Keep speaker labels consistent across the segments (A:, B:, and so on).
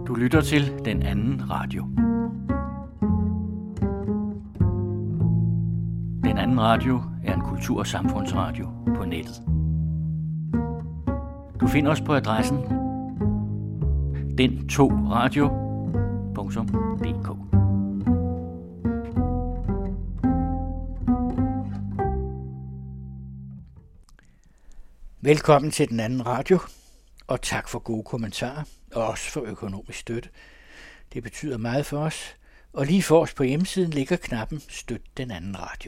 A: Du lytter til Den Anden Radio. Den Anden Radio er en kultur- og samfundsradio på nettet. Du finder os på adressen den2radio.dk. Velkommen til Den Anden Radio, og tak for gode kommentarer, og også for økonomisk støtte. Det betyder meget for os, og lige for os på hjemmesiden ligger knappen Støt Den Anden Radio.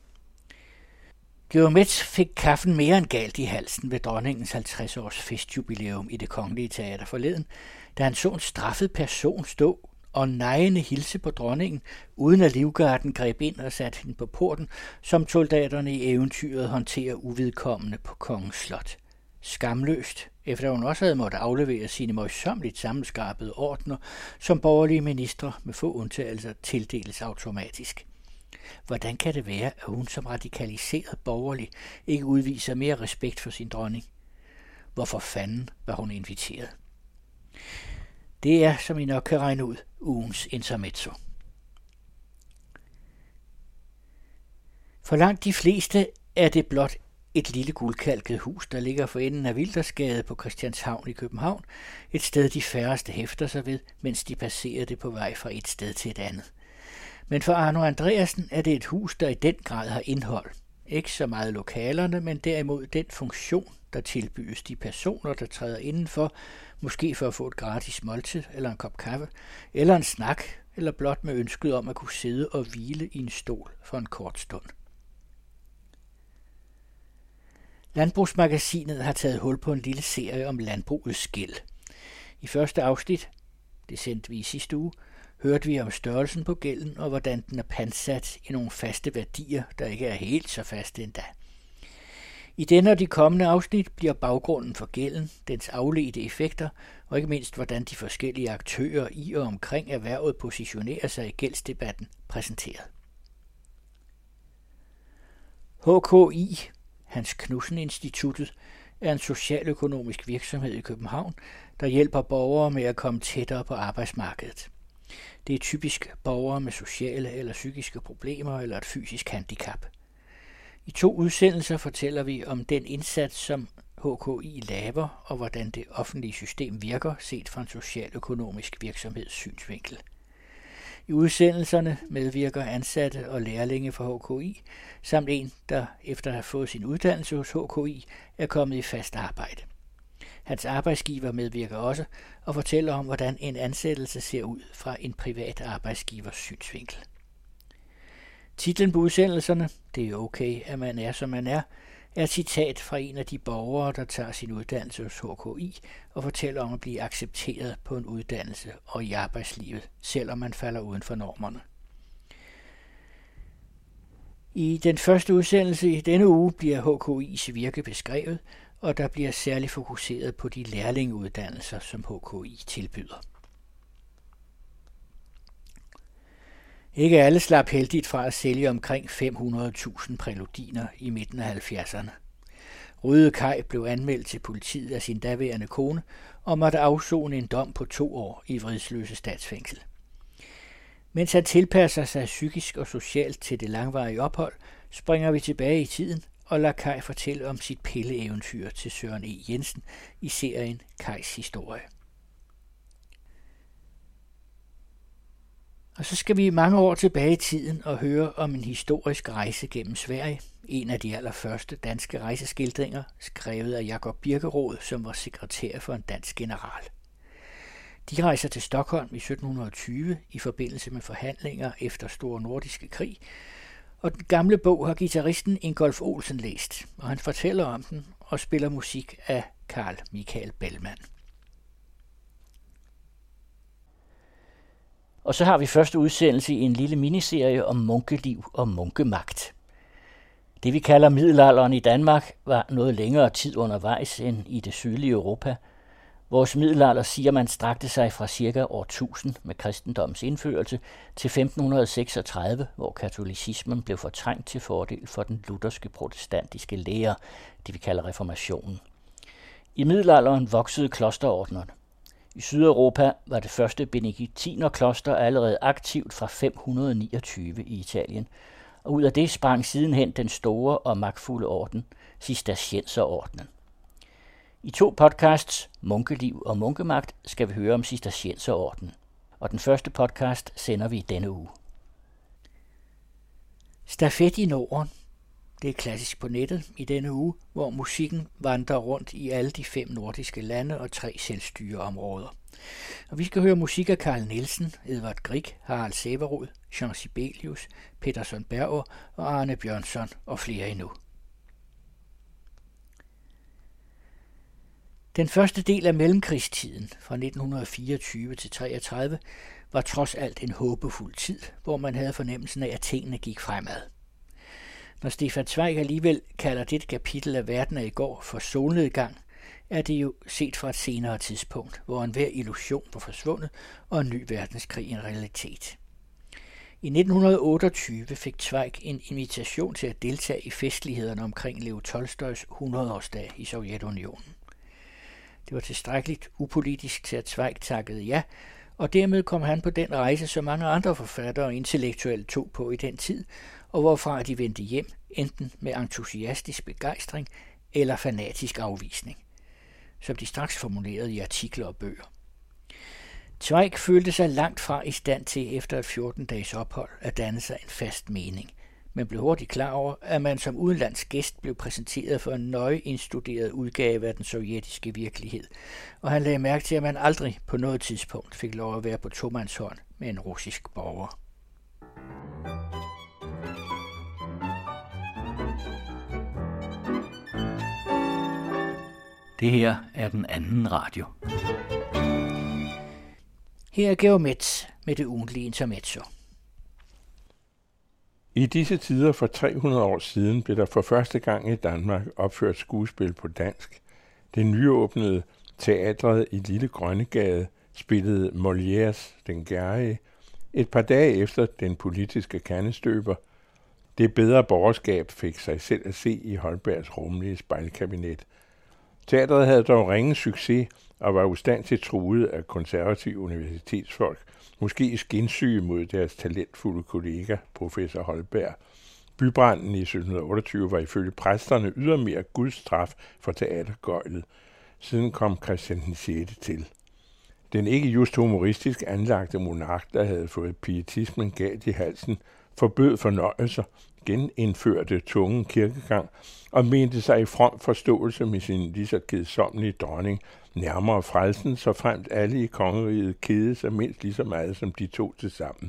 A: Georg Metz fik kaffen mere end galt i halsen ved dronningens 50-års festjubilæum i Det Kongelige Teater forleden, da han så en straffet person stå og nejende hilse på dronningen, uden at livgarden greb ind og satte hende på porten, som soldaterne i eventyret håndterer uvedkommende på kongens slot. Skamløst, efter hun også havde måttet aflevere sine møjsommeligt sammenskrabede ordner, som borgerlige ministre med få undtagelser tildeles automatisk. Hvordan kan det være, at hun som radikaliseret borgerlig ikke udviser mere respekt for sin dronning? Hvorfor fanden var hun inviteret? Det er, som I nok kan regne ud, ugens intermezzo. For langt de fleste er det blot et lille guldkalket hus, der ligger for enden af Wildersgade på Christianshavn i København, et sted de færreste hæfter sig ved, mens de passerer det på vej fra et sted til et andet. Men for Arno Andreasen er det et hus, der i den grad har indhold. Ikke så meget lokalerne, men derimod den funktion, der tilbydes de personer, der træder indenfor, måske for at få et gratis måltid eller en kop kaffe, eller en snak, eller blot med ønsket om at kunne sidde og hvile i en stol for en kort stund. Landbrugsmagasinet har taget hul på en lille serie om landbrugets gæld. I første afsnit, det sendte vi i sidste uge, hørte vi om størrelsen på gælden og hvordan den er pantsat i nogle faste værdier, der ikke er helt så faste endda. I denne og de kommende afsnit bliver baggrunden for gælden, dens afledte effekter og ikke mindst hvordan de forskellige aktører i og omkring erhvervet positionerer sig i gældsdebatten præsenteret. HKI, Hans Knudsen Instituttet, er en socialøkonomisk virksomhed i København, der hjælper borgere med at komme tættere på arbejdsmarkedet. Det er typisk borgere med sociale eller psykiske problemer eller et fysisk handicap. I 2 udsendelser fortæller vi om den indsats, som HKI laver, og hvordan det offentlige system virker, set fra en socialøkonomisk virksomheds synsvinkel. I udsendelserne medvirker ansatte og lærlinge fra HKI, samt en, der efter at have fået sin uddannelse hos HKI, er kommet i fast arbejde. Hans arbejdsgiver medvirker også og fortæller om, hvordan en ansættelse ser ud fra en privat arbejdsgivers synsvinkel. Titlen på udsendelserne, det er okay, at man er, som man er et citat fra en af de borgere, der tager sin uddannelse hos HKI og fortæller om at blive accepteret på en uddannelse og i arbejdslivet, selvom man falder uden for normerne. I den første udsendelse i denne uge bliver HKI's virke beskrevet, og der bliver særligt fokuseret på de lærlingeuddannelser, som HKI tilbyder. Ikke alle slap heldigt fra at sælge omkring 500.000 præludiner i midten af 70'erne. Røde Kaj blev anmeldt til politiet af sin daværende kone og måtte afsone en dom på 2 år i Vridsløse Statsfængsel. Mens han tilpasser sig psykisk og socialt til det langvarige ophold, springer vi tilbage i tiden og lader Kaj fortælle om sit pilleeventyr til Søren E. Jensen i serien Kajs historie. Og så skal vi mange år tilbage i tiden og høre om en historisk rejse gennem Sverige, en af de allerførste danske rejseskildringer, skrevet af Jakob Birkerød, som var sekretær for en dansk general. De rejser til Stockholm i 1720 i forbindelse med forhandlinger efter Store Nordiske Krig, og den gamle bog har guitaristen Ingolf Olsen læst, og han fortæller om den og spiller musik af Carl Michael Bellman. Og så har vi første udsendelse i en lille miniserie om munkeliv og munkemagt. Det vi kalder middelalderen i Danmark var noget længere tid undervejs end i det sydlige Europa. Vores middelalder siger man strakte sig fra ca. år 1000 med kristendommens indførelse til 1536, hvor katolicismen blev fortrængt til fordel for den lutherske protestantiske lære, det vi kalder reformationen. I middelalderen voksede klosterordnerne. I Sydeuropa var det første benediktinerkloster allerede aktivt fra 529 i Italien, og ud af det sprang sidenhen den store og magtfulde orden, Cistercienserordenen. I 2 podcasts, Munkeliv og Munkemagt, skal vi høre om Cistercienserordenen, og den første podcast sender vi denne uge. Stafet i Norden. Det er klassisk på nettet i denne uge, hvor musikken vandrer rundt i alle de 5 nordiske lande og 3 selvstyreområder. Og vi skal høre musik af Carl Nielsen, Edvard Grieg, Harald Sæverud, Jean Sibelius, Peterson Berger og Arne Bjørnsson og flere endnu. Den første del af mellemkrigstiden fra 1924 til 1933 var trods alt en håbefuld tid, hvor man havde fornemmelsen af, at tingene gik fremad. Når Stefan Zweig alligevel kalder dette kapitel af Verden af i går for solnedgang, er det jo set fra et senere tidspunkt, hvor enhver illusion var forsvundet og en ny verdenskrig en realitet. I 1928 fik Zweig en invitation til at deltage i festlighederne omkring Leo Tolstojs 100-årsdag i Sovjetunionen. Det var tilstrækkeligt upolitisk til at Zweig takkede ja, og dermed kom han på den rejse, som mange andre forfattere og intellektuelle tog på i den tid, og hvorfra de vendte hjem, enten med entusiastisk begejstring eller fanatisk afvisning, som de straks formulerede i artikler og bøger. Zweig følte sig langt fra i stand til efter et 14-dages ophold at danne sig en fast mening, men blev hurtigt klar over, at man som udenlandsk gæst blev præsenteret for en nøje indstuderet udgave af den sovjetiske virkelighed, og han lagde mærke til, at man aldrig på noget tidspunkt fik lov at være på tomandshånd med en russisk borger. Det her er den anden radio. Her er Georg Metz med det ugentlige intermezzo.
B: I disse tider for 300 år siden blev der for første gang i Danmark opført skuespil på dansk. Det nyåbnede teatret i Lille Grønnegade spillede Molières Den Gærige et par dage efter Den politiske kandestøber. Det bedre borgerskab fik sig selv at se i Holbergs rummelige spejlkabinet. Teatret havde dog ringe succes og var ustandsigt truet af konservative universitetsfolk, måske skinsyge mod deres talentfulde kollega, professor Holberg. Bybranden i 1728 var ifølge præsterne ydermere Guds straf for teatergøjlet. Siden kom Christian 6. til. Den ikke just humoristisk anlagte monark, der havde fået pietismen galt i halsen, forbød fornøjelser, genindførte tvungen kirkegang og mente sig i from forståelse med sin lige så kedsommelige dronning nærmere frelsen, så fremt alle i kongeriget kedede sig mindst lige så meget som de to til sammen.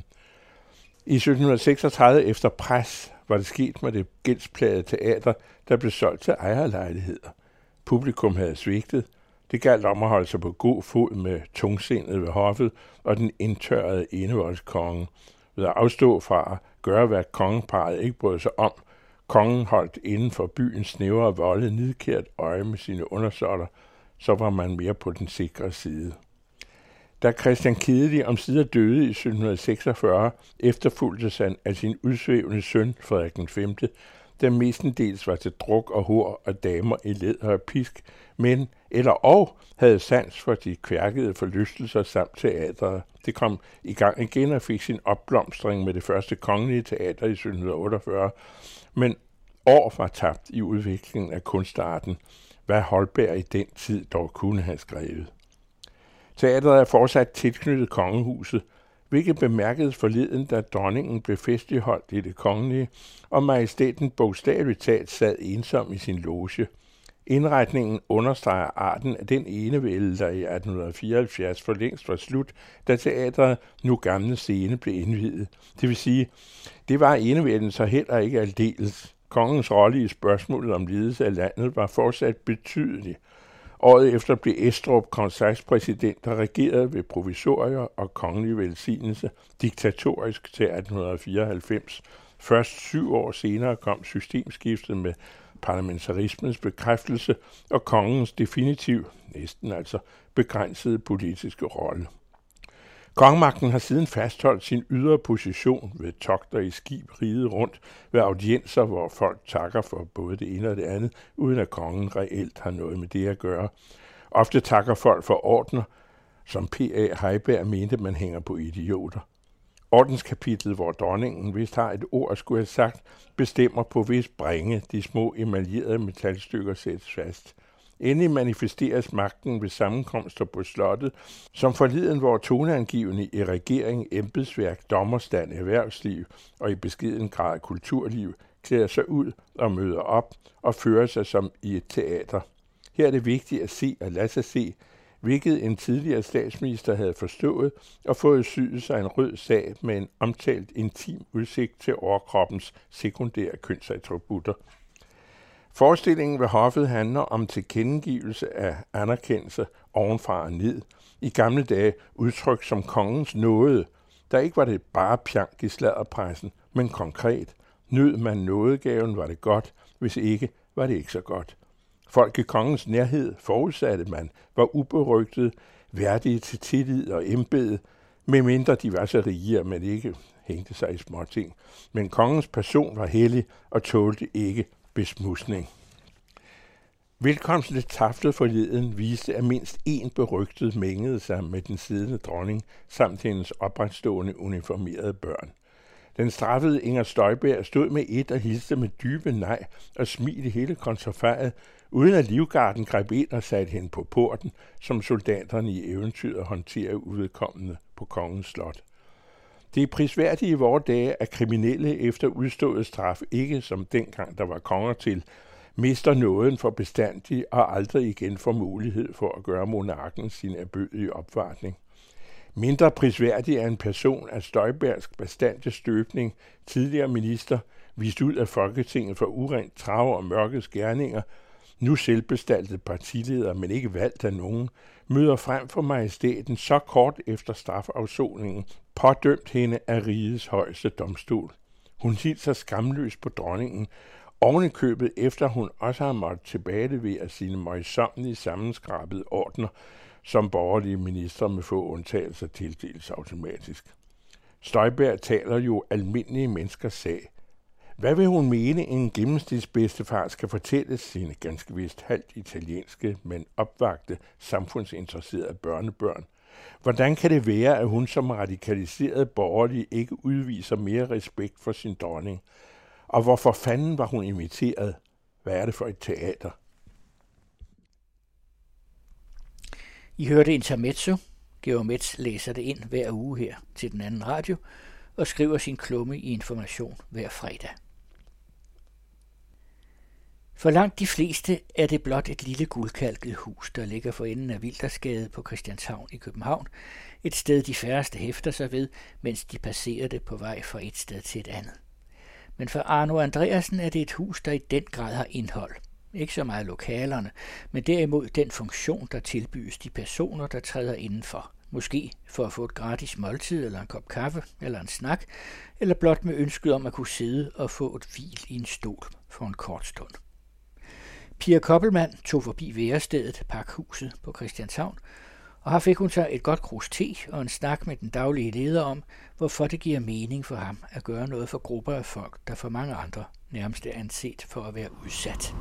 B: I 1736 efter pres var det sket med det gældsplagede teater, der blev solgt til ejerlejligheder. Publikum havde svigtet. Det galt om at holde sig på god fod med tungsindet ved hoffet og den indtørrede enevoldskonge, ved at afstå fra at gøre, hvad kongeparret ikke brød sig om. Kongen holdt inden for byens snævre volde nidkært øje med sine undersåtter, så var man mere på den sikre side. Da Christian Kedelig omsider døde i 1746, efterfulgtes han af sin udsvævende søn Frederik V, der mestendels var til druk og hor og damer i læder og pisk, men havde sans for de kværkede forlystelser samt teatret. Det kom i gang igen og fik sin opblomstring med det første kongelige teater i 1748, men år var tabt i udviklingen af kunstarten, hvad Holberg i den tid dog kunne have skrevet. Teatret er fortsat tilknyttet kongehuset, hvilket bemærkedes forleden, da dronningen blev festligholdt i det kongelige, og majestæten bogstaveligt talt sad ensom i sin loge. Indretningen understreger arten af den enevælde, der i 1874 for længst var slut, da teatret Nu Gamle Scene blev indviet. Det vil sige, det var enevælden så heller ikke aldeles. Kongens rolle i spørgsmålet om ledelse af landet var fortsat betydelig. Året efter blev Estrup konseilspræsident, der regerede ved provisorier og kongelig velsignelse diktatorisk til 1894. Først 7 år senere kom systemskiftet med parlamentarismens bekræftelse og kongens definitiv, næsten altså begrænsede politiske rolle. Kongemagten har siden fastholdt sin ydre position ved togter i skib riget rundt ved audienser, hvor folk takker for både det ene og det andet, uden at kongen reelt har noget med det at gøre. Ofte takker folk for ordner, som P.A. Heiberg mente, man hænger på idioter. Ordenskapitlet, hvor dronningen vist har et ord skulle have sagt, bestemmer på vis bringe de små emaljerede metalstykker sættes fast. Endelig manifesteres magten ved sammenkomster på slottet, som forleden, hvor toneangivende i regering, embedsværk, dommerstand, erhvervsliv og i beskeden grad kulturliv klæder sig ud og møder op og fører sig som i et teater. Her er det vigtigt at se og lade sig se, hvilket en tidligere statsminister havde forstået og fået syet sig en rød sag med en omtalt intim udsigt til overkroppens sekundære kønsattributter. Forestillingen ved hoffet handler om tilkendegivelse af anerkendelse ovenfra og ned, i gamle dage udtrykt som kongens nåde, der ikke var det bare pjank i sladderpressen, men konkret. Nød man nådegaven, var det godt, hvis ikke, var det ikke så godt. Folk i kongens nærhed forudsatte man, var uberygtet, værdige til tillid og embede, medmindre de var så rige, at man ikke hængte sig i småting. Men kongens person var hellig og tålte ikke besmusning. Velkomsten til Taftet forleden viste, at mindst én berygtet mængede sig med den siddende dronning samt hendes opretstående uniformerede børn. Den straffede Inger Støjberg stod med et og hilste med dybe nej og smil i hele kontrafejet, uden at livgarden greb ind og satte hende på porten, som soldaterne i eventyret håndterer uvedkommende på kongens slot. Det er prisværdigt i vore dage, at kriminelle efter udstået straf ikke, som dengang der var konger til, mister nåden for bestandig og aldrig igen får mulighed for at gøre monarken sin erbødige opvartning. Mindre prisværdig er en person af Støjbergs bastante støbning, tidligere minister, vist ud af Folketinget for urent trav og mørkets gerninger, nu selvbestaltet partileder, men ikke valgt af nogen, møder frem for majestæten så kort efter strafafsoningen, pådømt hende af rigets højeste domstol. Hun hilser skamløst på dronningen, ovenikøbet efter hun også har måttet tilbagelevere sine møjsommelige sammenskrabede ordner, som borgerlige ministre med få undtagelser tildeles automatisk. Støjberg taler jo almindelige menneskers sag. Hvad vil hun mene, en gennemsnitsbedstefar skal fortælle sine ganske vist halvt italienske, men opvagte, samfundsinteresserede børnebørn? Hvordan kan det være, at hun som radikaliseret borgerlig ikke udviser mere respekt for sin dronning? Og hvorfor fanden var hun inviteret? Hvad er det for et teater?
A: I hørte Intermezzo. Georg Metz læser det ind hver uge her til den anden radio og skriver sin klumme i Information hver fredag. For langt de fleste er det blot et lille guldkalket hus, der ligger for enden af Wildersgade på Christianshavn i København, et sted de færreste hæfter sig ved, mens de passerer det på vej fra et sted til et andet. Men for Arno Andreasen er det et hus, der i den grad har indhold. Ikke så meget lokalerne, men derimod den funktion, der tilbydes de personer, der træder indenfor. Måske for at få et gratis måltid, eller en kop kaffe, eller en snak, eller blot med ønsket om at kunne sidde og få et hvil i en stol for en kort stund. Pia Koppelmann tog forbi værestedet, Pakhuset på Christianshavn, og her fik hun sig et godt krus te og en snak med den daglige leder om, hvorfor det giver mening for ham at gøre noget for grupper af folk, der for mange andre nærmest er anset for at være udsat.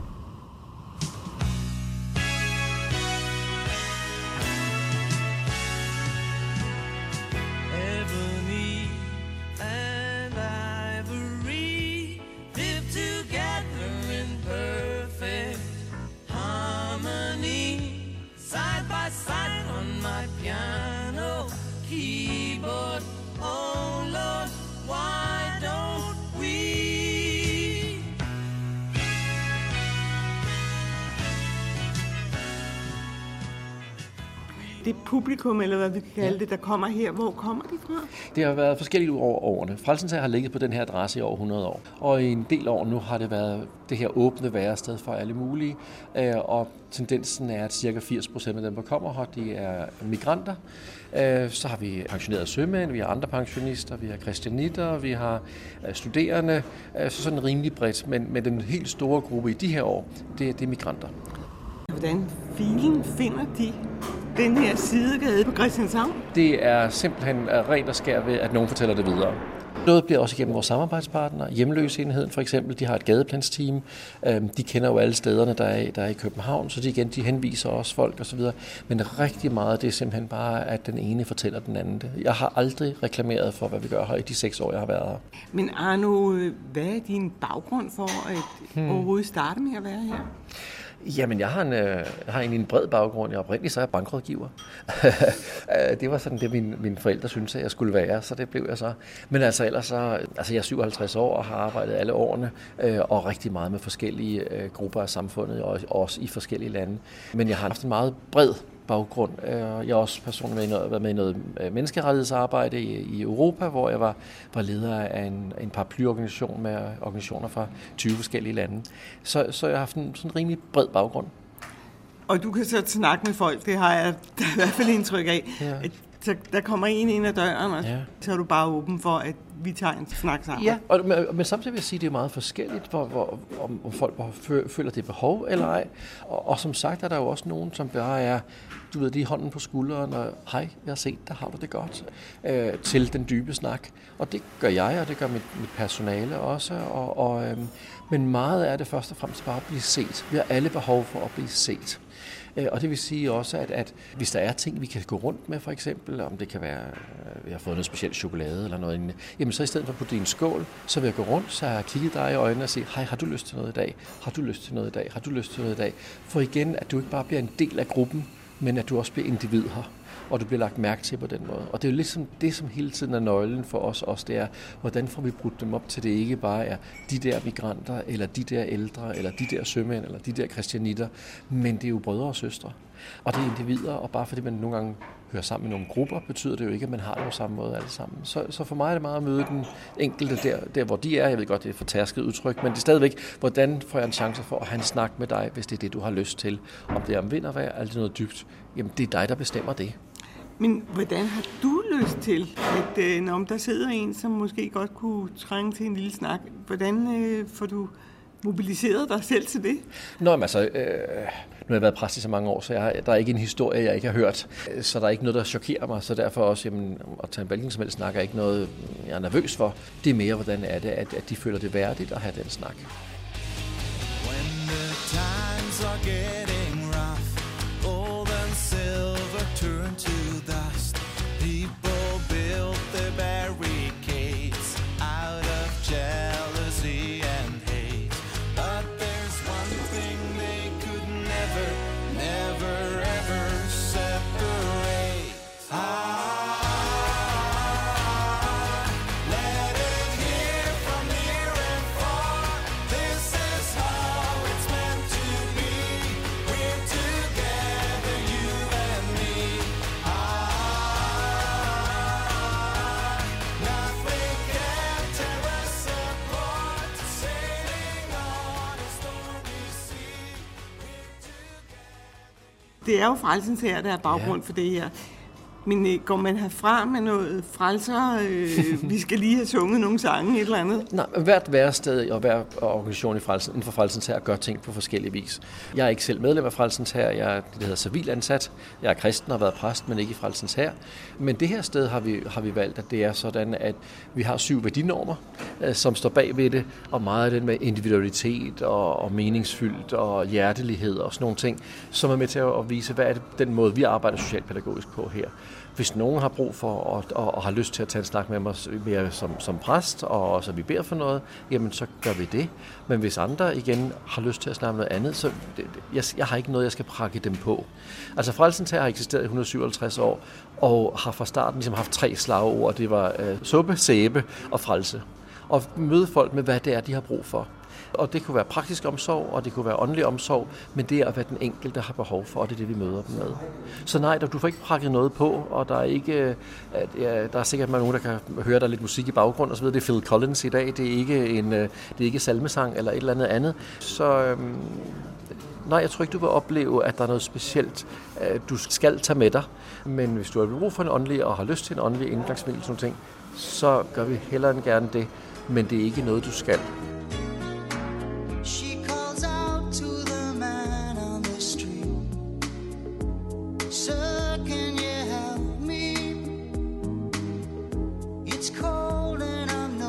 C: Det publikum, eller hvad vi kan kalde det, der kommer her, hvor kommer de fra?
D: Det har været forskelligt over årene. Frelsens Hær har ligget på den her adresse i over 100 år. Og i en del år nu har det været det her åbne værested for alle mulige. Og tendensen er, at ca. 80% af dem, der kommer her, de er migranter. Så har vi pensionerede sømænd, vi har andre pensionister, vi har kristianitter, vi har studerende. Så sådan rimelig bredt. Men den helt store gruppe i de her år, det er migranter.
C: Hvordan filen finder de den her sidegade på Christianshavn?
D: Det er simpelthen rent og skær ved, at nogen fortæller det videre. Noget bliver også igennem vores samarbejdspartnere. Hjemløseenheden for eksempel, de har et gadeplansteam. De kender jo alle stederne, der er i København, så de henviser også folk osv. Men rigtig meget, det er simpelthen bare, at den ene fortæller den anden det. Jeg har aldrig reklameret for, hvad vi gør her i de 6 år, jeg har været her.
C: Men Arno, hvad er din baggrund for at overhovedet starte med at være her?
D: Jamen, jeg har egentlig en bred baggrund. Oprindeligt så er jeg bankrådgiver. Det var sådan det, mine forældre syntes, at jeg skulle være, så det blev jeg så. Men altså ellers så, jeg er 57 år og har arbejdet alle årene, og rigtig meget med forskellige grupper af samfundet, og også i forskellige lande. Men jeg har haft en meget bred baggrund. Jeg har også personligt været med i noget menneskerettighedsarbejde i Europa, hvor jeg var leder af en paraplyorganisation med organisationer fra 20 forskellige lande. Så jeg har haft en sådan rimelig bred baggrund.
C: Og du kan så snakke med folk, det har jeg i hvert fald indtryk af. Ja. Så der kommer en ind ad døren, og så er du bare åben for, at vi tager en snak sammen.
D: Ja, men samtidig vil jeg sige, at det er meget forskelligt, om folk føler det behov eller ej. Og som sagt er der jo også nogen, som bare er, du ved, lige hånden på skulderen, og hej, jeg har set dig, har du det godt, til den dybe snak. Og det gør jeg, og det gør mit personale også. Men meget er det først og fremmest bare at blive set. Vi har alle behov for at blive set. Og det vil sige også, at hvis der er ting, vi kan gå rundt med, for eksempel, om det kan være, vi har fået noget specielt chokolade eller noget lignende, jamen så i stedet for at putte i en skål, så vil jeg gå rundt, så har jeg kigget dig i øjnene og sige, hej, har du lyst til noget i dag? Har du lyst til noget i dag? Har du lyst til noget i dag? For igen, at du ikke bare bliver en del af gruppen, men at du også bliver individ her, og du bliver lagt mærke til på den måde. Og det er jo ligesom det, som hele tiden er nøglen for os, det er, hvordan får vi brudt dem op til det ikke bare er de der migranter, eller de der ældre, eller de der sømænd, eller de der kristianitter, men det er jo brødre og søstre. Og det er individer, og bare fordi man nogle gange hører sammen med nogle grupper, betyder det jo ikke, at man har det på samme måde alle sammen. Så for mig er det meget at møde den enkelte der, hvor de er. Jeg ved godt, det er et fortærsket udtryk, men det er stadigvæk, hvordan får jeg en chance for at have en snak med dig, hvis det er det, du har lyst til. Om det er om vind og vejr, alt det noget dybt. Jamen, det er dig, der bestemmer det.
C: Men hvordan har du lyst til, at når der sidder en, som måske godt kunne trænge til en lille snak, hvordan får du mobiliseret dig selv til det?
D: Nå, men altså, nu har jeg været præst i så mange år, så der er ikke en historie, jeg ikke har hørt. Så der er ikke noget, der chokerer mig, så derfor også, jamen, at tage en hvilken som helst snak er ikke noget, jeg er nervøs for. Det er mere, hvordan er det, at de føler det værdigt at have den snak. When the times are getting rough, gold and silver turn to dust. People build their barricades out of jealousy and hate. But there's one thing they could never, ever separate. Let it hear from near and far. This is how it's meant to be. We're together, you and me. Nothing can tear us apart. Sailing on a stormy sea.
C: Det er jo Frelsens Hær, der er baggrund for det her. Men går man herfra med noget frelser? Vi skal lige have sunget nogle sange, et eller andet?
D: Nej, hvert værested og hver organisation inden for Frelsens Hær gør ting på forskellige vis. Jeg er ikke selv medlem af Frelsens Hær. Jeg er det, der hedder civilansat. Jeg er kristen og har været præst, men ikke i Frelsens Hær. Men det her sted har vi valgt, at det er sådan, at vi har 7 værdinormer, som står bag ved det, og meget af den med individualitet og meningsfyldt og hjertelighed og sådan nogle ting, som er med til at vise, hvad er det, den måde, vi arbejder socialpædagogisk på her. Hvis nogen har brug for og har lyst til at tage en snak med mig mere som præst, og så vi beder for noget, jamen så gør vi det. Men hvis andre igen har lyst til at snakke om noget andet, så jeg har ikke noget, jeg skal prakke dem på. Altså Frelsens Hær har eksisteret i 157 år, og har fra starten ligesom haft 3 slagord. Det var suppe, sæbe og frelse. Og møde folk med, hvad det er, de har brug for. Og det kunne være praktisk omsorg, og det kunne være åndelig omsorg, men det er, hvad den enkelte har behov for, og det er det, vi møder dem med. Så nej, du får ikke prakket noget på, og der er ikke, der er sikkert nogen, der kan høre der lidt musik i baggrund og så videre. Det er Phil Collins i dag, det er ikke salmesang eller et eller andet. Så nej, jeg tror ikke, du vil opleve, at der er noget specielt, du skal tage med dig. Men hvis du har brug for en åndelig og har lyst til en åndelig indgangsvinkel, sådan ting, så gør vi hellere end gerne det, men det er ikke noget, du skal.
E: Sir, can you help me? It's cold and I'm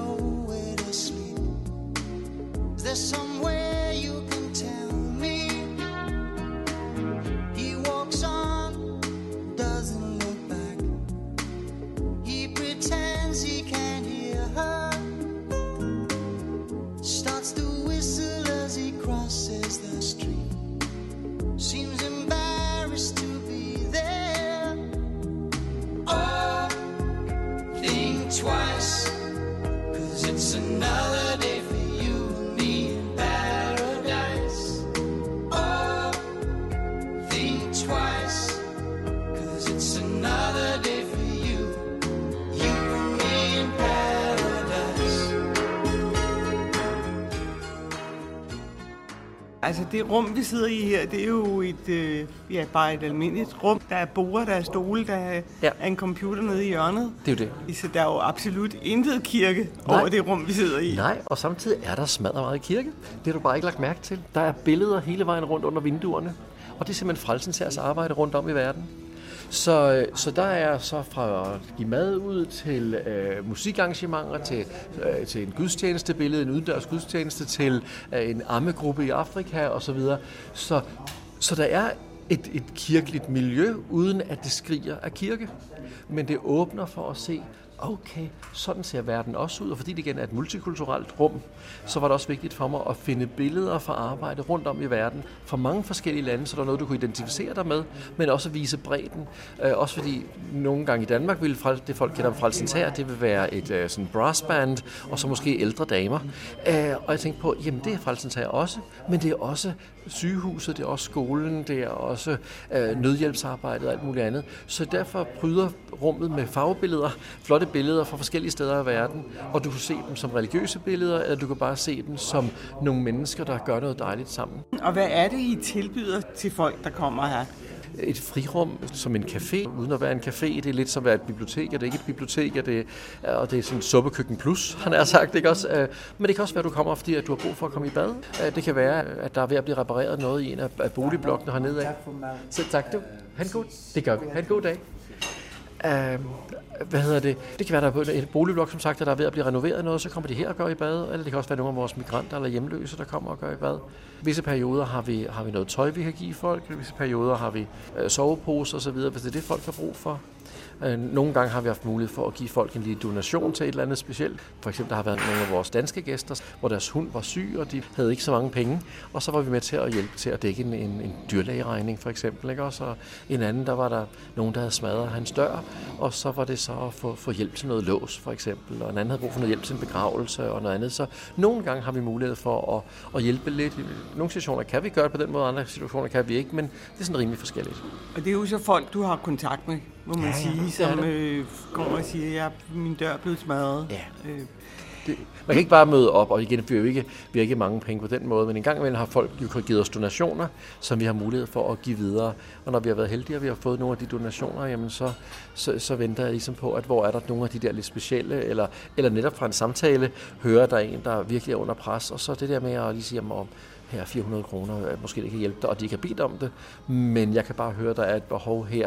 C: Altså det rum, vi sidder i her, det er jo bare et almindeligt rum. Der er borde, der er stole, der er en computer nede i hjørnet.
D: Det er jo det.
C: Så der er jo absolut intet kirke over det rum, vi sidder i.
D: Nej, og samtidig er der smadret meget kirke. Det har du bare ikke lagt mærke til. Der er billeder hele vejen rundt under vinduerne. Og det er simpelthen Frelsens Hærs arbejde rundt om i verden. Så der er så fra at give mad ud til musikarrangementer, til en gudstjenestebillede, en udendørs gudstjeneste, til en ammegruppe i Afrika osv. Så der er et kirkeligt miljø, uden at det skriger af kirke. Men det åbner for at se, okay, sådan ser verden også ud, og fordi det igen er et multikulturelt rum, så var det også vigtigt for mig at finde billeder fra arbejde rundt om i verden, fra mange forskellige lande, så der er noget, du kunne identificere dig med, men også vise bredden. Også fordi nogle gange i Danmark ville det folk kender om Frelsens Hær, det vil være et sådan brassband, og så måske ældre damer. Og jeg tænkte på, jamen det er Frelsens Hær også, men det er også sygehuset, det er også skolen, det er også nødhjælpsarbejdet og alt muligt andet. Så derfor pryder rummet med farvebilleder, flotte billeder fra forskellige steder i verden, og du kan se dem som religiøse billeder, eller du kan bare se dem som nogle mennesker, der gør noget dejligt sammen.
C: Og hvad er det, I tilbyder til folk, der kommer her?
D: Et frirum som en café, uden at være en café. Det er lidt som at være et bibliotek, og det er ikke et bibliotek, og det er sådan suppekøkken plus, han har sagt, ikke også? Men det kan også være, at du kommer, fordi at du har brug for at komme i bad. Det kan være, at der er ved at blive repareret noget i en af boligblokkene hernede af. Så tak du. Det gør vi. Ha' en god dag. Det kan være, der er på et boligblok, som sagt, at der er ved at blive renoveret noget, så kommer de her og gør i bad, eller det kan også være nogle af vores migranter eller hjemløse, der kommer og gør i bad. Visse perioder har vi noget tøj, vi kan give folk, visse perioder har vi soveposer osv., hvis det er det, folk har brug for. Nogle gange har vi haft mulighed for at give folk en lille donation til et eller andet specielt. For eksempel der har været nogle af vores danske gæster, hvor deres hund var syg, og de havde ikke så mange penge. Og så var vi med til at hjælpe til at dække en dyrlægeregning for eksempel. Ikke? Og så en anden, der var der nogen, der havde smadret hans dør, og så var det så at få hjælp til noget lås for eksempel. Og en anden havde brug for noget hjælp til en begravelse og noget andet. Så nogle gange har vi mulighed for at hjælpe lidt. I nogle situationer kan vi gøre det på den måde, andre situationer kan vi ikke, men det er sådan rimelig forskelligt.
C: Og det er jo så folk, du har kontakt med, må man sige, som kommer og siger, at min dør er blevet smadret.
D: Ja. Man kan ikke bare møde op, og igen, vi har ikke mange penge på den måde, men en gang imellem har folk jo givet os donationer, som vi har mulighed for at give videre. Og når vi har været heldige, og vi har fået nogle af de donationer, jamen så venter jeg ligesom på, at hvor er der nogle af de der lidt specielle, eller netop fra en samtale, hører der en, der virkelig er under pres, og så det der med at lige sige, om her er 400 kroner, måske det kan hjælpe dig, og de kan bede om det, men jeg kan bare høre, at der er et behov her.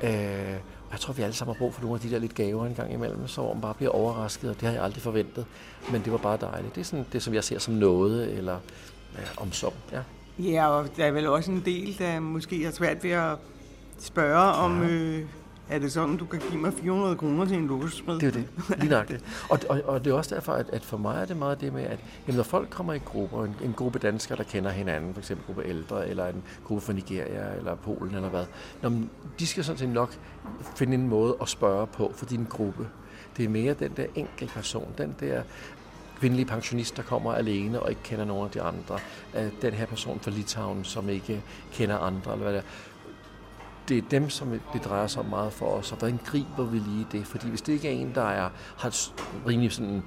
D: Jeg tror, vi alle sammen har brug for nogle af de der lidt gaver en gang imellem, så hvor man bare bliver overrasket, og det har jeg aldrig forventet. Men det var bare dejligt. Det er sådan det, som jeg ser som noget, eller omsorg. Ja.
C: Ja, og der er vel også en del, der måske har svært ved at spørge om, er det sådan, du kan give mig 400 kroner til en luksusspred?
D: Det er det, lige nok det. Og det er også derfor, at for mig er det meget det med, at når folk kommer i grupper, en gruppe danskere, der kender hinanden, f.eks. en gruppe ældre, eller en gruppe fra Nigeria, eller Polen, eller hvad, de skal sådan set nok finde en måde at spørge på for din gruppe. Det er mere den der enkelte person, den der kvindelige pensionist, der kommer alene og ikke kender nogen af de andre. Den her person fra Litauen, som ikke kender andre, eller hvad det er. Det er dem, som det drejer sig om meget for os, og hvordan griber vi lige det? Fordi hvis det ikke er en, der har rimelig sådan,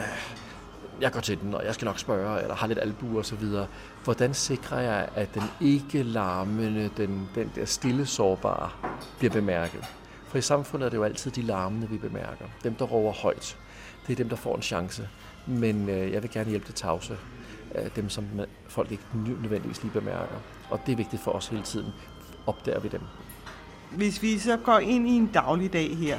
D: jeg går til den, og jeg skal nok spørge, eller har lidt albuer og så videre, hvordan sikrer jeg, at den ikke larmende, den der stille sårbare, bliver bemærket? For i samfundet er det jo altid de larmende, vi bemærker. Dem, der råber højt, det er dem, der får en chance. Men jeg vil gerne hjælpe det tavse. Dem, som folk ikke nødvendigvis lige bemærker. Og det er vigtigt for os hele tiden. Opdager vi dem.
C: Hvis vi så går ind i en dagligdag her,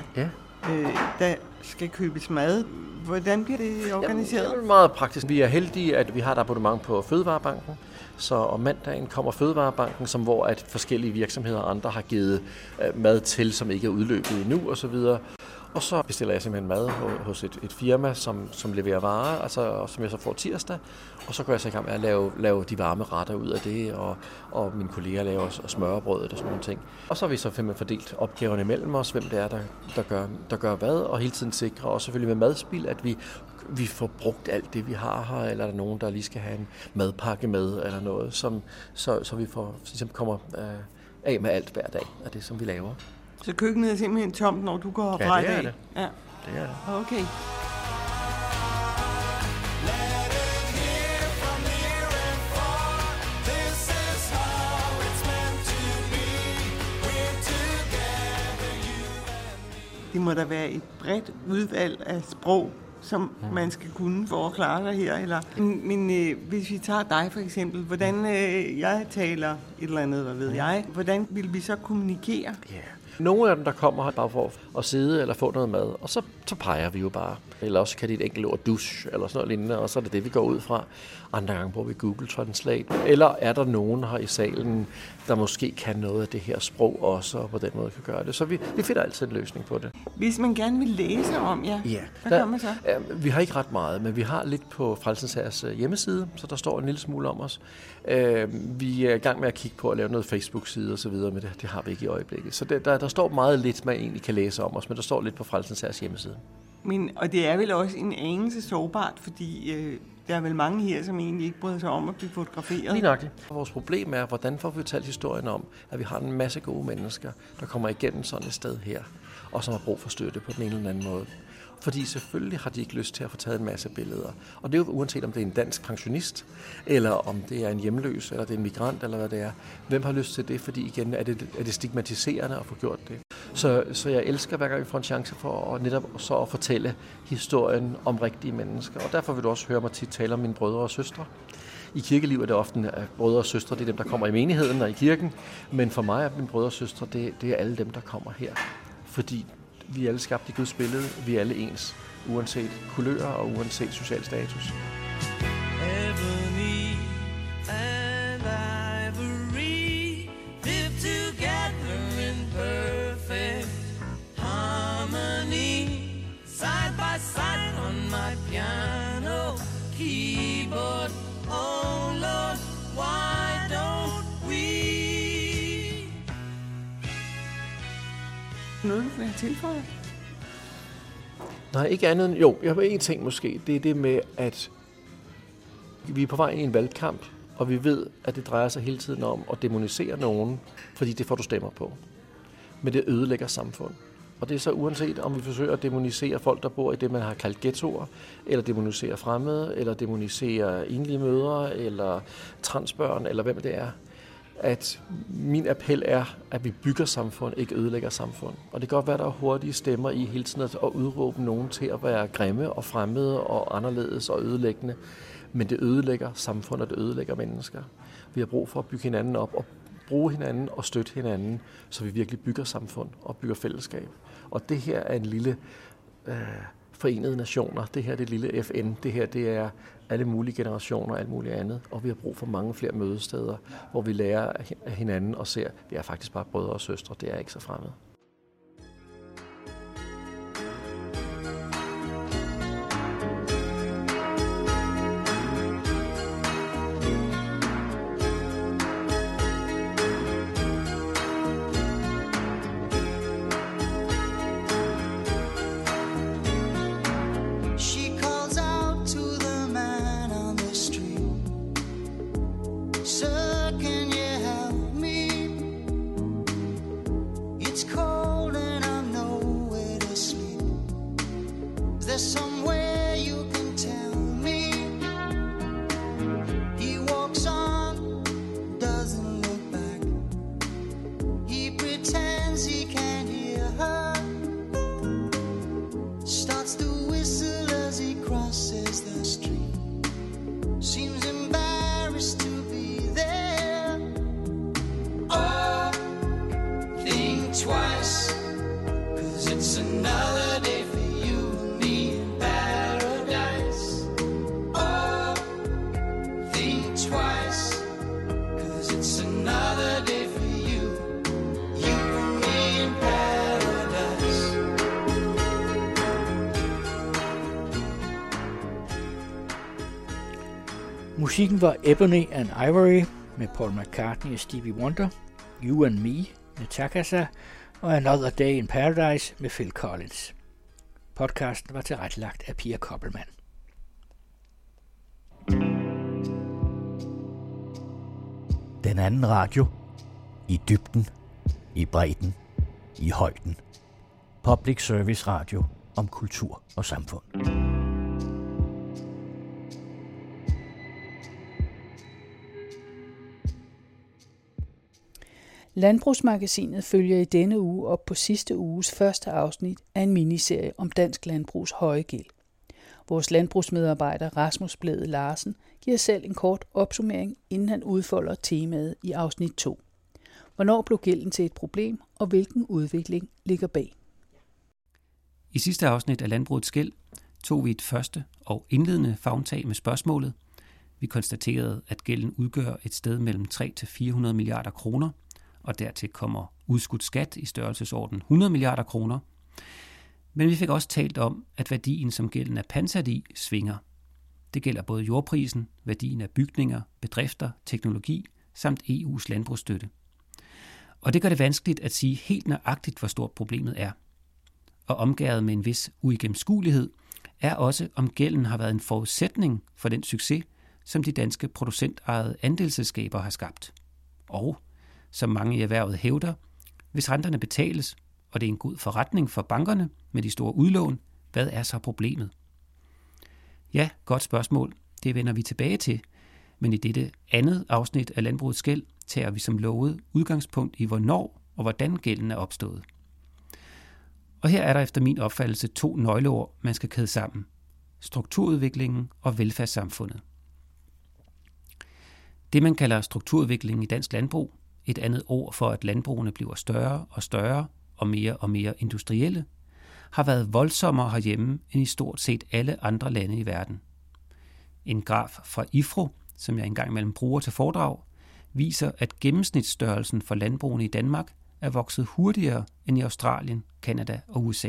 C: der skal købes mad, hvordan bliver det organiseret?
D: Jamen, det er meget praktisk. Vi er heldige, at vi har et abonnement på Fødevarebanken. Så om mandagen kommer Fødevarebanken, hvor at forskellige virksomheder og andre har givet mad til, som ikke er udløbet endnu osv. Og så bestiller jeg simpelthen mad hos et firma, som leverer varer, altså, som jeg så får tirsdag. Og så går jeg så i gang med at lave de varme retter ud af det, og mine kolleger laver smørbrødet og sådan nogle ting. Og så har vi så fordelt opgaverne imellem os, hvem det er, der gør hvad, og hele tiden sikrer, og selvfølgelig med madspil, at vi får brugt alt det, vi har her, eller er der nogen, der lige skal have en madpakke med, eller noget, så vi får kommer af med alt hver dag af det, som vi laver.
C: Så køkkenet er simpelthen tomt, når du går fra i dag?
D: Det. Ja, det er det.
C: Okay. det må da være et bredt udvalg af sprog, som man skal kunne for at klare sig her. Eller, men hvis vi tager dig for eksempel, hvordan jeg taler et eller andet, hvad ved jeg, hvordan vil vi så kommunikere?
D: Ja. Nogle af dem, der kommer her bare for at sidde eller få noget mad, og så peger vi jo bare. Eller også kan de et enkelt ord douche, eller sådan noget lignende, og så er det det, vi går ud fra. Andre gange bruger vi Google Translate. Eller er der nogen her i salen, der måske kan noget af det her sprog også, og på den måde kan gøre det. Så vi finder altid en løsning på det.
C: Hvis man gerne vil læse om jer, hvad gør man så?
D: Vi har ikke ret meget, men vi har lidt på Frelsens Hærs hjemmeside, så der står en lille smule om os. Vi er i gang med at kigge på at lave noget Facebook-side og så videre, men det har vi ikke i øjeblikket. Så der står meget lidt, man egentlig kan læse om os, men der står lidt på Frelsens Hærs hjemmeside.
C: Og det er vel også en anelse sårbart, fordi der er vel mange her, som egentlig ikke bryder sig om at blive fotograferet.
D: Lige nok. Vores problem er, hvordan får vi fortalt historien om, at vi har en masse gode mennesker, der kommer igennem sådan et sted her, og som har brug for støtte på den ene eller anden måde. Fordi selvfølgelig har de ikke lyst til at få taget en masse billeder. Og det er jo uanset om det er en dansk pensionist, eller om det er en hjemløs, eller det er en migrant, eller hvad det er. Hvem har lyst til det? Fordi igen er det stigmatiserende at få gjort det. Så jeg elsker, hver gang vi får en chance for at netop så at fortælle historien om rigtige mennesker. Og derfor vil du også høre mig tit tale om mine brødre og søstre. I kirkeliv er det ofte, at brødre og søstre, det er dem, der kommer i menigheden og i kirken. Men for mig er mine brødre og søstre, det er alle dem, der kommer her. Fordi vi er alle skabt i Guds billede. Vi er alle ens, uanset kulør og uanset social status.
E: Ebony and ivory live together in perfect harmony. Side by side on my piano keyboard. Oh Lord, why don't we?
C: Noget, du vil have tilføjet?
D: Nej, ikke andet end... Jo, jeg har en ting måske. Det er det med, at vi er på vej i en valgkamp, og vi ved, at det drejer sig hele tiden om at dæmonisere nogen, fordi det får du stemmer på. Men det ødelægger samfund. Og det er så uanset, om vi forsøger at dæmonisere folk, der bor i det, man har kaldt ghettoer, eller dæmonisere fremmede, eller dæmonisere enlige mødre, eller transbørn, eller hvem det er. At min appel er, at vi bygger samfund, ikke ødelægger samfund. Og det kan godt være, at der er hurtige stemmer i hele tiden at udråbe nogen til at være grimme og fremmede og anderledes og ødelæggende. Men det ødelægger samfund, og det ødelægger mennesker. Vi har brug for at bygge hinanden op og bruge hinanden og støtte hinanden, så vi virkelig bygger samfund og bygger fællesskab. Og det her er en lille forenede nationer. Det her er det lille FN. Det her det er alle mulige generationer og alt muligt andet. Og vi har brug for mange flere mødesteder, hvor vi lærer af hinanden og ser, at vi er faktisk bare brødre og søstre. Det er ikke så fremmed.
A: Musikken var Ebony and Ivory med Paul McCartney og Stevie Wonder, You and Me med Takasa og Another Day in Paradise med Phil Collins. Podcasten var tilrettelagt af Pia Koppelmann.
F: Den anden radio. I dybden, i bredden, i højden. Public Service Radio om kultur og samfund.
G: Landbrugsmagasinet følger i denne uge op på sidste uges første afsnit af en miniserie om dansk landbrugs høje gæld. Vores landbrugsmedarbejder Rasmus Blæde Larsen giver selv en kort opsummering, inden han udfolder temaet i afsnit 2. Hvornår blev gælden til et problem, og hvilken udvikling ligger bag?
H: I sidste afsnit af Landbrugets gæld tog vi et første og indledende favntag med spørgsmålet. Vi konstaterede, at gælden udgør et sted mellem 300-400 milliarder kroner, og dertil kommer udskudt skat i størrelsesorden 100 milliarder kroner. Men vi fik også talt om, at værdien, som gælden er pantsat i, svinger. Det gælder både jordprisen, værdien af bygninger, bedrifter, teknologi samt EU's landbrugsstøtte. Og det gør det vanskeligt at sige helt nøjagtigt, hvor stort problemet er. Og omgærdet med en vis uigennemskuelighed er også, om gælden har været en forudsætning for den succes, som de danske producentejede andelsselskaber har skabt. Og, som mange i erhvervet hævder, hvis renterne betales, og det er en god forretning for bankerne med de store udlån, hvad er så problemet? Ja, godt spørgsmål. Det vender vi tilbage til. Men i dette andet afsnit af Landbrugets gæld tager vi som lovet udgangspunkt i, hvornår og hvordan gælden er opstået. Og her er der efter min opfattelse 2 nøgleord, man skal kæde sammen. Strukturudviklingen og velfærdssamfundet. Det, man kalder strukturudviklingen i dansk landbrug, et andet ord for, at landbrugene bliver større og større og mere industrielle, har været voldsommere herhjemme end i stort set alle andre lande i verden. En graf fra IFRO, som jeg engang imellem bruger til foredrag, viser, at gennemsnitsstørrelsen for landbrugene i Danmark er vokset hurtigere end i Australien, Canada og USA.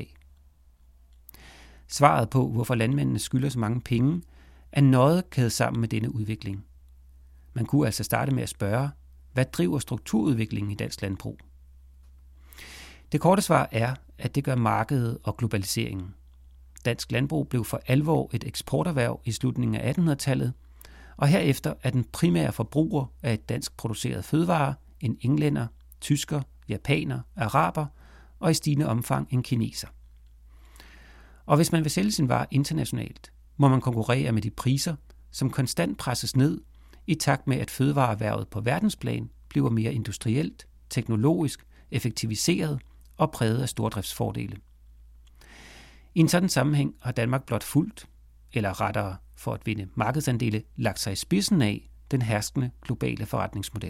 H: Svaret på, hvorfor landmændene skylder så mange penge, er nøjet kædet sammen med denne udvikling. Man kunne altså starte med at spørge, hvad driver strukturudviklingen i dansk landbrug? Det korte svar er, at det gør markedet og globaliseringen. Dansk landbrug blev for alvor et eksporterhverv i slutningen af 1800-tallet, og herefter er den primære forbruger af et dansk produceret fødevare en englænder, tysker, japaner, araber og i stigende omfang en kineser. Og hvis man vil sælge sin vare internationalt, må man konkurrere med de priser, som konstant presses ned i takt med, at fødevareerhvervet på verdensplan bliver mere industrielt, teknologisk, effektiviseret og præget af stordriftsfordele. I en sådan sammenhæng har Danmark blot fulgt, eller rettere for at vinde markedsandele, lagt sig i spidsen af den herskende globale forretningsmodel.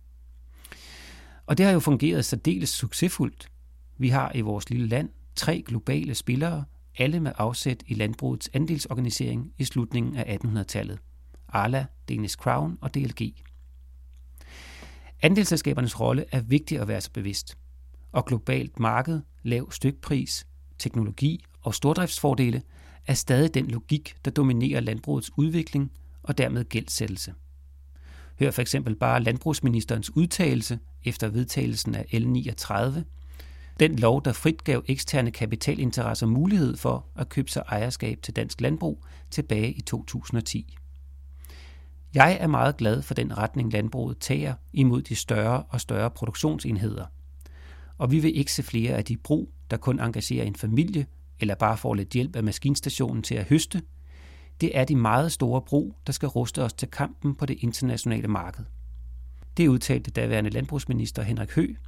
H: Og det har jo fungeret særdeles succesfuldt. Vi har i vores lille land 3 globale spillere, alle med afsæt i landbrugets andelsorganisering i slutningen af 1800-tallet. Arla, Danish Crown og DLG. Andelsselskabernes rolle er vigtig at være så bevidst, og globalt marked, lav stykpris, teknologi og stordriftsfordele er stadig den logik, der dominerer landbrugets udvikling og dermed gældsættelse. Hør for eksempel bare landbrugsministerens udtalelse efter vedtagelsen af L39, den lov, der frit gav eksterne kapitalinteresser mulighed for at købe sig ejerskab til dansk landbrug tilbage i 2010. Jeg er meget glad for den retning, landbruget tager imod de større og større produktionsenheder. Og vi vil ikke se flere af de brug, der kun engagerer en familie eller bare får lidt hjælp af maskinstationen til at høste. Det er de meget store brug, der skal ruste os til kampen på det internationale marked. Det udtalte daværende landbrugsminister Henrik Høegh.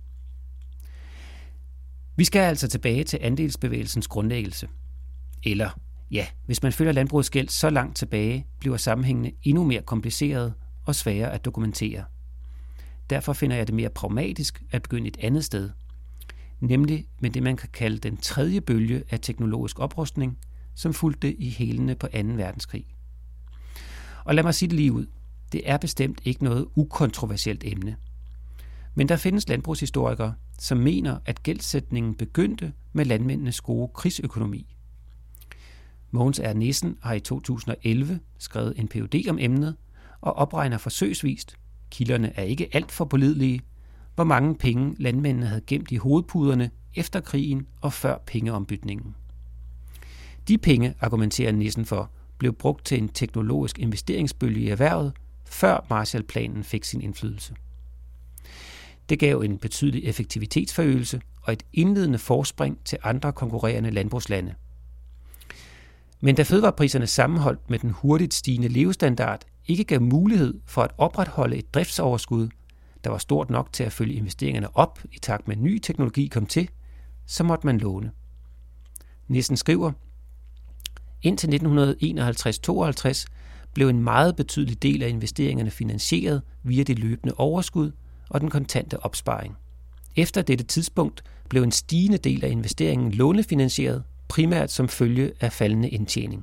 H: Vi skal altså tilbage til andelsbevægelsens grundlæggelse. Eller, ja, hvis man følger landbrugets gæld så langt tilbage, bliver sammenhængene endnu mere komplicerede og svære at dokumentere. Derfor finder jeg det mere pragmatisk at begynde et andet sted, nemlig med det, man kan kalde den 3. bølge af teknologisk oprustning, som fulgte i hælene på 2. verdenskrig. Og lad mig sige det lige ud. Det er bestemt ikke noget ukontroversielt emne. Men der findes landbrugshistorikere, som mener, at gældsætningen begyndte med landmændenes gode krigsøkonomi. Mogens R. Nissen har i 2011 skrevet en Ph.D. om emnet og opregner forsøgsvist, kilderne er ikke alt for pålidelige, hvor mange penge landmændene havde gemt i hovedpuderne efter krigen og før pengeombytningen. De penge, argumenterer Nissen for, blev brugt til en teknologisk investeringsbølge i erhvervet, før Marshallplanen fik sin indflydelse. Det gav en betydelig effektivitetsforøgelse og et indledende forspring til andre konkurrerende landbrugslande. Men da fødevarepriserne sammenholdt med den hurtigt stigende levestandard ikke gav mulighed for at opretholde et driftsoverskud, der var stort nok til at følge investeringerne op i takt med ny teknologi kom til, så måtte man låne. Nielsen skriver, indtil 1951-52 blev en meget betydelig del af investeringerne finansieret via det løbende overskud og den kontante opsparing. Efter dette tidspunkt blev en stigende del af investeringen lånefinansieret, primært som følge af faldende indtjening.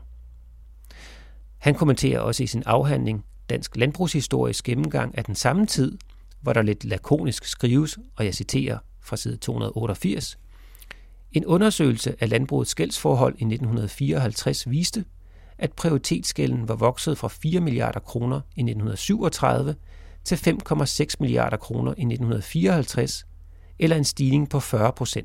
H: Han kommenterer også i sin afhandling Dansk Landbrugshistorisk gennemgang af den samme tid, hvor der lidt lakonisk skrives, og jeg citerer fra side 288, en undersøgelse af landbrugets gældsforhold i 1954 viste, at prioritetsgælden var vokset fra 4 milliarder kroner i 1937 til 5,6 milliarder kroner i 1954, eller en stigning på 40%.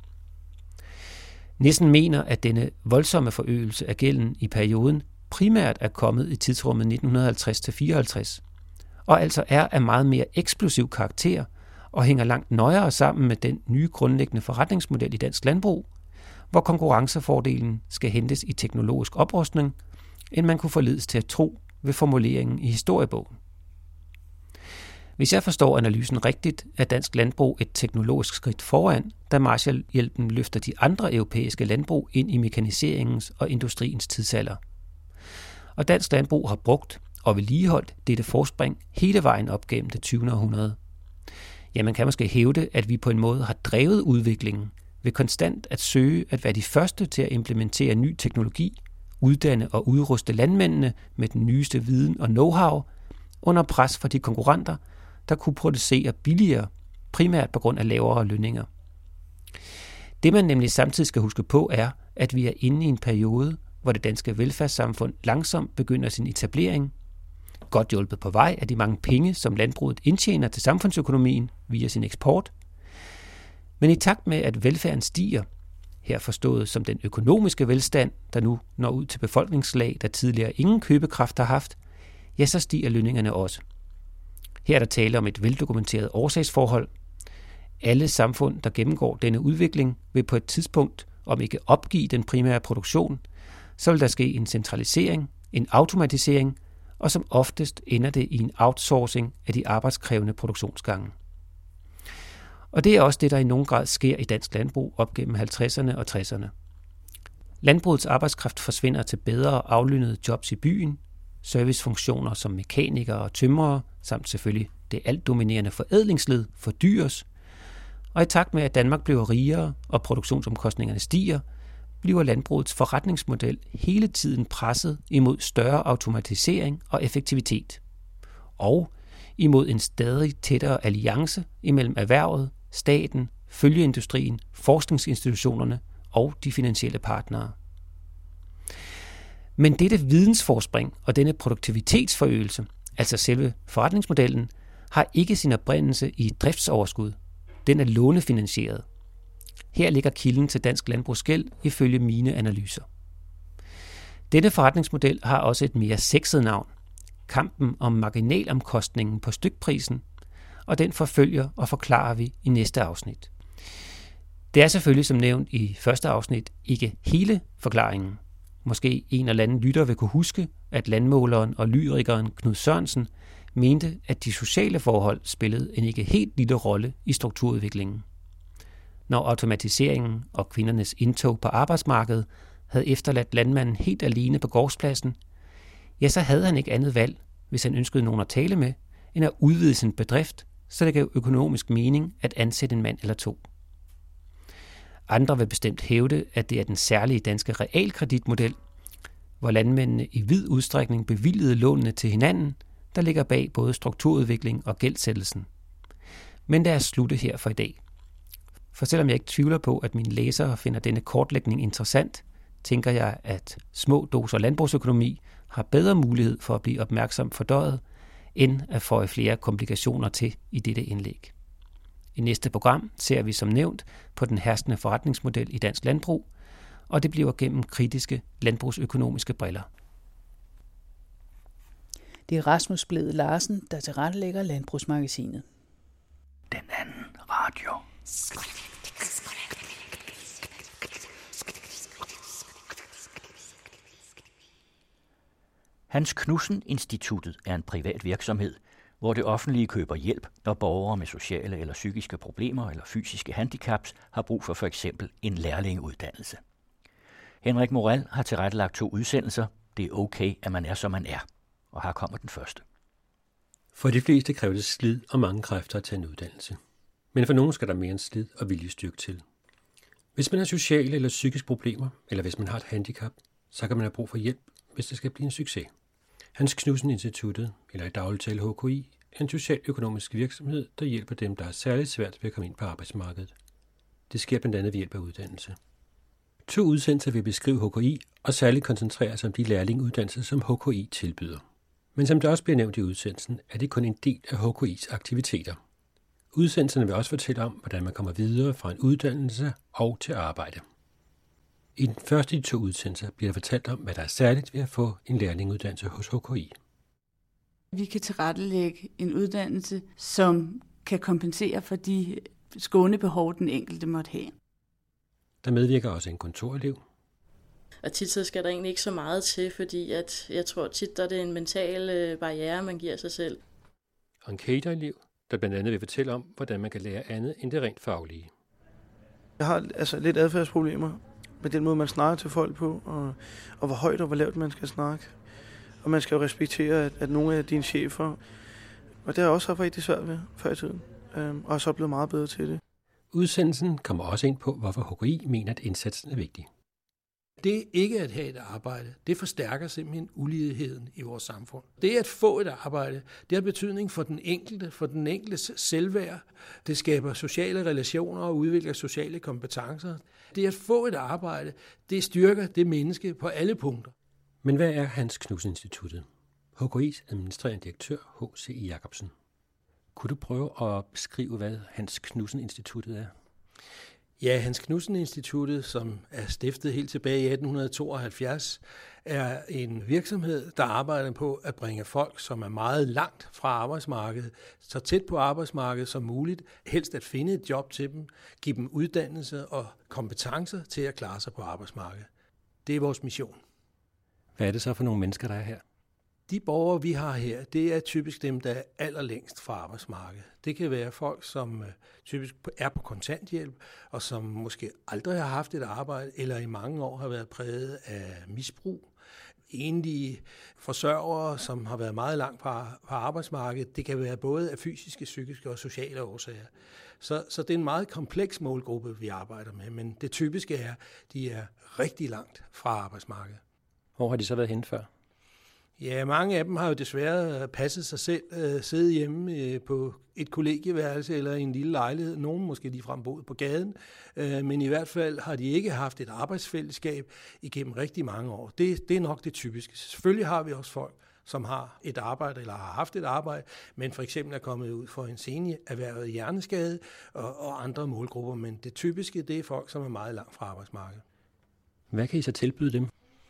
H: Nielsen mener, at denne voldsomme forøgelse af gælden i perioden primært er kommet i tidsrummet 1950-54, og altså er af meget mere eksplosiv karakter og hænger langt nøjere sammen med den nye grundlæggende forretningsmodel i dansk landbrug, hvor konkurrencefordelen skal hentes i teknologisk oprustning, end man kunne forledes til at tro ved formuleringen i historiebogen. Hvis jeg forstår analysen rigtigt, er dansk landbrug et teknologisk skridt foran, da Marshallhjælpen løfter de andre europæiske landbrug ind i mekaniseringens og industriens tidsalder. Og dansk landbrug har brugt og vedligeholdt dette forspring hele vejen op gennem det 20. århundrede. Ja, man kan måske hævde, at vi på en måde har drevet udviklingen ved konstant at søge at være de første til at implementere ny teknologi, uddanne og udruste landmændene med den nyeste viden og know-how, under pres fra de konkurrenter, der kunne producere billigere, primært på grund af lavere lønninger. Det man nemlig samtidig skal huske på er, at vi er inde i en periode, hvor det danske velfærdssamfund langsomt begynder sin etablering, godt hjulpet på vej af de mange penge, som landbruget indtjener til samfundsøkonomien via sin eksport. Men i takt med, at velfærden stiger, her forstået som den økonomiske velstand, der nu når ud til befolkningslag, der tidligere ingen købekraft har haft, ja, så stiger lønningerne også. Her er der tale om et veldokumenteret årsagsforhold. Alle samfund, der gennemgår denne udvikling, vil på et tidspunkt, om ikke opgive den primære produktion, så vil der ske en centralisering, en automatisering, og som oftest ender det i en outsourcing af de arbejdskrævende produktionsgange. Og det er også det, der i nogen grad sker i dansk landbrug op gennem 50'erne og 60'erne. Landbrugets arbejdskraft forsvinder til bedre aflønnede jobs i byen, servicefunktioner som mekanikere og tømrere, samt selvfølgelig det altdominerende forædlingsled fordyres, og i takt med, at Danmark bliver rigere og produktionsomkostningerne stiger, bliver landbrugets forretningsmodel hele tiden presset imod større automatisering og effektivitet, og imod en stadig tættere alliance imellem erhvervet, staten, følgeindustrien, forskningsinstitutionerne og de finansielle partnere. Men dette vidensforspring og denne produktivitetsforøgelse, altså selve forretningsmodellen, har ikke sin oprindelse i driftsoverskud. Den er lånefinansieret. Her ligger kilden til dansk landbrugsgæld ifølge mine analyser. Denne forretningsmodel har også et mere sexet navn, kampen om marginalomkostningen på stykprisen, og den forfølger og forklarer vi i næste afsnit. Det er selvfølgelig som nævnt i første afsnit ikke hele forklaringen. Måske en eller anden lytter vil kunne huske, at landmåleren og lyrikeren Knud Sørensen mente, at de sociale forhold spillede en ikke helt lille rolle i strukturudviklingen. Når automatiseringen og kvindernes indtog på arbejdsmarkedet havde efterladt landmanden helt alene på gårdspladsen, ja, så havde han ikke andet valg, hvis han ønskede nogen at tale med, end at udvide sin bedrift, så det gav økonomisk mening at ansætte en mand eller to. Andre vil bestemt hævde, at det er den særlige danske realkreditmodel, hvor landmændene i vid udstrækning bevilgede lånene til hinanden, der ligger bag både strukturudvikling og gældsættelsen. Men lad os slutte her for i dag. For selvom jeg ikke tvivler på, at mine læsere finder denne kortlægning interessant, tænker jeg, at små doser landbrugsøkonomi har bedre mulighed for at blive opmærksom fordøjet, end at få flere komplikationer til i dette indlæg. I næste program ser vi som nævnt på den herskende forretningsmodel i dansk landbrug, og det bliver gennem kritiske landbrugsøkonomiske briller.
G: Det er Rasmus Blædel Larsen, der tilrettelægger Landbrugsmagasinet.
F: Den anden radio. Hans Knudsen Instituttet er en privat virksomhed, hvor det offentlige køber hjælp, når borgere med sociale eller psykiske problemer eller fysiske handicaps har brug for f.eks. en lærlingeuddannelse. Henrik Morel har tilrettelagt 2 udsendelser. Det er okay, at man er, som man er. Og her kommer den første.
I: For de fleste kræver det slid og mange kræfter at tage en uddannelse. Men for nogen skal der mere end slid og viljestyrke til. Hvis man har sociale eller psykiske problemer, eller hvis man har et handicap, så kan man have brug for hjælp, hvis det skal blive en succes. Hans Knudsen Instituttet, eller i dagligtale HKI, er en socialøkonomisk virksomhed, der hjælper dem, der er særligt svært ved at komme ind på arbejdsmarkedet. Det sker blandt andet ved hjælp af uddannelse. 2 udsendelser vil beskrive HKI og særligt koncentrere sig om de lærlinguddannelser, som HKI tilbyder. Men som det også bliver nævnt i udsendelsen, er det kun en del af HKI's aktiviteter. Udsendelserne vil også fortælle om, hvordan man kommer videre fra en uddannelse og til arbejde. I den første af de 2 udsendelser bliver der fortalt om, hvad der er særligt ved at få en lærlinguddannelse hos HKI.
J: Vi kan tilrettelægge en uddannelse, som kan kompensere for de skånebehov, den enkelte måtte have.
I: Der medvirker også en kontorelev.
K: Og tit så skal der egentlig ikke så meget til, fordi at jeg tror tit, der er det en mental barriere, man giver sig selv.
I: Og en caterelev, der blandt andet vil fortælle om, hvordan man kan lære andet end det rent faglige.
L: Jeg har lidt adfærdsproblemer med den måde, man snakker til folk på, og hvor højt og hvor lavt man skal snakke. Og man skal jo respektere, at nogle af dine chefer, og det har jeg også haft rigtig svært ved før i tiden, og er så blevet meget bedre til det.
I: Udsendelsen kommer også ind på, hvorfor HKI mener, at indsatsen er vigtig.
M: Det ikke at have et arbejde, det forstærker simpelthen uligheden i vores samfund. Det at få et arbejde, det har betydning for den enkelte, for den enkeltes selvværd. Det skaber sociale relationer og udvikler sociale kompetencer. Det at få et arbejde, det styrker det menneske på alle punkter.
I: Men hvad er Hans Knudsen Instituttet? HKI's administrerende direktør, H.C. Jacobsen. Kunne du prøve at beskrive, hvad Hans Knudsen Instituttet er?
M: Ja, Hans Knudsen Instituttet, som er stiftet helt tilbage i 1872, er en virksomhed, der arbejder på at bringe folk, som er meget langt fra arbejdsmarkedet, så tæt på arbejdsmarkedet som muligt, helst at finde et job til dem, give dem uddannelse og kompetencer til at klare sig på arbejdsmarkedet. Det er vores mission.
I: Hvad er det så for nogle mennesker, der er her?
M: De borgere, vi har her, det er typisk dem, der er allerlængst fra arbejdsmarkedet. Det kan være folk, som typisk er på kontanthjælp, og som måske aldrig har haft et arbejde, eller i mange år har været præget af misbrug. Enlige forsørgere, som har været meget langt fra arbejdsmarkedet. Det kan være både af fysiske, psykiske og sociale årsager. Så det er en meget kompleks målgruppe, vi arbejder med, men det typiske er, at de er rigtig langt fra arbejdsmarkedet.
I: Hvor har de så været henne før?
M: Ja, mange af dem har jo desværre passet sig selv, siddet hjemme på et kollegieværelse eller i en lille lejlighed. Nogle måske ligefrem boet på gaden, men i hvert fald har de ikke haft et arbejdsfællesskab igennem rigtig mange år. Det er nok det typiske. Selvfølgelig har vi også folk, som har et arbejde eller har haft et arbejde, men for eksempel er kommet ud for en senieerhvervet hjerneskade og andre målgrupper. Men det typiske, det er folk, som er meget langt fra arbejdsmarkedet.
I: Hvad kan I så tilbyde dem?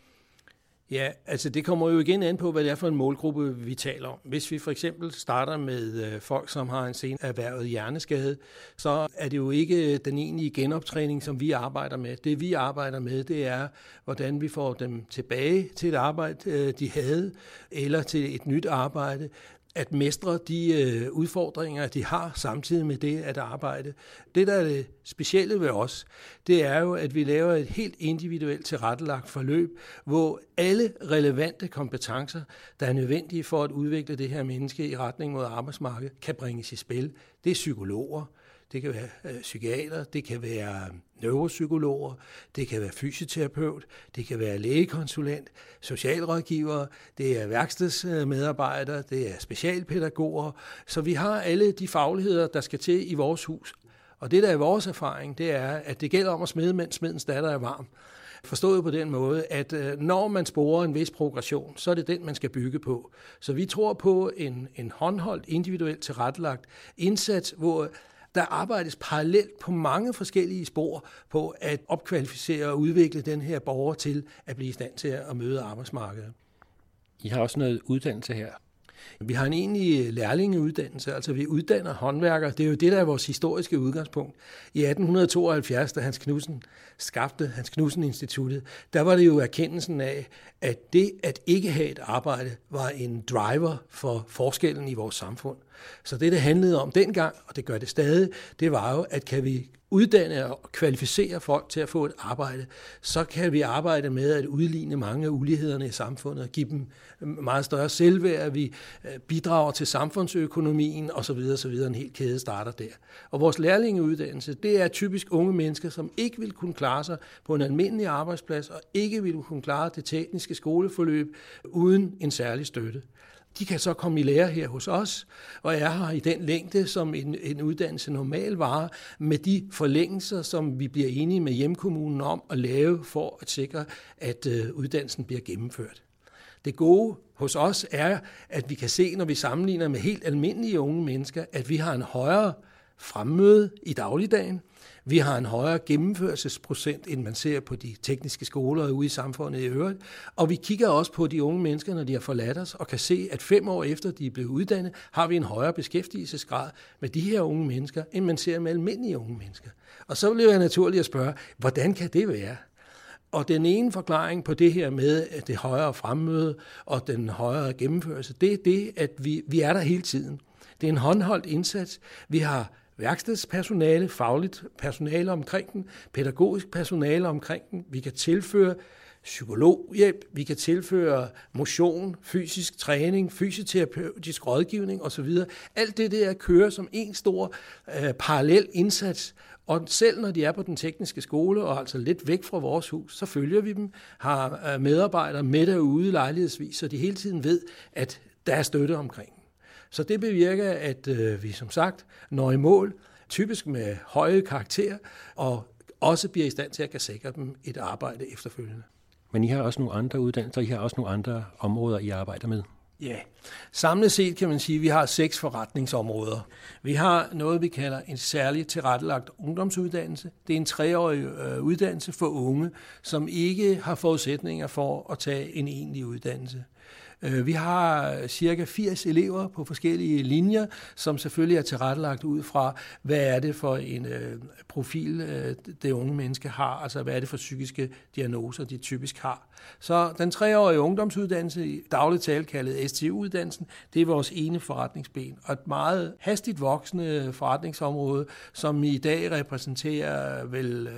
M: Ja, altså det kommer jo igen an på, hvad det er for en målgruppe, vi taler om. Hvis vi for eksempel starter med folk, som har en senerhvervet hjerneskade, så er det jo ikke den egentlige genoptræning, som vi arbejder med. Det vi arbejder med, det er, hvordan vi får dem tilbage til et arbejde, de havde, eller til et nyt arbejde, at mestre de udfordringer, de har samtidig med det at arbejde. Det, der er det specielle ved os, det er jo, at vi laver et helt individuelt tilrettelagt forløb, hvor alle relevante kompetencer, der er nødvendige for at udvikle det her menneske i retning mod arbejdsmarkedet, kan bringes i spil. Det er psykologer, det kan være psykiater, det kan være neuropsykologer, det kan være fysioterapeut, det kan være lægekonsulent, socialrådgiver, det er værkstedsmedarbejdere, det er specialpædagoger. Så vi har alle de fagligheder, der skal til i vores hus. Og det, der er vores erfaring, det er, at det gælder om at smede, mens smedens datter er varm. Forstået på den måde, at når man sporer en vis progression, så er det den, man skal bygge på. Så vi tror på en håndholdt, individuelt tilrettelagt indsats, hvor der arbejdes parallelt på mange forskellige spor på at opkvalificere og udvikle den her borger til at blive i stand til at møde arbejdsmarkedet.
I: I har også noget uddannelse her.
M: Vi har en egentlig lærlingeuddannelse, altså vi uddanner håndværkere. Det er jo det, der er vores historiske udgangspunkt. I 1872, da Hans Knudsen skabte Hans Knudsen-instituttet, der var det jo erkendelsen af, at det at ikke have et arbejde var en driver for forskellen i vores samfund. Så det handlede om dengang, og det gør det stadig, det var jo, at kan vi uddanne og kvalificere folk til at få et arbejde, så kan vi arbejde med at udligne mange af ulighederne i samfundet og give dem meget større selvværd. Vi bidrager til samfundsøkonomien osv. osv. En hel kæde starter der. Og vores lærlingeuddannelse, det er typisk unge mennesker, som ikke vil kunne klare sig på en almindelig arbejdsplads og ikke vil kunne klare det tekniske skoleforløb uden en særlig støtte. De kan så komme i lære her hos os, og er her i den længde, som en uddannelse normalt varer, med de forlængelser, som vi bliver enige med hjemkommunen om at lave for at sikre, at uddannelsen bliver gennemført. Det gode hos os er, at vi kan se, når vi sammenligner med helt almindelige unge mennesker, at vi har en højere fremmøde i dagligdagen. Vi har en højere gennemførelsesprocent, end man ser på de tekniske skoler ude i samfundet i øvrigt. Og vi kigger også på de unge mennesker, når de har forladt os, og kan se, at 5 år efter de er blevet uddannet, har vi en højere beskæftigelsesgrad med de her unge mennesker, end man ser med almindelige unge mennesker. Og så bliver jeg naturligt at spørge, hvordan kan det være? Og den ene forklaring på det her med det højere fremmøde og den højere gennemførelse, det er det, at vi er der hele tiden. Det er en håndholdt indsats. Vi har værkstedspersonale, fagligt personale omkring den, pædagogisk personale omkring den. Vi kan tilføre psykologhjælp, vi kan tilføre motion, fysisk træning, fysioterapeutisk rådgivning osv. Alt det der kører som en stor parallel indsats. Og selv når de er på den tekniske skole og altså lidt væk fra vores hus, så følger vi dem, har medarbejdere med derude lejlighedsvis, så de hele tiden ved, at der er støtte omkring. Så det bevirker, at vi som sagt når i mål, typisk med høje karakterer, og også bliver i stand til at kan sikre dem et arbejde efterfølgende.
I: Men I har også nogle andre uddannelser, I har også nogle andre områder, I arbejder med?
M: Ja, samlet set kan man sige, at vi har 6 forretningsområder. Vi har noget, vi kalder en særlig tilrettelagt ungdomsuddannelse. Det er en 3-årig uddannelse for unge, som ikke har forudsætninger for at tage en egentlig uddannelse. Vi har cirka 80 elever på forskellige linjer, som selvfølgelig er tilrettelagt ud fra, hvad er det for en profil, det unge menneske har, altså hvad er det for psykiske diagnoser, de typisk har. Så den 3-årige ungdomsuddannelse, i dagligt tale kaldet STU-uddannelsen, det er vores ene forretningsben, og et meget hastigt voksende forretningsområde, som i dag repræsenterer vel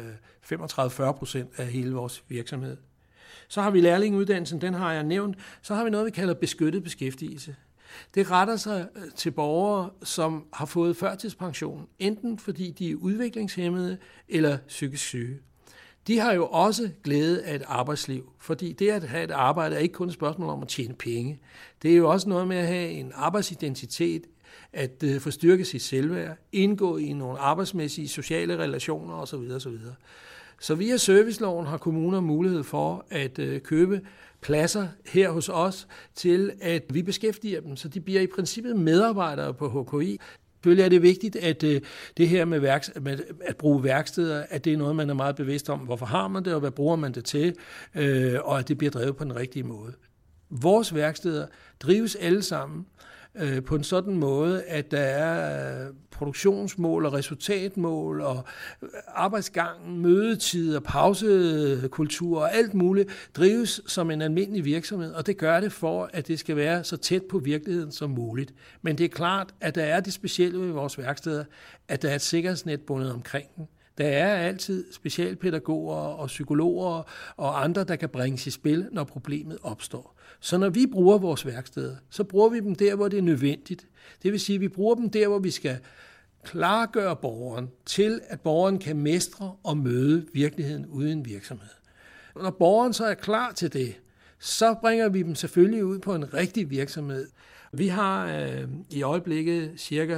M: 35-40% af hele vores virksomhed. Så har vi lærlingeuddannelsen, den har jeg nævnt. Så har vi noget, vi kalder beskyttet beskæftigelse. Det retter sig til borgere, som har fået førtidspension, enten fordi de er udviklingshæmmede eller psykisk syge. De har jo også glæde af et arbejdsliv, fordi det at have et arbejde er ikke kun et spørgsmål om at tjene penge. Det er jo også noget med at have en arbejdsidentitet, at få styrket sit selvværd, indgå i nogle arbejdsmæssige sociale relationer osv. osv. Så via serviceloven har kommuner mulighed for at købe pladser her hos os til, at vi beskæftiger dem, så de bliver i princippet medarbejdere på HKI. Selvfølgelig er det vigtigt, at det her med at bruge værksteder, at det er noget, man er meget bevidst om. Hvorfor har man det, og hvad bruger man det til, og at det bliver drevet på den rigtige måde. Vores værksteder drives alle sammen på en sådan måde, at der er produktionsmål og resultatmål og arbejdsgangen, mødetider, pausekultur og alt muligt drives som en almindelig virksomhed, og det gør det for, at det skal være så tæt på virkeligheden som muligt. Men det er klart, at der er det specielle ved vores værksteder, at der er et sikkerhedsnet bundet omkring den. Der er altid specialpædagoger og psykologer og andre, der kan bringes i spil, når problemet opstår. Så når vi bruger vores værksteder, så bruger vi dem der, hvor det er nødvendigt. Det vil sige, at vi bruger dem der, hvor vi skal klargøre borgeren til, at borgeren kan mestre og møde virkeligheden uden virksomhed. Når borgeren så er klar til det, så bringer vi dem selvfølgelig ud på en rigtig virksomhed. Vi har i øjeblikket cirka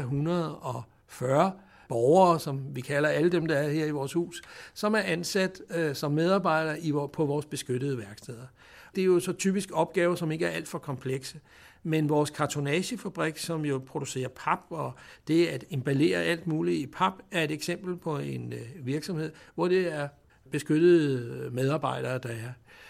M: 140 borgere, som vi kalder alle dem, der er her i vores hus, som er ansat som medarbejdere på vores beskyttede værksteder. Det er jo så typisk opgaver, som ikke er alt for komplekse. Men vores kartonagefabrik, som jo producerer pap, og det at emballere alt muligt i pap, er et eksempel på en virksomhed, hvor det er beskyttede medarbejdere, der er.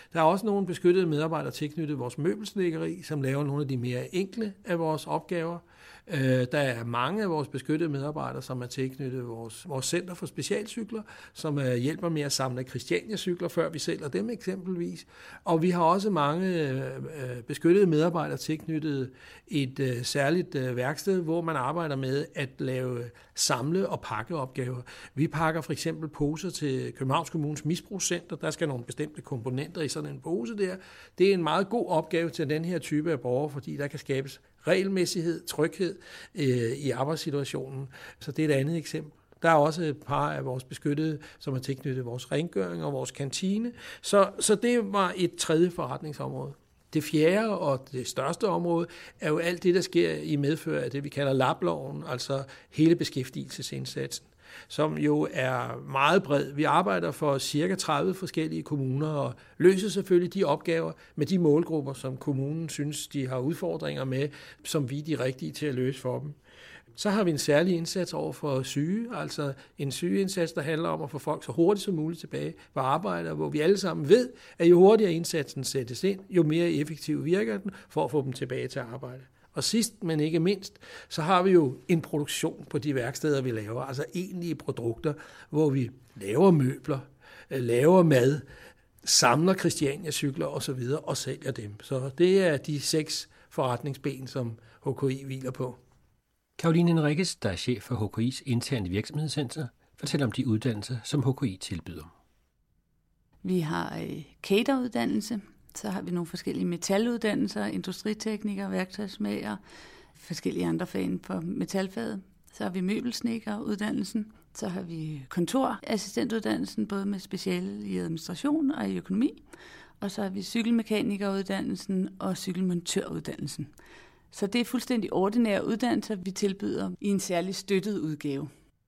M: Der er også nogle beskyttede medarbejdere tilknyttet vores møbelsnedkeri, som laver nogle af de mere enkle af vores opgaver. Der er mange af vores beskyttede medarbejdere, som er tilknyttet vores center for specialcykler, som hjælper med at samle Christiania-cykler, før vi sælger dem eksempelvis. Og vi har også mange beskyttede medarbejdere tilknyttet et særligt værksted, hvor man arbejder med at lave samle- og pakkeopgaver. Vi pakker for eksempel poser til Københavns Kommunes misbrugscenter. Der skal nogle bestemte komponenter i sådan en pose der. Det er en meget god opgave til den her type af borgere, fordi der kan skabes regelmæssighed, tryghed i arbejdssituationen. Så det er et andet eksempel. Der er også et par af vores beskyttede, som er tilknyttet vores rengøring og vores kantine. Så det var et tredje forretningsområde. Det fjerde og det største område er jo alt det, der sker i medfør af det, vi kalder LAB-loven, altså hele beskæftigelsesindsatsen, som jo er meget bred. Vi arbejder for cirka 30 forskellige kommuner og løser selvfølgelig de opgaver med de målgrupper, som kommunen synes, de har udfordringer med, som vi er de rigtige til at løse for dem. Så har vi en særlig indsats over for syge, altså en sygeindsats, der handler om at få folk så hurtigt som muligt tilbage på arbejde, hvor vi alle sammen ved, at jo hurtigere indsatsen sættes ind, jo mere effektiv virker den for at få dem tilbage til arbejde. Og sidst, men ikke mindst, så har vi jo en produktion på de værksteder, vi laver, altså egentlige produkter, hvor vi laver møbler, laver mad, samler Christiania-cykler osv. og sælger dem. Så det er de 6 forretningsben, som HKI hviler på.
I: Caroline Henriques, der er chef for HKI's interne virksomhedscenter, fortæller om de uddannelser, som HKI tilbyder.
J: Vi har cateruddannelse, så har vi nogle forskellige metaluddannelser, industriteknikere, værktøjsmager, forskellige andre fag inden for metalfaget. Så har vi møbelsnedkeruddannelsen, så har vi kontorassistentuddannelsen, både med speciale i administration og i økonomi, og så har vi cykelmekanikeruddannelsen og cykelmontøruddannelsen. Så det er fuldstændig ordinære uddannelser, vi tilbyder i en særlig støttet udgave.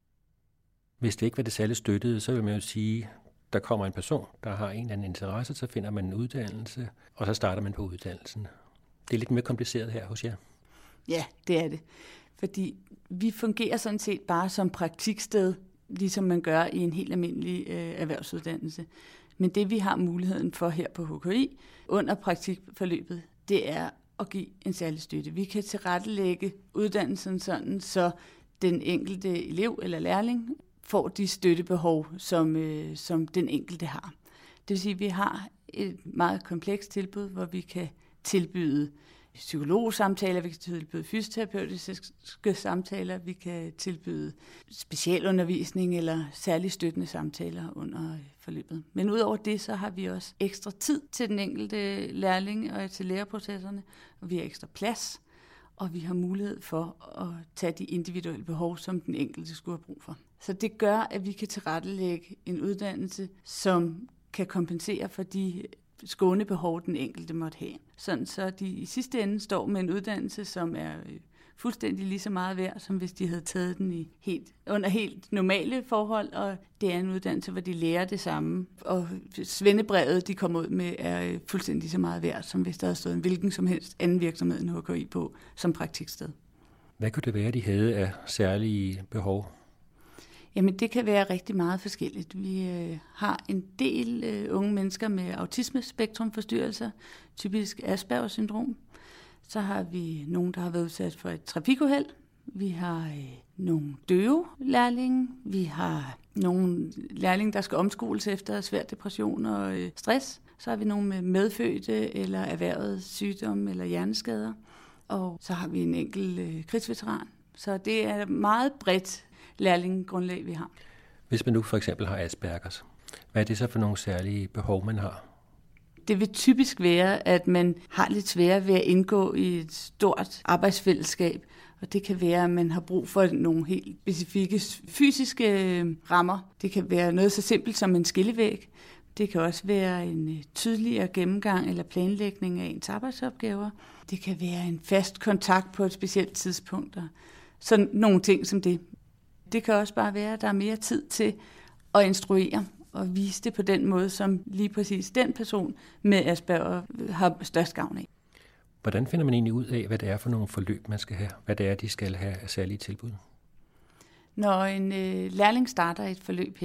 I: Hvis det ikke var det særligt støttede, så vil man jo sige, der kommer en person, der har en eller anden interesse, så finder man en uddannelse, og så starter man på uddannelsen. Det er lidt mere kompliceret her hos jer.
J: Ja, det er det. Fordi vi fungerer sådan set bare som praktiksted, ligesom man gør i en helt almindelig erhvervsuddannelse. Men det vi har muligheden for her på HKI under praktikforløbet, det er at give en særlig støtte. Vi kan tilrettelægge uddannelsen sådan, så den enkelte elev eller lærling får de støttebehov, som den enkelte har. Det vil sige, at vi har et meget komplekst tilbud, hvor vi kan tilbyde psykologsamtaler, vi kan tilbyde fysioterapeutiske samtaler, vi kan tilbyde specialundervisning eller særlig støttende samtaler under forløbet. Men udover det, så har vi også ekstra tid til den enkelte lærling og til læreprocesserne, og vi har ekstra plads, og vi har mulighed for at tage de individuelle behov, som den enkelte skulle have brug for. Så det gør, at vi kan tilrettelægge en uddannelse, som kan kompensere for de skånebehov, den enkelte måtte have. Sådan så de i sidste ende står med en uddannelse, som er fuldstændig lige så meget værd, som hvis de havde taget den under helt normale forhold, og det er en uddannelse, hvor de lærer det samme. Og svendebrevet, de kommer ud med, er fuldstændig lige så meget værd, som hvis der havde stået en hvilken som helst anden virksomhed end HKI på som praktiksted.
I: Hvad kunne det være, de havde af særlige behov?
J: Jamen, det kan være rigtig meget forskelligt. Vi har en del unge mennesker med autismespektrumforstyrrelser, typisk Aspergers syndrom. Så har vi nogen, der har været udsat for et trafikuheld. Vi har nogle døve lærlinge. Vi har nogle lærlinge, der skal omskoles efter svær depression og stress. Så har vi nogle med medfødte eller erhvervede sygdomme eller hjerneskader. Og så har vi en enkelt krigsveteran. Så det er meget bredt lærlingegrundlag, vi har.
I: Hvis man nu for eksempel har Aspergers, hvad er det så for nogle særlige behov, man har?
J: Det vil typisk være, at man har lidt sværere ved at indgå i et stort arbejdsfællesskab, og det kan være, at man har brug for nogle helt specifikke fysiske rammer. Det kan være noget så simpelt som en skillevæg. Det kan også være en tydeligere gennemgang eller planlægning af ens arbejdsopgaver. Det kan være en fast kontakt på et specielt tidspunkt. Sådan nogle ting som det. Det kan også bare være, at der er mere tid til at instruere og vise det på den måde, som lige præcis den person med Asperger har størst gavn af.
I: Hvordan finder man egentlig ud af, hvad det er for nogle forløb, man skal have? Hvad det er, de skal have af særlige tilbud?
J: Når en lærling starter et forløb her,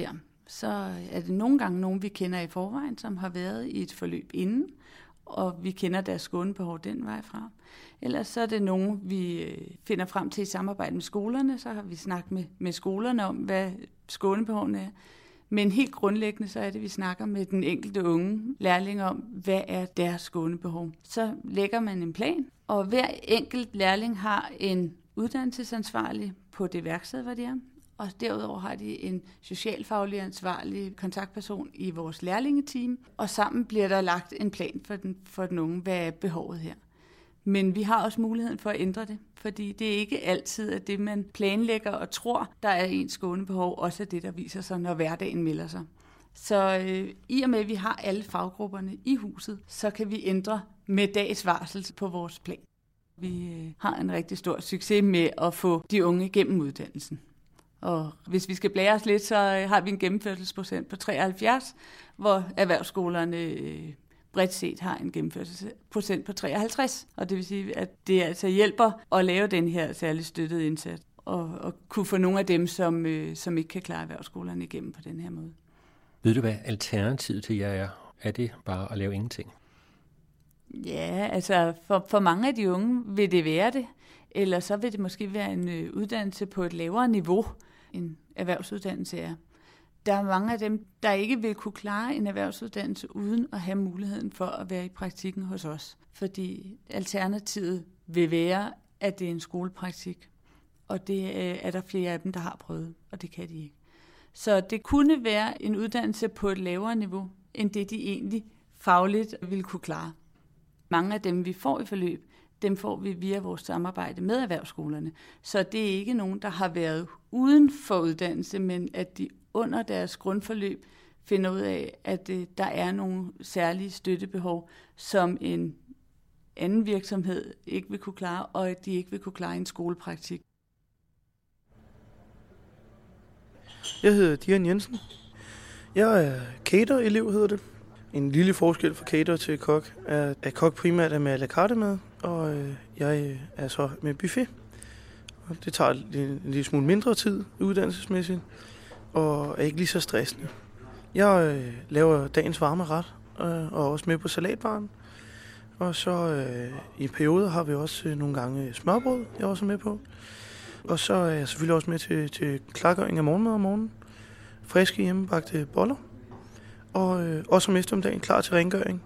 J: så er det nogle gange nogen, vi kender i forvejen, som har været i et forløb inden, og vi kender deres skånebehov den vej fra. Ellers så er det nogen, vi finder frem til i samarbejde med skolerne, så har vi snakket med skolerne om, hvad skånebehovene er. Men helt grundlæggende så er det, at vi snakker med den enkelte unge lærling om, hvad er deres skånebehov. Så lægger man en plan, og hver enkelt lærling har en uddannelsesansvarlig på det værksted, hvor de er. Og derudover har de en socialfaglig ansvarlig kontaktperson i vores lærlingeteam, og sammen bliver der lagt en plan for den unge, hvad er behovet her. Men vi har også muligheden for at ændre det, fordi det er ikke altid, at det, man planlægger og tror, der er ens skånebehov, også er det, der viser sig, når hverdagen melder sig. Så i og med, at vi har alle faggrupperne i huset, så kan vi ændre med dags varsel på vores plan. Vi har en rigtig stor succes med at få de unge igennem uddannelsen. Og hvis vi skal blære os lidt, så har vi en gennemførelsesprocent på 73, hvor erhvervsskolerne bredt set har en gennemførelsesprocent på 53. Og det vil sige, at det altså hjælper at lave den her særligt støttede indsats, og kunne få nogle af dem, som ikke kan klare erhvervsskolerne igennem på den her måde.
I: Ved du, hvad alternativet til jer er? Er det bare at lave ingenting?
J: Ja, altså for mange af de unge vil det være det. Eller så vil det måske være en uddannelse på et lavere niveau, end erhvervsuddannelse er. Der er mange af dem, der ikke vil kunne klare en erhvervsuddannelse uden at have muligheden for at være i praktikken hos os. Fordi alternativet vil være, at det er en skolepraktik. Og det er der flere af dem, der har prøvet, og det kan de ikke. Så det kunne være en uddannelse på et lavere niveau, end det de egentlig fagligt ville kunne klare. Mange af dem, vi får i forløb, dem får vi via vores samarbejde med erhvervsskolerne. Så det er ikke nogen, der har været uden for uddannelse, men at de under deres grundforløb finder ud af, at der er nogle særlige støttebehov, som en anden virksomhed ikke vil kunne klare, og at de ikke vil kunne klare en skolepraktik.
L: Jeg hedder Dian Jensen. Jeg er cater-elev, hedder det. En lille forskel fra cater til kok er, at kok primært er med à la carte mad, og jeg er så med buffet. Og det tager en lille smule mindre tid uddannelsesmæssigt, og er ikke lige så stressende. Jeg laver dagens varme ret, og er også med på salatbaren. Og så i perioder har vi også nogle gange smørbrød, jeg er også med på. Og så er jeg selvfølgelig også med til klargøring af morgenmad om morgenen. Friske hjemmebagte boller. Og også om eftermiddagen klar til rengøring.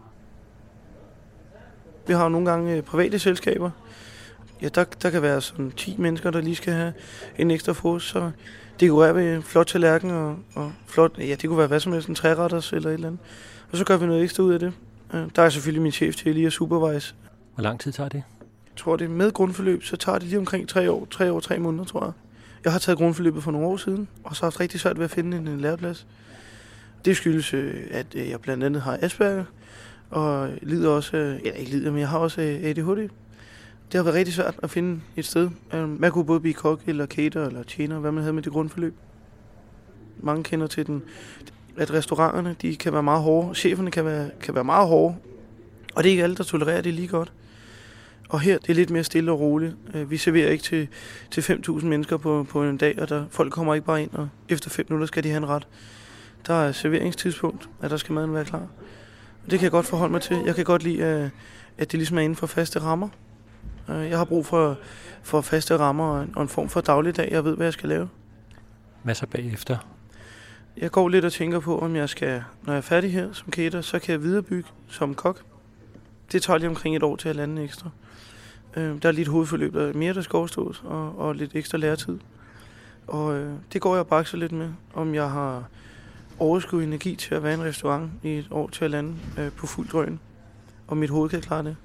L: Vi har nogle gange private selskaber. Ja, der kan være sådan 10 mennesker, der lige skal have en ekstra frokost. Så det kunne være ved en flot tallerken og flot, ja, det kunne være hvad som helst, en træretters eller et eller andet. Og så gør vi noget ekstra ud af det. Der er selvfølgelig min chef til lige at supervise.
I: Hvor lang tid tager det?
L: Jeg tror, det med grundforløb, så tager det lige omkring 3 måneder, tror jeg. Jeg har taget grundforløbet for nogle år siden, og så har haft rigtig svært ved at finde en læreplads. Det skyldes, at jeg blandt andet har Asperger, og lider også, men jeg har også ADHD. Det har været rigtig svært at finde et sted. Man kunne både blive kok, eller cater, eller tjener, hvad man havde med det grundforløb. Mange kender til at restauranterne, de kan være meget hårde. Cheferne kan være meget hårde, og det er ikke alle, der tolererer det lige godt. Og her, det er lidt mere stille og roligt. Vi serverer ikke til 5.000 mennesker på en dag, og folk kommer ikke bare ind, og efter 5 minutter skal de have en ret. Der er serveringstidspunkt, at der skal maden være klar. Og det kan jeg godt forholde mig til. Jeg kan godt lide, at det ligesom er inden for faste rammer. Jeg har brug for faste rammer og en form for dagligdag. Jeg ved, hvad jeg skal lave.
I: Hvad så bagefter?
L: Jeg går lidt og tænker på, om jeg skal, når jeg er færdig her som cater, så kan jeg viderebygge som kok. Det tager lige omkring 1 år til 1,5 ekstra. Der er lidt hovedforløb, der er mere, der skal overstås, og lidt ekstra læretid. Og det går jeg og bakser lidt med, om jeg har overskud energi til at være i en restaurant i 1 år til 1,5 på fuld drøn, og mit hoved kan klare det.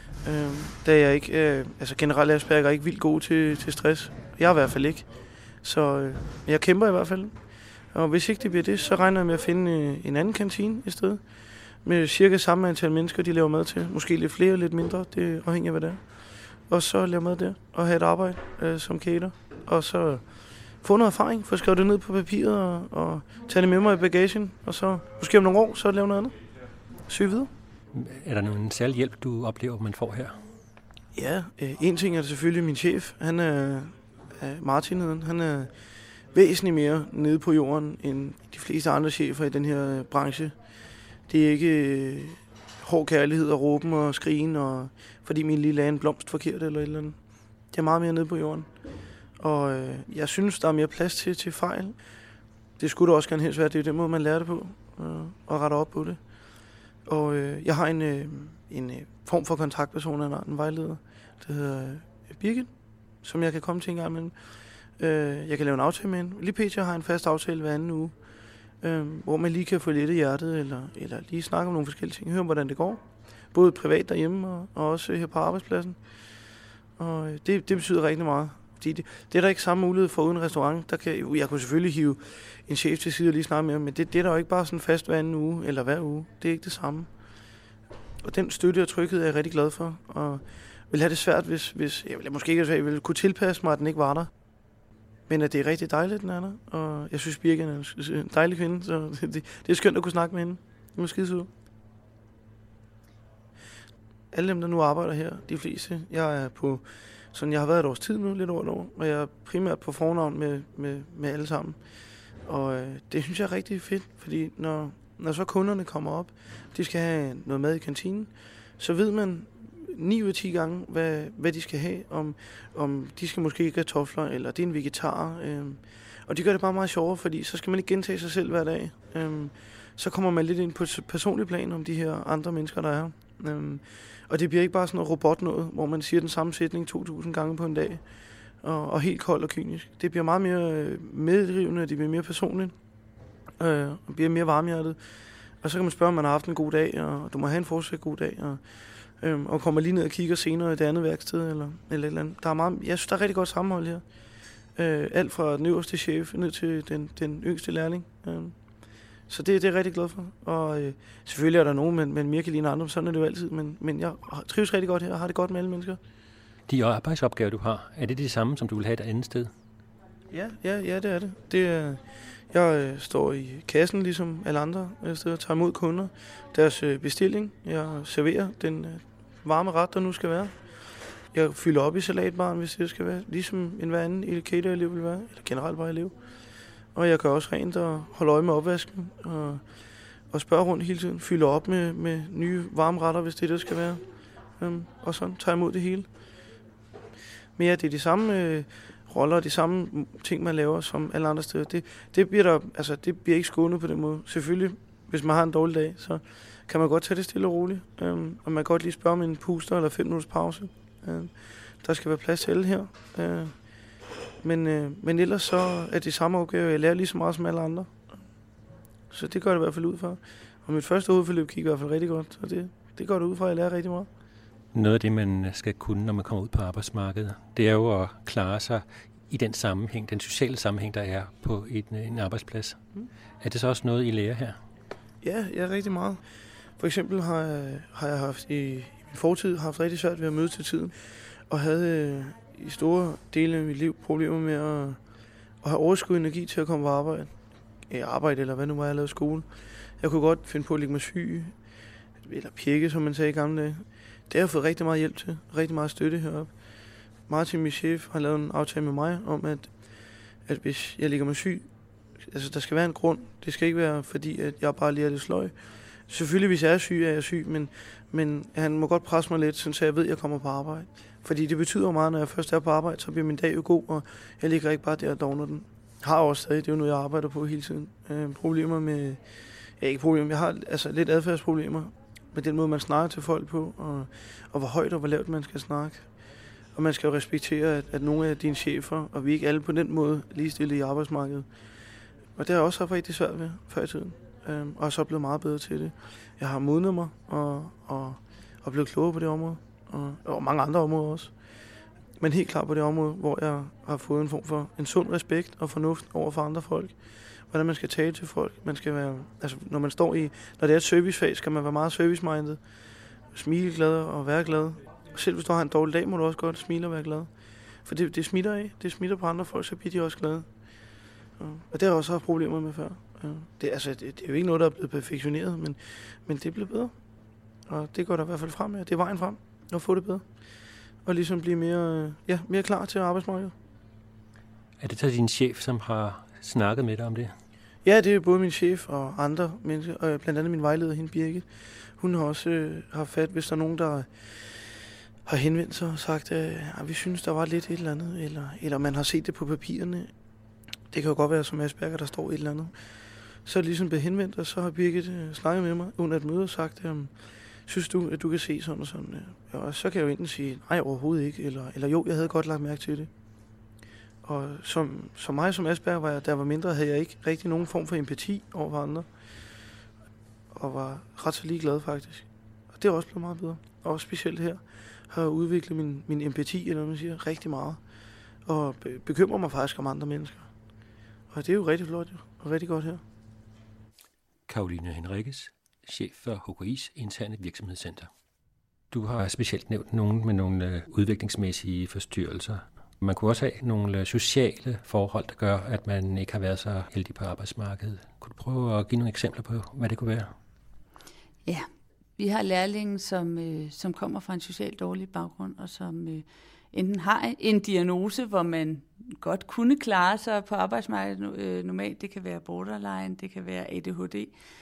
L: Da jeg ikke, generelt Asperger er ikke vildt god til stress. Jeg er i hvert fald ikke. Så jeg kæmper i hvert fald. Og hvis ikke det bliver det, så regner jeg med at finde en anden kantine i stedet. Med cirka samme antal mennesker, de laver mad til. Måske lidt flere, lidt mindre. Det afhænger af, hvad det er. Og så lave mad der. Og have et arbejde som cater. Og så få noget erfaring. Få skrevet det ned på papiret og tage det med mig i bagagen. Og så måske om nogle år, så lave noget andet. Søg videre.
I: Er der nogen særlig hjælp, du oplever, man får her? Ja,
L: en ting er selvfølgelig min chef. Han er Martin, han er væsentligt mere nede på jorden end de fleste andre chefer i den her branche. Det er ikke hård kærlighed og råben og skrigen, og fordi min lille lagde en blomst forkert eller et eller andet. Det er meget mere nede på jorden. Og jeg synes, der er mere plads til fejl. Det skulle da også gerne helst være, det er den måde, man lærer det på, og retter op på det. Og jeg har en form for kontaktperson, en vejleder, der hedder Birgit, som jeg kan komme til en gang imellem. Jeg kan lave en aftale med hende. Lige pt. Jeg har en fast aftale hver anden uge, hvor man lige kan få lidt i hjertet, eller lige snakke om nogle forskellige ting, høre hvordan det går. Både privat derhjemme, og også her på arbejdspladsen. Og det betyder rigtig meget. Fordi det er der ikke samme mulighed for uden en restaurant. Jeg kunne selvfølgelig hive en chef til side og lige snakke med ham, men det er der jo ikke bare sådan fast hver anden uge, eller hver uge. Det er ikke det samme. Og den støtte og tryghed er jeg rigtig glad for, og vil have det svært, hvis jeg ville måske ikke ville kunne tilpasse mig, at den ikke var der. Men at det er rigtig dejligt, den er der, og jeg synes, Birgit er en dejlig kvinde, så det er skønt at kunne snakke med hende. Det er skidesød. Alle dem, der nu arbejder her, de fleste, jeg har været et års tid nu, lidt over et år, og jeg er primært på fornavn med alle sammen. Og det synes jeg er rigtig fedt, fordi når så kunderne kommer op, de skal have noget mad i kantinen, så ved man 9 ud af 10 gange, hvad de skal have, om de skal måske ikke have kartofler, eller det er en vegetar. Og de gør det bare meget sjovere, fordi så skal man ikke gentage sig selv hver dag. Så kommer man lidt ind på et personligt plan om de her andre mennesker, der er. Og det bliver ikke bare sådan noget robot noget, hvor man siger den samme sætning 2.000 gange på en dag, og helt kold og kynisk. Det bliver meget mere meddrivende, det bliver mere personligt, og bliver mere varmhjertet. Og så kan man spørge, om man har haft en god dag, og du må have en fortsat god dag, og kommer lige ned og kigger senere i det andet værksted, eller et eller andet. Jeg synes, der er rigtig godt sammenhold her. Alt fra den øverste chef ned til den yngste lærling. Så det er jeg rigtig glad for. Og selvfølgelig er der nogen, men mere kan lide andre, sådan er det jo altid. Men jeg trives rigtig godt her og har det godt med alle mennesker.
I: De arbejdsopgaver, du har, er det de samme, som du vil have et andet sted?
L: Ja, det er det. Jeg står i kassen, ligesom alle andre steder, og tager imod kunder. Deres bestilling. Jeg serverer den varme ret, der nu skal være. Jeg fylder op i salatbaren, hvis det skal være. Ligesom en hver anden catererelev vil være. Eller generelt bare elev. Og jeg gør også rent og holder øje med opvasken. Og spørger rundt hele tiden. Fylder op med nye varme retter, hvis det skal være. Og sådan tager imod det hele. Men ja, det er de samme roller og de samme ting, man laver som alle andre steder. Det bliver ikke skånet på den måde. Selvfølgelig, hvis man har en dårlig dag, så kan man godt tage det stille og roligt. Og man kan godt lige spørge om en puster eller 5 minutters pause. Der skal være plads til alle her. Men ellers så er det samme opgave. Jeg lærer lige så meget som alle andre. Så det gør det i hvert fald ud fra. Og mit første hovedforløb gik i hvert fald rigtig godt. Så det går det ud fra, at jeg lærer rigtig meget.
I: Noget af det, man skal kunne, når man kommer ud på arbejdsmarkedet, det er jo at klare sig i den sammenhæng, den sociale sammenhæng, der er på en arbejdsplads. Er det så også noget, I lærer her?
L: Ja, rigtig meget. For eksempel har jeg haft i min fortid haft rigtig svært ved at møde til tiden, og havde i store dele af mit liv problemer med at have overskud energi til at komme på arbejde, eller hvad nu var jeg lavede i skole. Jeg kunne godt finde på at ligge mig syg, eller pjekke, som man sagde i gamle dage. Det har jeg fået rigtig meget hjælp til, rigtig meget støtte heroppe. Martin, min chef, har lavet en aftale med mig om, at hvis jeg ligger mig syg, altså der skal være en grund. Det skal ikke være, fordi at jeg bare lige er lidt sløj. Selvfølgelig, hvis jeg er syg, men han må godt presse mig lidt, så jeg ved, at jeg kommer på arbejde. Fordi det betyder meget, når jeg først er på arbejde, så bliver min dag jo god, og jeg ligger ikke bare der og dovner den. Jeg har også stadig, det er jo noget, jeg arbejder på hele tiden. Problemer med, ikke problemer, jeg har altså lidt adfærdsproblemer med den måde, man snakker til folk på, og hvor højt og hvor lavt man skal snakke. Og man skal jo respektere, at nogle af dine chefer, og vi er ikke alle på den måde ligestillet i arbejdsmarkedet. Og det har jeg også haft rigtig svært ved før i tiden. Og så er blevet meget bedre til det. Jeg har modnet mig og blevet klogere på det område. Og mange andre områder også. Men helt klart på det område, hvor jeg har fået en form for en sund respekt og fornuft over for andre folk. Hvordan man skal tale til folk. Man skal være, altså når det er et servicefag, skal man være meget service-minded. Smile glad og være glad. Selv hvis du har en dårlig dag, må du også godt smile og være glad. For det smitter af. Det smitter på andre folk, så bliver de også glade. Og det har jeg også haft problemer med før. Det er jo ikke noget, der er blevet perfektioneret, men det er blevet bedre. Og det går der i hvert fald frem med. Det er vejen frem at få det bedre. Og ligesom blive mere klar til arbejdsmarkedet.
I: Er det så din chef, som har snakket med dig om det?
L: Ja, det er både min chef og andre mennesker, og blandt andet min vejleder, hende Birgit. Hun har også haft fat, hvis der er nogen, der har henvendt sig og sagt, at vi synes, der var lidt et eller andet, eller man har set det på papirerne. Det kan jo godt være som Asperger, der står et eller andet. Så er det ligesom blevet henvendt, og så har Birgit snakket med mig under et møde og sagt, synes du, at du kan se sådan og sådan? Og så kan jeg jo enten sige, nej, overhovedet ikke, eller jo, jeg havde godt lagt mærke til det. Og som mig som Asperger, der var mindre, havde jeg ikke rigtig nogen form for empati over for andre. Og var ret så ligeglad faktisk. Og det er også blevet meget bedre. Og specielt her har jeg udviklet min empati, eller man siger, rigtig meget. Og bekymrer mig faktisk om andre mennesker. Og det er jo rigtig flot, og rigtig godt her.
I: Caroline Henriques, chef for HKI's interne virksomhedscenter. Du har specielt nævnt nogen med nogle udviklingsmæssige forstyrrelser. Man kunne også have nogle sociale forhold, der gør, at man ikke har været så heldig på arbejdsmarkedet. Kunne du prøve at give nogle eksempler på, hvad det kunne være?
J: Ja, vi har lærlinge, som kommer fra en socialt dårlig baggrund, og som enten har en diagnose, hvor man godt kunne klare sig på arbejdsmarkedet normalt. Det kan være borderline, det kan være ADHD,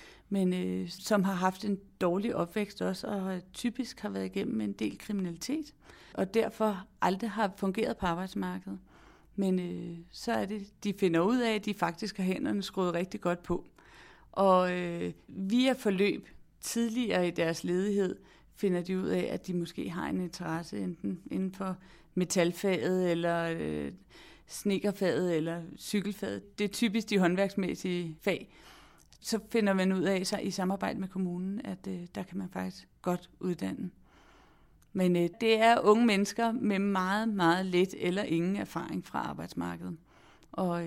J: men som har haft en dårlig opvækst også, og typisk har været igennem en del kriminalitet, og derfor aldrig har fungeret på arbejdsmarkedet. Men så er det, de finder ud af, at de faktisk har hænderne skruet rigtig godt på. Og via forløb tidligere i deres ledighed, finder de ud af, at de måske har en interesse enten inden for metalfaget, eller snedkerfaget, eller cykelfaget. Det er typisk de håndværksmæssige fag. Så finder man ud af sig i samarbejde med kommunen, at der kan man faktisk godt uddanne. Men det er unge mennesker med meget, meget lidt eller ingen erfaring fra arbejdsmarkedet. Og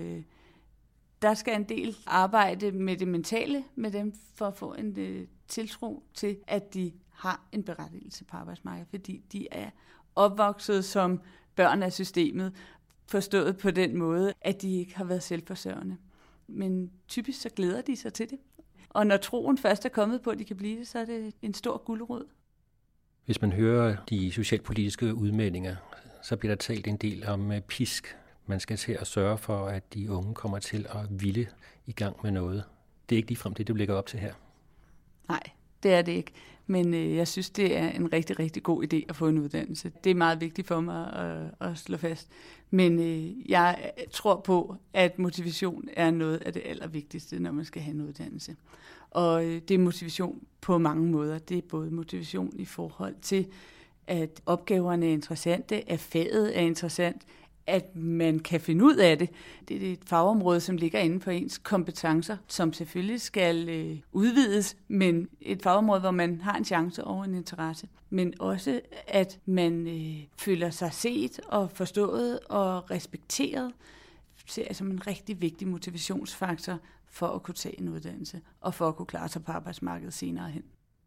J: der skal en del arbejde med det mentale med dem, for at få en tiltro til, at de har en berettigelse på arbejdsmarkedet, fordi de er opvokset som børn af systemet, forstået på den måde, at de ikke har været selvforsørgende. Men typisk så glæder de sig til det. Og når troen først er kommet på, at de kan blive det, så er det en stor gulerod.
I: Hvis man hører de socialpolitiske udmeldinger, så bliver der talt en del om pisk. Man skal til at sørge for, at de unge kommer til at ville i gang med noget. Det er ikke ligefrem det, du lægger op til her.
J: Nej, det er det ikke. Men jeg synes, det er en rigtig, rigtig god idé at få en uddannelse. Det er meget vigtigt for mig at slå fast. Men jeg tror på, at motivation er noget af det allervigtigste, når man skal have en uddannelse. Og det er motivation på mange måder. Det er både motivation i forhold til, at opgaverne er interessante, at faget er interessant, at man kan finde ud af det. Det er et fagområde, som ligger inden for ens kompetencer, som selvfølgelig skal udvides, men et fagområde, hvor man har en chance og en interesse. Men også, at man føler sig set og forstået og respekteret, ser jeg som en rigtig vigtig motivationsfaktor for at kunne tage en uddannelse og for at kunne klare sig på arbejdsmarkedet senere hen.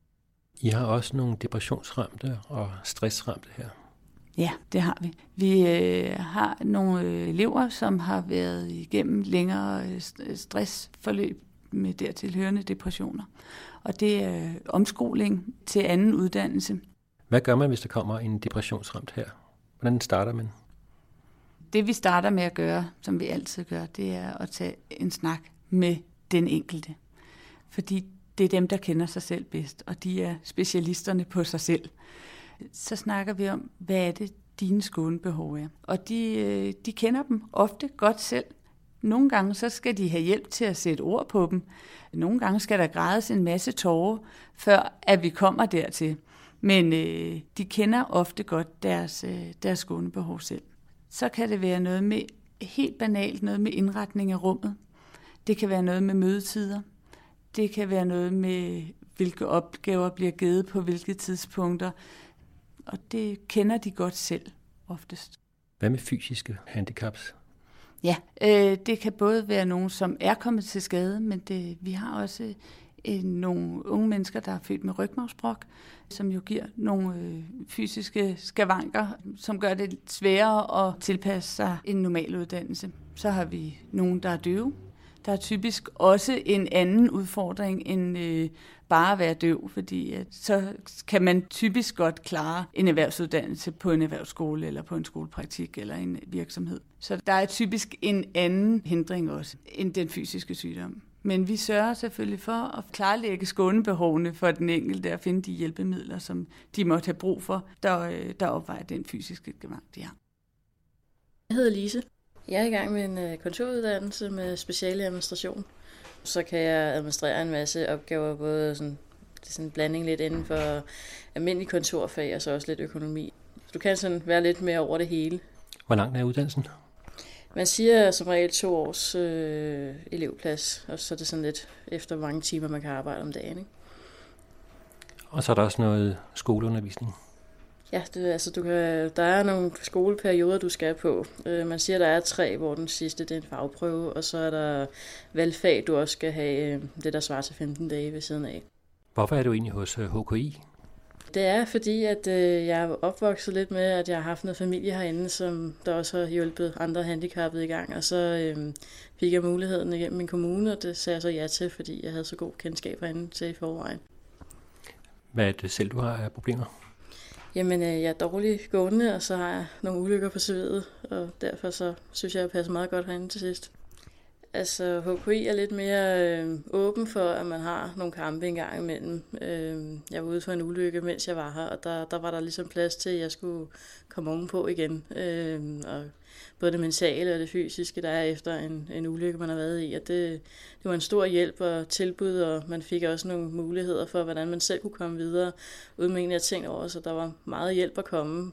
I: I har også nogle depressionsramte og stressramte her.
J: Ja, det har vi. Vi har nogle elever, som har været igennem længere stressforløb med dertilhørende depressioner. Og det er omskoling til anden uddannelse.
I: Hvad gør man, hvis der kommer en depressionsramt her? Hvordan starter man?
J: Det vi starter med at gøre, som vi altid gør, det er at tage en snak med den enkelte. Fordi det er dem, der kender sig selv bedst, og de er specialisterne på sig selv. Så snakker vi om, hvad er det, dine skånebehov er. Og de kender dem ofte godt selv. Nogle gange så skal de have hjælp til at sætte ord på dem. Nogle gange skal der grædes en masse tårer, før at vi kommer dertil. Men de kender ofte godt deres skånebehov selv. Så kan det være noget med, helt banalt, noget med indretning af rummet. Det kan være noget med mødetider. Det kan være noget med, hvilke opgaver bliver givet på hvilke tidspunkter. Og det kender de godt selv oftest.
I: Hvad med fysiske handicaps?
J: Ja, det kan både være nogen, som er kommet til skade, men vi har også nogle unge mennesker, der er født med rygmarvsbrok, som jo giver nogle fysiske skavanker, som gør det sværere at tilpasse sig en normal uddannelse. Så har vi nogen, der er døve. Der er typisk også en anden udfordring end bare være døv, fordi så kan man typisk godt klare en erhvervsuddannelse på en erhvervsskole eller på en skolepraktik eller en virksomhed. Så der er typisk en anden hindring også end den fysiske sygdom. Men vi sørger selvfølgelig for at klarlægge skånebehovene for den enkelte og finde de hjælpemidler, som de måtte have brug for, der opvejer den fysiske gemang, de har.
K: Jeg hedder Lise. Jeg er i gang med en kontoruddannelse med speciale administration. Så kan jeg administrere en masse opgaver, både sådan en blanding lidt inden for almindelig kontorfag og så også lidt økonomi. Du kan sådan være lidt mere over det hele.
I: Hvor lang er uddannelsen?
K: Man siger som regel 2 års elevplads, og så er det sådan lidt efter hvor mange timer, man kan arbejde om dagen. Ikke?
I: Og så er der også noget skoleundervisning?
K: Ja, der er nogle skoleperioder, du skal på. Man siger, der er 3, hvor den sidste det er en fagprøve, og så er der valgfag, du også skal have det, der svarer til 15 dage ved siden af.
I: Hvorfor er du egentlig hos HKI?
K: Det er fordi, at jeg er opvokset lidt med, at jeg har haft noget familie herinde, som der også har hjulpet andre handicappede i gang, og så fik jeg muligheden igennem min kommune, og det sagde jeg så ja til, fordi jeg havde så god kendskab herinde til i forvejen.
I: Hvad er det selv, du har af problemer?
K: Jamen, jeg er dårligt gående, og så har jeg nogle ulykker på serviet, og derfor så synes jeg, jeg passer meget godt herinde til sidst. Altså, HKI er lidt mere åben for, at man har nogle kampe en gang imellem. Jeg var ude for en ulykke, mens jeg var her, og der var der ligesom plads til, at jeg skulle komme ovenpå igen. Og både det mentale og det fysiske, der er efter en ulykke, man har været i. Og det var en stor hjælp og tilbud, og man fik også nogle muligheder for, hvordan man selv kunne komme videre, uden man egentlig at tænke over, så der var meget hjælp at komme.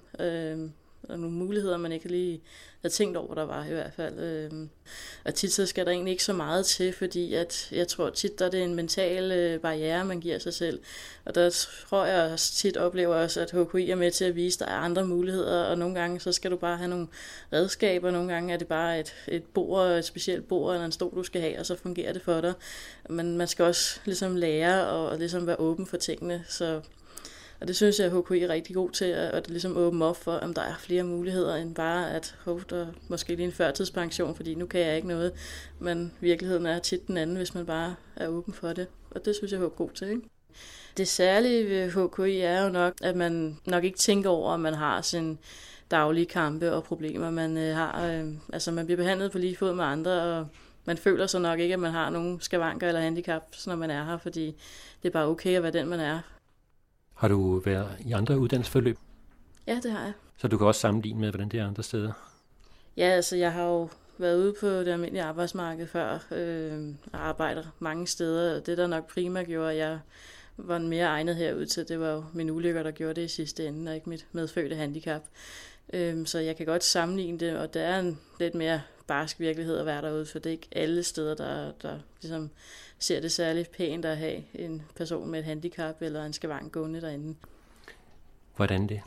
K: Og nogle muligheder, man ikke lige havde tænkt over, der var i hvert fald. Og tit så skal der egentlig ikke så meget til, fordi at jeg tror tit, der er det en mental barriere, man giver sig selv. Og der tror jeg også tit oplever også, at HKI er med til at vise, at der er andre muligheder, og nogle gange så skal du bare have nogle redskaber, nogle gange er det bare et bord, et specielt bord eller en stol, du skal have, og så fungerer det for dig. Men man skal også ligesom lære og ligesom være åben for tingene, så. Og det synes jeg, at HKI er rigtig god til at ligesom åbne op for, om der er flere muligheder end bare at der måske lige en førtidspension, fordi nu kan jeg ikke noget. Men virkeligheden er tit den anden, hvis man bare er åben for det. Og det synes jeg, at HKI er god til, ikke? Det særlige ved HKI er jo nok, at man nok ikke tænker over, om man har sin daglige kampe og problemer. Man har, man bliver behandlet på lige fod med andre, og man føler sig nok ikke, at man har nogen skavanker eller handicap, når man er her, fordi det er bare okay at være den, man er.
I: Har du været i andre uddannelsesforløb?
K: Ja, det har jeg.
I: Så du kan også sammenligne med, hvordan det er andre steder?
K: Ja, altså jeg har jo været ude på det almindelige arbejdsmarked før, og arbejder mange steder. Og det, der nok primært gjorde, at jeg var mere egnet herud til, det var jo mine ulykker, der gjorde det i sidste ende, og ikke mit medfødte handicap. Så jeg kan godt sammenligne det, og det er en lidt mere barsk virkelighed at være derude, for det er ikke alle steder, der ligesom ser det særligt pænt at have en person med et handicap eller en skavank gående derinde.
I: Hvordan det?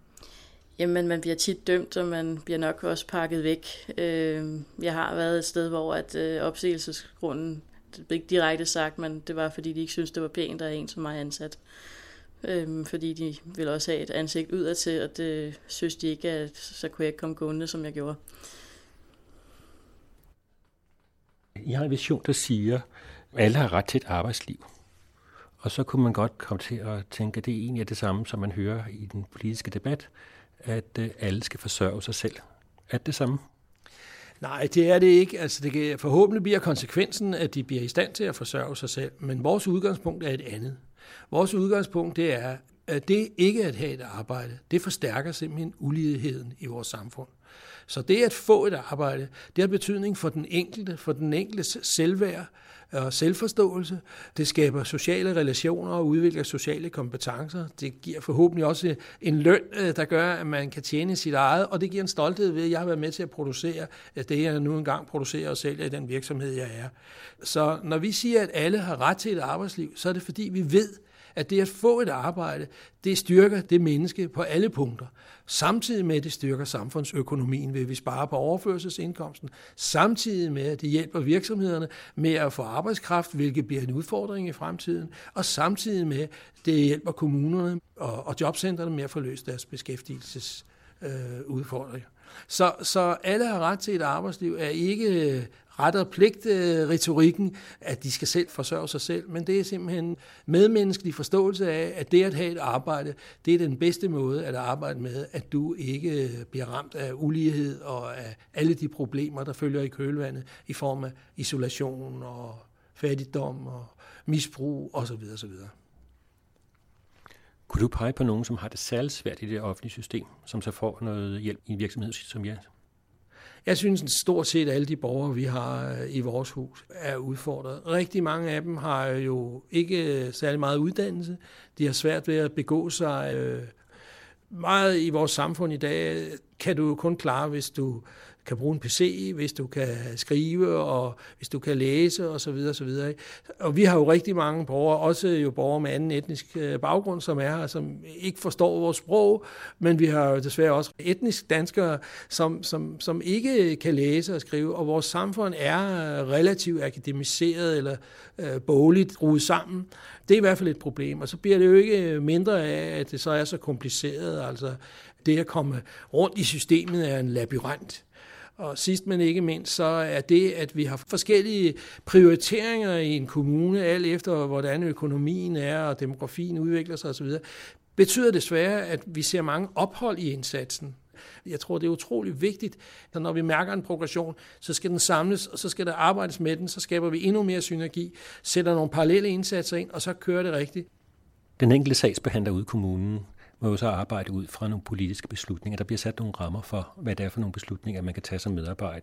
K: Jamen, man bliver tit dømt, og man bliver nok også pakket væk. Jeg har været et sted, hvor at opsigelsesgrunden, det blev ikke direkte sagt, men det var, fordi de ikke syntes, det var pænt, at have en som mig ansat. Fordi de ville også have et ansigt udadtil, og det synes de ikke, at så kunne jeg ikke komme gående, som jeg gjorde.
I: Jeg har en vision, der siger, at alle har ret til et arbejdsliv. Og så kunne man godt komme til at tænke, at det egentlig er det samme, som man hører i den politiske debat, at alle skal forsørge sig selv. Er det samme?
M: Nej, det er det ikke. Altså, det kan forhåbentlig bliver konsekvensen, at de bliver i stand til at forsørge sig selv. Men vores udgangspunkt er et andet. Vores udgangspunkt det er, at det ikke at have et arbejde, det forstærker simpelthen uligheden i vores samfund. Så det at få et arbejde, det har betydning for den enkeltes selvværd og selvforståelse. Det skaber sociale relationer og udvikler sociale kompetencer. Det giver forhåbentlig også en løn, der gør, at man kan tjene sit eget, og det giver en stolthed ved, at jeg har været med til at producere det, jeg nu engang producerer og sælger i den virksomhed, jeg er. Så når vi siger, at alle har ret til et arbejdsliv, så er det fordi, vi ved, at det at få et arbejde, det styrker det menneske på alle punkter. Samtidig med, at det styrker samfundsøkonomien, ved at vi sparer på overførselsindkomsten. Samtidig med, at det hjælper virksomhederne med at få arbejdskraft, hvilket bliver en udfordring i fremtiden. Og samtidig med, at det hjælper kommunerne og jobcentrene med at få løst deres beskæftigelsesudfordringer. Så alle har ret til et arbejdsliv er ikke ret og pligt-retorikken, at de skal selv forsørge sig selv, men det er simpelthen medmenneskelig forståelse af, at det at have et arbejde, det er den bedste måde at arbejde med, at du ikke bliver ramt af ulighed og af alle de problemer, der følger i kølvandet i form af isolation og fattigdom og misbrug osv. osv.
I: Kunne du pege på nogen, som har det særligt svært i det offentlige system, som så får noget hjælp i en virksomhed som jeres?
M: Jeg synes, at stort set alle de borgere, vi har i vores hus, er udfordret. Rigtig mange af dem har jo ikke særlig meget uddannelse. De har svært ved at begå sig. Meget i vores samfund i dag kan du kun klare, hvis du kan bruge en PC, hvis du kan skrive, og hvis du kan læse, osv. osv. Og vi har jo rigtig mange borgere, også jo borgere med anden etnisk baggrund, som er her, som ikke forstår vores sprog, men vi har jo desværre også etnisk danskere, som ikke kan læse og skrive, og vores samfund er relativt akademiseret eller bogligt ruet sammen. Det er i hvert fald et problem, og så bliver det jo ikke mindre af, at det så er så kompliceret. Altså det at komme rundt i systemet er en labyrint. Og sidst men ikke mindst, så er det, at vi har forskellige prioriteringer i en kommune, alt efter hvordan økonomien er og demografien udvikler sig osv., betyder desværre, at vi ser mange ophold i indsatsen. Jeg tror, det er utrolig vigtigt, at når vi mærker en progression, så skal den samles, og så skal der arbejdes med den, så skaber vi endnu mere synergi, sætter nogle parallelle indsatser ind, og så kører det rigtigt.
I: Den enkelte sagsbehandler ude i kommunen må jo så arbejde ud fra nogle politiske beslutninger. Der bliver sat nogle rammer for, hvad det er for nogle beslutninger, man kan tage som medarbejder.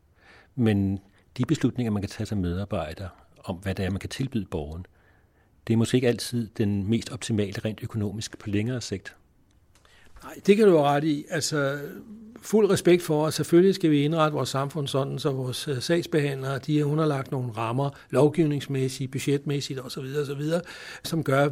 I: Men de beslutninger, man kan tage som medarbejder, om hvad det er, man kan tilbyde borgeren, det er måske ikke altid den mest optimale rent økonomisk på længere sigt.
M: Nej, det kan du have ret i. Altså, fuld respekt for, at selvfølgelig skal vi indrette vores samfund sådan, så vores sagsbehandlere, de er underlagt nogle rammer, lovgivningsmæssigt, budgetmæssigt osv., som gør,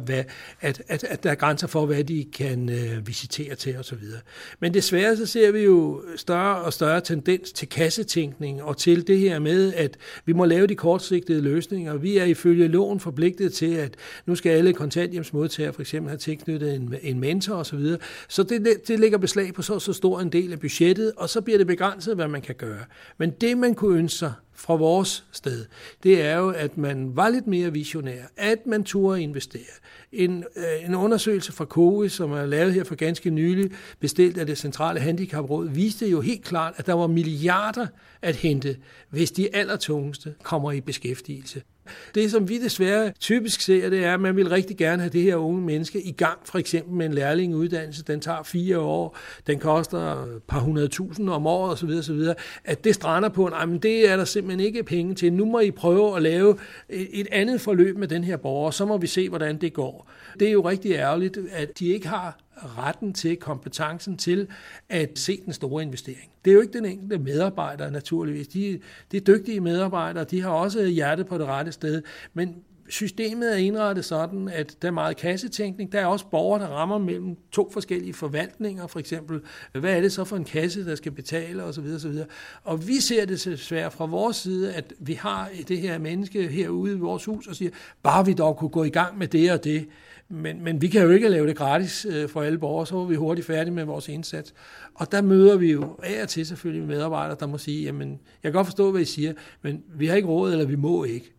M: at der er grænser for, hvad de kan visitere til osv. Men desværre så ser vi jo større og større tendens til kassetænkning og til det her med, at vi må lave de kortsigtede løsninger. Vi er ifølge loven forpligtet til, at nu skal alle kontanthjælpsmodtagere for eksempel have tilknyttet en mentor osv. Så det lægger beslag på så stor en del af budgettet, og så bliver det begrænset, hvad man kan gøre. Men det, man kunne ønske sig fra vores sted, det er jo, at man var lidt mere visionær, at man turde investere. En undersøgelse fra COE, som er lavet her for ganske nylig, bestilt af det centrale handicapråd, viste jo helt klart, at der var milliarder at hente, hvis de allertungeste kommer i beskæftigelse. Det, som vi desværre typisk ser, det er, at man vil rigtig gerne have det her unge menneske i gang, for eksempel med en lærlingeuddannelse. Den tager 4 år, den koster et par 100.000 om året osv., at det strander på, men det er der simpelthen ikke penge til. Nu må I prøve at lave et andet forløb med den her borger, så må vi se, hvordan det går. Det er jo rigtig ærgerligt, at de ikke har retten til, kompetencen til at se den store investering. Det er jo ikke den enkelte medarbejder naturligvis. De er dygtige medarbejdere, de har også hjertet på det rette sted, men systemet er indrettet sådan, at der er meget kassetænkning. Der er også borgere, der rammer mellem 2 forskellige forvaltninger, for eksempel. Hvad er det så for en kasse, der skal betale, osv. osv. Og vi ser det svært fra vores side, at vi har det her menneske herude i vores hus og siger, bare vi dog kunne gå i gang med det og det. Men vi kan jo ikke lave det gratis for alle borgere, så er vi hurtigt færdige med vores indsats. Og der møder vi jo af og til selvfølgelig medarbejdere, der må sige, jamen, jeg kan godt forstå, hvad I siger, men vi har ikke råd, eller vi må ikke.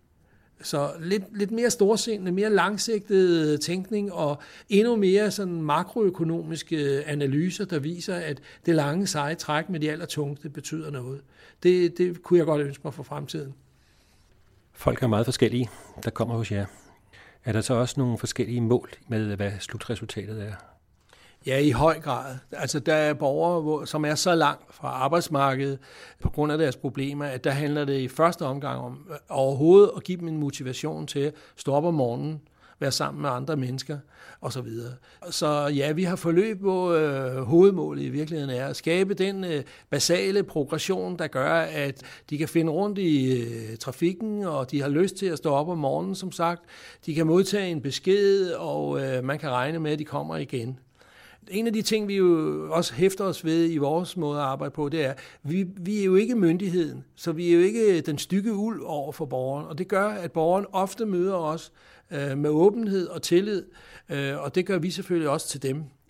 M: Så lidt mere storsindende, mere langsigtet tænkning og endnu mere sådan makroøkonomiske analyser, der viser, at det lange seje træk med de allertungeste betyder noget. Det kunne jeg godt ønske mig for fremtiden.
I: Folk er meget forskellige, der kommer hos jer. Er der så også nogle forskellige mål med, hvad slutresultatet er?
M: Ja, i høj grad. Altså, der er borgere, som er så langt fra arbejdsmarkedet på grund af deres problemer, at der handler det i første omgang om overhovedet at give dem en motivation til at stå op om morgenen, være sammen med andre mennesker osv. Så ja, vi har forløb, hvor hovedmålet i virkeligheden er at skabe den basale progression, der gør, at de kan finde rundt i trafikken, og de har lyst til at stå op om morgenen, som sagt. De kan modtage en besked, og man kan regne med, at de kommer igen. En af de ting, vi jo også hæfter os ved i vores måde at arbejde på, det er, vi er jo ikke myndigheden, så vi er jo ikke den stygge uld over for borgeren, og det gør, at borgeren ofte møder os med åbenhed og tillid, og det gør vi selvfølgelig også til dem.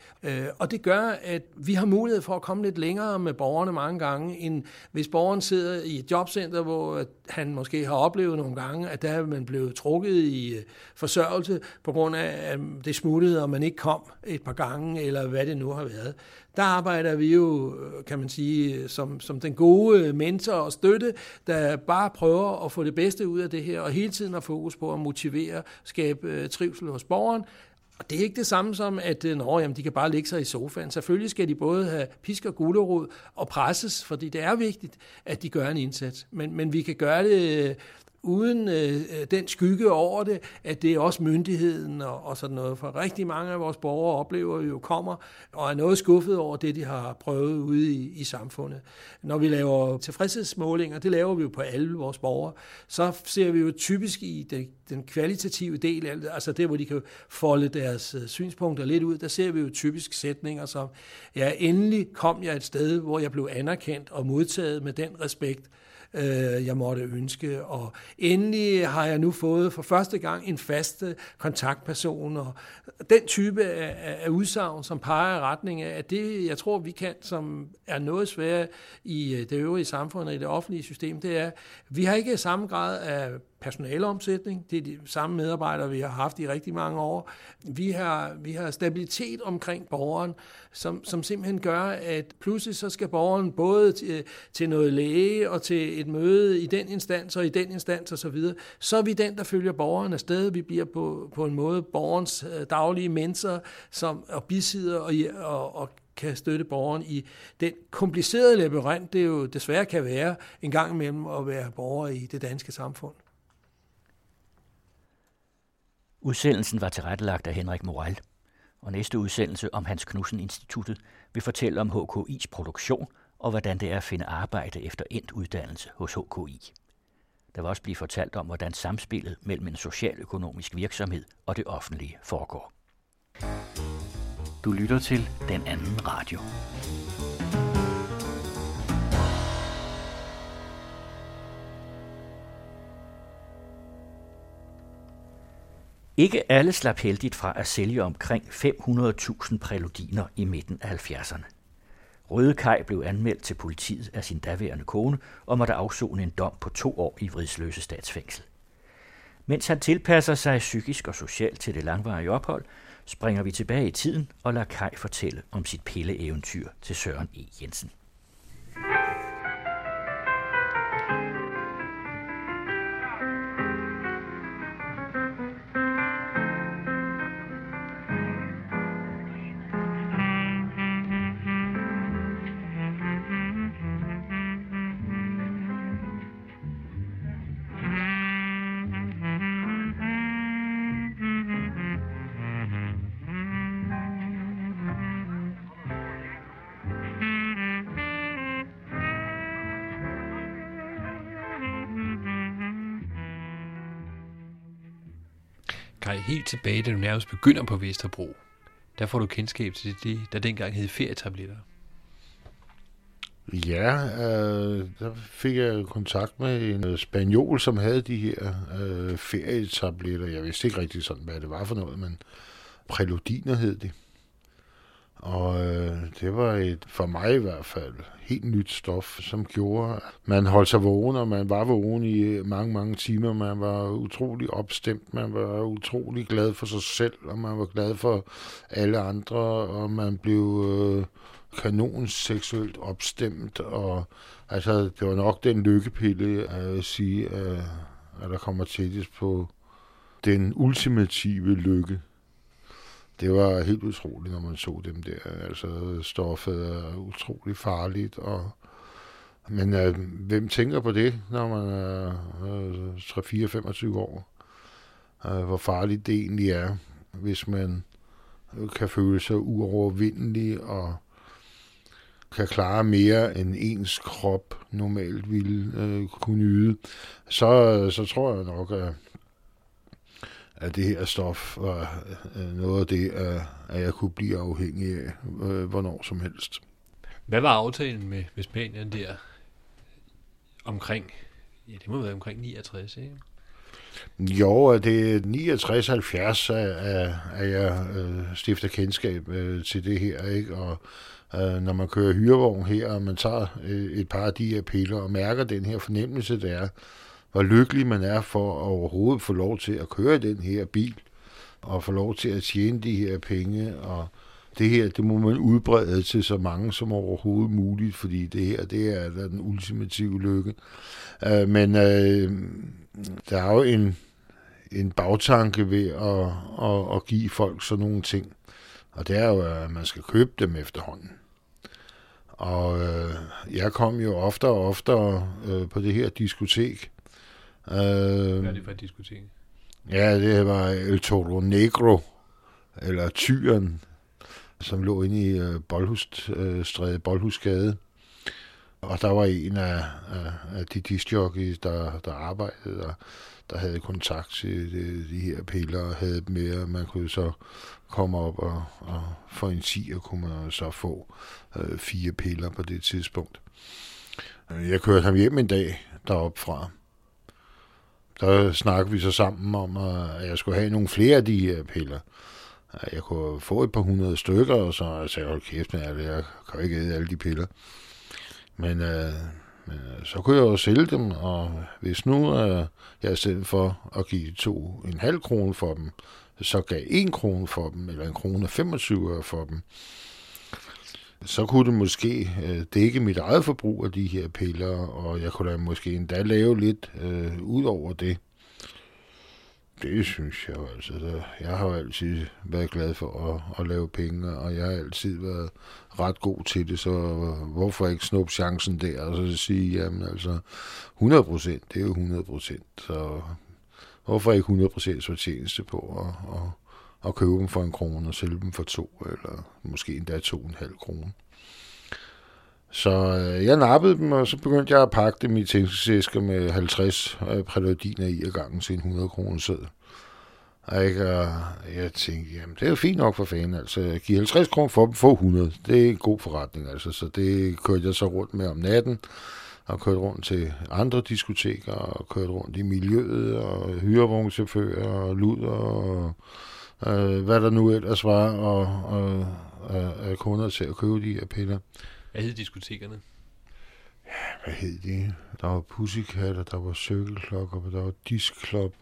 M: Og det gør, at vi har mulighed for at komme lidt længere med borgerne mange gange, end hvis borgeren sidder i et jobcenter, hvor han måske har oplevet nogle gange, at der er man blevet trukket i forsørgelse på grund af, at det smuttede, og man ikke kom et par gange, eller hvad det nu har været. Der arbejder vi jo, kan man sige, som den gode mentor og støtte, der bare prøver at få det bedste ud af det her, og hele tiden har fokus på at motivere, skabe trivsel hos borgeren. Og det er ikke det samme som, at de kan bare ligge sig i sofaen. Selvfølgelig skal de både have pisk og gulerod og presses, fordi det er vigtigt, at de gør en indsats. Men vi kan gøre det uden den skygge over det, at det er også myndigheden og sådan noget. For rigtig mange af vores borgere oplever jo kommer og er noget skuffet over det, de har prøvet ude i samfundet. Når vi laver tilfredshedsmålinger, det laver vi jo på alle vores borgere, så ser vi jo typisk i den kvalitative del, altså det, hvor de kan folde deres synspunkter lidt ud, der ser vi jo typisk sætninger som, ja, endelig kom jeg et sted, hvor jeg blev anerkendt og modtaget med den respekt, jeg måtte ønske, og endelig har jeg nu fået for første gang en fast kontaktperson, og den type af udsagn, som peger i retning af, at det, jeg tror, vi kan, som er noget svære i det øvrige samfund og i det offentlige system, det er, vi har ikke samme grad af personaleomsætning. Det er de samme medarbejdere, vi har haft i rigtig mange år. Vi har stabilitet omkring borgeren, som simpelthen gør, at pludselig så skal borgeren både til noget læge og til et møde i den instans og i den instans osv. Så er vi den, der følger borgeren afsted. Vi bliver på en måde borgerens daglige mentor og bisidder og kan støtte borgeren i den komplicerede labyrint, det jo desværre kan være en gang imellem at være borger i det danske samfund.
F: Udsendelsen var tilrettelagt af Henrik Morel, og næste udsendelse om Hans Knudsen Instituttet vil fortælle om HKI's produktion og hvordan det er at finde arbejde efter endt uddannelse hos HKI. Der vil også blive fortalt om, hvordan samspillet mellem en socialøkonomisk virksomhed og det offentlige foregår. Du lytter til Den Anden Radio. Ikke alle slap heldigt fra at sælge omkring 500.000 præludiner i midten af 70'erne. Røde Kaj blev anmeldt til politiet af sin daværende kone og måtte afsone en dom på 2 år i Vridsløse Statsfængsel. Mens han tilpasser sig psykisk og socialt til det langvarige ophold, springer vi tilbage i tiden og lader Kaj fortælle om sit pilleeventyr til Søren E. Jensen.
I: Helt tilbage, da du nærmest begynder på Vesterbro, der får du kendskab til det, der dengang hed ferietabletter.
N: Ja, der fik jeg kontakt med en spanjol, som havde de her ferietabletter. Jeg vidste ikke rigtig sådan, hvad det var for noget, men præludiner hed det. Og det var for mig i hvert fald helt nyt stof, som gjorde, at man holdt sig vågen, og man var vågen i mange, mange timer. Man var utrolig opstemt, man var utrolig glad for sig selv, og man var glad for alle andre, og man blev kanon seksuelt opstemt. Og altså, det var nok den lykkepille, at jeg sige, at der kommer tættest på den ultimative lykke. Det var helt utroligt, når man så dem der. Altså, stoffet er utrolig farligt. Men hvem tænker på det, når man er 3-4-25 år? Hvor farligt det egentlig er, hvis man kan føle sig uovervindelig og kan klare mere, end ens krop normalt ville kunne yde. Så tror jeg nok, at det her stof var noget af det, at jeg kunne blive afhængig af, hvornår som helst.
I: Hvad var aftalen med Spanien der omkring, ja, det må være omkring 69, ikke?
N: Jo, det er 69-70, at jeg stifter kendskab til det her, ikke? Og når man kører hyrevogn her, og man tager et par af de her piller og mærker den her fornemmelse, der er, hvor lykkelig man er for at overhovedet få lov til at køre i den her bil, og få lov til at tjene de her penge, og det her, det må man udbrede til så mange som overhovedet muligt, fordi det her, det er den ultimative lykke. Men der er jo en bagtanke ved at give folk sådan nogle ting, og det er jo, at man skal købe dem efterhånden. Og jeg kom jo oftere og oftere på det her diskotek.
I: Hvad er det for et diskotek?
N: Ja, det var El Toro Negro, eller Tyren, som lå inde i Boldhusstræde, Boldhusgade. Og der var en af de discjockeys, der arbejdede, der havde kontakt til de her piller, og havde dem med, og man kunne så komme op, og for en 10'er kunne man så få 4 piller på det tidspunkt. Jeg kørte ham hjem en dag deroppe fra. Der snakkede vi så sammen om, at jeg skulle have nogle flere af de her piller. Jeg kunne få et par 100 stykker, og så sagde jeg, hold kæft, jeg kan ikke æde alle de piller. Men så kunne jeg jo sælge dem, og hvis nu jeg i stedet for at give 2,5 kroner for dem, så gav 1 krone for dem, eller 1,25 kroner for dem, så kunne det måske dække mit eget forbrug af de her piller, og jeg kunne da måske endda lave lidt ud over det. Det synes jeg jo altså. Jeg har jo altid været glad for at lave penge, og jeg har altid været ret god til det, så hvorfor ikke snuppe chancen der, og så sige, jamen altså 100%, det er jo 100%, så hvorfor ikke 100% fortjeneste på at købe dem for 1 krone og sælge dem for 2, eller måske endda 2,5 kroner. Så jeg nappede dem, og så begyndte jeg at pakke dem i tændselsæsker med 50 præludiner i ad gangen til en 100 kroner seddel. Og jeg tænkte, jamen det er jo fint nok for fanden, altså give 50 kroner for dem, få 100, det er en god forretning, altså, så det kørte jeg så rundt med om natten, og kørte rundt til andre diskoteker, og kørte rundt i miljøet, og hyrevognschauffører, og luder, og hvad der nu ellers var, og kunder til at købe de her piller.
I: Hvad hed diskotekerne?
N: Ja, hvad hed de? Der var Pussycat, og der var Cykelklok, og der var Disc Club,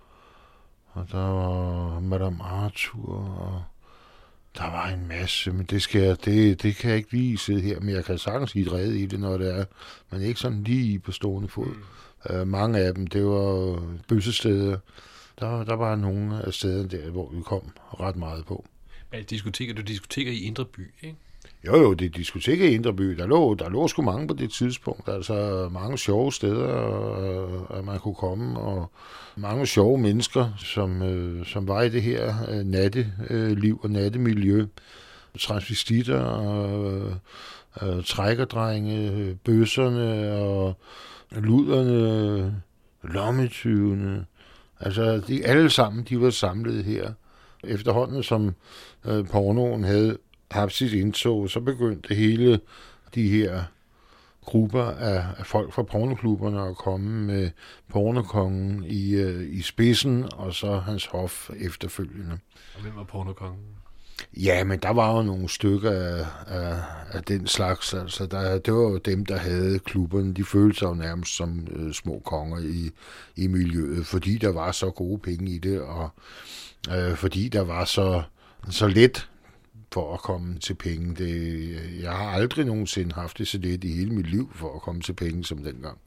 N: og der var Madame Arthur, og der var en masse, men det kan jeg ikke lige sidde her, men jeg kan sagtens give et redde i det, når det er, men ikke sådan lige på stående fod. Mange af dem, det var bøssesteder. Der var nogle af stederne der, hvor vi kom ret meget på.
I: Men du diskoteker i Indre By, ikke?
N: Jo, det er diskoteker i Indre By. Der lå sgu mange på det tidspunkt. Altså mange sjove steder, at man kunne komme, og mange sjove mennesker, som var i det her natteliv og nattemiljø. Transvestitter og trækkerdrenge, bøsserne og luderne, lommetyvene. Altså, de alle sammen, de var samlet her. Efterhånden, som pornoen havde haft sit indtog, så begyndte hele de her grupper af folk fra pornoklubberne at komme med pornokongen i spidsen, og så hans hof efterfølgende.
I: Og hvem var pornokongen?
N: Ja, men der var jo nogle stykker af den slags. Altså, det var jo dem, der havde klubberne. De følte sig jo nærmest som små konger i miljøet, fordi der var så gode penge i det, og fordi der var så let for at komme til penge. Jeg har aldrig nogensinde haft det så let i hele mit liv for at komme til penge som dengang.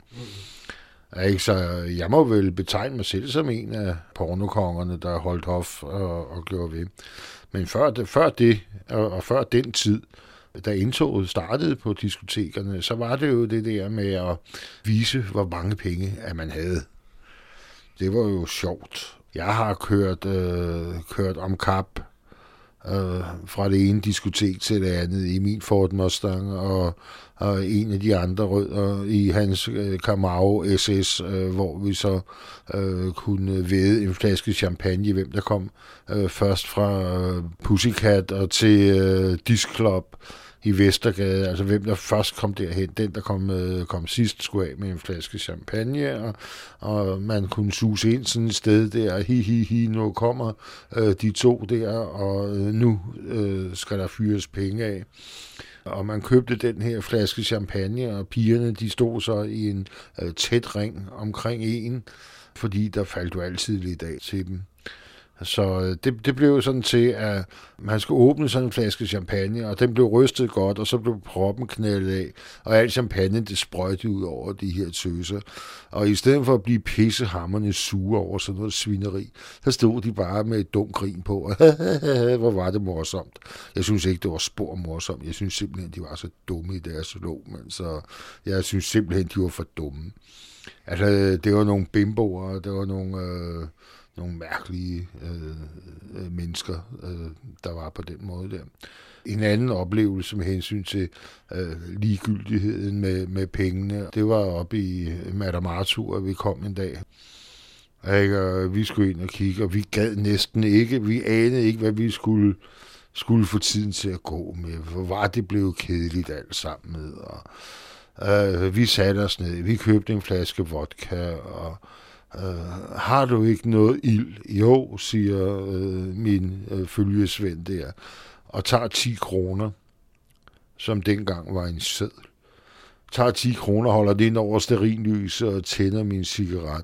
N: Så jeg må vel betegne mig selv som en af pornokongerne, der holdt hof og gjorde ved. Men før det, og før den tid, da indtoget startede på diskotekerne, så var det jo det der med at vise, hvor mange penge at man havde. Det var jo sjovt. Jeg har kørt om kap fra det ene diskotek til det andet i min Ford Mustang, og en af de andre rødder i hans Camaro SS, hvor vi så kunne væde en flaske champagne, hvem der kom først fra Pussycat og til Disc Club, i Vestergade, altså hvem der først kom derhen. Den, der kom sidst, skulle af med en flaske champagne, og man kunne suse ind sådan et sted der, nu kommer de to der, og nu skal der fyres penge af. Og man købte den her flaske champagne, og pigerne, de stod så i en tæt ring omkring en, fordi der faldt jo altid lidt af til dem. Så det blev jo sådan til, at man skulle åbne sådan en flaske champagne, og den blev rystet godt, og så blev proppen knældet af, og al champagne, det sprøjtede ud over de her tøser. Og i stedet for at blive pissehamrende sure over sådan noget svineri, så stod de bare med et dumt grin på, og hvor var det morsomt. Jeg synes ikke, det var spor morsomt. Jeg synes simpelthen, de var så dumme i deres lov, men så jeg synes simpelthen, de var for dumme. Altså, det var nogle bimboer, det var nogle mærkelige mennesker, der var på den måde der. En anden oplevelse med hensyn til ligegyldigheden med pengene, det var oppe i Madame Arthur, at vi kom en dag. Og vi skulle ind og kigge, og vi gad næsten ikke, vi anede ikke, hvad vi skulle få tiden til at gå med. Hvor var det blevet kedeligt alt sammen med. Og vi satte os ned, vi købte en flaske vodka, og har du ikke noget ild? Jo, siger min følgesvend der, og tager 10 kroner, som dengang var en seddel. Tager 10 kroner, holder det ind over stearinlyset og tænder min cigaret.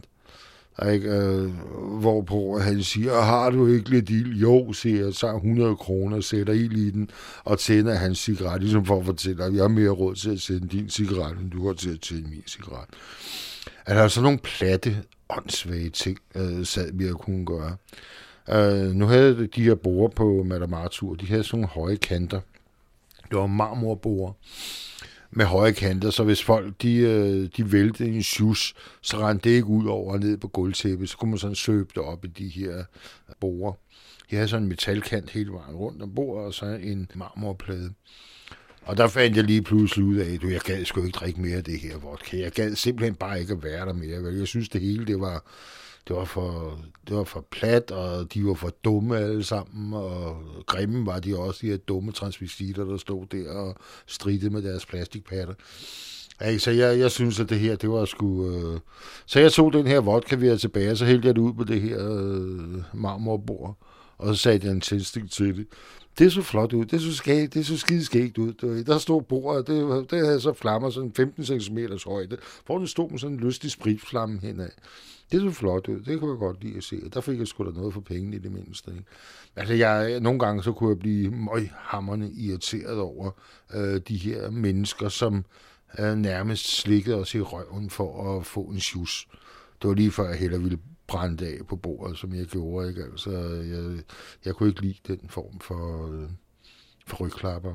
N: Hvorpå han siger, har du ikke lidt ild? Jo, siger jeg, tager 100 kroner, sætter ild i den og tænder hans cigaret, ligesom for at fortælle, at jeg har mere råd til at tænde din cigaret, end du har til at tænde min cigaret. Altså sådan nogle platte, åndssvage ting, sad vi at kunne gøre. Nu havde de her borde på Madame Arthur, de havde sådan nogle høje kanter. Det var marmorborde med høje kanter, så hvis folk de væltede en sjus, så rendte det ikke ud over og ned på gulvtæppet, så kunne man sådan søbe det op i de her borde. De havde sådan en metalkant hele vejen rundt om bordet, og så en marmorplade. Og der fandt jeg lige pludselig ud af, at jeg gad sgu ikke drikke mere af det her vodka. Jeg gad simpelthen bare ikke at være der mere. Jeg synes, det hele det var for plat, og de var for dumme alle sammen, og grimme var de også, de her dumme transvestitter, der stod der og stridede med deres plastikpatter. Så jeg synes, at det her, det var sgu... Så jeg tog den her vodka, vi er tilbage, og så hældte jeg det ud på det her marmorbord, og så satte jeg en tændstik til det. Det så flot ud, det så skideskægt ud. Der stod bordet, det havde så flammer sådan 15 cm højde, hvor den stod med sådan en lystig spritflamme henad. Det så flot ud, det kunne jeg godt lide at se, og der fik jeg sgu da noget for pengene i det mindste. Ikke? Altså nogle gange så kunne jeg blive møghamrende irriteret over de her mennesker, som nærmest slikkede os i røven for at få en sjus. Det var lige før jeg hellere ville brænde af på bordet, som jeg gjorde. Ikke? Altså, jeg kunne ikke lide den form for rygklapper.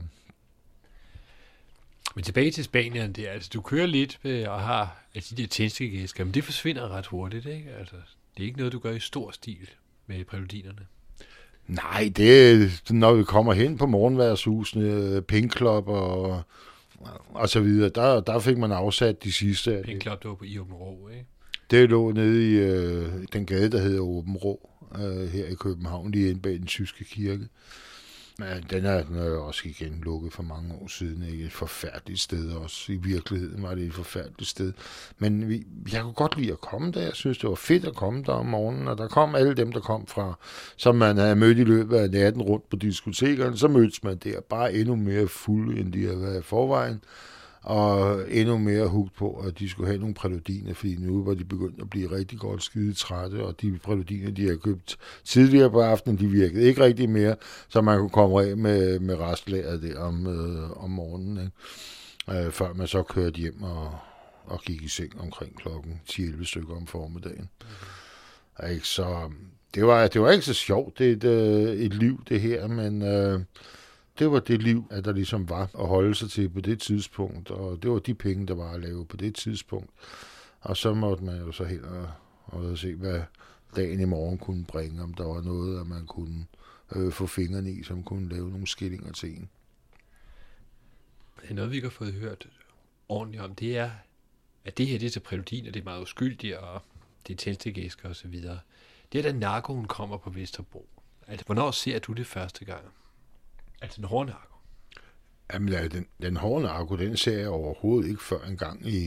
I: Men tilbage til Spanien, det er, altså, du kører lidt og har de der tændstikæsker, men det forsvinder ret hurtigt, ikke? Altså, det er ikke noget, du gør i stor stil med præludinerne.
N: Nej, det når vi kommer hen på morgenværshusene, Pink Club og så videre, der fik man afsat de sidste.
I: Pink Club, det var i Åben Rå, ikke?
N: Det lå nede i den gade, der hedder Åben Rå, her i København, lige inde bag den tyske kirke. Men den er også igen lukket for mange år siden. Ikke? Et forfærdeligt sted også. I virkeligheden var det et forfærdeligt sted. Men jeg kunne godt lide at komme der. Jeg synes, det var fedt at komme der om morgenen. Og der kom alle dem, der kom fra, som man havde mødt i løbet af natten rundt på diskotekerne. Så mødtes man der bare endnu mere fulde, end de havde været i forvejen. Og endnu mere hugt på, at de skulle have nogle præludiner, fordi nu var de begyndt at blive rigtig godt skide trætte, og de præludiner, de havde købt tidligere på aftenen, de virkede ikke rigtig mere, så man kunne komme af med restlæret der om morgenen, ikke? Før man så kørte hjem og gik i seng omkring klokken 10-11 stykker om formiddagen. Ikke? Så det var ikke så sjovt, det er et liv, det her, men... Det var det liv, at der ligesom var at holde sig til på det tidspunkt, og det var de penge, der var at lave på det tidspunkt. Og så måtte man jo så hen og se, hvad dagen i morgen kunne bringe, om der var noget, at man kunne få fingrene i, som kunne lave nogle skillinger til en.
I: Noget, vi ikke har fået hørt ordentligt om, det er, at det her det er til præludiner, det er meget uskyldigt, og det er tændstikæsker og så videre. Det er, da narkoen kommer på Vesterbro. Altså, hvornår ser du det første gang? Altså en hårdnarko?
N: Jamen, den hårde narko, den ser jeg overhovedet ikke før engang i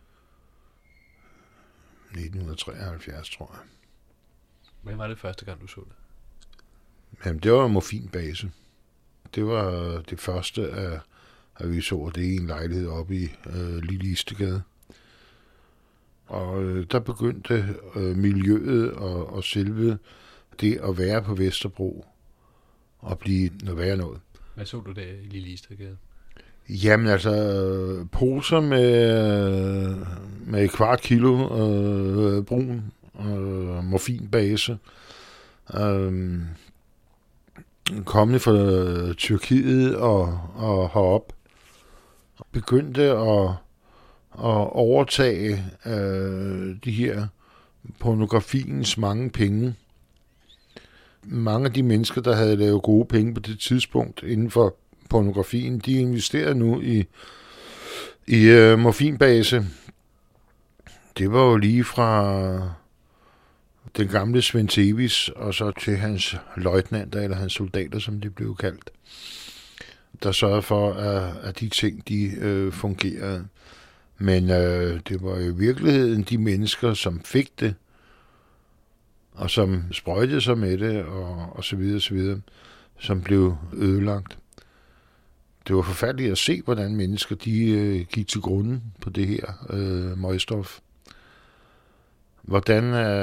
N: 1973, tror jeg.
O: Hvad var det første gang, du så det?
N: Jamen, det var morfinbase. Det var det første, at vi så det i en lejlighed oppe i Lille Istegade. Og der begyndte miljøet og selve det at være på Vesterbro at blive noget værre noget.
O: Hvad så du der i Lille Istegade?
N: Jamen altså, poser med et kvart kilo brun morfinbase, kommende fra Tyrkiet og herop, begyndte at overtage de her pornografiens mange penge. Mange af de mennesker, der havde lavet gode penge på det tidspunkt inden for pornografien, de investerede nu i morfinbase. Det var jo lige fra den gamle Svend Tevis og så til hans løjtnanter eller hans soldater, som de blev kaldt, der sørgede for, at de ting de fungerede. Men det var i virkeligheden de mennesker, som fik det, og som sprøjtede sig med det, og så videre, som blev ødelagt. Det var forfærdeligt at se, hvordan mennesker de gik til grunden på det her møgstof. Hvordan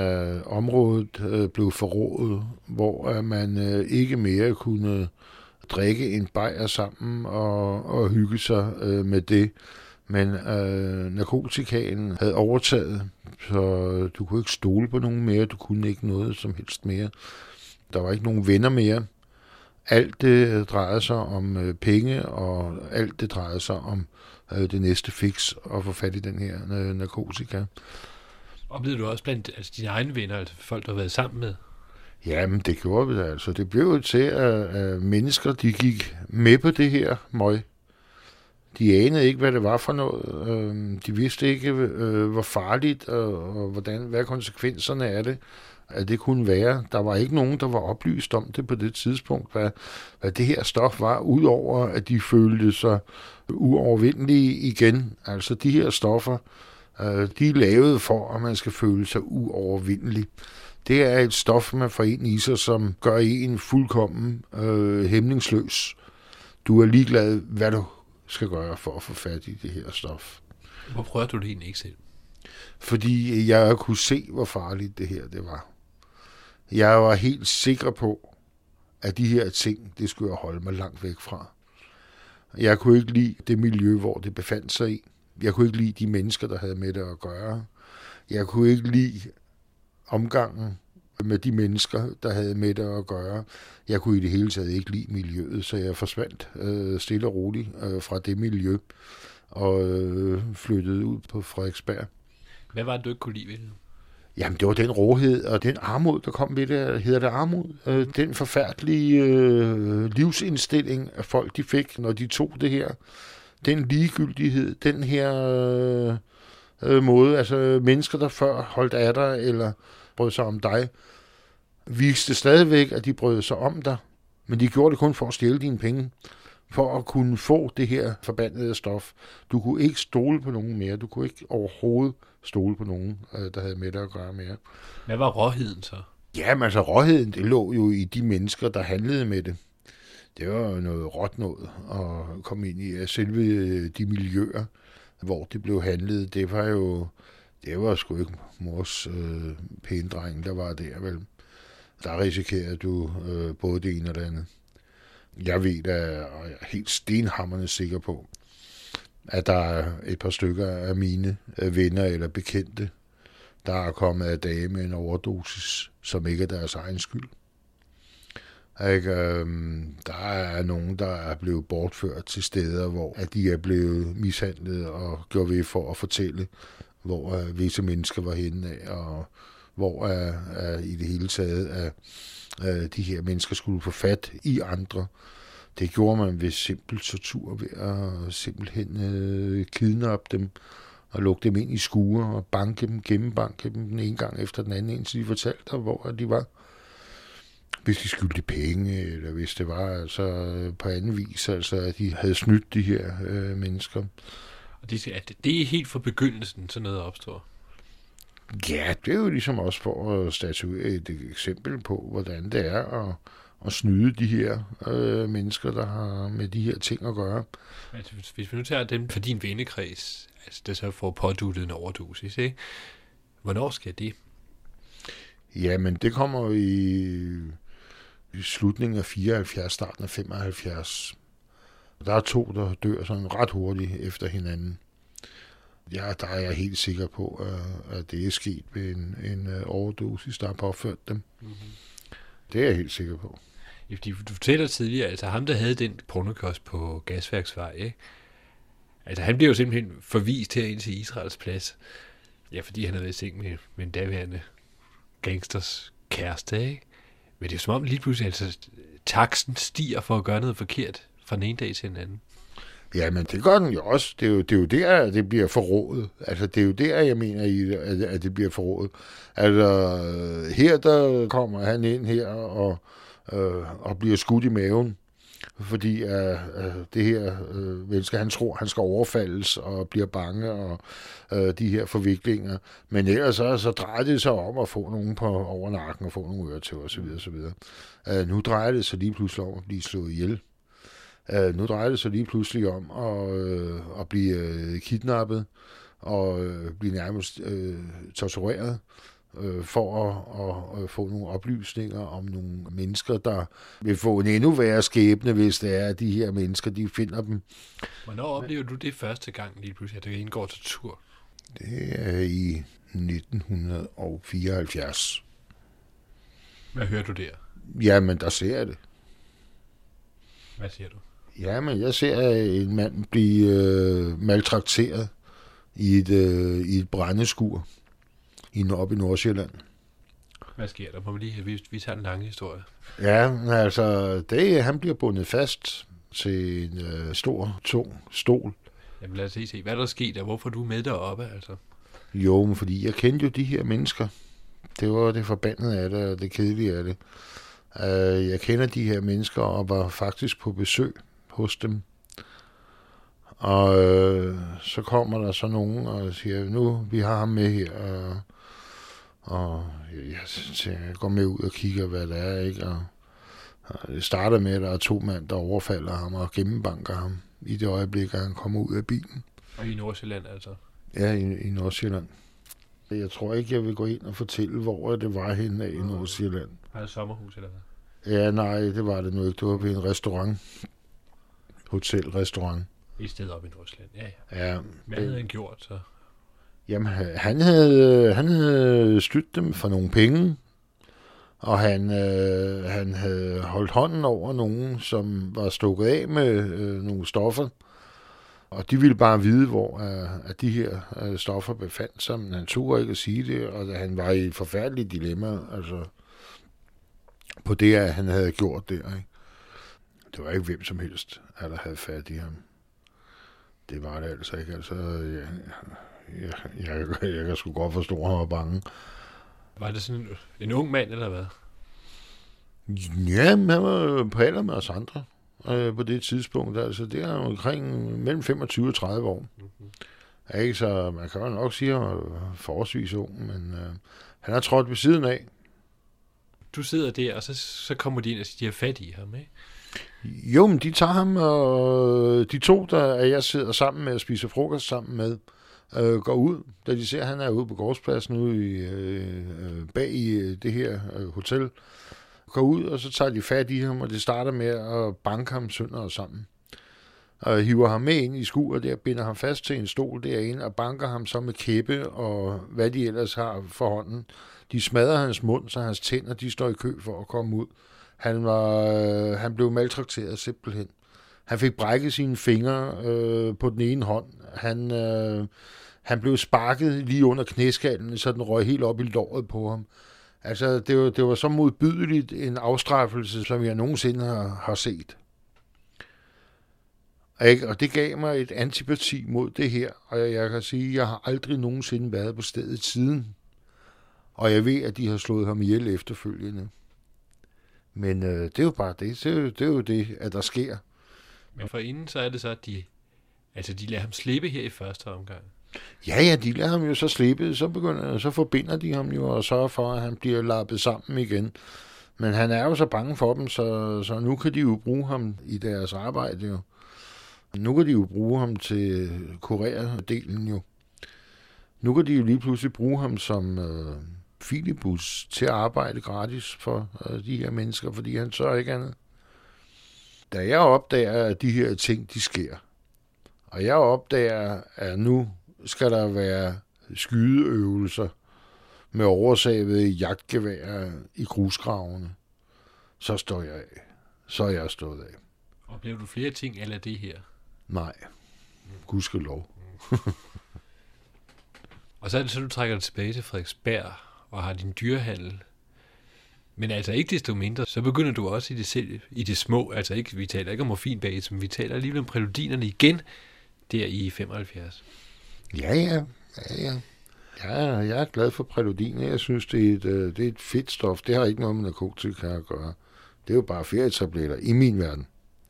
N: området blev forrådet, hvor man ikke mere kunne drikke en bajer sammen og hygge sig med det. Men narkotikaen havde overtaget, så du kunne ikke stole på nogen mere, du kunne ikke noget som helst mere. Der var ikke nogen venner mere. Alt det drejede sig om penge, og alt det drejede sig om det næste fix at få fat i den her narkotika.
O: Oplevede du også blandt dine egne venner, altså folk, du har været sammen med?
N: Jamen, det gjorde vi da. Altså. Det blev jo til, at mennesker de gik med på det her møg. De anede ikke, hvad det var for noget. De vidste ikke, hvor farligt og hvad konsekvenserne af det, at det kunne være. Der var ikke nogen, der var oplyst om det på det tidspunkt, hvad det her stof var, udover at de følte sig uovervindelige igen. Altså de her stoffer, de er lavet for, at man skal føle sig uovervindelig. Det er et stof, man får ind i sig, som gør en fuldkommen hæmningsløs. Du er ligeglad, hvad du skal gøre for at få fat i det her stof.
O: Hvor prøver du det egentlig ikke selv?
N: Fordi jeg kunne se, hvor farligt det her det var. Jeg var helt sikker på, at de her ting, det skulle jeg holde mig langt væk fra. Jeg kunne ikke lide det miljø, hvor det befandt sig i. Jeg kunne ikke lide de mennesker, der havde med det at gøre. Jeg kunne ikke lide omgangen med de mennesker, der havde med det at gøre. Jeg kunne i det hele taget ikke lide miljøet, så jeg forsvandt stille og roligt fra det miljø og flyttede ud på Frederiksberg.
O: Hvad var det, du ikke kunne lide ved det?
N: Jamen, det var den råhed og den armod, der kom ved det. Hedder det armod? Den forfærdelige livsindstilling, at folk de fik, når de tog det her. Den ligegyldighed, den her måde, altså mennesker, der før holdt af dig eller brød sig om dig, viste stadigvæk, at de brød sig om dig, men de gjorde det kun for at stjæle dine penge, for at kunne få det her forbandede stof. Du kunne ikke stole på nogen mere. Du kunne ikke overhovedet stole på nogen, der havde med det at gøre mere.
O: Hvad var råheden så?
N: Jamen altså, råheden, det lå jo i de mennesker, der handlede med det. Det var jo noget råt noget at komme ind i. Selve de miljøer, hvor det blev handlet, det var sgu ikke mors pæne dreng, der var der vel. Der risikerede du både det ene og det andet. Jeg ved da, og jeg er helt stenhamrende sikker på, at der er et par stykker af mine venner eller bekendte, der er kommet af dage med en overdosis, som ikke er deres egen skyld. Der er nogen, der er blevet bortført til steder, hvor at de er blevet mishandlet og gjort ved for at fortælle, hvor visse mennesker var henne af, og hvor i det hele taget de her mennesker skulle få fat i andre. Det gjorde man ved simpel tortur, ved at simpelthen kidnappe dem og lukke dem ind i skure og gennembanke dem den ene gang efter den anden, indtil de fortalte dig, hvor de var. hvis de skyldte penge, eller hvis det var altså på anden vis, altså at de havde snydt de her mennesker.
O: Og det er helt fra begyndelsen, sådan noget opstår?
N: Ja, det er jo ligesom også for at statuere et eksempel på, hvordan det er at snyde de her mennesker, der har med de her ting at gøre.
O: Altså, hvis vi nu tager dem for din vennekreds, altså det så får påduttet en overdosis, ikke? Hvornår sker det?
N: Jamen, det kommer i slutningen af 74, starten af 75. Der er 2, der dør sådan ret hurtigt efter hinanden. Ja, der er jeg helt sikker på, at det er sket ved en overdosis, der har påført dem. Mm-hmm. Det er jeg helt sikker på.
O: Ja, fordi du fortæller tidligere, altså ham, der havde den pornokost på Gasværksvej, ikke? Altså han blev jo simpelthen forvist her ind til Israels plads. Ja, fordi han havde været i seng med en daværende gangsters kæreste, ikke? Men det er som om lige pludselig, altså taksten stiger for at gøre noget forkert fra den ene dag til den anden.
N: Ja, men det gør den jo også. Det er jo der, det bliver forrådet. Altså, det er jo der, jeg mener, at det bliver forrådet. Altså, her der kommer han ind her og bliver skudt i maven, fordi det her menneske, han tror, han skal overfaldes og bliver bange og de her forviklinger. Men ellers så drejer det sig om at få nogen på over nakken og få nogle øretæver osv. osv. Nu drejer det sig lige pludselig om at blive slået ihjel. Nu drejer det sig lige pludselig om at blive kidnappet og blive nærmest tortureret for at få nogle oplysninger om nogle mennesker, der vil få en endnu værre skæbne, hvis det er, at de her mennesker, de finder dem.
O: Hvornår oplever du det første gang lige pludselig, at det indgår tortur?
N: Det er i 1974.
O: Hvad hører du der?
N: Jamen, der ser jeg det.
O: Hvad siger du?
N: Jamen, jeg ser en mand blive maltrakteret i et brændeskur oppe i Nordsjælland.
O: Hvad sker der? Må vi tager en lang historie.
N: Ja, altså, han bliver bundet fast til en stor, tung stol.
O: Jamen lad os se, hvad der er sket, og hvorfor du er med deroppe, altså?
N: Jo, men fordi jeg kendte jo de her mennesker. Det var det forbandede af det, og det kedelige af det. Jeg kender de her mennesker, og var faktisk på besøg hos dem. Og så kommer der så nogen og siger, nu, vi har ham med her, og jeg går med ud og kigger, hvad det er, ikke? Og det starter med, at der er 2 mænd, der overfalder ham og gennembanker ham i det øjeblik, at han kommer ud af bilen.
O: Og i Nordsjælland, altså?
N: Ja, i Nordsjælland. Jeg tror ikke, jeg vil gå ind og fortælle, hvor det var henne af i Nordsjælland.
O: Var det et sommerhus, eller hvad?
N: Ja, nej, det var det nu ikke. Det var ved en restaurant. Hotel-restaurant.
O: Et sted op i Nordsjælland, ja. Hvad havde han gjort, så?
N: Jamen, han havde snydt dem for nogle penge, og han havde holdt hånden over nogen, som var stukket af med nogle stoffer, og de ville bare vide, hvor at de her stoffer befandt sig, men han turde ikke at sige det, og han var i et forfærdeligt dilemma, altså på det, at han havde gjort det, ikke? Det var ikke hvem som helst, der havde fat i ham. Det var det altså ikke. Altså, jeg kan sgu godt forstå, at han var bange.
O: Var det sådan en ung mand, eller hvad?
N: Ja, han var på alder med os andre på det tidspunkt. Altså, det er omkring mellem 25 og 30 år. Mm-hmm. Ikke, så man kan jo nok sige, at han var forholdsvis ung, men han har trådt ved siden af.
O: Du sidder der, og så kommer de ind og siger, de har fat i ham, ikke?
N: Jo, men de tager ham, og de 2, der jeg sidder sammen med og spiser frokost sammen med, går ud, da de ser, at han er ude på gårdspladsen ude bag i det her hotel, går ud, og så tager de fat i ham, og det starter med at banke ham sønder og sammen. Og hiver ham med ind i skuret der, binder ham fast til en stol derinde, og banker ham så med kæppe, og hvad de ellers har for hånden. De smadrer hans mund, så hans tænder, de står i kø for at komme ud. Han blev maltrakteret simpelthen. Han fik brækket sine fingre på den ene hånd. Han blev sparket lige under knæskallen, så den røg helt op i låret på ham. Altså, det var så modbydeligt en afstraffelse, som jeg nogensinde har set. Og det gav mig et antipati mod det her, og jeg kan sige, at jeg har aldrig nogensinde været på stedet siden. Og jeg ved, at de har slået ham ihjel efterfølgende. Men det er jo bare det. Det er jo det, at der sker.
O: Men for inden så er det så, at de lader ham slippe her i første omgang.
N: Ja, de lader ham jo så slippe, så forbinder de ham jo og sørger for, at han bliver lappet sammen igen. Men han er jo så bange for dem, så nu kan de jo bruge ham i deres arbejde jo. Nu kan de jo bruge ham til kurerdelen jo. Nu kan de jo lige pludselig bruge ham som filibus til at arbejde gratis for de her mennesker, fordi han sørger ikke andet. Da jeg opdager, at de her ting, de sker, og jeg opdager, at nu skal der være skydeøvelser med oversavede jagtgevær i grusgravene, så står jeg af. Så er jeg stået af.
O: Oplever du flere ting eller det her?
N: Nej. Gudskelov.
O: Og så er det så, du trækker dig tilbage til Frederiksberg og har din dyrehandel. Men altså ikke desto mindre, så begynder du også i det små. Altså ikke, vi taler ikke om morfinbase, men vi taler alligevel om præludinerne igen der i 75.
N: Ja. Jeg er glad for præludiner. Jeg synes, det er et fedt stof. Det har ikke noget med narkotika at gøre. Det er jo bare ferietabletter i min verden.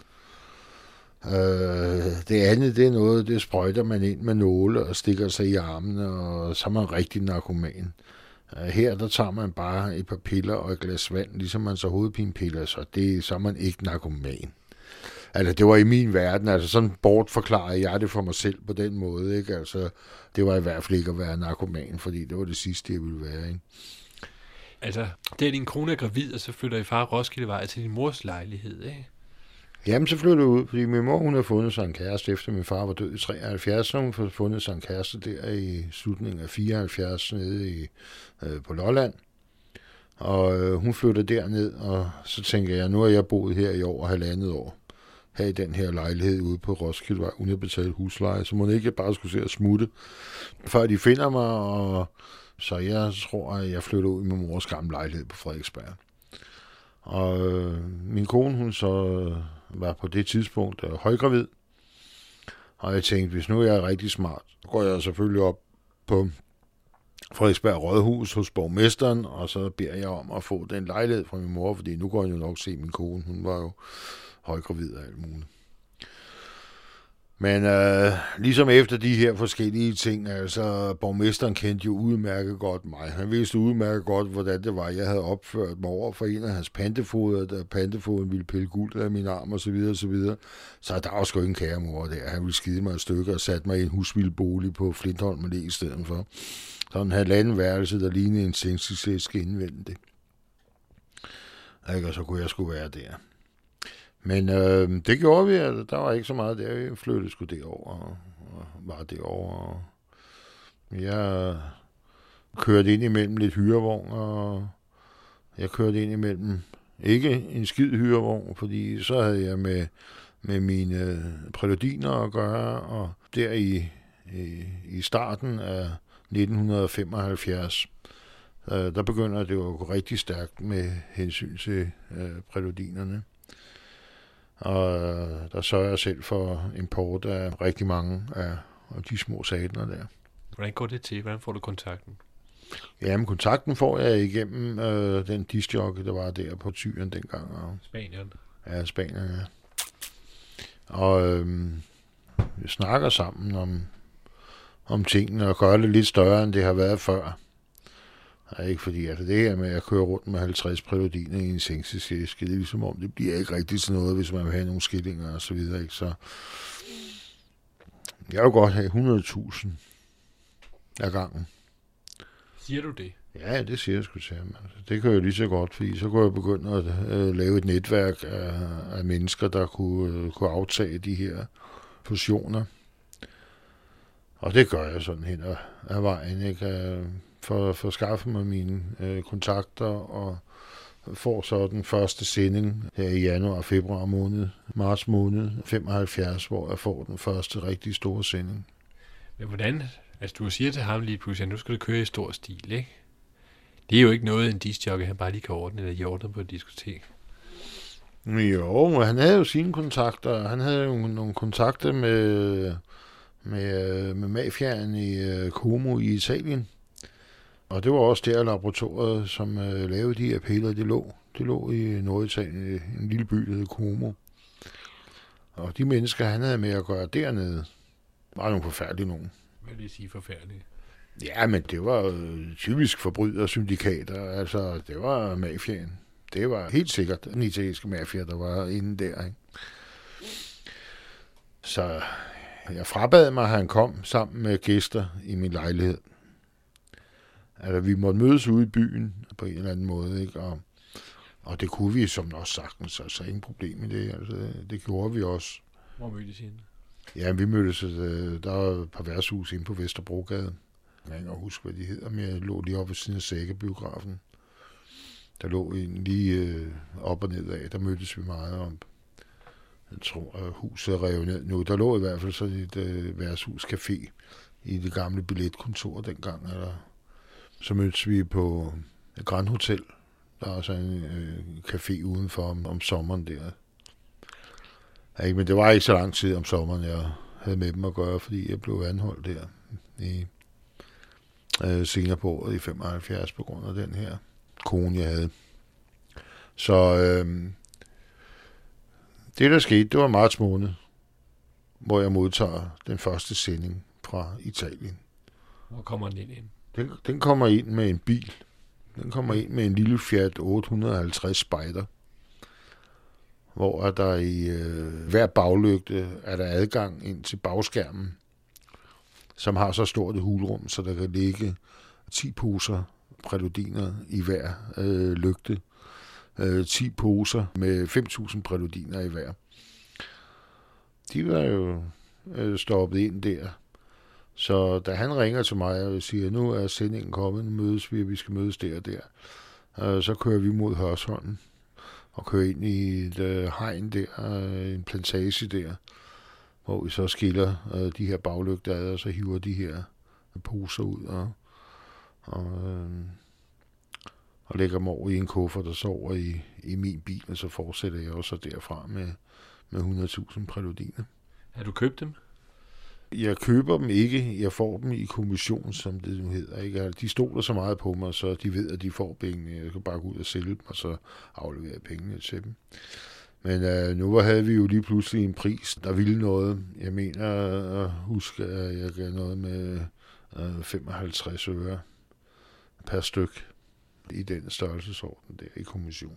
N: Det andet, det er noget, det sprøjter man ind med nåle og stikker sig i armene, og så er man rigtig narkoman. Her, der tager man bare et par piller og et glas vand, ligesom man så hovedpinepiller, så er man ikke narkoman. Altså, det var i min verden, altså sådan bortforklarer jeg det for mig selv på den måde, ikke? Altså, det var i hvert fald ikke at være narkoman, fordi det var det sidste, jeg ville være, ikke?
O: Altså, det er din kone er gravid, og så flytter I fra Roskildevej til din mors lejlighed, ikke?
N: Jamen, så flyttede jeg ud, fordi min mor, hun har fundet sig en kæreste, efter min far var død i 73, så hun har fundet sig en kæreste der i slutningen af 74 nede på Lolland. Og hun flyttede derned, og så tænker jeg, nu har jeg boet her i over 1,5 år, her i den her lejlighed ude på Roskildevej, uden at betale husleje, så må jeg ikke bare skulle se at smutte, før de finder mig, og så jeg tror, at jeg flytter ud i min mors gamle lejlighed på Frederiksberg. Og min kone, hun så var på det tidspunkt højgravid, og jeg tænkte, hvis nu jeg er rigtig smart, så går jeg selvfølgelig op på Frederiksberg Rådhus hos borgmesteren, og så beder jeg om at få den lejlighed fra min mor, fordi nu går jeg jo nok se min kone, hun var jo højgravid og alt muligt. Men ligesom efter de her forskellige ting, altså borgmesteren kendte jo udmærket godt mig. Han vidste udmærket godt, hvordan det var, jeg havde opført mig over for en af hans pantefoder, da pantefoden ville pille guld af min arm osv. osv. Så der var sgu ikke en kære mor der. Han ville skide mig et stykke og satte mig i en husvildbolig på Flintholm Allé i stedet for. Sådan en 1,5 værelse, der lignede en sengelsesæske indvendigt. Og så kunne jeg sgu være der. Men det gjorde vi, altså. Der var ikke så meget der. Vi flyttede sgu derover og var derovre. Jeg kørte ind imellem lidt hyrevogn, og jeg kørte ind imellem ikke en skid hyrevogn, fordi så havde jeg med mine præludiner at gøre, og der i starten af 1975, der begynder det jo at gå rigtig stærkt med hensyn til præludinerne. Og der sørger jeg selv for import af rigtig mange af de små sataner der.
O: Hvordan går det til? Hvordan får du kontakten?
N: Jamen, kontakten får jeg igennem den discjockey, der var der på Tyren dengang. Og
O: Spanien?
N: Ja, Spanien, ja. Og vi snakker sammen om tingene og gør det lidt større, end det har været før. Ikke fordi det her med at køre rundt med 50 præludiner i en sengelsesæske, det er ligesom om, det bliver ikke rigtig til noget, hvis man vil have nogle skillinger og så videre, ikke? Så jeg vil godt have 100.000 af gangen.
O: Siger du det?
N: Ja, det siger jeg sgu til ham. Altså, det kan jeg jo lige så godt, fordi så kunne jeg begynde at lave et netværk af mennesker, der kunne aftage de her fusioner. Og det gør jeg sådan hen ad vejen, ikke? For at skaffe mig mine kontakter, og får så den første sending her i januar, februar måned, marts måned 75, hvor jeg får den første rigtig store sending.
O: Men hvordan? Altså du siger til ham lige pludselig, at nu skal du køre i stor stil, ikke? Det er jo ikke noget, en discjockey, han bare lige kan ordne, eller ordne på et diskotek.
N: Jo, han havde jo sine kontakter. Han havde jo nogle kontakter med mafiaen i Como i Italien. Og det var også der laboratoriet, som lavede de her piller, det lå i Norditalien, en lille by, der hed Como. Og de mennesker, han havde med at gøre dernede, var nogle forfærdelige nogen.
O: Hvad vil det sige forfærdelige?
N: Ja, men det var typisk forbrydersyndikater, altså det var mafiaen. Det var helt sikkert den italienske mafia, der var inde der, ikke? Så jeg frabad mig, at han kom sammen med gæster i min lejlighed. Altså, vi måtte mødes ude i byen på en eller anden måde, ikke? Og det kunne vi som også sagtens, altså ingen problem i det. Altså, det gjorde vi også.
O: Hvor mødtes I henne?
N: Ja, vi mødtes, der var et par værtshus inde på Vesterbrogade. Jeg kan ikke huske, hvad de hedder, men jeg lå lige oppe ved siden af Sækkebiografen. Der lå en lige op og ned af, der mødtes vi meget om. Jeg tror, at huset er revet ned nu. Der lå i hvert fald sådan et værtshus-café i det gamle billetkontor dengang. Så mødtes vi på Grand Hotel. Der er også en café udenfor om sommeren der. Ja, ikke, men det var ikke så lang tid om sommeren, jeg havde med dem at gøre, fordi jeg blev anholdt der i Singapore i 75 på grund af den her kone, jeg havde. Så det, der skete, det var marts måned, hvor jeg modtager den første sending fra Italien.
O: Hvor kommer den ind?
N: Den kommer ind med en bil. Den kommer ind med en lille Fiat 850 Spider, hvor der i hver baglygte er der adgang ind til bagskærmen, som har så stort et hulrum, så der kan ligge 10 poser præludiner i hver lygte. 10 poser med 5.000 præludiner i hver. De var jo stoppet ind der. Så da han ringer til mig og siger, nu er sendingen kommet, nu mødes vi, og vi skal mødes der og der, så kører vi mod Hørsholm og kører ind i et hegn der, en plantage der, hvor vi så skiller de her baglygter ad, og så hiver de her poser ud og lægger dem over i en kuffert, der sover i min bil, og så fortsætter jeg også derfra med 100.000 præludiner.
O: Har du købt dem?
N: Jeg køber dem ikke. Jeg får dem i kommission, som det nu hedder. Ikke? De stoler så meget på mig, så de ved, at de får pengene. Jeg kan bare gå ud og sælge dem, og så aflevere pengene til dem. Men nu havde vi jo lige pludselig en pris, der ville noget. Jeg mener at huske, at jeg gav noget med 55 øre per styk i den størrelsesorden der i kommission.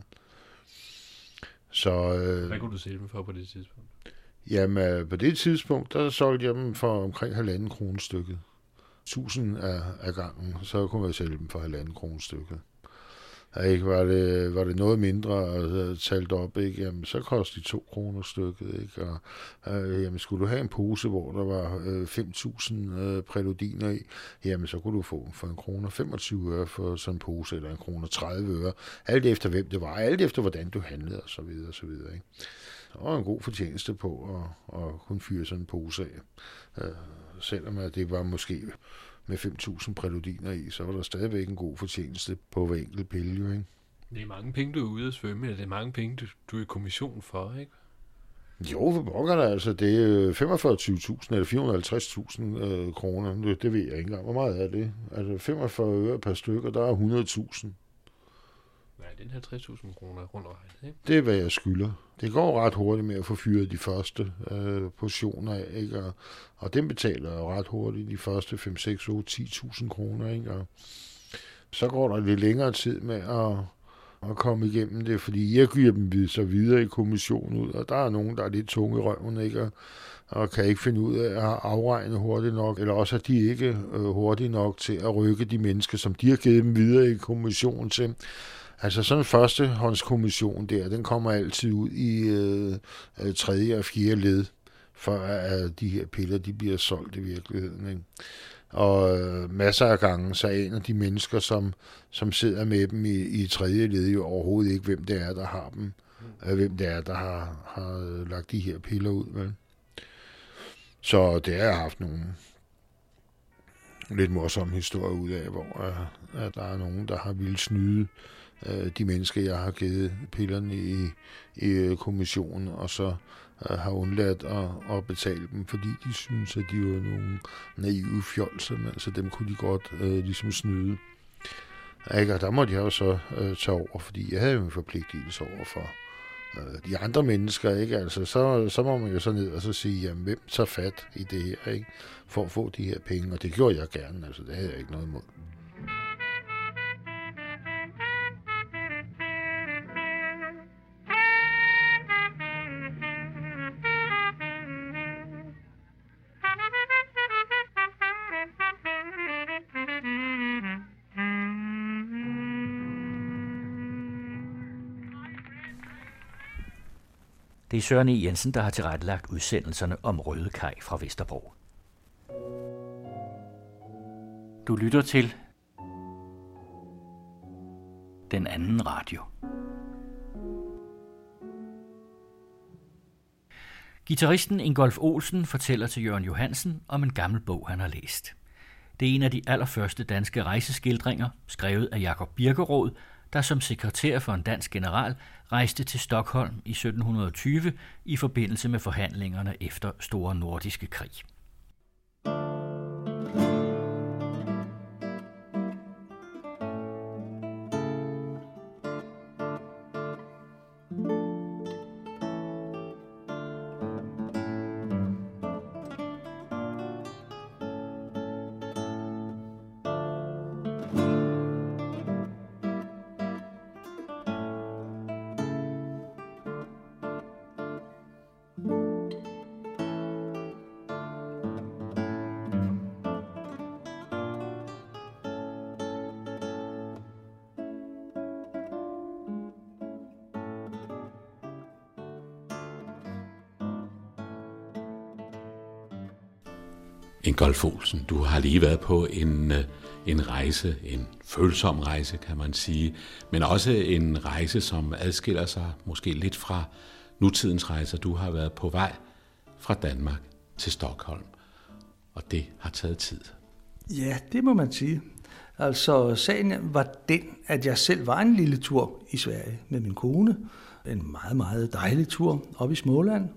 N: Så,
O: hvad kunne du sælge dem for på det tidspunkt?
N: Jamen, på det tidspunkt, der solgte jeg dem for omkring 1,5 kroner stykket. 1000 af gangen, så kunne jeg sælge dem for 1,5 kroner stykket. Ikke? Var det noget mindre og talt op, ikke? Jamen, så kostede de 2 kroner stykket. Ikke? Og, jamen, skulle du have en pose, hvor der var 5.000 præludiner i, jamen, så kunne du få for 1,25 kroner for sådan en pose, eller 1,30 kroner. Alt efter hvem det var, alt efter hvordan du handlede, og så videre, og så videre. Ikke? Der var en god fortjeneste på at kunne fyre sådan en pose af. Selvom at det var måske med 5.000 præludiner i, så var der stadigvæk en god fortjeneste på hver enkelt pille, ikke?
O: Det er mange penge, du er ude at svømme, eller det er mange penge, du er i kommission for, ikke?
N: Jo, for pokker der, altså det er 45.000 eller 450.000 kroner. Det ved jeg ikke engang. Hvor meget er det? Altså 45 øre per stykke, og der er 100.000.
O: Hvad er den her 60.000 kroner rundt regnet, ikke?
N: Det er, hvad jeg skylder. Det går ret hurtigt med at få fyret de første portioner af, ikke? Og den betaler jeg ret hurtigt, de første 5, 6, 8, 10.000 kroner, ikke? Og så går der lidt længere tid med at komme igennem det, fordi jeg giver dem så videre i kommissionen ud, og der er nogen, der er lidt tunge i røven, ikke? Og kan ikke finde ud af at afregne hurtigt nok, eller også er de ikke hurtigt nok til at rykke de mennesker, som de har givet dem videre i kommissionen til. Altså sådan en førstehåndskommission der, den kommer altid ud i 3. og 4. led, for at de her piller, de bliver solgt i virkeligheden, ikke? Og masser af gange, så aner de mennesker, som sidder med dem i 3. led, jo overhovedet ikke, hvem det er, der har dem. Hvem det er, der har lagt de her piller ud, vel? Så det har jeg haft nogle lidt morsomme historier ud af, hvor at der er nogen, der har ville snyde de mennesker, jeg har givet pillerne i kommissionen, og så har undladt at betale dem, fordi de synes, at de var nogle naive fjolser, men altså dem kunne de godt ligesom snyde. Ikke? Og der måtte jeg jo så tage over, fordi jeg havde jo en forpligtelse over for de andre mennesker, ikke? Altså, så må man jo så ned og så sige, jamen, hvem tager fat i det her, ikke? For at få de her penge, og det gjorde jeg gerne, altså, det havde jeg ikke noget imod.
F: Det er Søren E. Jensen, der har tilrettelagt udsendelserne om Røde Kaj fra Vesterbro. Du lytter til Den Anden Radio. Guitaristen Ingolf Olsen fortæller til Jørgen Johansen om en gammel bog, han har læst. Det er en af de allerførste danske rejseskildringer, skrevet af Jakob Birkerød, der som sekretær for en dansk general rejste til Stockholm i 1720 i forbindelse med forhandlingerne efter Store Nordiske Krig.
P: Ingolf Olsen, du har lige været på en rejse, en følsom rejse, kan man sige, men også en rejse, som adskiller sig måske lidt fra nutidens rejser. Du har været på vej fra Danmark til Stockholm, og det har taget tid.
Q: Ja, det må man sige. Altså, sagen var den, at jeg selv var en lille tur i Sverige med min kone. En meget, meget dejlig tur op i Småland.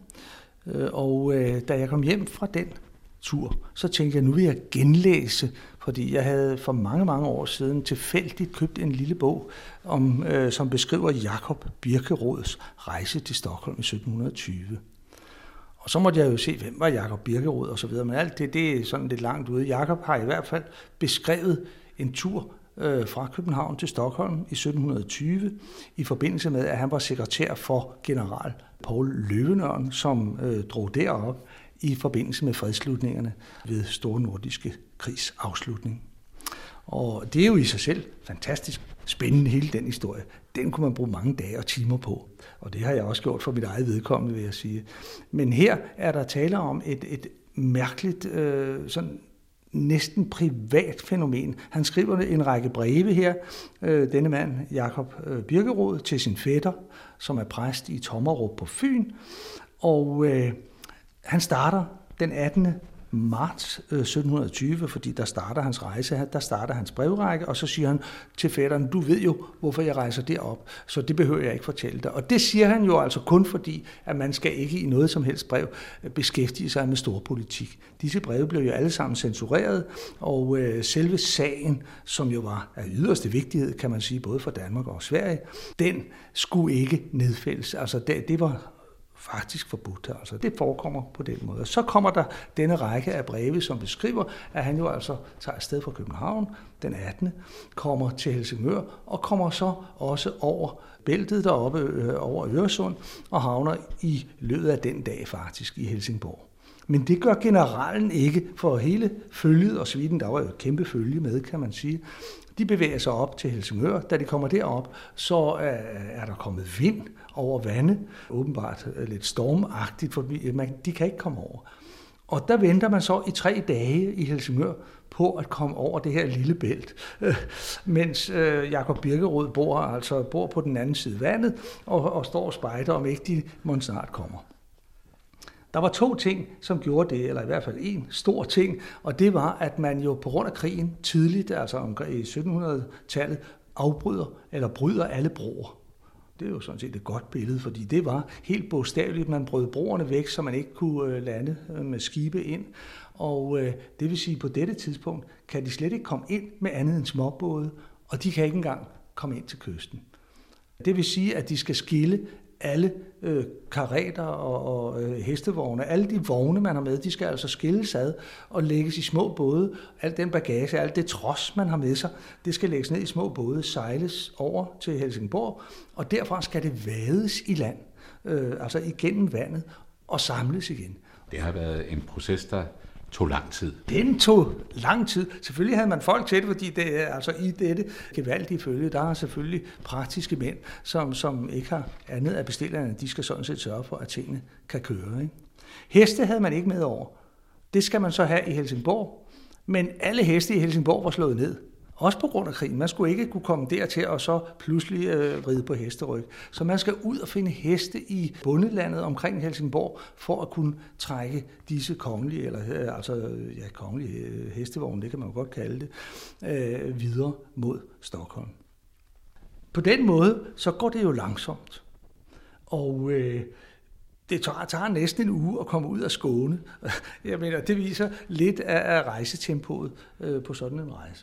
Q: Og da jeg kom hjem fra den tur, så tænkte jeg, nu vil jeg genlæse, fordi jeg havde for mange, mange år siden tilfældigt købt en lille bog, som beskriver Jakob Birkerøds rejse til Stockholm i 1720. Og så måtte jeg jo se, hvem var Jakob Birkerød og så videre, men alt det er sådan lidt langt ude. Jakob har i hvert fald beskrevet en tur fra København til Stockholm i 1720, i forbindelse med, at han var sekretær for general Poul Løvenørn, som drog derop i forbindelse med fredsslutningerne ved Store Nordiske Krigs afslutning. Og det er jo i sig selv fantastisk spændende, hele den historie. Den kunne man bruge mange dage og timer på, og det har jeg også gjort for mit eget vedkommende, vil jeg sige. Men her er der tale om et mærkeligt, sådan næsten privat fænomen. Han skriver en række breve her, denne mand, Jakob Birkerød, til sin fætter, som er præst i Tommerup på Fyn, og han starter den 18. marts 1720, fordi der starter hans rejse, der starter hans brevrække, og så siger han til fætteren, du ved jo, hvorfor jeg rejser derop, så det behøver jeg ikke fortælle dig. Og det siger han jo altså kun fordi, at man skal ikke i noget som helst brev beskæftige sig med storpolitik. Disse breve blev jo alle sammen censureret, og selve sagen, som jo var af yderste vigtighed, kan man sige, både for Danmark og Sverige, den skulle ikke nedfældes. Altså det var faktisk forbudt. Altså, det forekommer på den måde. Så kommer der denne række af breve, som beskriver, at han jo altså tager afsted fra København den 18., kommer til Helsingør og kommer så også over bæltet deroppe over Øresund og havner i løbet af den dag faktisk i Helsingborg. Men det gør generalen ikke for hele følget og sviten. Der var jo et kæmpe følge med, kan man sige. De bevæger sig op til Helsingør. Da de kommer derop, så er der kommet vind over vandet. Åbenbart lidt stormagtigt, for de kan ikke komme over. Og der venter man så i 3 dage i Helsingør på at komme over det her lille bælt. Mens Jakob Birkerød bor på den anden side vandet og står og spejder, om ikke de må snart kommer. Der var 2 ting, som gjorde det, eller i hvert fald en stor ting, og det var, at man jo på grund af krigen tidligt, altså i 1700-tallet, bryder alle broer. Det er jo sådan set et godt billede, fordi det var helt bogstaveligt, man brød broerne væk, så man ikke kunne lande med skibe ind. Og det vil sige, at på dette tidspunkt kan de slet ikke komme ind med andet end småbåde og de kan ikke engang komme ind til kysten. Det vil sige, at de skal skille alle karreter og hestevogne, alle de vogne, man har med, de skal altså skilles ad og lægges i små både. Al den bagage, alt det trods, man har med sig, det skal lægges ned i små både, sejles over til Helsingborg, og derfra skal det vades i land, altså igennem vandet og samles igen.
P: Det har været en proces, der tog lang tid.
Q: Den tog lang tid. Selvfølgelig havde man folk til det, fordi det, altså i dette gevaldige følge, der er selvfølgelig praktiske mænd, som ikke har andet af bestillerne. De skal sådan set sørge for, at tingene kan køre. Ikke? Heste havde man ikke med over. Det skal man så have i Helsingborg. Men alle heste i Helsingborg var slået ned. Også på grund af krigen. Man skulle ikke kunne komme dertil og så pludselig ride på hesteryg. Så man skal ud og finde heste i bondelandet omkring Helsingborg, for at kunne trække disse kongelige, eller kongelige hestevogne, det kan man jo godt kalde det, videre mod Stockholm. På den måde, så går det jo langsomt. Og det tager næsten en uge at komme ud af Skåne. Jeg mener, det viser lidt af rejsetempoet på sådan en rejse.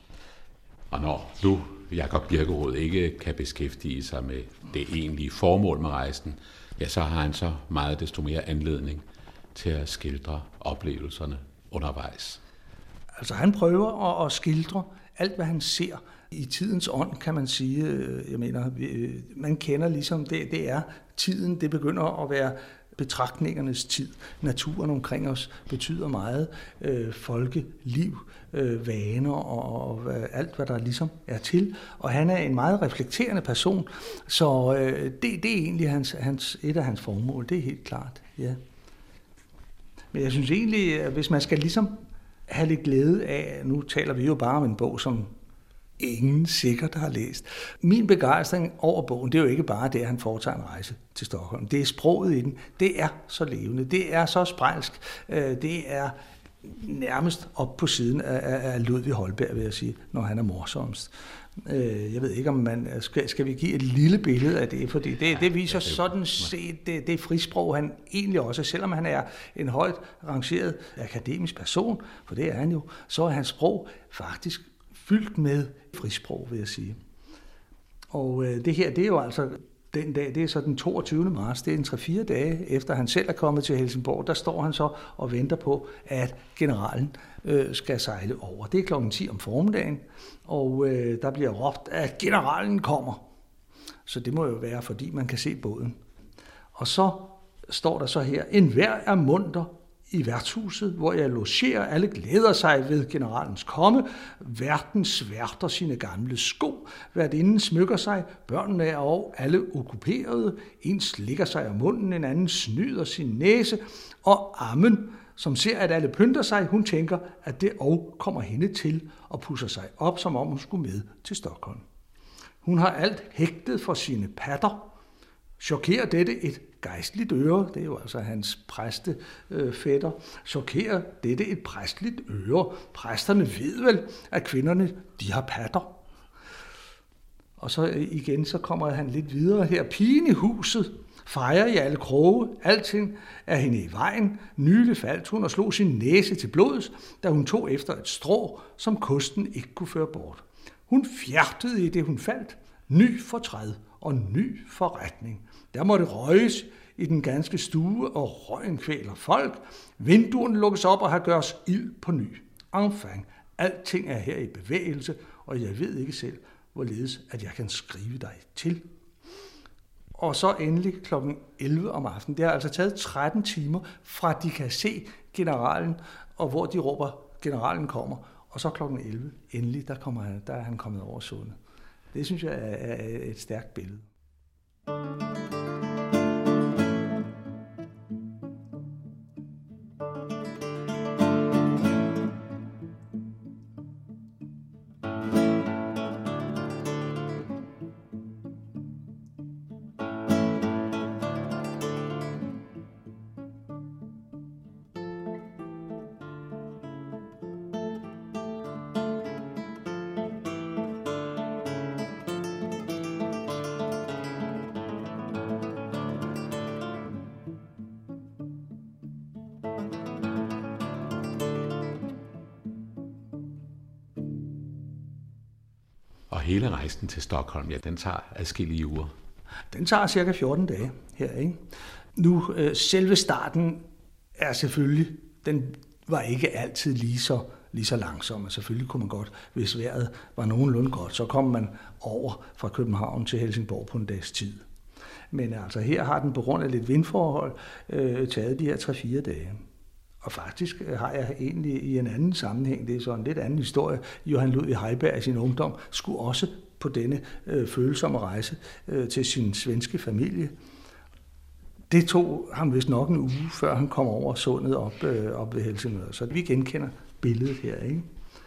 P: Og når nu Jakob Birkerød ikke kan beskæftige sig med det egentlige formål med rejsen, ja, så har han så meget desto mere anledning til at skildre oplevelserne undervejs.
Q: Altså han prøver at skildre alt, hvad han ser i tidens ånd, kan man sige. Jeg mener, man kender ligesom det er tiden, det begynder at være betragtningernes tid. Naturen omkring os betyder meget. Folkeliv, vaner og alt, hvad der ligesom er til. Og han er en meget reflekterende person, så det er egentlig et af hans formål, det er helt klart. Ja. Men jeg synes egentlig, at hvis man skal ligesom have lidt glæde af, nu taler vi jo bare om en bog, som ingen sikkert har læst. Min begejstring over bogen, det er jo ikke bare det, at han foretager en rejse til Stockholm. Det er sproget i den. Det er så levende. Det er så sprælsk. Det er nærmest op på siden af Ludvig Holberg, vil jeg sige, når han er morsomst. Jeg ved ikke, om man skal vi give et lille billede af det, fordi det viser sådan set det frisprog, han egentlig også, selvom han er en højt rangeret akademisk person, for det er han jo, så er hans sprog faktisk fyldt med frisprog, vil jeg sige. Og det her, det er jo altså den dag, det er så den 22. marts, det er en 3-4 dage efter han selv er kommet til Helsingborg, der står han så og venter på, at generalen skal sejle over. Det er klokken 10 om formiddagen, og der bliver råbt, at generalen kommer. Så det må jo være, fordi man kan se båden. Og så står der så her, enhver er munter i værtshuset, hvor jeg logerer. Alle glæder sig ved generalens komme. Værten sværter sine gamle sko. Værtinden smykker sig. Børnene er og alle okkuperede. En slikker sig om munden, en anden snyder sin næse. Og ammen, som ser, at alle pynter sig, hun tænker, at det og kommer hende til og pusser sig op, som om hun skulle med til Stockholm. Hun har alt hægtet for sine patter. Chokerer dette et gejstligt øre, det er jo altså hans præstefætter, chokerer dette et præstligt øre. Præsterne ved vel, at kvinderne, de har patter. Og så igen, så kommer han lidt videre her. Pigen i huset fejrer i alle kroge, alting er hende i vejen. Nylig faldt hun og slog sin næse til blods, da hun tog efter et strå, som kosten ikke kunne føre bort. Hun fjærtede i det, hun faldt. Ny fortræd og ny forretning. Der måtte røges i den ganske stue, og røgen kvæler folk. Vinduerne lukkes op og har gøres ild på ny. Enfin, alting er her i bevægelse, og jeg ved ikke selv, hvorledes at jeg kan skrive dig til. Og så endelig kl. 11 om aftenen. Det har altså taget 13 timer, fra de kan se generalen, og hvor de råber, generalen kommer. Og så kl. 11 endelig, der er han kommet over sundet. Det synes jeg er et stærkt billede.
P: hele rejsen til Stockholm, ja, den tager adskillige uger.
Q: Den tager cirka 14 dage her, ikke? Nu, selve starten er selvfølgelig, den var ikke altid lige så langsom. Selvfølgelig kunne man godt, hvis vejret var nogenlunde godt, så kom man over fra København til Helsingborg på en dags tid. Men altså her har den på grund af lidt vindforhold taget de her 3-4 dage. Og faktisk har jeg egentlig i en anden sammenhæng, det er så en lidt anden historie, Johan Ludvig Heiberg i sin ungdom skulle også på denne følsomme rejse til sin svenske familie. Det tog ham vist nok en uge, før han kom over sundet op ved Helsingør. Så vi genkender billedet her, ikke?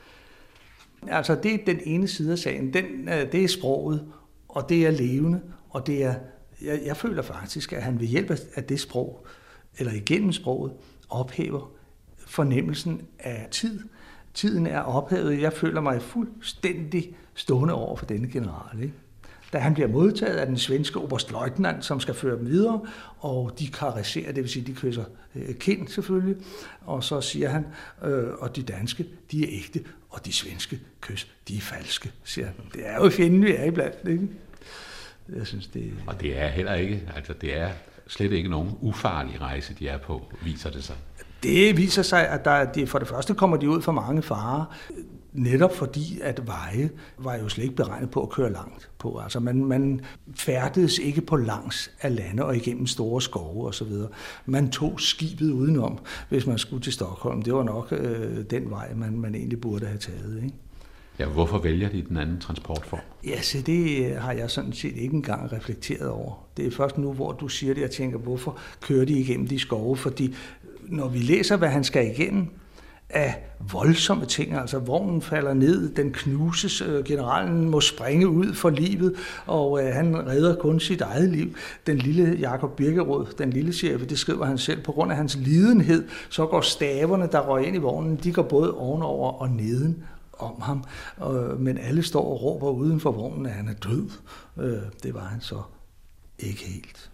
Q: Altså det er den ene side af sagen. Det er sproget, og det er levende, og det er... Jeg føler faktisk, at han ved hjælp af det sprog, eller igennem sproget, ophæver fornemmelsen af tid. Tiden er ophævet. Jeg føler mig fuldstændig stående over for denne general, ikke? Da han bliver modtaget af den svenske oberstløjtnant, som skal føre dem videre, og de karesserer, det vil sige, de kysser kind selvfølgelig, og så siger han, og de danske, de er ægte, og de svenske kys, de er falske, siger han. Det er jo fjenden, vi er iblandt, ikke? Jeg synes, det...
P: Og det er heller ikke, altså det er slet ikke nogen ufarlig rejse, de er på, viser det sig.
Q: Det viser sig, at for det første kommer de ud for mange farer, netop fordi, at veje var jo slet ikke beregnet på at køre langt på. Altså man færdedes ikke på langs af lande og igennem store skove osv. Man tog skibet udenom, hvis man skulle til Stockholm. Det var nok den vej, man egentlig burde have taget, ikke?
P: Ja, hvorfor vælger de den anden transportform?
Q: Ja, så det har jeg sådan set ikke engang reflekteret over. Det er først nu, hvor du siger det, jeg tænker, hvorfor kører de igennem de skove? Fordi når vi læser, hvad han skal igennem af voldsomme ting, altså vognen falder ned, den knuses, generalen må springe ud for livet, og han redder kun sit eget liv. Den lille Jakob Birkerød, den lille chef, det skriver han selv, på grund af hans lidenhed, så går staverne, der røg ind i vognen, de går både ovenover og neden om ham, men alle står og råber uden for vognen, at han er død. Det var han så ikke helt.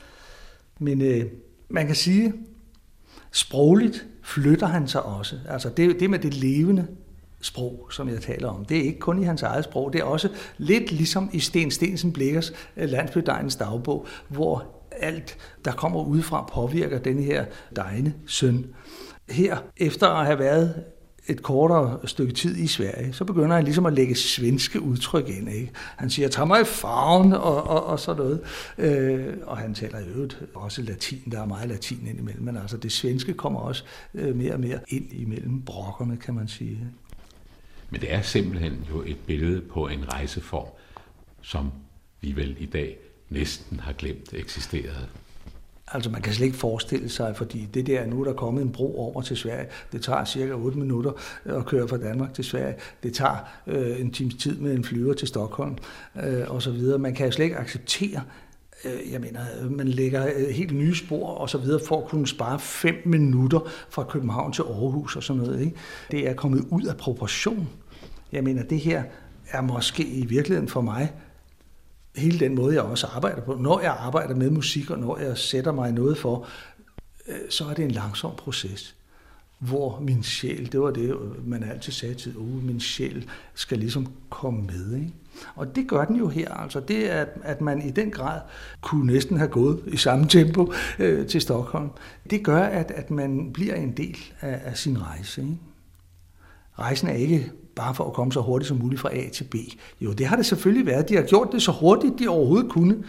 Q: Men man kan sige, sprogligt flytter han sig også. Altså det med det levende sprog, som jeg taler om, det er ikke kun i hans eget sprog, det er også lidt ligesom i Sten Stensen Blichers Landsbydegnens dagbog, hvor alt, der kommer udefra, påvirker denne her degne søn. Her, efter at have været et kortere stykke tid i Sverige, så begynder han ligesom at lægge svenske udtryk ind, ikke? Han siger, tag mig i farven, og sådan noget. Og han taler i øvrigt også latin, der er meget latin indimellem, men altså det svenske kommer også mere og mere ind imellem brokkerne, kan man sige.
P: Men det er simpelthen jo et billede på en rejseform, som vi vel i dag næsten har glemt eksisterede.
Q: Altså man kan slet ikke forestille sig, fordi det der, nu er der kommet en bro over til Sverige, det tager cirka 8 minutter at køre fra Danmark til Sverige. Det tager en times tid med en flyver til Stockholm og så videre. Man kan jo slet ikke acceptere, jeg mener, man lægger helt nye spor og så videre for at kunne spare 5 minutter fra København til Aarhus og sådan noget, ikke? Det er kommet ud af proportion. Jeg mener, det her er måske i virkeligheden for mig hele den måde, jeg også arbejder på. Når jeg arbejder med musik, og når jeg sætter mig noget for, så er det en langsom proces, hvor min sjæl, det var det, man altid sagde til, min sjæl skal ligesom komme med, ikke? Og det gør den jo her, altså det, at man i den grad kunne næsten have gået i samme tempo til Stockholm, det gør, at man bliver en del af sin rejse, ikke? Rejsen er ikke bare for at komme så hurtigt som muligt fra A til B. Jo, det har det selvfølgelig været. De har gjort det så hurtigt, de overhovedet kunne,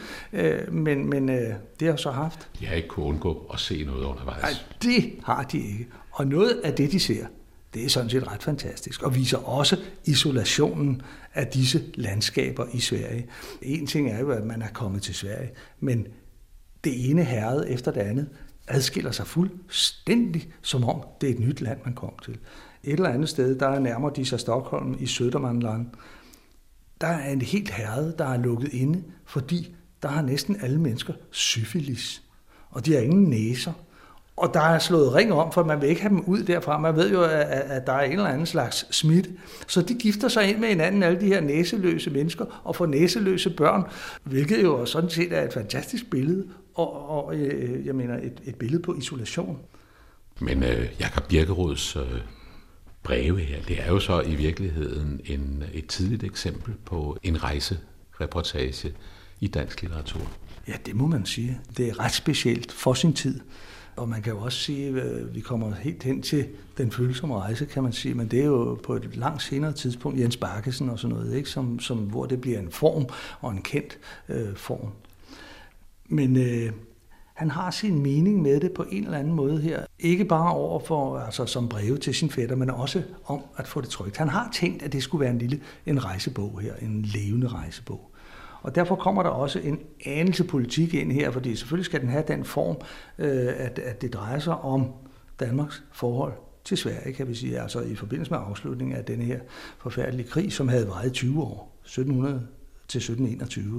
Q: men det har så haft.
P: De har ikke kunnet undgå at se noget undervejs.
Q: Nej, det har de ikke. Og noget af det, de ser, det er sådan set ret fantastisk, og viser også isolationen af disse landskaber i Sverige. En ting er jo, at man er kommet til Sverige, men det ene herred efter det andet adskiller sig fuldstændig, som om det er et nyt land, man kom til. Et eller andet sted, der nærmer de sig Stockholm i Södermanland. Der er en helt herred, der er lukket inde, fordi der har næsten alle mennesker syfilis. Og de har ingen næser. Og der er slået ring om, for man vil ikke have dem ud derfra. Man ved jo, at der er en eller anden slags smitte. Så de gifter sig ind med hinanden, alle de her næseløse mennesker, og får næseløse børn, hvilket jo sådan set er et fantastisk billede, og jeg mener et billede på isolation.
P: Men Jakob Birkerøds breve her, det er jo så i virkeligheden et tidligt eksempel på en rejsereportage i dansk litteratur.
Q: Ja, det må man sige. Det er ret specielt for sin tid. Og man kan jo også sige, at vi kommer helt hen til den følsomme rejse, kan man sige, men det er jo på et langt senere tidspunkt, Jens Baggesen og sådan noget, ikke? Hvor det bliver en form og en kendt form. Men han har sin mening med det på en eller anden måde her. Ikke bare over for, altså som breve til sin fætter, men også om at få det trykt. Han har tænkt, at det skulle være en rejsebog her, en levende rejsebog. Og derfor kommer der også en anelse politik ind her, fordi selvfølgelig skal den have den form, at det drejer sig om Danmarks forhold til Sverige, kan vi sige, altså i forbindelse med afslutningen af denne her forfærdelige krig, som havde varet i 20 år, 1700 til 1721.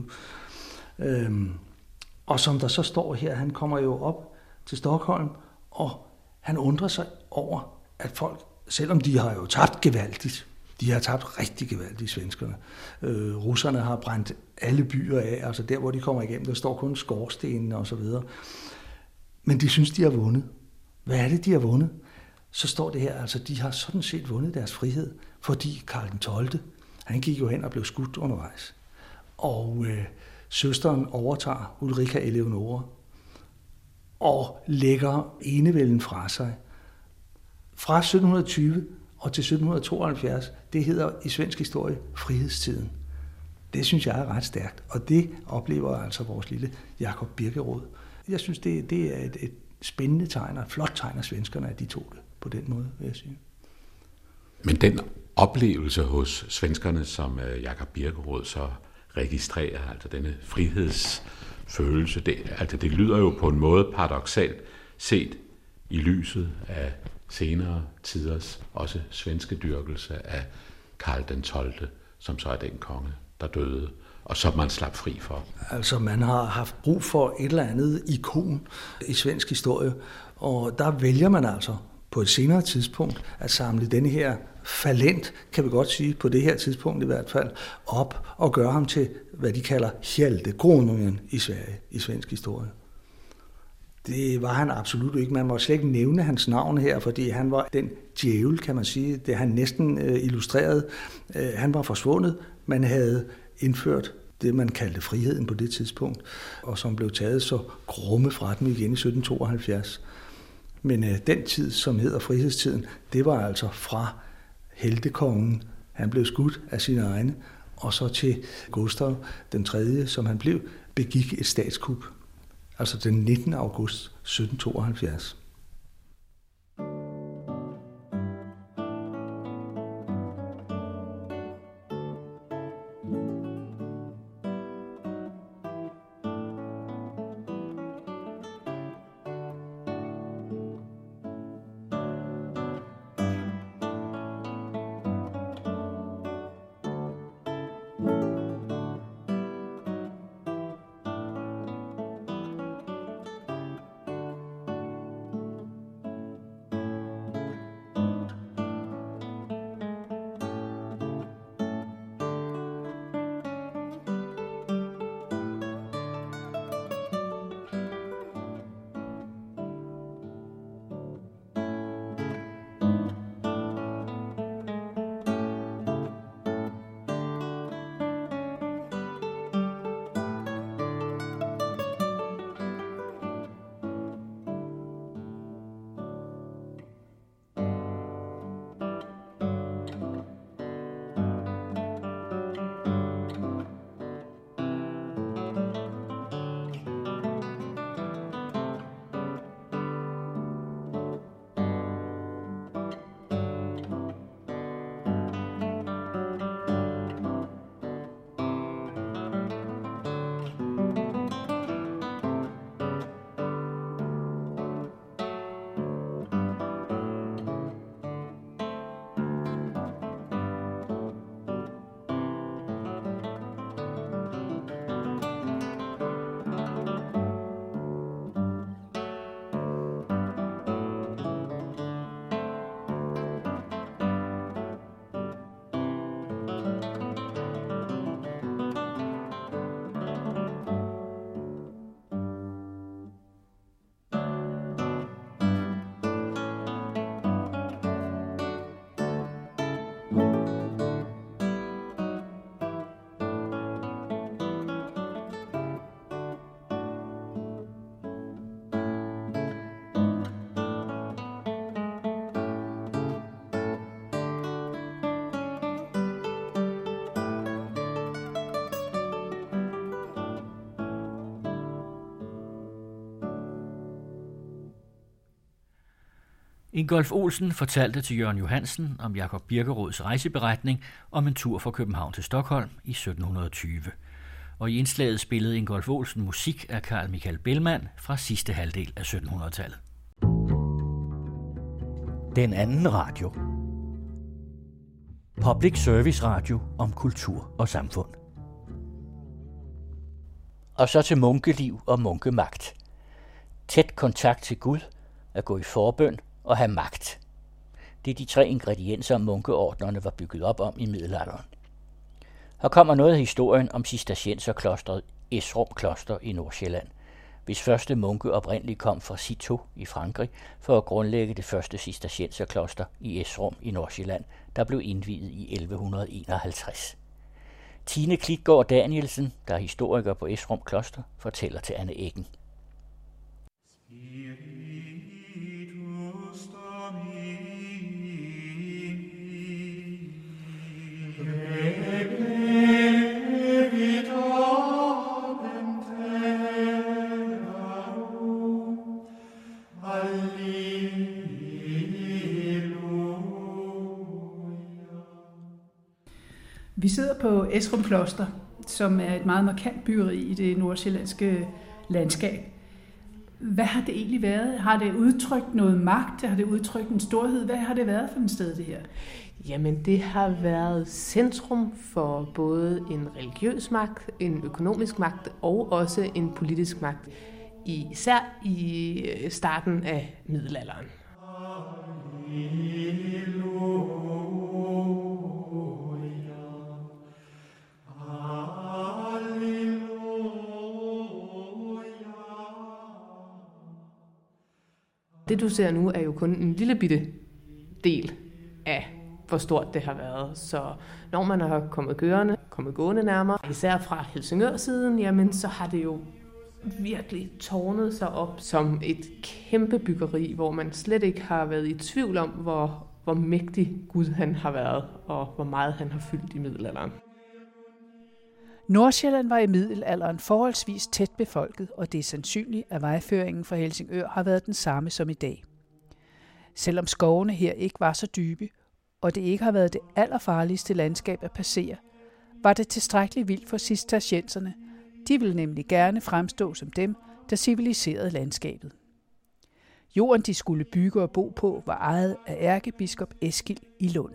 Q: Og som der så står her, han kommer jo op til Stockholm, og han undrer sig over, at folk, selvom de har jo tabt gevaldigt, de har tabt rigtig gevaldigt, svenskerne. Russerne har brændt alle byer af, altså der, hvor de kommer igennem, der står kun skorstenene og så videre. Men de synes, de har vundet. Hvad er det, de har vundet? Så står det her, altså de har sådan set vundet deres frihed, fordi Karl den 12., han gik jo hen og blev skudt undervejs. Og søsteren overtager Ulrika Eleonora og lægger enevælden fra sig. Fra 1720 og til 1772, det hedder i svensk historie frihedstiden. Det synes jeg er ret stærkt, og det oplever altså vores lille Jakob Birkerød. Jeg synes, det er et spændende tegn og et flot tegn af svenskerne, at de tog det på den måde, vil jeg sige.
P: Men den oplevelse hos svenskerne, som Jakob Birkerød så registrerer, altså denne frihedsfølelse, det lyder jo på en måde paradoksalt set i lyset af senere tiders også svenske dyrkelse af Karl den 12., som så er den konge, der døde, og som man slap fri for.
Q: Altså man har haft brug for et eller andet ikon i svensk historie, og der vælger man altså på et senere tidspunkt at samle denne her fallent, kan vi godt sige, på det her tidspunkt i hvert fald, op og gøre ham til, hvad de kalder hjæltekonungen i Sverige, i svensk historie. Det var han absolut ikke. Man må slet ikke nævne hans navn her, fordi han var den djævel, kan man sige. Det han næsten illustrerede. Han var forsvundet. Man havde indført det, man kaldte friheden på det tidspunkt, og som blev taget så grumme fra dem igen i 1772. Men den tid, som hedder frihedstiden, det var altså fra heltekongen. Han blev skudt af sine egne, og så til Gustav den 3., som han blev, begik et statskup. Altså den 19. august 1772.
F: Ingolf Olsen fortalte til Jørgen Johansen om Jakob Birkeråds rejseberetning om en tur fra København til Stockholm i 1720. Og i indslaget spillede Ingolf Olsen musik af Carl Michael Bellman fra sidste halvdel af 1700-tallet. Den anden radio. Public Service Radio om kultur og samfund. Og så til munkeliv og munkemagt. Tæt kontakt til Gud, at gå i forbøn og have magt. Det er de 3 ingredienser, munkeordnerne var bygget op om i middelalderen. Her kommer noget af historien om cistercienserklostret Esrum Kloster i Nordsjælland, hvis første munke oprindeligt kom fra Citeaux i Frankrig for at grundlægge det første cistercienserkloster i Esrum i Nordsjælland, der blev indviet i 1151. Tine Klitgaard Danielsen, der er historiker på Esrum Kloster, fortæller til Anne Eggen.
G: Vi sidder på Esrum Kloster, som er et meget markant byggeri i det nordsjællandske landskab. Hvad har det egentlig været? Har det udtrykt noget magt? Har det udtrykt en storhed? Hvad har det været for et sted, det her?
R: Jamen, det har været centrum for både en religiøs magt, en økonomisk magt og også en politisk magt, især i starten af middelalderen. Det du ser nu er jo kun en lille bitte del af, hvor stort det har været. Så når man har kommet gående nærmere, især fra Helsingør-siden, jamen så har det jo virkelig tårnet sig op som et kæmpe byggeri, hvor man slet ikke har været i tvivl om, hvor mægtig Gud han har været, og hvor meget han har fyldt i middelalderen.
G: Nordsjælland var i middelalderen forholdsvis tæt befolket, og det er sandsynligt, at vejføringen fra Helsingør har været den samme som i dag. Selvom skovene her ikke var så dybe, og det ikke har været det allerfarligste landskab at passere, var det tilstrækkeligt vildt for cistercienserne. De ville nemlig gerne fremstå som dem, der civiliserede landskabet. Jorden, de skulle bygge og bo på, var ejet af ærkebiskop Eskild i Lund.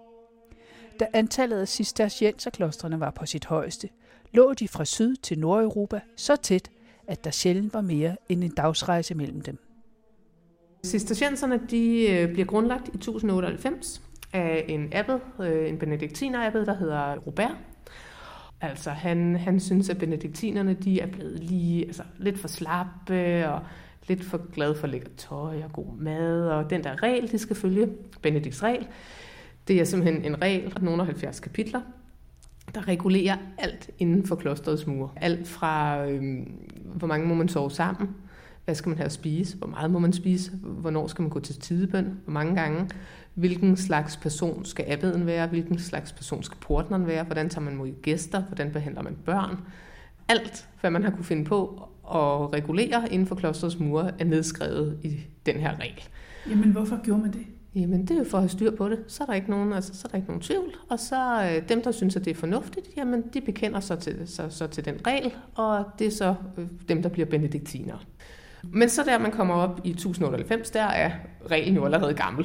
G: Da antallet af cistercienserklostrene var på sit højeste, lå de fra syd til Nordeuropa så tæt, at der sjældent var mere end en dagsrejse mellem dem.
R: Cistercienserne de bliver grundlagt i 1098 af en abbed, en benediktinerabbed, der hedder Robert. Altså han synes, at benediktinerne de er blevet lidt for slappe og lidt for glade for lækker tøj og god mad. Og den der regel, de skal følge, Benedikts regel, det er simpelthen en regel, nogle 70 kapitler, der regulerer alt inden for klosterets mure. Alt fra, hvor mange må man sove sammen, hvad skal man have at spise, hvor meget må man spise, hvornår skal man gå til tidebøn, hvor mange gange, hvilken slags person skal abbeden være, hvilken slags person skal portneren være, hvordan tager man mod gæster, hvordan behandler man børn. Alt, hvad man har kunne finde på at regulere inden for klosterets mure, er nedskrevet i den her regel.
G: Jamen, hvorfor gjorde man det?
R: Jamen, det er jo for at have styr på det. Så er der ikke nogen tvivl. Og så dem, der synes, at det er fornuftigt, jamen, de bekender sig til den regel, og det er så dem, der bliver benediktinere. Men så der man kommer op i 1098, der er reglen jo allerede gammel.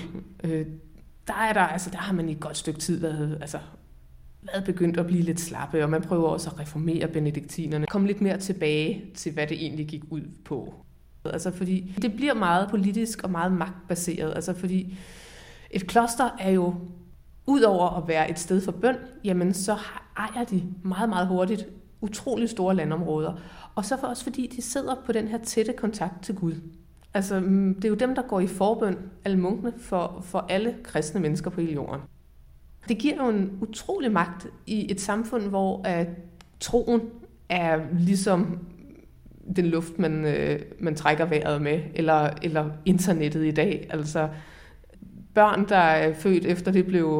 R: Der har man i et godt stykke tid været begyndt at blive lidt slappe, og man prøver også at reformere benediktinerne. Komme lidt mere tilbage til, hvad det egentlig gik ud på. Altså fordi det bliver meget politisk og meget magtbaseret. Altså fordi et kloster er jo, udover at være et sted for bøn, jamen så ejer de meget, meget hurtigt utrolig store landområder. Og så også fordi de sidder på den her tætte kontakt til Gud. Altså det er jo dem, der går i forbøn, alle munkene, for alle kristne mennesker på hele jorden. Det giver jo en utrolig magt i et samfund, hvor troen er ligesom den luft, man trækker vejret med, eller internettet i dag. Altså børn, der er født efter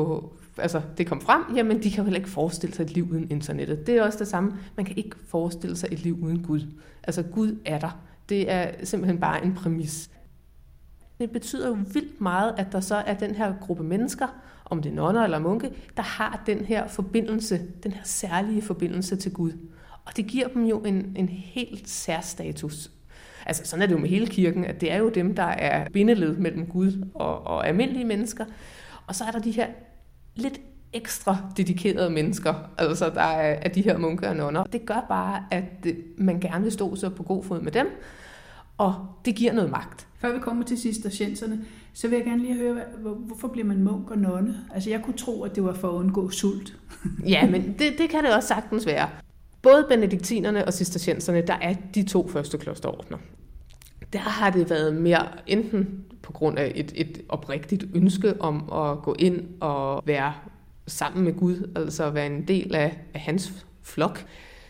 R: det kom frem, jamen de kan jo heller ikke forestille sig et liv uden internettet. Det er også det samme. Man kan ikke forestille sig et liv uden Gud. Altså Gud er der. Det er simpelthen bare en præmis. Det betyder jo vildt meget, at der så er den her gruppe mennesker, om det er nonner eller munke, der har den her forbindelse, den her særlige forbindelse til Gud. Og det giver dem jo en helt særstatus. Altså sådan er det jo med hele kirken, at det er jo dem, der er bindeled mellem Gud og almindelige mennesker. Og så er der de her lidt ekstra dedikerede mennesker, altså der er de her munke og nonner. Det gør bare, at man gerne vil stå så på god fod med dem, og det giver noget magt.
G: Før vi kommer til cistercienserne, så vil jeg gerne lige høre, hvorfor bliver man munk og nonne? Altså jeg kunne tro, at det var for at undgå sult.
R: Ja, men det kan det også sagtens være. Både benediktinerne og cistercienserne, der er de 2 første klosterordner. Der har det været mere enten på grund af et oprigtigt ønske om at gå ind og være sammen med Gud, altså være en del af hans flok.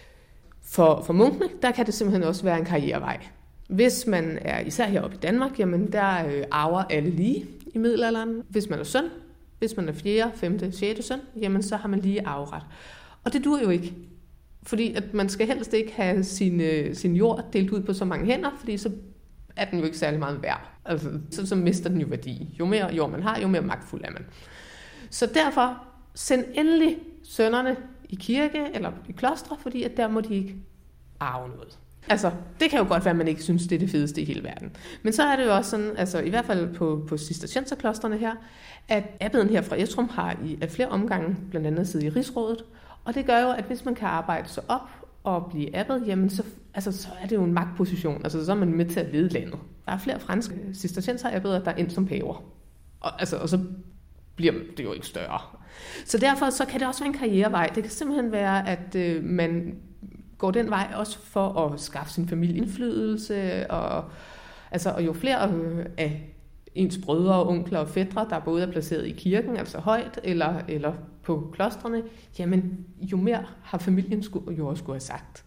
R: For munkene, der kan det simpelthen også være en karrierevej. Hvis man er især heroppe i Danmark, jamen der arver alle lige i middelalderen. Hvis man er søn, hvis man er 4., 5., 6. søn, jamen så har man lige arveret. Og det dur jo ikke. Fordi at man skal helst ikke have sin jord delt ud på så mange hænder, fordi så er den jo ikke særlig meget værd. Altså, så mister den jo værdi. Jo mere jord man har, jo mere magtfuld er man. Så derfor send endelig sønnerne i kirke eller i klostre, fordi at der må de ikke arve noget. Altså, det kan jo godt være, at man ikke synes, det er det fedeste i hele verden. Men så er det jo også sådan, altså i hvert fald på cistercienserklostrene her, at abbeden her fra Estrum har i flere omgange blandt andet siddet i rigsrådet, og det gør jo, at hvis man kan arbejde sig op og blive abbed, jamen så er det jo en magtposition. Altså så er man med til at lede landet. Der er flere franske cistercienserabbeder, der er ind som paver. Og så bliver det jo ikke større. Så derfor så kan det også være en karrierevej. Det kan simpelthen være, at man går den vej også for at skaffe sin familie indflydelse, og jo flere af ens brødre og onkler og fætre, der både er placeret i kirken, altså højt, eller på klostrene, jamen jo mere har familien jo også skulle have sagt.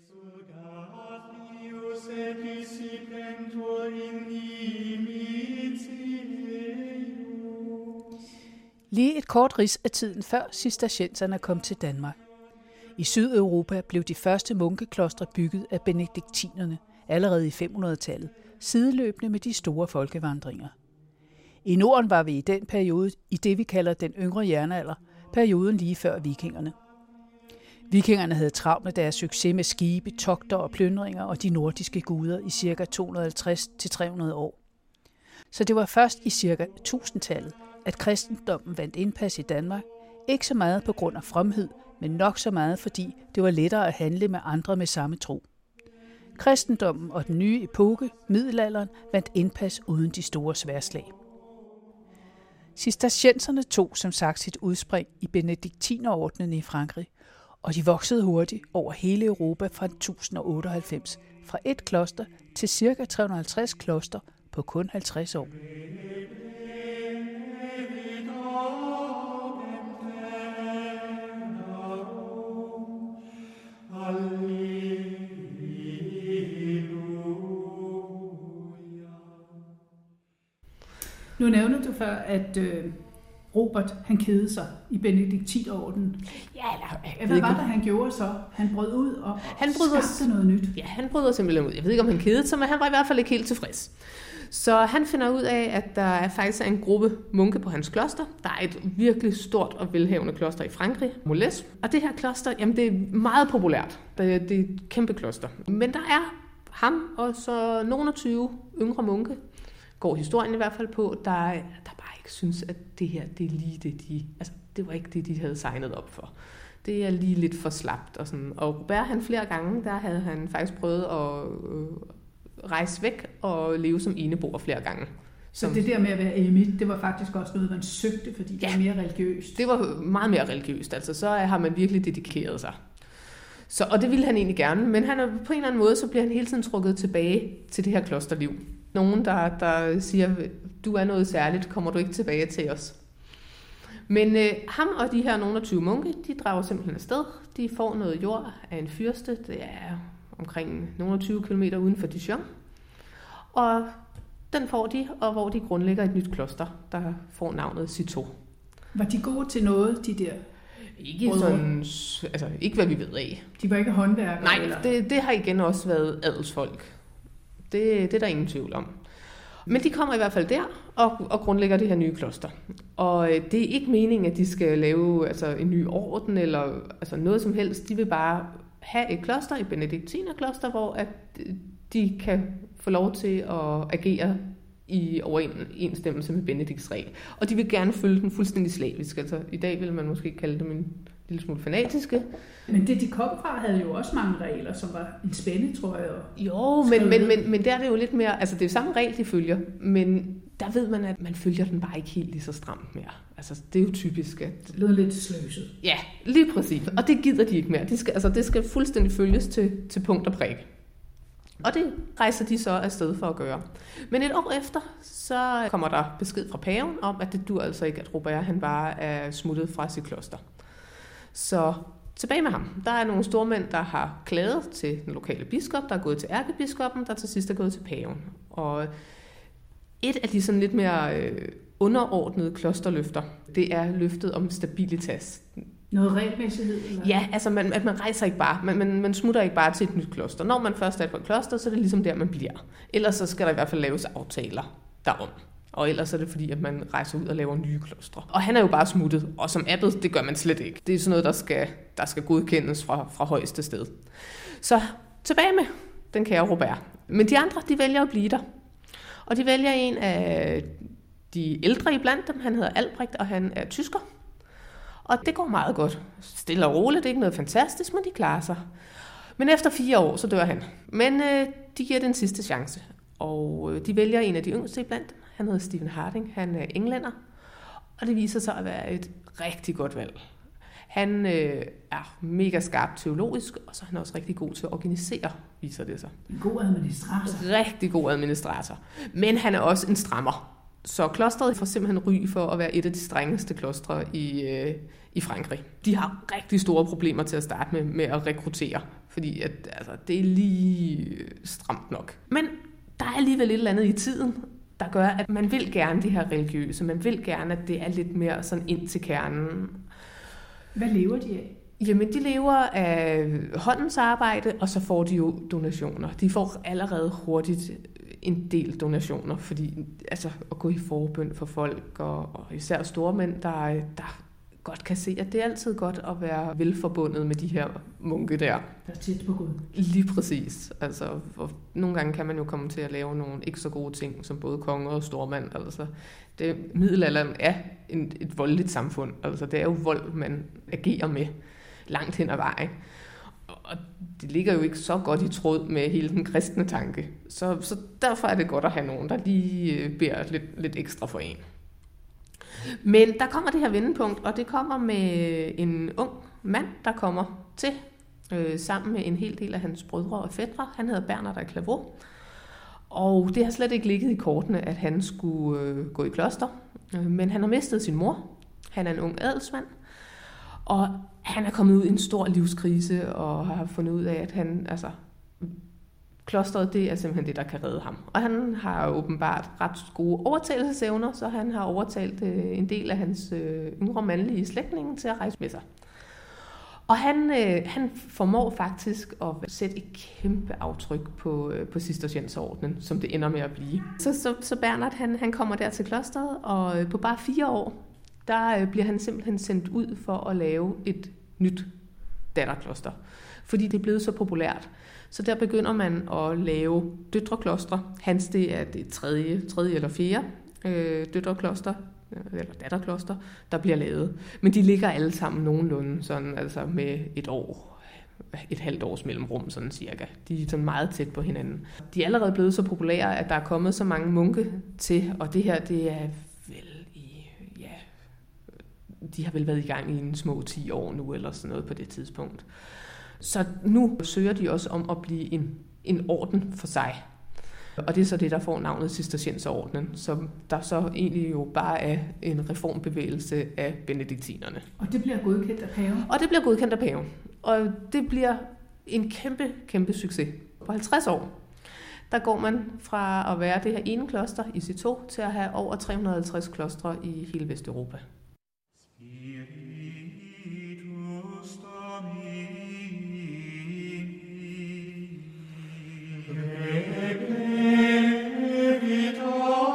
G: Lige et kort rids af tiden før cistercienserne kom til Danmark. I Sydeuropa blev de første munkeklostre bygget af benediktinerne allerede i 500-tallet, sideløbende med de store folkevandringer. I Norden var vi i den periode i det, vi kalder den yngre jernalder, perioden lige før vikingerne. Vikingerne havde travlt med deres succes med skibe, togter og plyndringer og de nordiske guder i ca. 250-300 år. Så det var først i ca. 1000-tallet, at kristendommen vandt indpas i Danmark, ikke så meget på grund af fromhed, men nok så meget, fordi det var lettere at handle med andre med samme tro. Kristendommen og den nye epoke, middelalderen, vandt indpas uden de store sværdslag. Cistercienserne tog som sagt sit udspring i benediktinerordenen i Frankrig, og de voksede hurtigt over hele Europa fra 1098, fra et kloster til ca. 350 kloster på kun 50 år. Nu nævnte du før, at Robert, han kedede sig i benediktinerordenen.
R: Ja,
G: hvad var det, han gjorde så? Han brød ud og skabte noget nyt.
R: Ja, han bryder simpelthen ud. Jeg ved ikke, om han kedede sig, men han var i hvert fald ikke helt tilfreds. Så han finder ud af, at der er faktisk en gruppe munke på hans kloster. Der er et virkelig stort og velhavende kloster i Frankrig, Molès. Og det her kloster, jamen det er meget populært. Det er et kæmpe kloster. Men der er ham og så nogle 20 yngre munke, går historien i hvert fald på, der bare ikke synes, at det her, det er lige det, det var ikke det, de havde signet op for. Det er lige lidt for slapt og sådan. Og Robert, han flere gange, der havde han faktisk prøvet at rejse væk og leve som eneboer flere gange.
G: Så det der med at være eremit, det var faktisk også noget, man søgte, fordi det var mere religiøst?
R: Det var meget mere religiøst. Altså så har man virkelig dedikeret sig. Og det ville han egentlig gerne, men han er, på en eller anden måde, så bliver han hele tiden trukket tilbage til det her klosterliv. Nogen, der siger, du er noget særligt, kommer du ikke tilbage til os. Men ham og de her nogle 20 munke, de drager simpelthen afsted. De får noget jord af en fyrste, det er omkring nogle 20 km uden for Dijon. Og den får de, og hvor de grundlægger et nyt kloster, der får navnet Citeaux.
G: Var de gode til noget, de der?
R: Ikke sådan, ikke hvad vi ved af.
G: De var ikke håndværkere?
R: Nej, det har igen også været adelsfolk. Det er der ingen tvivl om. Men de kommer i hvert fald der og grundlægger det her nye kloster. Og det er ikke meningen, at de skal lave en ny orden eller noget som helst. De vil bare have et kloster, et benediktinerkloster, hvor at de kan få lov til at agere i overensstemmelse med Benedikts regel. Og de vil gerne følge den fuldstændig slavisk. I dag vil man måske kalde dem en lille smule fanatiske.
G: Men det, de kom fra, havde jo også mange regler, som var en spænde, tror jeg.
R: Jo, men der er det jo lidt mere... det er jo samme regel, de følger, men der ved man, at man følger den bare ikke helt lige så stramt mere. Det er jo typisk, at...
G: Det lyder lidt sløset.
R: Ja, lige præcis. Og det gider de ikke mere. Det skal fuldstændig følges til punkt og prik. Og det rejser de så afsted for at gøre. Men et år efter, så kommer der besked fra paven om, at det dur altså ikke, at Robert han bare er smuttet fra sit kloster. Så tilbage med ham. Der er nogle stormænd, der har klaget til den lokale biskop, der er gået til ærkebiskoppen, der til sidst er gået til paven. Og et af de sådan lidt mere underordnede klosterløfter, det er løftet om stabilitas.
G: Noget regelmæssighed? Eller?
R: Ja, at man rejser ikke bare. Man smutter ikke bare til et nyt kloster. Når man først er på et kloster, så er det ligesom der, man bliver. Ellers så skal der i hvert fald laves aftaler derom. Og ellers er det fordi, at man rejser ud og laver nye klostre. Og han er jo bare smuttet, og som abbed, det gør man slet ikke. Det er sådan noget, der skal godkendes fra højeste sted. Så tilbage med den kære Robert. Men de andre, de vælger at blive der. Og de vælger en af de ældre iblandt dem. Han hedder Albrecht, og han er tysker. Og det går meget godt. Stille og roligt, det er ikke noget fantastisk, men de klarer sig. Men efter 4 år, så dør han. Men de giver den sidste chance. Og de vælger en af de yngste iblandt dem. Han hedder Stephen Harding. Han er englænder. Og det viser sig at være et rigtig godt valg. Han er mega skarp teologisk, og så er han også rigtig god til at organisere, viser det sig.
G: En god administrator.
R: Rigtig god administrator. Men han er også en strammer. Så klosteret får simpelthen ry for at være et af de strengeste klostre i Frankrig. De har rigtig store problemer til at starte med at rekruttere, fordi det er lige stramt nok. Men der er alligevel et eller andet i tiden, der gør, at man vil gerne det her religiøse. Man vil gerne, at det er lidt mere sådan ind til kernen.
G: Hvad lever de af?
R: Jamen, de lever af håndens arbejde, og så får de jo donationer. De får allerede hurtigt en del donationer, fordi at gå i forbøn for folk, og især stormænd, der godt kan se, at det er altid godt at være velforbundet med de her munke der.
G: Der er tæt på Gud.
R: Lige præcis. Nogle gange kan man jo komme til at lave nogle ikke så gode ting, som både konge og stormand. Middelalderen er et voldeligt samfund. Det er jo vold, man agerer med langt hen ad vejen. Og det ligger jo ikke så godt i tråd med hele den kristne tanke. Så derfor er det godt at have nogen, der lige beder lidt ekstra for en. Men der kommer det her vendepunkt, og det kommer med en ung mand, der kommer til, sammen med en hel del af hans brødre og fætre. Han hedder Bernard af Clairvaux. Og det har slet ikke ligget i kortene, at han skulle gå i kloster. Men han har mistet sin mor. Han er en ung adelsmand. Og han er kommet ud i en stor livskrise, og har fundet ud af, at klosteret, det er simpelthen det, der kan redde ham. Og han har åbenbart ret gode overtagelsesevner, så han har overtalt en del af hans yngre mandlige slægtninge til at rejse med sig. Og han formår faktisk at sætte et kæmpe aftryk på Cistercienserordenen, som det ender med at blive. Så Bernard, han kommer der til klosteret, og på bare 4 år, der bliver han simpelthen sendt ud for at lave et nyt datterkloster. Fordi det er blevet så populært. Så der begynder man at lave døtreklostre. Hans, det er det tredje eller 4. Døtrekloster, eller datterkloster, der bliver lavet. Men de ligger alle sammen nogenlunde sådan, med et halvt års mellemrum, sådan cirka. De er sådan meget tæt på hinanden. De er allerede blevet så populære, at der er kommet så mange munke til, og det her, det er de har vel været i gang i en små 10 år nu, eller sådan noget på det tidspunkt. Så nu søger de også om at blive en orden for sig. Og det er så det, der får navnet Cistercienserordenen, som der så egentlig jo bare er en reformbevægelse af benediktinerne.
G: Og det bliver godkendt af paven?
R: Og det bliver godkendt af paven. Og det bliver en kæmpe, kæmpe succes. På 50 år, der går man fra at være det her ene kloster i Citeaux til at have over 350 klostre i hele Vesteuropa.
E: Vita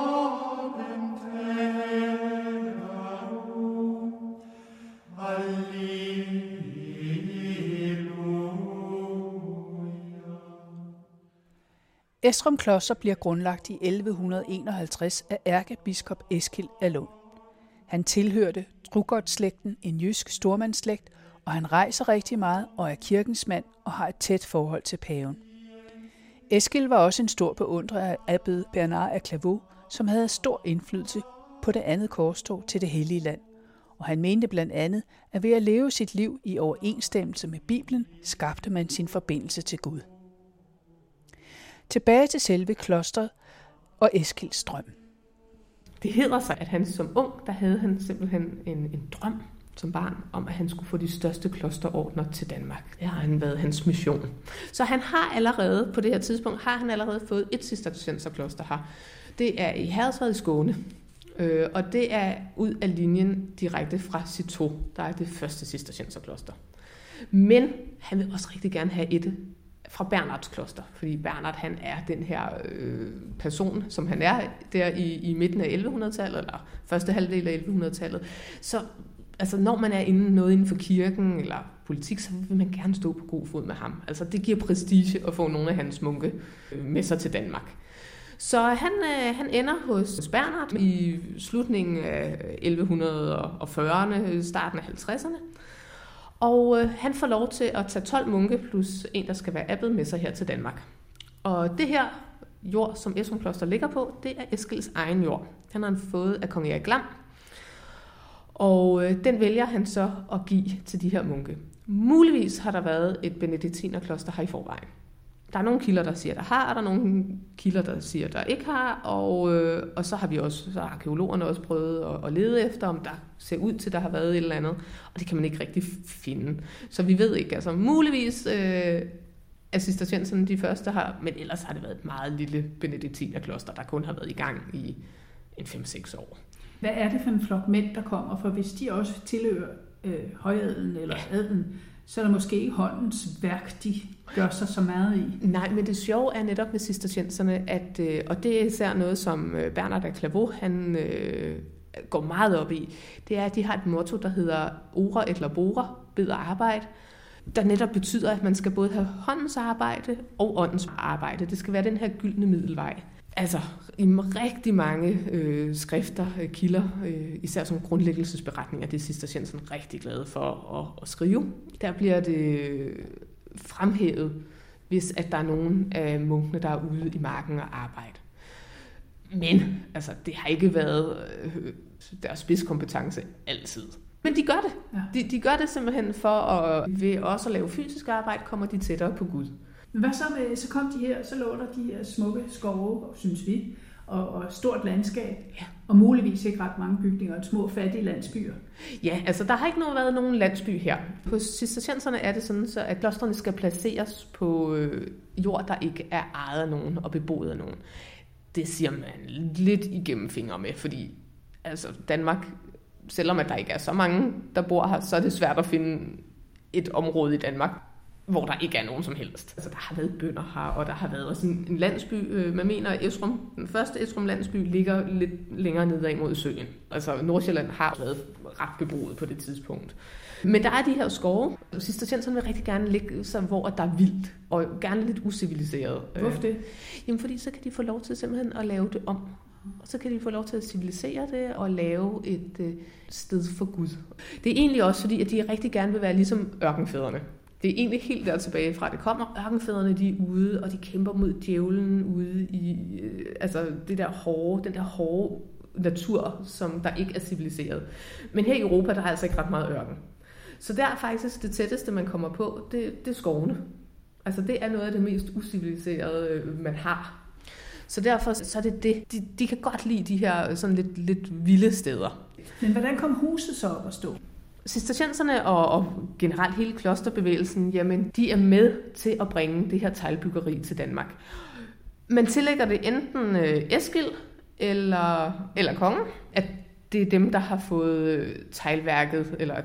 G: Esrum Kloster bliver grundlagt i 1151 af ærkebiskop Eskild af Lund. Han tilhørte Drugårdslægten, en jysk stormandsslægt, og han rejser rigtig meget og er kirkens mand og har et tæt forhold til paven. Eskild var også en stor beundrer af abbed Bernard af Clairvaux, som havde stor indflydelse på det andet korstog til det hellige land. Og han mente blandt andet, at ved at leve sit liv i overensstemmelse med Bibelen, skabte man sin forbindelse til Gud. Tilbage til selve klosteret og Eskilds drøm.
R: Det hedder sig, at han som ung, der havde han simpelthen en drøm som barn, om at han skulle få de største klosterordner til Danmark. Det har han været hans mission. Så han har allerede, på det her tidspunkt, fået et cistercienserkloster her. Det er i Herredsvad i Skåne. Og det er ud af linjen direkte fra Citeaux, der er det første cistercienserkloster. Men han vil også rigtig gerne have et fra Bernards kloster, fordi Bernard han er den her person, som han er der i midten af 1100-tallet, eller første halvdel af 1100-tallet. Så altså, når man er inden for kirken eller politik, så vil man gerne stå på god fod med ham. Altså, det giver prestige at få nogle af hans munke med sig til Danmark. Så han ender hos Bernard i slutningen af 1140'erne, starten af 50'erne. Og han får lov til at tage 12 munke plus en, der skal være abbed med sig her til Danmark. Og det her jord, som Esrum Kloster ligger på, det er Eskilds egen jord. Den har han fået af kong Erik Lam. Og den vælger han så at give til de her munke. Muligvis har der været et benediktinerkloster her i forvejen. Der er nogle kilder, der siger, der har, og der er nogle kilder, der siger, der ikke har, og så har vi også, så har arkeologerne også prøvet at lede efter, om der ser ud til, der har været et eller andet, og det kan man ikke rigtig finde. Så vi ved ikke, altså muligvis er cistercienserne de første her, men ellers har det været et meget lille benediktinerkloster, der kun har været i gang i en 5-6 år.
S: Hvad er det for en flok mænd, der kommer? For hvis de også tilhører højadelen eller adelen, så er der måske ikke håndens værk, de gør sig så meget i.
R: Nej, men det sjove er netop med cistercienserne, at, og det er især noget, som Bernard af Clairvaux, han går meget op i, det er, at de har et motto, der hedder ora et labora, bed og arbejde, der netop betyder, at man skal både have håndens arbejde og åndens arbejde. Det skal være den her gyldne middelvej. Altså, i rigtig mange skrifter, kilder, især som grundlæggelsesberetninger, det er cistercienserne rigtig glade for at skrive. Der bliver det fremhævet, hvis at der er nogen af munkene, der er ude i marken og arbejde. Men altså, det har ikke været deres spidskompetence altid. Men de gør det. Ja. De gør det simpelthen ved også at lave fysisk arbejde, kommer de tættere på Gud.
S: Men hvad så kom de her, så lå der de her smukke skove, synes vi, og stort landskab, ja. Og muligvis ikke ret mange bygninger, og små fattige landsbyer.
R: Ja, altså der har ikke været nogen landsby her. På cistercienserne er det sådan, så at klostrene skal placeres på jord, der ikke er ejet af nogen og beboet af nogen. Det siger man lidt igennem fingre med, fordi altså Danmark, selvom at der ikke er så mange, der bor her, så er det svært at finde et område i Danmark, hvor der ikke er nogen som helst. Altså, der har været bønder her, og der har været også en landsby. Man mener, at Esrum, den første Esrum landsby, ligger lidt længere nedad mod søen. Altså, Nordsjælland har været ret beboet på det tidspunkt. Men der er de her skove. Cistercienserne vil rigtig gerne ligge så, hvor der er vildt, og gerne lidt uciviliseret.
S: Hvorfor det?
R: Jamen, fordi så kan de få lov til simpelthen at lave det om. Og så kan de få lov til at civilisere det og lave et sted for Gud. Det er egentlig også fordi, at de rigtig gerne vil være ligesom ørkenfædrene. Det er egentlig helt der tilbage fra, det kommer. Ørkenfædrene, de er ude, og de kæmper mod djævlen ude i altså den der hårde natur, som der ikke er civiliseret. Men her i Europa, der er altså ikke ret meget ørken. Så der er faktisk det tætteste, man kommer på, det er skovene. Altså det er noget af det mest uciviliserede, man har. Så derfor så er det. De kan godt lide de her sådan lidt vilde steder.
S: Men hvordan kom huset så op at stå?
R: Cistercienserne og generelt hele klosterbevægelsen, jamen, de er med til at bringe det her teglbyggeri til Danmark. Man tillægger det enten Eskild eller kongen, at det er dem, der har fået teglværket eller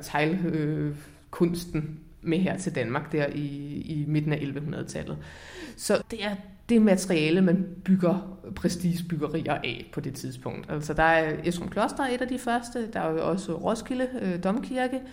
R: teglkunsten med her til Danmark der i midten af 1100-tallet. Så det er det materiale, man bygger prestigebyggerier af på det tidspunkt. Altså der er Esrum Kloster et af de første, der er jo også Roskilde Domkirke,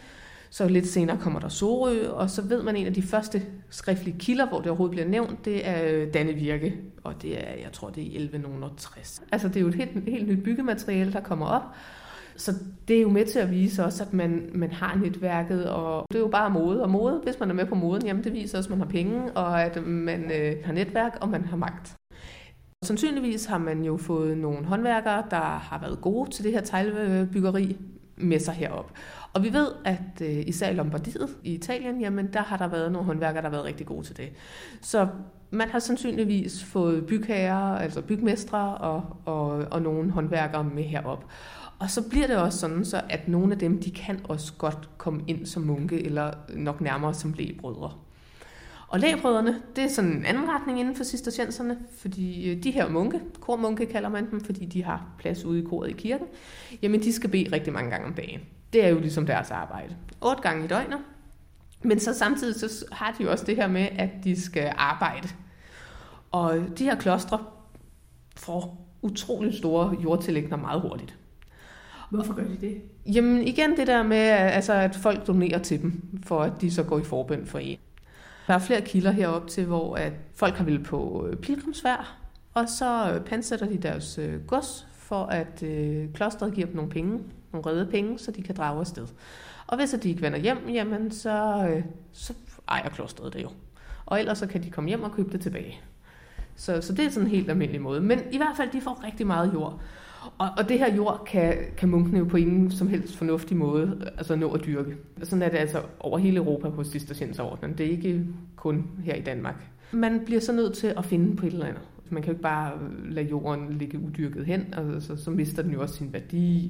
R: Så lidt senere kommer der Sorø, og så ved man, en af de første skriftlige kilder, hvor det overhovedet bliver nævnt, det er Dannevirke, og det er, jeg tror, det er i 1160. Altså det er jo et helt nyt byggemateriale, der kommer op. Så det er jo med til at vise også, at man har netværket, og det er jo bare mode. Og mode, hvis man er med på moden, jamen det viser også, at man har penge, og at man har netværk, og man har magt. Sandsynligvis har man jo fået nogle håndværkere, der har været gode til det her teglbyggeri, med sig herop. Og vi ved, at især i Lombardiet i Italien, jamen der har der været nogle håndværkere, der har været rigtig gode til det. Så man har sandsynligvis fået bygherrer, altså bygmestre og nogle håndværkere med herop. Og så bliver det også sådan, så at nogle af dem, de kan også godt komme ind som munke, eller nok nærmere som lægbrødre. Og lægbrødrene, det er sådan en anden retning inden for cistercienserne, fordi de her munke, kormunke kalder man dem, fordi de har plads ude i koret i kirken, jamen de skal bede rigtig mange gange om dagen. Det er jo ligesom deres arbejde. 8 gange i døgnet. Men så samtidig så har de jo også det her med, at de skal arbejde. Og de her klostre får utroligt store jordtillægner meget hurtigt.
S: Hvorfor gør de det?
R: Jamen igen det der med, altså, at folk donerer til dem, for at de så går i forbøn for en. Der er flere kilder herop til, hvor at folk har ville på pilgrimsfærd, og så pansætter de deres gods, for at klostret giver dem nogle penge, nogle røde penge, så de kan drage afsted. Og hvis de ikke vender hjem, jamen så ejer klostret det jo. Og ellers så kan de komme hjem og købe det tilbage. Så det er sådan en helt almindelig måde. Men i hvert fald, de får rigtig meget jord. Og det her jord kan munkene jo på ingen som helst fornuftig måde altså nå at dyrke. Sådan er det altså over hele Europa hos cistercienserordenen. Det er ikke kun her i Danmark. Man bliver så nødt til at finde på et eller andet. Man kan jo ikke bare lade jorden ligge udyrket hen, altså, så mister den jo også sin værdi.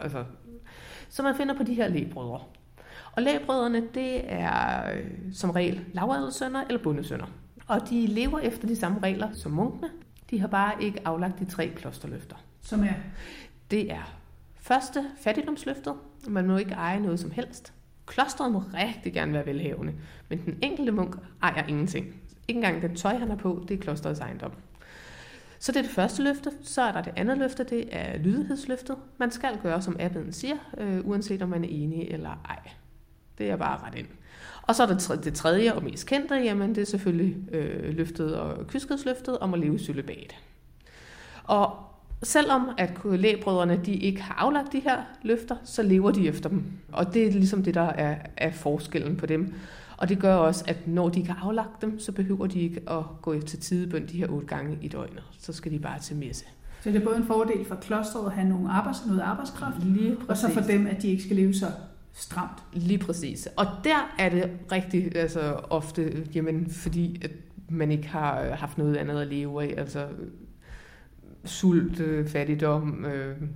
R: Så man finder på de her lægbrødre. Og lægbrødrene, det er som regel lavadelsønner eller bondesønner. Og de lever efter de samme regler som munkene. De har bare ikke aflagt de 3 klosterløfter.
S: Som er? Det
R: er første fattigdomsløftet. Man må ikke eje noget som helst. Klosteret må rigtig gerne være velhavende, men den enkelte munk ejer ingenting. Ikke engang den tøj, han har på, det er klosterets ejendom. Så det er det første løfte. Så er der det andet løfte, det er lydighedsløftet. Man skal gøre, som abbeden siger, uanset om man er enig eller ej. Det er bare ret ind. Og så er der det tredje og mest kendte, jamen det er selvfølgelig løftet og kyskhedsløftet om at leve i cølibat. Og selvom at lægbrødrene de ikke har aflagt de her løfter, så lever de efter dem. Og det er ligesom det, der er forskellen på dem. Og det gør også, at når de ikke har aflagt dem, så behøver de ikke at gå til tidebøn de her 8 gange i døgnet. Så skal de bare til messe.
S: Så det er både en fordel for klosteret at have noget arbejdskraft, og så for dem, at de ikke skal leve så stramt.
R: Lige præcis. Og der er det rigtig ofte, jamen, fordi at man ikke har haft noget andet at leve af. Altså sult, fattigdom,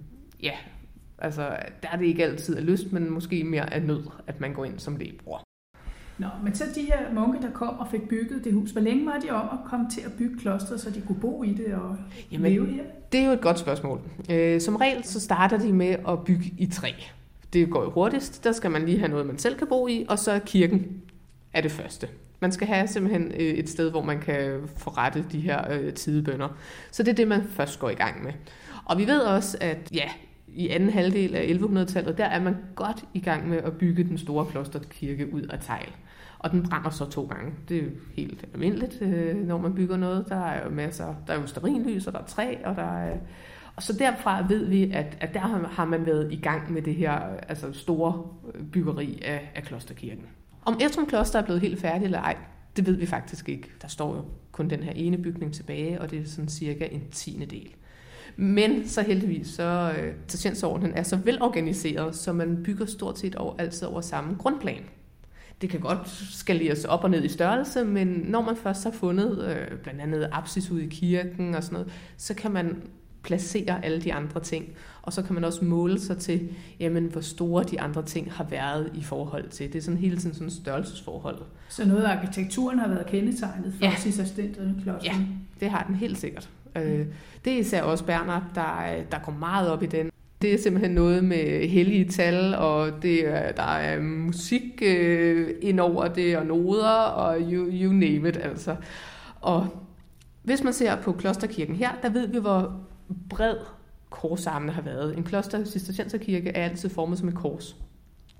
R: altså der er det ikke altid af lyst, men måske mere af nød, at man går ind som lægbror.
S: Nå, men så de her munke, der kom og fik bygget det hus, hvor længe var de om at komme til at bygge klostret, så de kunne bo i det og leve her?
R: Det er jo et godt spørgsmål. Som regel så starter de med at bygge i træ. Det går jo hurtigst. Der skal man lige have noget, man selv kan bo i, og så kirken er det første. Man skal have simpelthen et sted, hvor man kan forrette de her tidebønner. Så det er det, man først går i gang med. Og vi ved også, at i anden halvdel af 1100-tallet, der er man godt i gang med at bygge den store klosterkirke ud af tegl. Og den brænder så 2 gange. Det er jo helt almindeligt, når man bygger noget. Der er jo masser, der er jo stearinlys, og der er træ, og der er... Og så derfra ved vi, at der har man været i gang med det her altså store byggeri af klosterkirken. Om Ettrum Kloster er blevet helt færdigt eller ej, det ved vi faktisk ikke. Der står jo kun den her ene bygning tilbage, og det er sådan cirka 1/10. Men så heldigvis, så Cistercienserordenen er så velorganiseret, så man bygger stort set altid over samme grundplan. Det kan godt skaleres op og ned i størrelse, men når man først har fundet blandt andet apsis ude i kirken og sådan noget, så kan man placere alle de andre ting, og så kan man også måle sig til, jamen, hvor store de andre ting har været i forhold til. Det er sådan hele tiden sådan et størrelsesforhold.
S: Så noget af arkitekturen har været kendetegnet for cistercienserklosteret?
R: Ja, det har den helt sikkert. Det er især også Bernhard, der går meget op i den. Det er simpelthen noget med hellige tal, og der er musik ind over det, og noder, og you name it, altså. Og hvis man ser på klosterkirken her, der ved vi, hvor bred korsarmene har været. En cistercienserkirke er altid formet som et kors.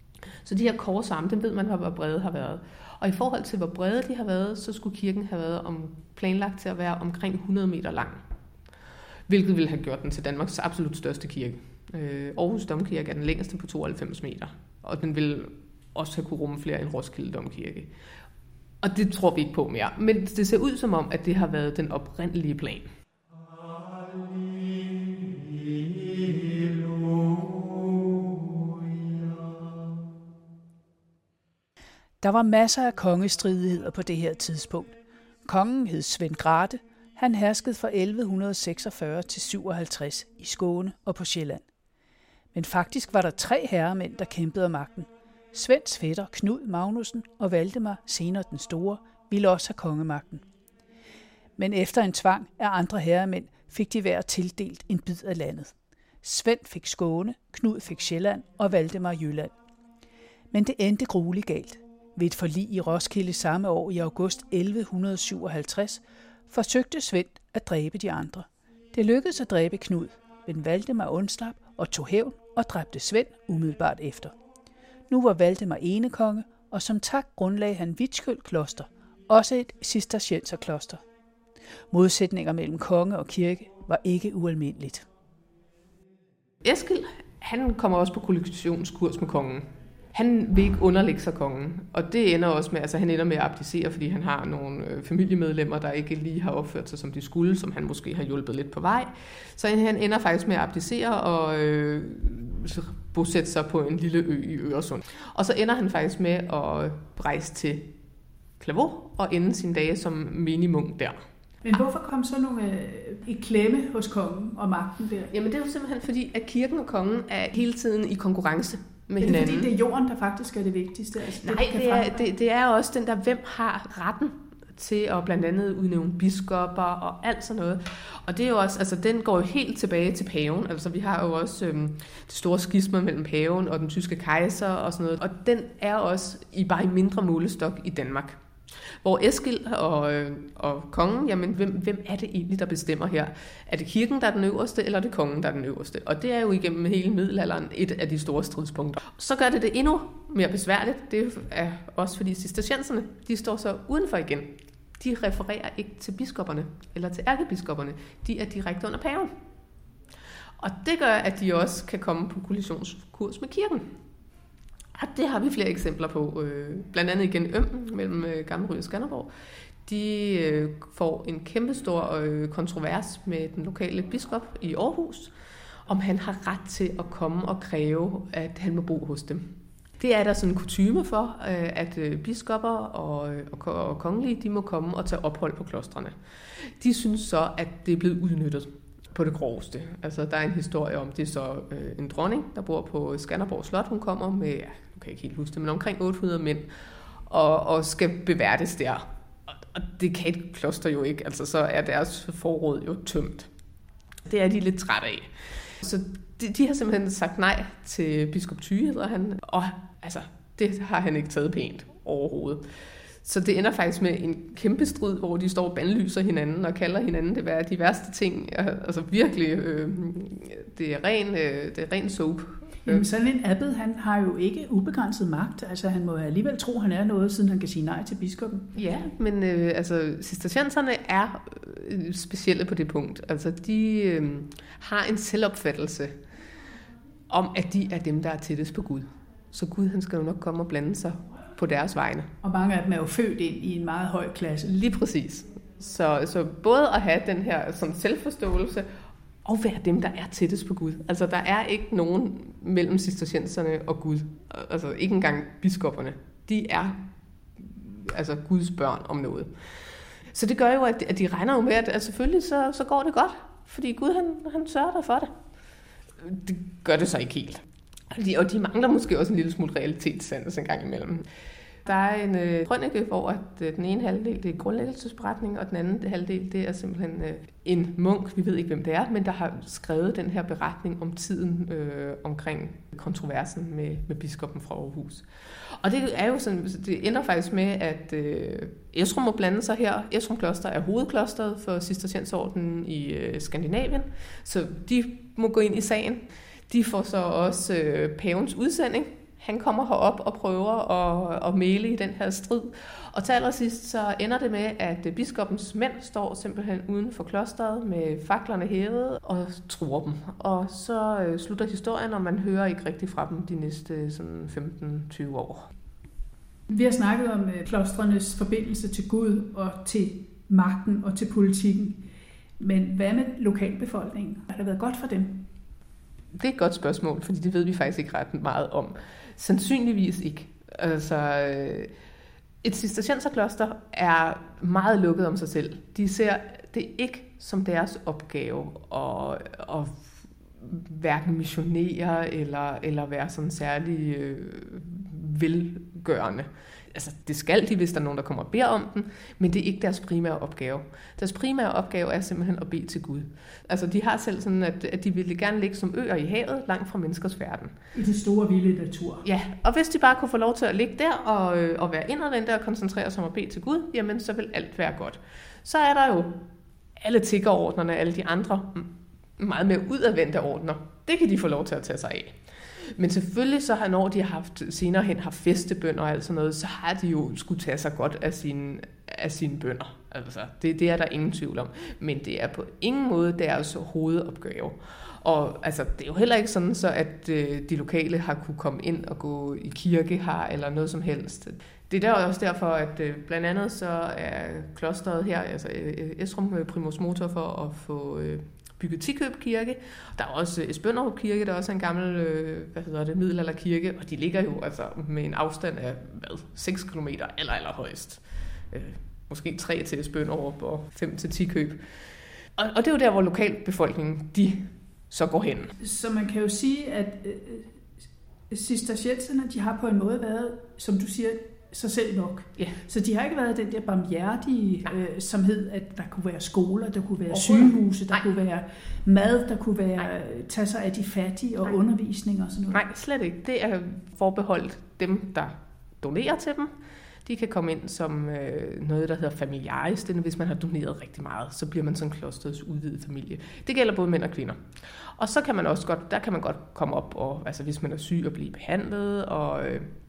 R: Så de her korsarme, dem ved man, hvor brede har været. Og i forhold til, hvor brede de har været, så skulle kirken have været planlagt til at være omkring 100 meter lang. Hvilket ville have gjort den til Danmarks absolut største kirke. Aarhus Domkirke er den længste på 92 meter. Og den ville også have kunne rumme flere end Roskilde Domkirke. Og det tror vi ikke på mere. Men det ser ud som om, at det har været den oprindelige plan.
G: Der var masser af kongestridigheder på det her tidspunkt. Kongen hed Svend Grathe. Han herskede fra 1146 til 57 i Skåne og på Sjælland. Men faktisk var der 3 herremænd, der kæmpede om magten. Svends fætter Knud Magnussen og Valdemar, senere den store, ville også have kongemagten. Men efter en tvang af andre herremænd fik de hver tildelt en bid af landet. Svend fik Skåne, Knud fik Sjælland og Valdemar Jylland. Men det endte grueligt galt. Ved et forlig i Roskilde samme år i august 1157 forsøgte Svend at dræbe de andre. Det lykkedes at dræbe Knud, men Valdemar undslap og tog hævn og dræbte Svend umiddelbart efter. Nu var Valdemar enekonge, og som tak grundlagde han Vitskøl Kloster, også et cistercienserkloster. Modsætninger mellem konge og kirke var ikke ualmindeligt.
R: Eskil, han kommer også på kollektionskurs med kongen. Han vil ikke underlægge sig kongen, og det ender også med, han ender med at abdicere, fordi han har nogle familiemedlemmer, der ikke lige har opført sig, som de skulle, som han måske har hjulpet lidt på vej. Så han ender faktisk med at abdicere og bosætte sig på en lille ø i Øresund. Og så ender han faktisk med at rejse til Clairvaux og ende sine dage som minimum der.
S: Men hvorfor kom så nogle i klemme hos kongen og magten der?
R: Jamen det er jo simpelthen fordi, at kirken og kongen er hele tiden i konkurrence med hinanden.
S: Fordi det er jorden, der faktisk er det vigtigste? Altså,
R: Nej, det er også den der, hvem har retten til at blandt andet udnævne biskopper og alt sådan noget. Og det er jo også, den går jo helt tilbage til paven. Altså vi har jo også det store skisma mellem paven og den tyske kejser og sådan noget. Og den er også bare i mindre målestok i Danmark. Hvor Eskil og kongen, jamen hvem er det egentlig, der bestemmer her? Er det kirken, der er den øverste, eller er det kongen, der er den øverste? Og det er jo igennem hele middelalderen et af de store stridspunkter. Så gør det endnu mere besværligt. Det er også fordi cistercienserne, de står så udenfor igen. De refererer ikke til biskopperne eller til ærkebiskopperne. De er direkte under paven. Og det gør, at de også kan komme på kollisionskurs med kirken. Og det har vi flere eksempler på. Blandt andet igen Ømmen mellem Gammelry og Skanderborg. De får en kæmpestor kontrovers med den lokale biskop i Aarhus, om han har ret til at komme og kræve, at han må bo hos dem. Det er der sådan en kutyme for, at biskopper og kongelige, de må komme og tage ophold på klostrene. De synes så, at det er blevet udnyttet på det groveste. Altså, der er en historie om, det er så en dronning, der bor på Skanderborg Slot. Hun kommer med, nu kan jeg ikke helt huske det, men omkring 800 mænd, og skal beværtes der. Og det kan et kloster jo ikke, altså så er deres forråd jo tømt. Det er de lidt træt af. Så de har simpelthen sagt nej til biskop Thy, hedder han, og altså, det har han ikke taget pænt overhovedet. Så det ender faktisk med en kæmpe strid, hvor de står og bandlyser hinanden og kalder hinanden det være de værste ting. Altså virkelig, det er ren soap.
S: Jamen, sådan en abbed, han har jo ikke ubegrænset magt. Altså han må alligevel tro, han er noget, siden han kan sige nej til biskoppen.
R: Ja, men cistercienserne er specielle på det punkt. Altså de har en selvopfattelse om, at de er dem, der er tættest på Gud. Så Gud, han skal jo nok komme og blande sig på deres vegne.
S: Og mange af dem er jo født ind i en meget høj klasse.
R: Lige præcis. Så både at have den her sådan selvforståelse, og være dem, der er tættest på Gud. Altså, der er ikke nogen mellem cistercienserne og Gud. Altså, ikke engang biskopperne. De er altså Guds børn om noget. Så det gør jo, at de regner jo med, at selvfølgelig så går det godt. Fordi Gud, han sørger der for det. Det gør det så ikke helt. Og de mangler måske også en lille smule realitetssans en gang imellem. Der er en krønike, hvor at den ene halvdel det er grundlæggelsesberetning, og den anden halvdel det er simpelthen en munk, vi ved ikke hvem det er, men der har skrevet den her beretning om tiden omkring kontroversen med biskoppen fra Aarhus. Og det er jo sådan, det ender faktisk med, at Esrum må blande sig her. Esrum Kloster er hovedklosteret for cisterciensordenen i Skandinavien, så de må gå ind i sagen. De får så også pavens udsending Han kommer herop og prøver at mæle i den her strid. Og til allersidst så ender det med, at biskoppens mænd står simpelthen uden for klosteret med faklerne hævet og truer dem. Og så slutter historien, og man hører ikke rigtig fra dem de næste sådan 15-20 år.
S: Vi har snakket om klostrenes forbindelse til Gud og til magten og til politikken. Men hvad med lokalbefolkningen? Har det været godt for dem?
R: Det er et godt spørgsmål, fordi det ved vi faktisk ikke ret meget om. Sandsynligvis ikke. Altså, et cistercienserkloster er meget lukket om sig selv. De ser det ikke som deres opgave at hverken missionere eller være sådan særlig velgørende. Altså, det skal de, hvis der er nogen, der kommer og beder om den, men det er ikke deres primære opgave. Deres primære opgave er simpelthen at bede til Gud. Altså, de har selv sådan, at de ville gerne ligge som øer i havet, langt fra menneskers verden.
S: I det store vilde natur.
R: Ja, og hvis de bare kunne få lov til at ligge der og være indadvendte og koncentrere sig om at bede til Gud, jamen så vil alt være godt. Så er der jo alle tiggerordnerne, alle de andre meget mere udadvendte ordner. Det kan de få lov til at tage sig af. Men selvfølgelig så har, når de har senere hen haft festebønder og alt sådan noget, så har de jo skulle tage sig godt af sine bønder. Altså, det er der ingen tvivl om. Men det er på ingen måde deres hovedopgave. Og altså, det er jo heller ikke sådan, så at de lokale har kunne komme ind og gå i kirke her eller noget som helst. Det er der også derfor, at blandt andet så er klosteret her, altså Esrum primus motor for at få bygget Tikøb Kirke. Der er også Esbønderup Kirke, der er også en gammel middelalderkirke, og de ligger jo altså med en afstand af 6 km allerhøjst. Måske 3 til Esbønderup og 5 til Tikøb. Og det er jo der, hvor lokalbefolkningen, de så går hen.
S: Så man kan jo sige, at cistercienserne, de har på en måde været, som du siger, sig selv nok.
R: Ja.
S: Så de har ikke været den der barmhjertige somhed, at der kunne være skoler, der kunne være sygehuse, der kunne være mad, der kunne være tage sig af de fattige og undervisning og sådan noget.
R: Nej, slet ikke. Det er forbeholdt dem, der donerer til dem. De kan komme ind som noget, der hedder familiaris. Hvis man har doneret rigtig meget, så bliver man sådan klosterets udvidede familie. Det gælder både mænd og kvinder. Og så kan man også godt komme op, og, altså hvis man er syg og blive behandlet, og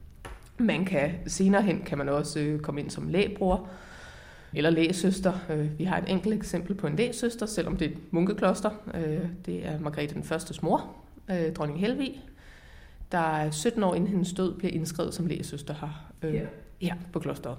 R: man kan senere hen kan man også komme ind som lægbror eller lægesøster. Vi har et enkelt eksempel på en lægesøster, selvom det er et munkekloster. Det er Margrethe den Førstes mor, dronning Helvig, der 17 år inden hendes død bliver indskrevet som lægesøster her på klosteret.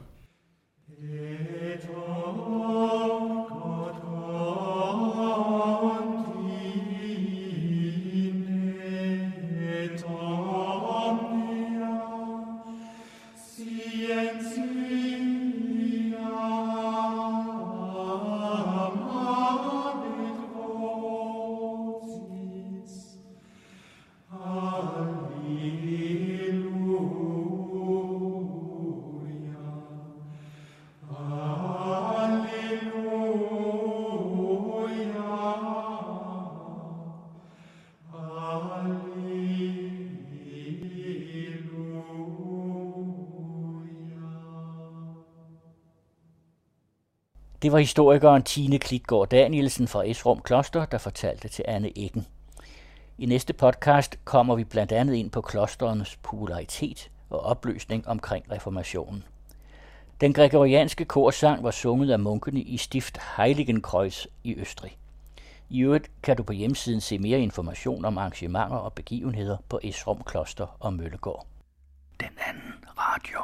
F: Det var historikeren Tine Klitgaard Danielsen fra Esrum Kloster, der fortalte til Anne Eggen. I næste podcast kommer vi blandt andet ind på klosterens popularitet og opløsning omkring reformationen. Den gregorianske korsang var sunget af munkene i Stift Heiligenkreuz i Østrig. I øvrigt kan du på hjemmesiden se mere information om arrangementer og begivenheder på Esrum Kloster og Møllegård. Den anden radio.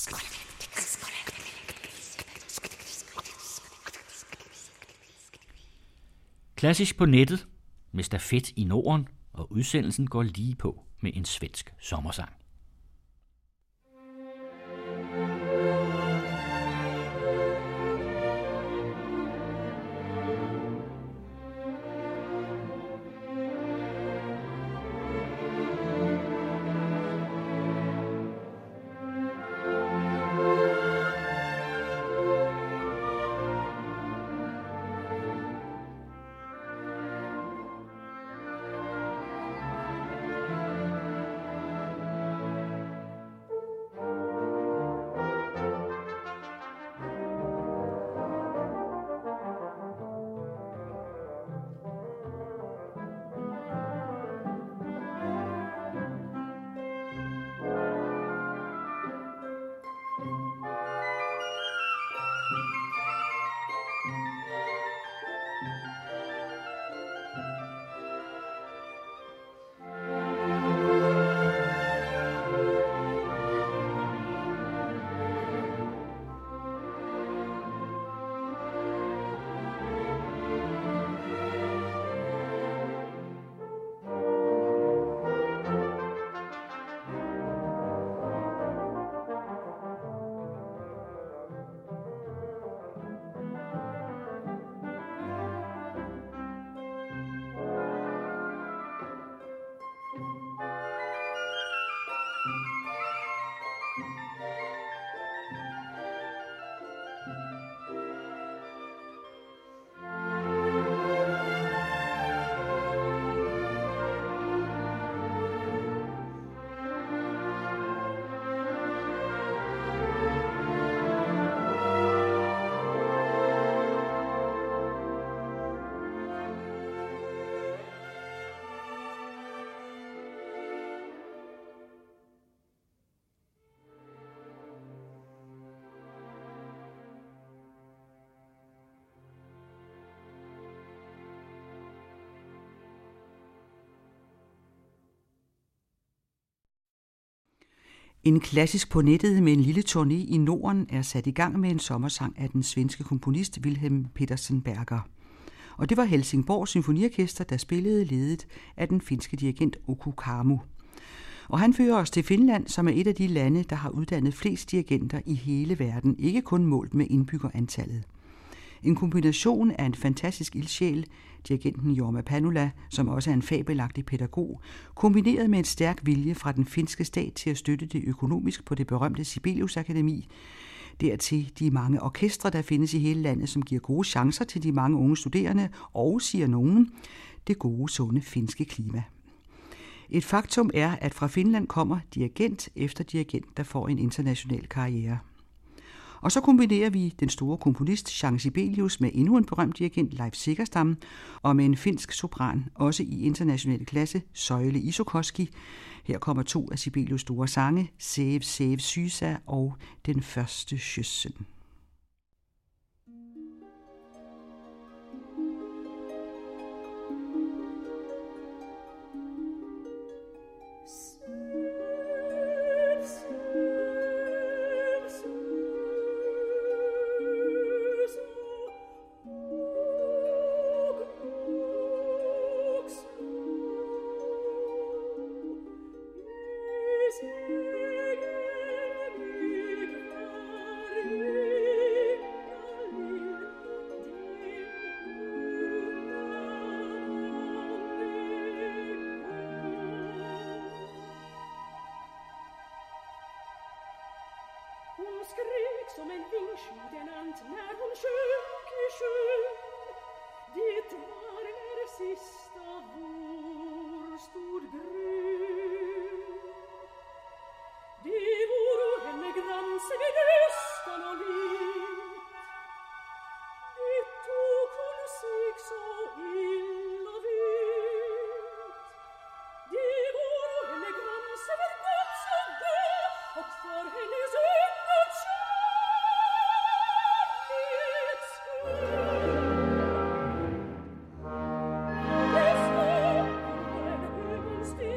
F: Klassisk på nettet med stafet i Norden, og udsendelsen går lige på med en svensk sommersang.
T: En klassisk på nettet med en lille turné i Norden er sat i gang med en sommersang af den svenske komponist Wilhelm Petersen Berger. Og det var Helsingborg Symfoniorkester, der spillede ledet af den finske dirigent Okko Karmo. Og han fører os til Finland, som er et af de lande, der har uddannet flest dirigenter i hele verden, ikke kun målt med indbyggerantallet. En kombination af en fantastisk ildsjæl, dirigenten Jorma Panula, som også er en fabelagtig pædagog, kombineret med en stærk vilje fra den finske stat til at støtte det økonomisk på det berømte Sibelius Akademi, dertil de mange orkestre, der findes i hele landet, som giver gode chancer til de mange unge studerende, og, siger nogen, det gode, sunde finske klima. Et faktum er, at fra Finland kommer dirigent efter dirigent, der får en international karriere. Og så kombinerer vi den store komponist Jean Sibelius med endnu en berømt dirigent, Leif Segerstam, og med en finsk sopran, også i international klasse, Soile Isokoski. Her kommer 2 af Sibelius store sange, Save, Save Sysa og Den første kyssen.
E: Stay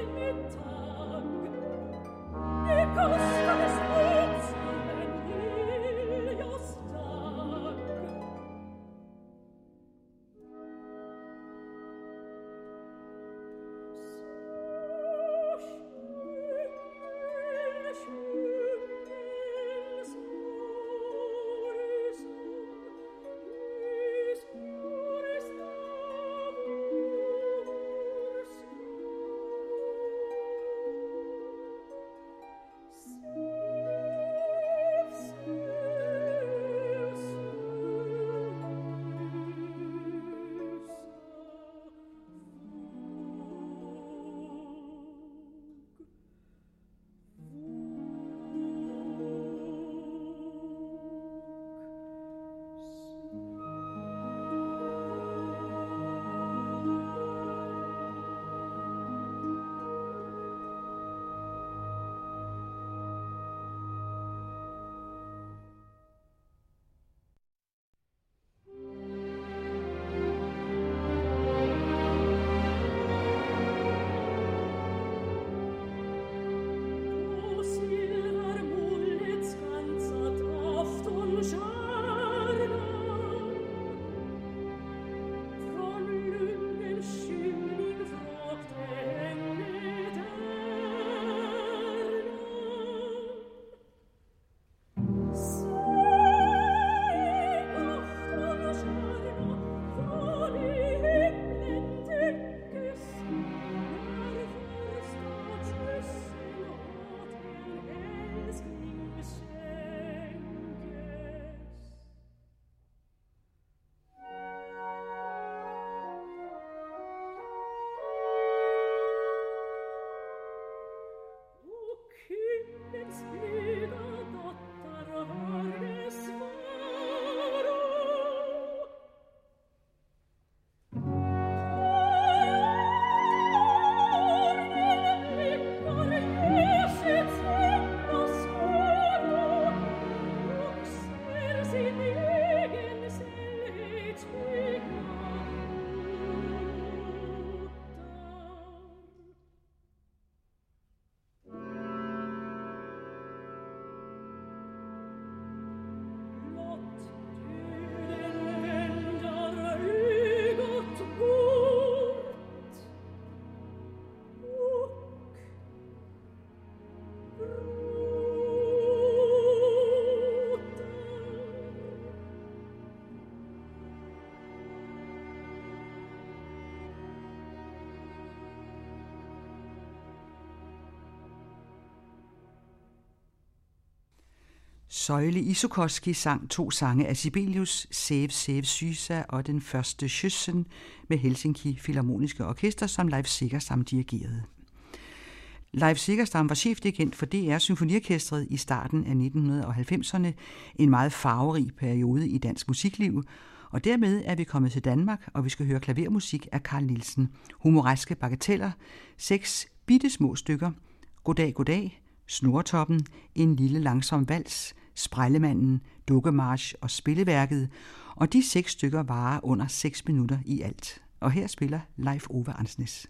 T: Søjle Isokoski sang 2 sange af Sibelius, Sæv Sæv Sysa og den første Kyssen med Helsinki Filharmoniske Orkester, som Leif Segerstam dirigerede. Leif Segerstam var chefdirigent for DR Symfoniorkestret i starten af 1990'erne, en meget farverig periode i dansk musikliv, og dermed er vi kommet til Danmark, og vi skal høre klavermusik af Carl Nielsen. Humoreske bagateller, 6 bittesmå stykker, Goddag, goddag, Snortoppen, En lille langsom vals, Sprællemanden, Dukkemarch og Spilleværket, og de 6 stykker varer under 6 minutter i alt. Og her spiller Leif Ove Ansnes.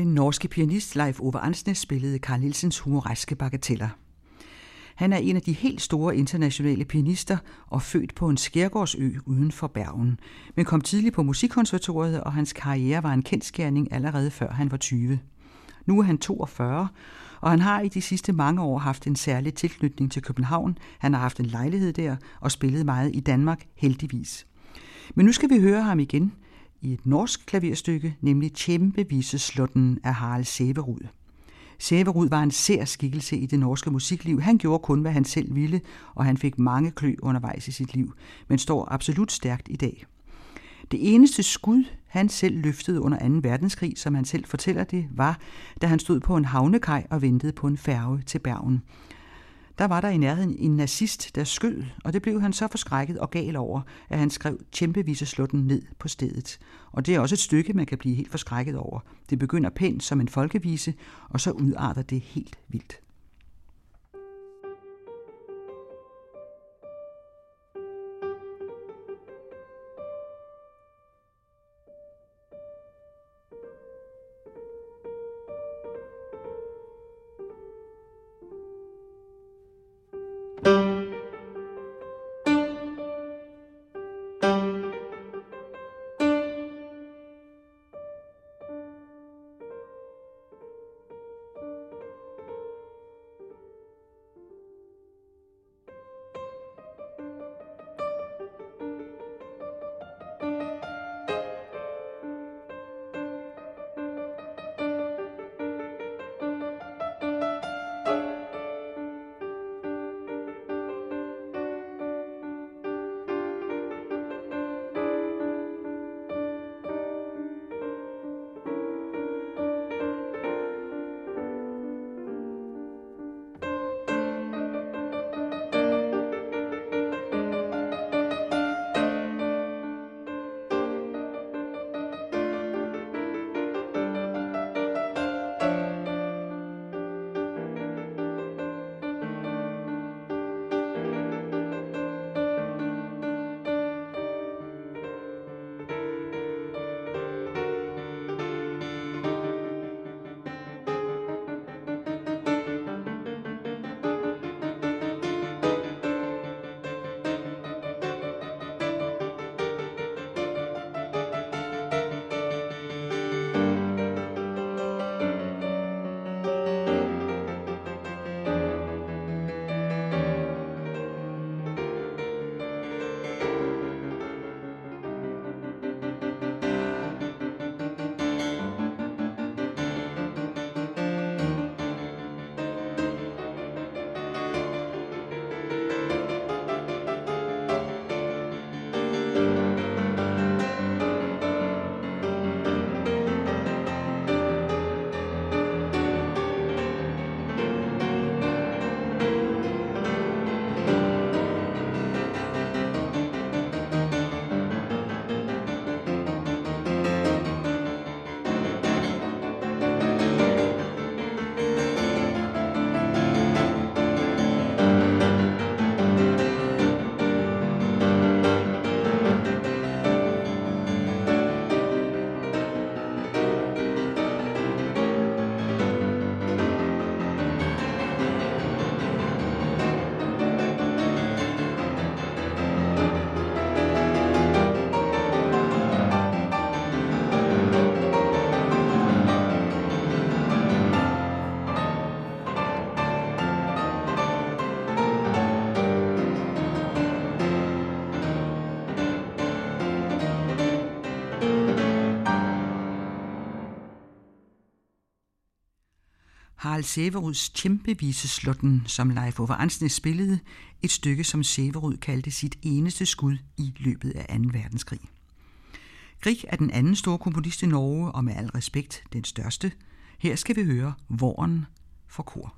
T: Den norske pianist Leif Ove Andsnes spillede Carl Nielsens humoreske bagateller. Han er en af de helt store internationale pianister og født på en skærgårdsø uden for Bergen, men kom tidligt på musikkonservatoriet, og hans karriere var en kendsgerning allerede før han var 20. Nu er han 42, og han har i de sidste mange år haft en særlig tilknytning til København. Han har haft en lejlighed der og spillet meget i Danmark, heldigvis. Men nu skal vi høre ham igen i et norsk klaverstykke, nemlig Kjempeviseslåtten af Harald Sæverud. Sæverud var en sær skikkelse i det norske musikliv. Han gjorde kun, hvad han selv ville, og han fik mange klø undervejs i sit liv, men står absolut stærkt i dag. Det eneste skud, han selv løftede under 2. verdenskrig, som han selv fortæller det, var, da han stod på en havnekaj og ventede på en færge til Bergen. Der var der i nærheden en nazist, der skød, og det blev han så forskrækket og gal over, at han skrev Kjempeviseslåtten ned på stedet. Og det er også et stykke, man kan blive helt forskrækket over. Det begynder pænt som en folkevise, og så udarter det helt vildt. Harald Sæveruds Kjempeviseslåtten, som Leif Ove Andsnes spillede, et stykke, som Sæverud kaldte sit eneste skud i løbet af 2. verdenskrig. Grieg er den anden store komponist i Norge, og med al respekt den største. Her skal vi høre Våren for kor.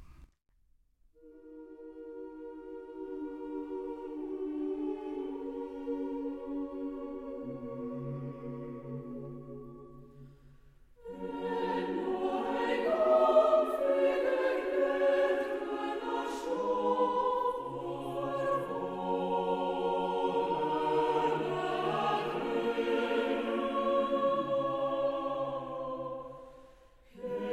E: Yeah.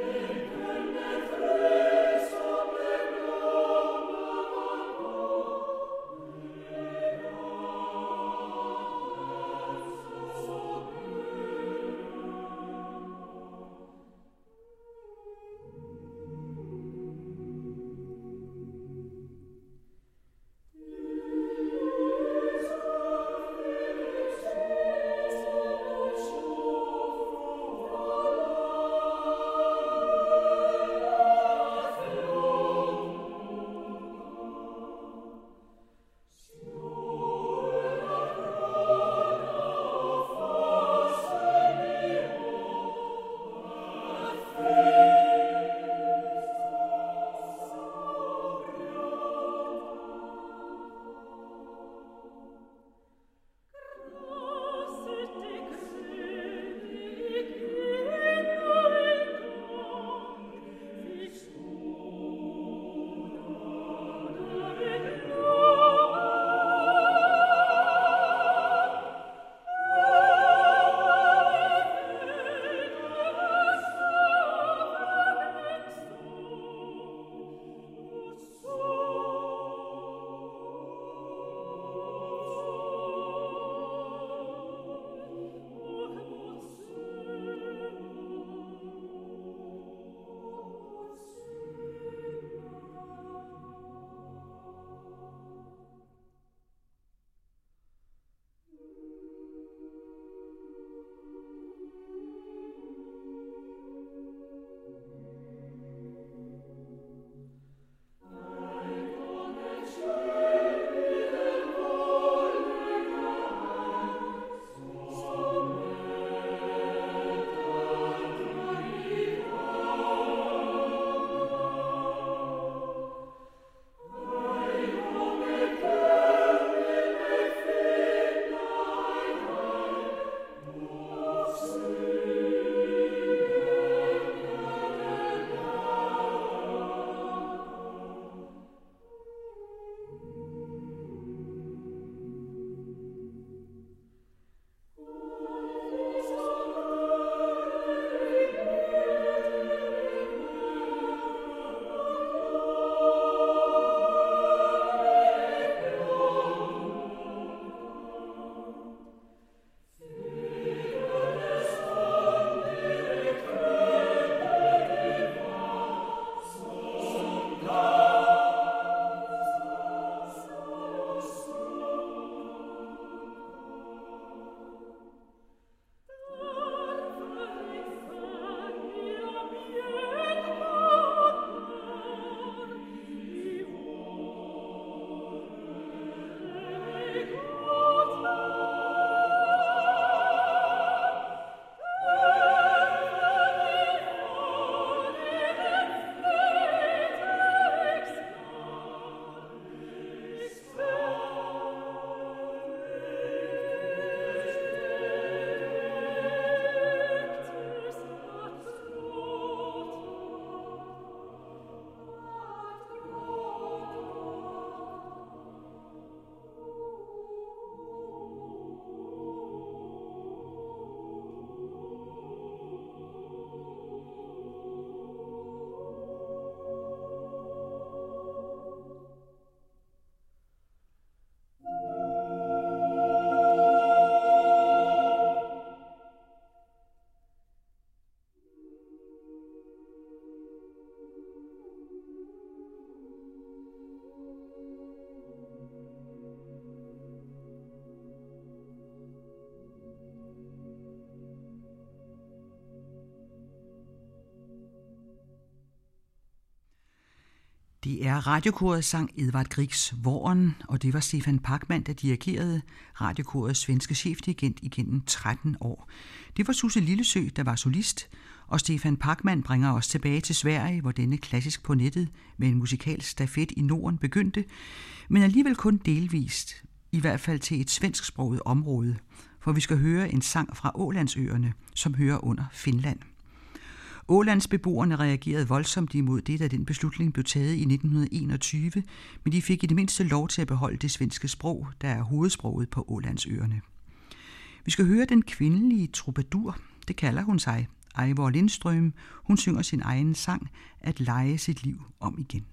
T: Det er radiokoret sang Edvard Griegs Våren, og det var Stefan Pachman, der dirigerede radiokorets svenske chefdirigent igennem 13 år. Det var Susse Lillesø, der var solist, og Stefan Pachman bringer os tilbage til Sverige, hvor denne klassisk på nettet med en musikalsk stafet i Norden begyndte, men alligevel kun delvist, i hvert fald til et svensksproget område, for vi skal høre en sang fra Ålandsøerne, som hører under Finland. Ålandsbeboerne reagerede voldsomt imod det, da den beslutning blev taget i 1921, men de fik i det mindste lov til at beholde det svenske sprog, der er hovedsproget på Ålandsøerne. Vi skal høre den kvindelige troubadour, det kalder hun sig, Eivor Lindström. Hun synger sin egen sang, At lege sit liv om igen.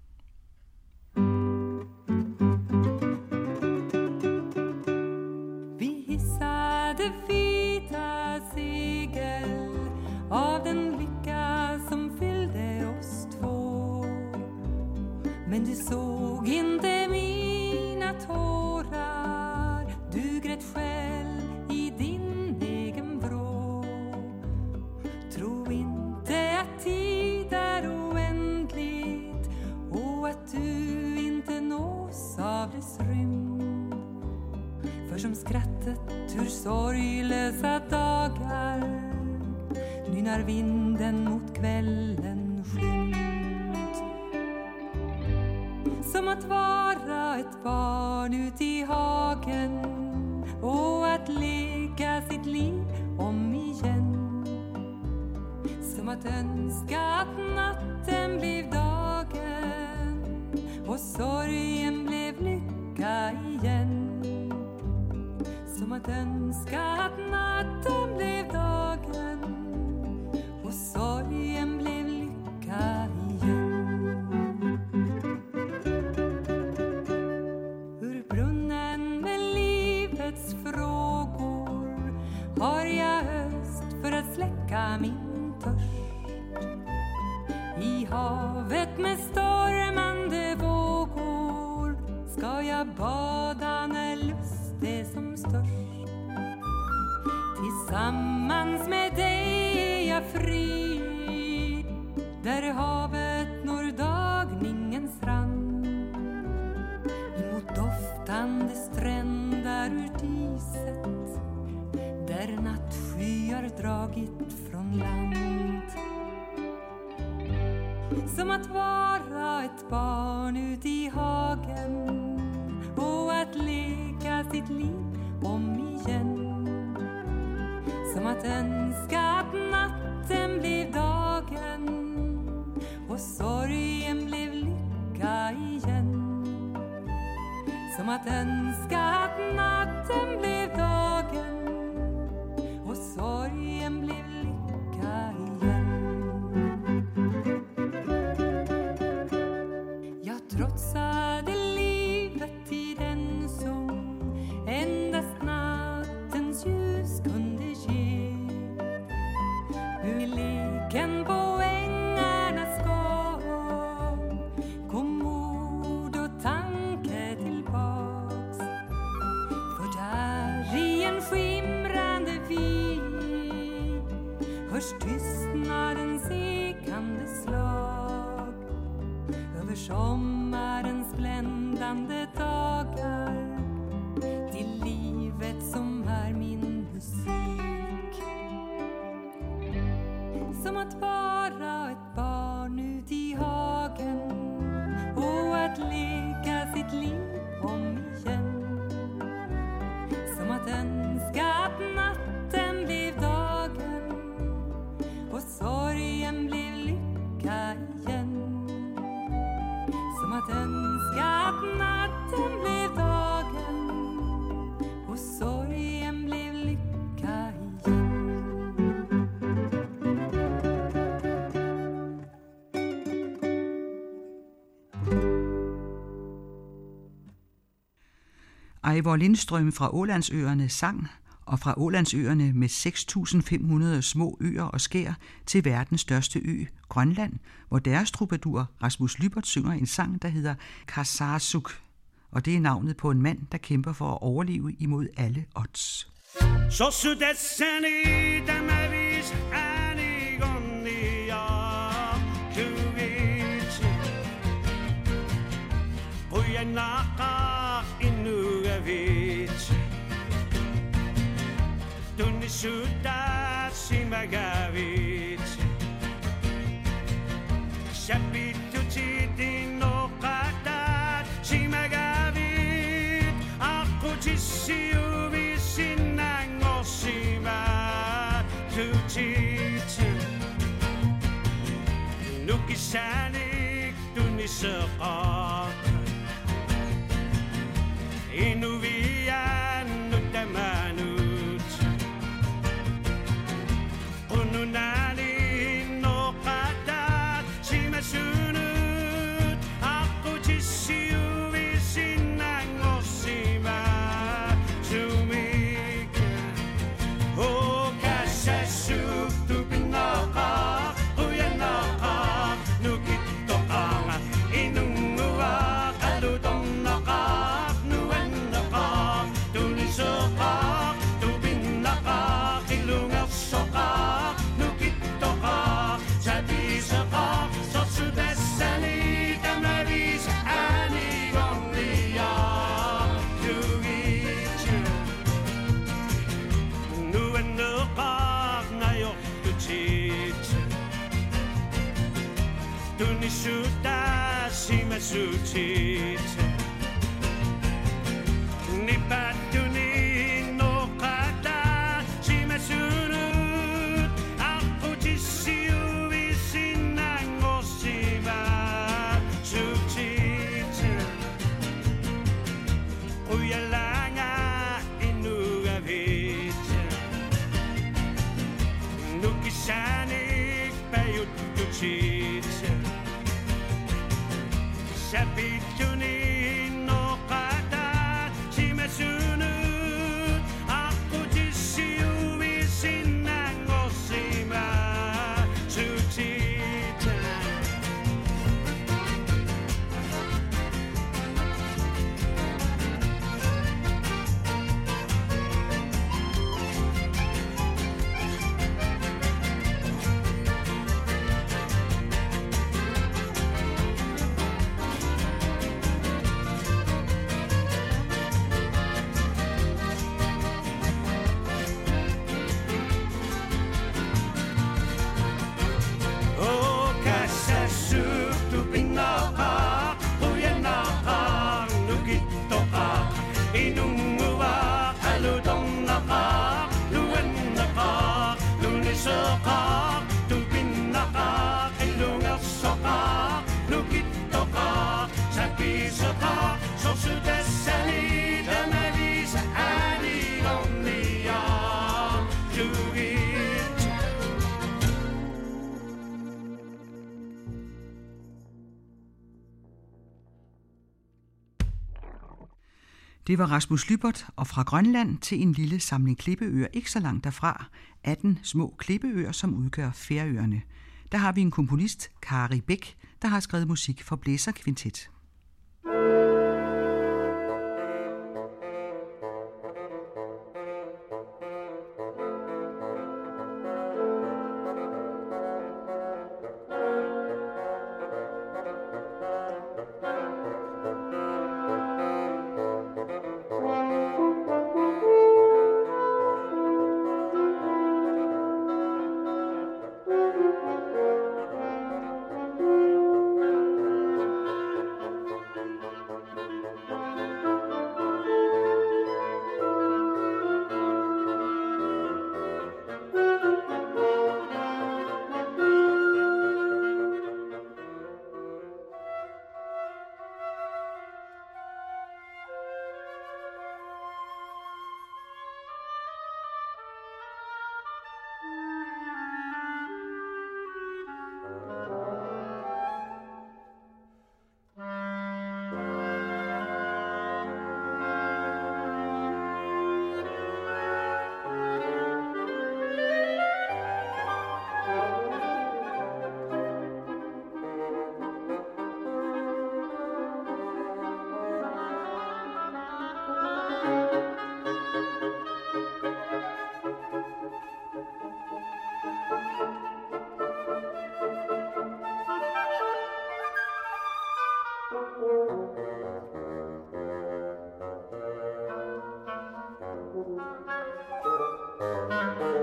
U: Vi hissade vita segel av den lycka som fyllde oss två. Men du såg inte mina tårar, du grät själv i din egen vrå. Tro inte att tid är oändligt och att du inte nås av dess rymd. För som skrattet ur sorglösa dagar nynnar vinden mot kvällen skymt. Som att vara ett barn ut i hagen och att leka sitt liv om igen. Som att önska att natten blev dagen och sorgen blev lycka igen. Som att önska att natten blev dagen och sorgen blev lycka igen. Ur brunnen med livets frågor har jag öst för att släcka min törst. I havet med stormande vågor ska jag bada när lust är som störst. Tillsammans med dig är jag fri, där havet når dagningens rand. Emot doftande strändar ur diset, där nattskyar dragit från land. Som att vara ett barn ut i hagen och att leka sitt liv om igen. Som att önska att natten blev dagen och sorgen blev lycka igen. Som att önska att natten blev dagen och sorgen blev lycka igen. Jag trotsade livet i den som endast nattens ljus kunde ge. Ur leken på ängarnas gång kom ord och tanke tillbaks. För där i en skimrande vik hörs tystnadens ekande slag över sommarens bländande dagar till livet som är min musik. Som att vara ett barn ut i hagen och att leka sitt liv om igen. Som att önska att natten blev dagen och sorgen blev lycka igen. Som att önska att natten blev dagen och sorgen blev lycka igen.
T: Eivor Lindström fra Ålandsøerne sang, og fra Ålandsøerne med 6.500 små øer og skær til verdens største ø, Grønland, hvor deres troubadour Rasmus Lybert synger en sang, der hedder Karsasuk, og det er navnet på en mand, der kæmper for at overleve imod alle odds.
E: Så sudessen i dem är vis är ni gångia kuvits sudah simagawit Sabitu tidino katat simagawit Aku tisiu visinang osima tutita Nukisanik tunisekak Inuvian nutamanut Ununani no katat simasunut Aku tisiu visinang osima Sumika O kasasuk tu pinaka Uyanaka nukitokanga Inunguwa kalutong naka Sudah simasutit Nipatuni no kata simasunut Aku tisiu visinang osima sutit Uyalanga inugavit Nukisanik payut tutit Sabituni no katat simasunut Aku tisiu visinang osima sutita
T: Det var Rasmus Lybert, og fra Grønland til en lille samling klippeøer ikke så langt derfra, 18 små klippeøer, som udgør Færøerne. Der har vi en komponist, Kari Bæk, der har skrevet musik for blæserkvintet.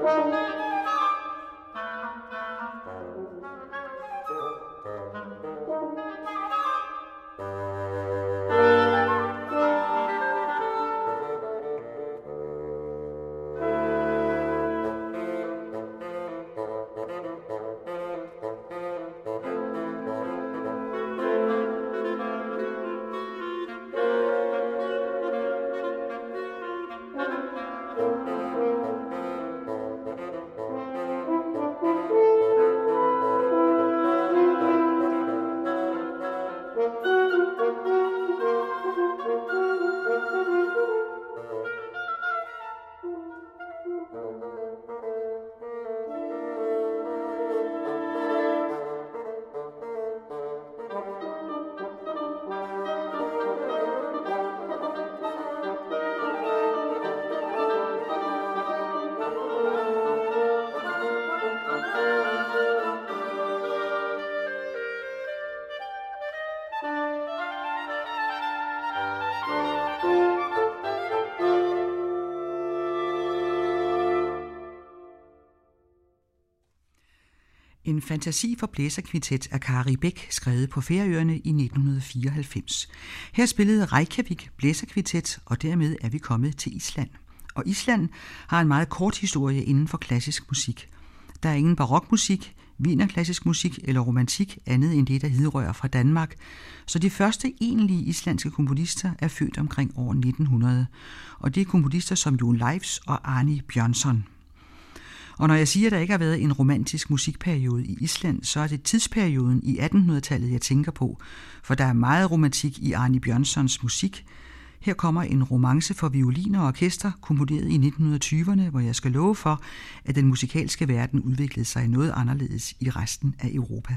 T: En fantasi for blæserkvintet af Kari Bæk, skrevet på Færøerne i 1994. Her spillede Reykjavik blæserkvintet, og dermed er vi kommet til Island. Og Island har en meget kort historie inden for klassisk musik. Der er ingen barokmusik, wienerklassisk musik eller romantik, andet end det, der hidrører fra Danmark. Så de første egentlige islandske komponister er født omkring år 1900. Og det er komponister som Jón Leifs og Árni Björnsson. Og når jeg siger, at der ikke har været en romantisk musikperiode i Island, så er det tidsperioden i 1800-tallet, jeg tænker på. For der er meget romantik i Árni Björnssons musik. Her kommer en romance for violin og orkester, komponeret i 1920'erne, hvor jeg skal love for, at den musikalske verden udviklede sig noget anderledes i resten af Europa.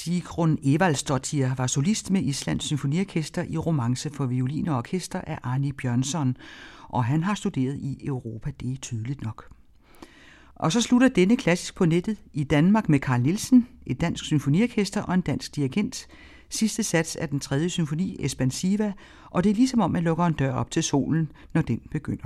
T: Sigrun Evaldsdottir var solist med Islands Symfoniorkester i Romance for violin og orkester af Arni Bjørnsson, og han har studeret i Europa, det er tydeligt nok. Og så slutter denne klassisk på nettet i Danmark med Carl Nielsen, et dansk symfoniorkester og en dansk dirigent. Sidste sats af den 3. symfoni, Espansiva, og det er ligesom om, man lukker en dør op til solen, når den begynder.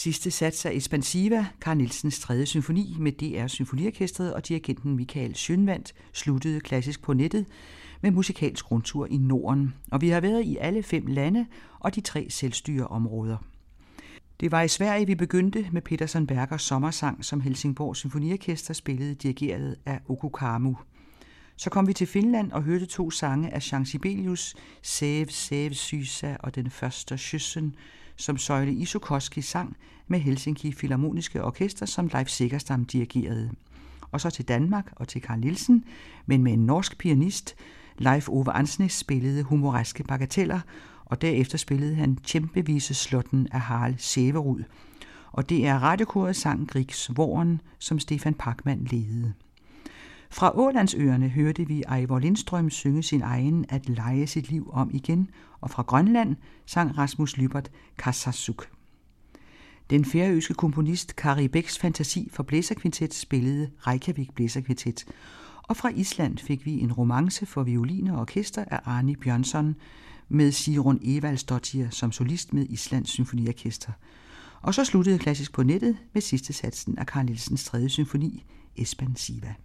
T: Sidste sats af Espansiva, Carl Nielsens 3. symfoni med DR Symfoniorkestret og dirigenten Michael Schønwandt, sluttede klassisk på nettet med musikalsk rundtur i Norden. Og vi har været i alle 5 lande og de 3 selvstyreområder. Det var i Sverige, vi begyndte med Peterson Bergers sommersang, som Helsingborg Symfoniorkester spillede dirigeret af Okko Karmu. Så kom vi til Finland og hørte 2 sange af Jean Sibelius, Save Sysa og Den første kyssen, som Søjle Isokoski sang med Helsinki Filharmoniske Orkester, som Leif Segerstam dirigerede. Og så til Danmark og til Carl Nielsen, men med en norsk pianist. Leif Ove Ansnes spillede humoreske bagateller, og derefter spillede han Kæmpeviseslotten af Harald Sæverud. Og det er radiokoret sang Griegs Våren, som Stefan Pachmann ledede. Fra Ålandsøerne hørte vi Eivor Lindstrøm synge sin egen At lege sit liv om igen, og fra Grønland sang Rasmus Lybert Kassasuk. Den færøske komponist Kari Bæks fantasi for blæserkvintet spillede Reykjavik Blæserkvintet, og fra Island fik vi en romance for violin og orkester af Arni Bjørnsson med Sigrun Evaldsdottir som solist med Islands Symfoniorkester. Og så sluttede klassisk på nettet med sidste satsen af Carl Nielsens 3. symfoni, Espansiva.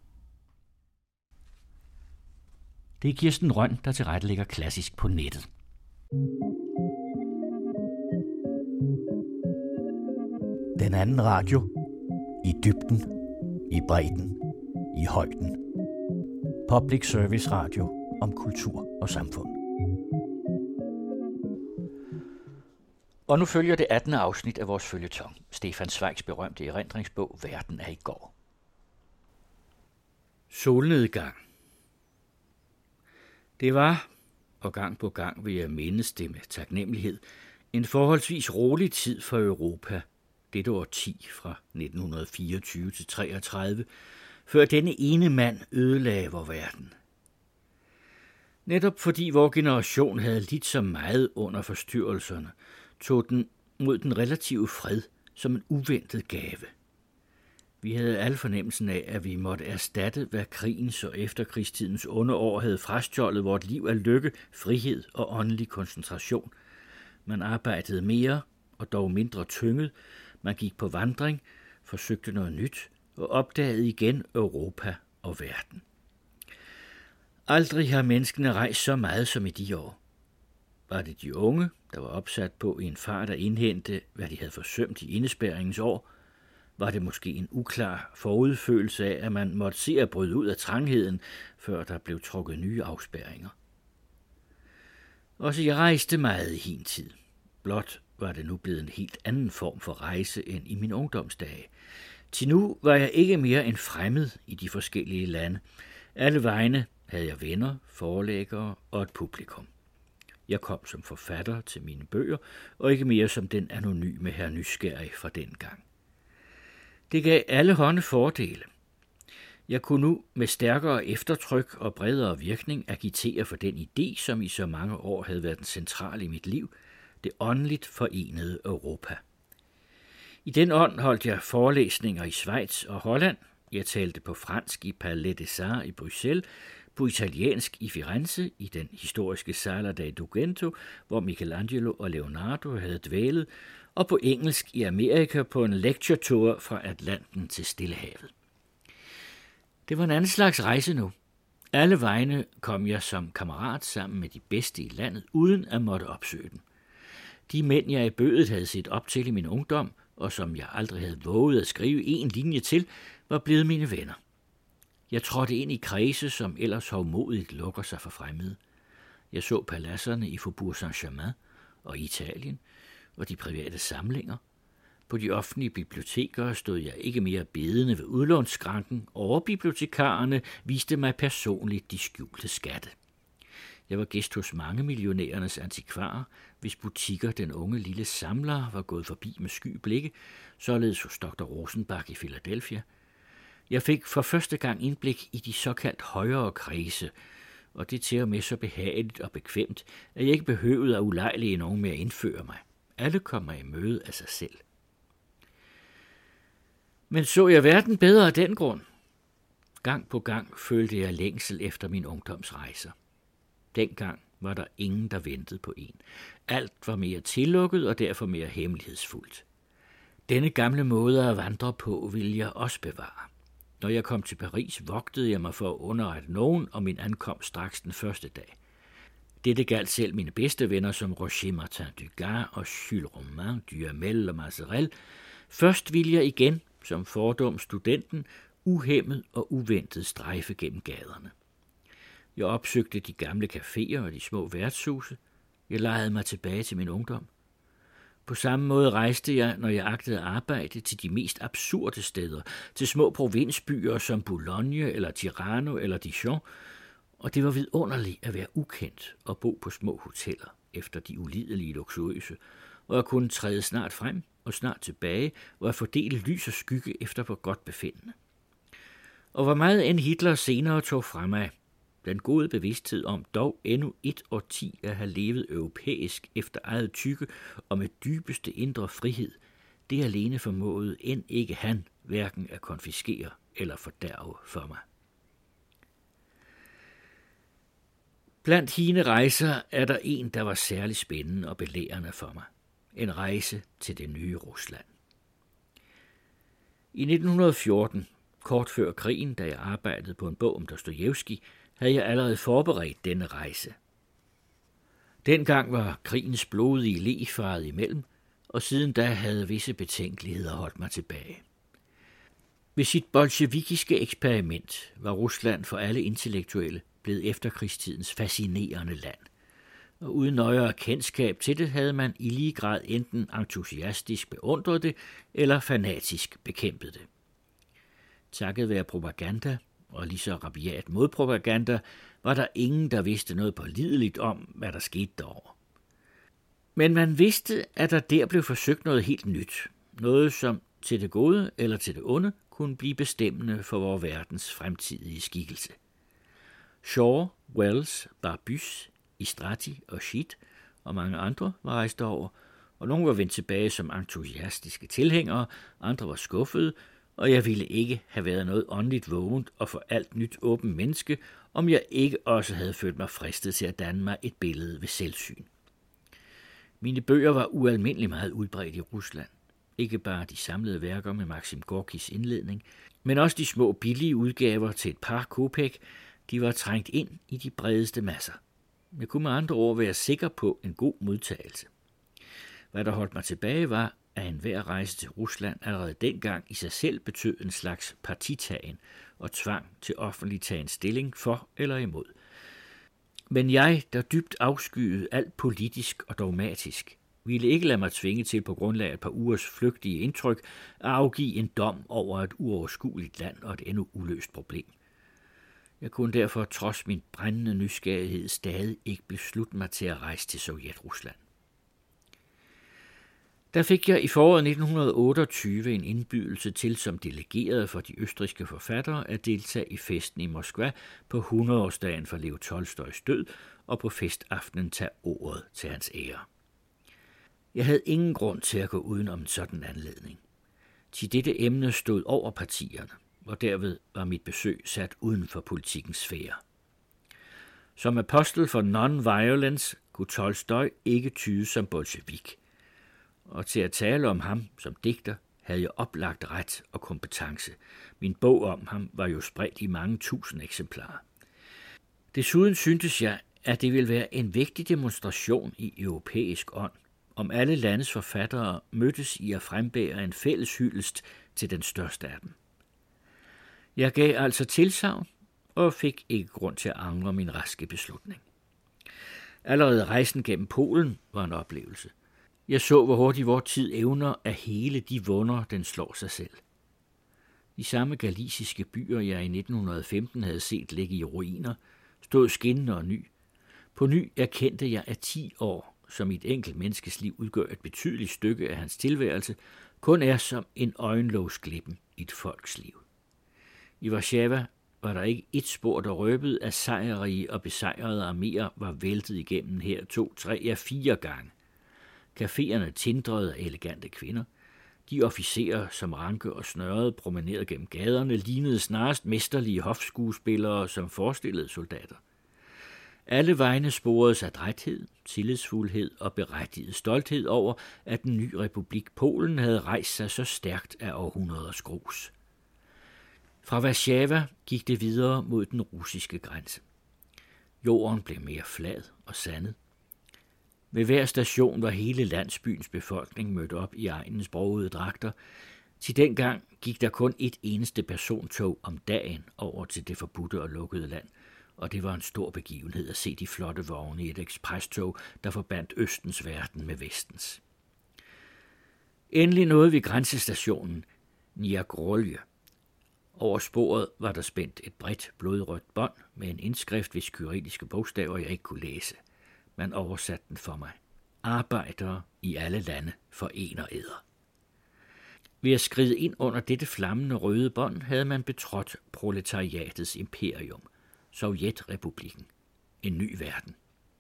F: Det er Kirsten Rønn, der tilrettelægger klassisk på nettet. Den anden radio. I dybden, i bredden, i højden. Public Service Radio om kultur og samfund. Og nu følger det 18. afsnit af vores føljeton. Stefan Zweigs berømte erindringsbog Verden af i går. Solnedgang. Det var, og gang på gang vil jeg mindes det med taknemmelighed, en forholdsvis rolig tid for Europa, dette årti fra 1924 til 33, før denne ene mand ødelagde vor verden. Netop fordi vor generation havde lidt så meget under forstyrrelserne, tog den mod den relative fred som en uventet gave. Vi havde alle fornemmelsen af, at vi måtte erstatte, hvad krigens og efterkrigstidens onde år havde frastjålet vort liv af lykke, frihed og åndelig koncentration. Man arbejdede mere og dog mindre tynget. Man gik på vandring, forsøgte noget nyt og opdagede igen Europa og verden. Aldrig har menneskene rejst så meget som i de år. Var det de unge, der var opsat på i en fart at indhente, hvad de havde forsømt i indespærringens år? Var det måske en uklar forudfølelse af, at man måtte se at bryde ud af trangheden, før der blev trukket nye afspærringer? Også jeg rejste meget i hin tid. Blot var det nu blevet en helt anden form for rejse end i min ungdomsdage. Til nu var jeg ikke mere end fremmed i de forskellige lande. Alle vegne havde jeg venner, forlæggere og et publikum. Jeg kom som forfatter til mine bøger, og ikke mere som den anonyme herr Nysgerrig fra dengang. Det gav alle hånde fordele. Jeg kunne nu med stærkere eftertryk og bredere virkning agitere for den idé, som i så mange år havde været den centrale i mit liv, det åndeligt forenede Europa. I den ånd holdt jeg forelæsninger i Schweiz og Holland. Jeg talte på fransk i Palais des Arts i Bruxelles, på italiensk i Firenze, i den historiske Sala dei Dugento, hvor Michelangelo og Leonardo havde dvælet, og på engelsk i Amerika på en lecture tour fra Atlanten til Stillehavet. Det var en anden slags rejse nu. Alle vegne kom jeg som kammerat sammen med de bedste i landet, uden at måtte opsøge dem. De mænd, jeg i bødet havde set op til i min ungdom, og som jeg aldrig havde våget at skrive en linje til, var blevet mine venner. Jeg trådte ind i kredse, som ellers hovmodigt lukker sig for fremmede. Jeg så paladserne i Faubourg Saint-Germain og i Italien, og de private samlinger. På de offentlige biblioteker stod jeg ikke mere bedende ved udlånsskranken, og bibliotekarerne viste mig personligt de skjulte skatte. Jeg var gæst hos mange millionærernes antikvarer, hvis butikker den unge lille samler var gået forbi med sky blikke, således hos Dr. Rosenbach i Philadelphia. Jeg fik for første gang indblik i de såkaldt højere kredse, og det til og med så behageligt og bekvemt, at jeg ikke behøvede at ulejlige nogen med at indføre mig. Alle kom mig i møde af sig selv. Men så jeg verden bedre af den grund? Gang på gang følte jeg længsel efter min ungdomsrejser. Dengang var der ingen, der ventede på en. Alt var mere tillukket og derfor mere hemmelighedsfuldt.
A: Denne gamle måde at vandre på ville jeg også bevare. Når jeg kom til Paris, vogtede jeg mig for at underrette nogen om min ankomst straks den første dag. Dette galt selv mine bedste venner som Roger Martin Dugas og Jules Romain, Duhamel og Mazarel. Først ville jeg igen, som fordum studenten, uhæmmet og uventet strejfe gennem gaderne. Jeg opsøgte de gamle caféer og de små værtshuse. Jeg lejede mig tilbage til min ungdom. På samme måde rejste jeg, når jeg agtede arbejde, til de mest absurde steder, til små provinsbyer som Boulogne eller Tirano eller Dijon, og det var vidunderligt at være ukendt og bo på små hoteller efter de ulidelige luksuriøse, og at kunne træde snart frem og snart tilbage og at fordele lys og skygge efter på godt befindende. Og hvor meget end Hitler senere tog fremad, den gode bevidsthed om dog endnu et årti at have levet europæisk efter eget tykke og med dybeste indre frihed, det alene formåede end ikke han hverken at konfiskere eller fordærve for mig. Blandt hine rejser er der en, der var særlig spændende og belærende for mig. En rejse til det nye Rusland. I 1914, kort før krigen, da jeg arbejdede på en bog om Dostojevskij, havde jeg allerede forberedt denne rejse. Dengang var krigens blodige leg faret imellem, og siden da havde visse betænkeligheder holdt mig tilbage. Ved sit bolsjevikiske eksperiment var Rusland for alle intellektuelle blevet efterkrigstidens fascinerende land, og uden nøjere kendskab til det havde man i lige grad enten entusiastisk beundret det eller fanatisk bekæmpet det. Takket være propaganda og lige så rabiat modpropaganda, var der ingen, der vidste noget pålideligt om, hvad der skete derovre. Men man vidste, at der der blev forsøgt noget helt nyt, noget som til det gode eller til det onde kunne blive bestemmende for vores verdens fremtidige skikkelse. Shaw, Wells, Barbusse, Istrati og Schitt og mange andre var rejst over, og nogle var vendt tilbage som entusiastiske tilhængere, andre var skuffede, og jeg ville ikke have været noget åndeligt vågent og for alt nyt åben menneske, om jeg ikke også havde følt mig fristet til at danne mig et billede ved selvsyn. Mine bøger var ualmindelig meget udbredt i Rusland. Ikke bare de samlede værker med Maxim Gorkis indledning, men også de små billige udgaver til et par kopek, de var trængt ind i de bredeste masser. Jeg kunne med andre ord være sikker på en god modtagelse. Hvad der holdt mig tilbage var, at enhver rejse til Rusland allerede dengang i sig selv betød en slags partitagen og tvang til offentlig tagen stilling for eller imod. Men jeg, der dybt afskyede alt politisk og dogmatisk, ville ikke lade mig tvinge til på grundlag af et par ugers flygtige indtryk at afgive en dom over et uoverskueligt land og et endnu uløst problem. Jeg kunne derfor trods min brændende nysgerrighed stadig ikke beslutte mig til at rejse til Sovjetrusland. Der fik jeg i foråret 1928 en indbydelse til som delegeret for de østrigske forfattere at deltage i festen i Moskva på 100-årsdagen for Lev Tolstojs død og på festaftenen tage ordet til hans ære. Jeg havde ingen grund til at gå uden om en sådan anledning. Til dette emne stod over partierne, og derved var mit besøg sat uden for politikens sfære. Som apostel for non-violence kunne Tolstoj ikke tydes som bolsjevik, og til at tale om ham som digter havde jeg oplagt ret og kompetence. Min bog om ham var jo spredt i mange tusind eksemplarer. Desuden syntes jeg, at det ville være en vigtig demonstration i europæisk ånd, om alle landes forfattere mødtes i at frembære en fælles hyldest til den største af dem. Jeg gav altså tilsagn og fik ikke grund til at angre min raske beslutning. Allerede rejsen gennem Polen var en oplevelse. Jeg så, hvor hurtigt vor tid evner at hele de vunder, den slår sig selv. De samme galiciske byer, jeg i 1915 havde set ligge i ruiner, stod skinnende og ny. På ny erkendte jeg, at 10 år, som i et enkelt menneskes liv udgør et betydeligt stykke af hans tilværelse, kun er som en øjenlågsglippen i et folks liv. I Warszawa var der ikke et spor, der røbede, at sejrige og besejrede arméer var væltet igennem her 2, 3, ja 4 gange. Caféerne tindrede af elegante kvinder. De officerer, som ranke og snørrede, promenerede gennem gaderne, lignede snarest mesterlige hofskuespillere, som forestillede soldater.
F: Alle vegne sporedes adræthed, tillidsfuldhed og berettiget stolthed over, at den nye republik Polen havde rejst sig så stærkt af århundreders grus. Fra Warszawa gik det videre mod den russiske grænse. Jorden blev mere flad og sandet. Ved hver station var hele landsbyens befolkning mødt op i egnens brogede dragter. Til dengang gik der kun et eneste persontog om dagen over til det forbudte og lukkede land, og det var en stor begivenhed at se de flotte vogne i et eksprestog, der forbandt Østens verden med Vestens. Endelig nåede vi grænsestationen Niagorolje. Over sporet var der spændt et bredt blodrødt bånd med en indskrift, hvis kyrilliske bogstaver jeg ikke kunne læse. Man oversatte den for mig. Arbejdere i alle lande forener eder. Ved at skride ind under dette flammende røde bånd havde man betrådt proletariatets imperium, Sovjetrepublikken, en ny verden.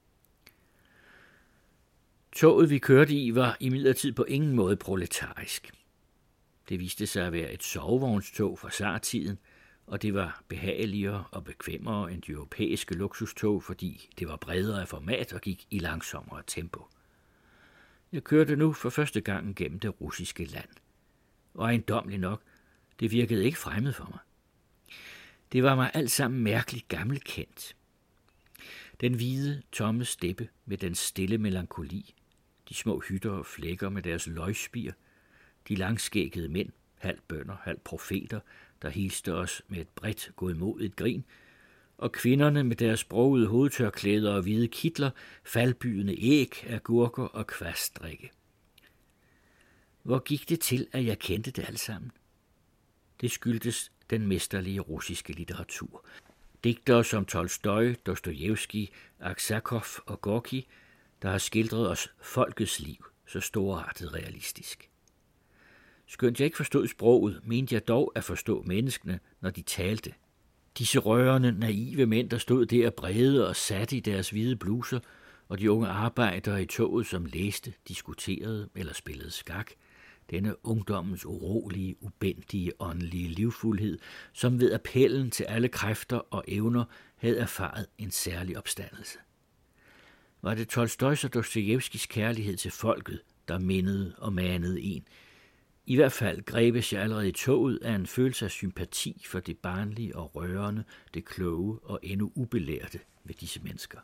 F: Toget, vi kørte i, var imidlertid på ingen måde proletarisk. Det viste sig at være et sovevognstog fra zartiden, og det var behageligere og bekvemmere end de europæiske luksustog, fordi det var bredere af format og gik i langsommere tempo. Jeg kørte nu for første gang gennem det russiske land, og ejendommeligt nok, det virkede ikke fremmed for mig. Det var mig alt sammen mærkeligt gammelkendt. Den hvide, tomme steppe med den stille melankoli, de små hytter og flækker med deres løgspir, de langskæggede mænd, halv bønder, halv profeter, der hilste os med et bredt godmodigt grin, og kvinderne med deres brogede hovedtørklæder og hvide kitler, faldbydende æg, agurker og kvastdrikke. Hvor gik det til, at jeg kendte det alt sammen? Det skyldtes den mesterlige russiske litteratur. Digtere som Tolstoj, Dostojevskij, Aksakov og Gorki, der har skildret os folkets liv så storartet realistisk. Skønt jeg ikke forstod sproget, mente jeg dog at forstå menneskene, når de talte. Disse rørende, naive mænd, der stod der brede og satte i deres hvide bluser, og de unge arbejdere i toget, som læste, diskuterede eller spillede skak. Denne ungdommens urolige, ubændige, åndelige livfuldhed, som ved appellen til alle kræfter og evner havde erfaret en særlig opstandelse. Var det Tolstojs og Dostojevskijs kærlighed til folket, der mindede og manede en? I hvert fald grebes jeg allerede i toget af en følelse af sympati for det barnlige og rørende, det kloge og endnu ubelærte ved disse mennesker.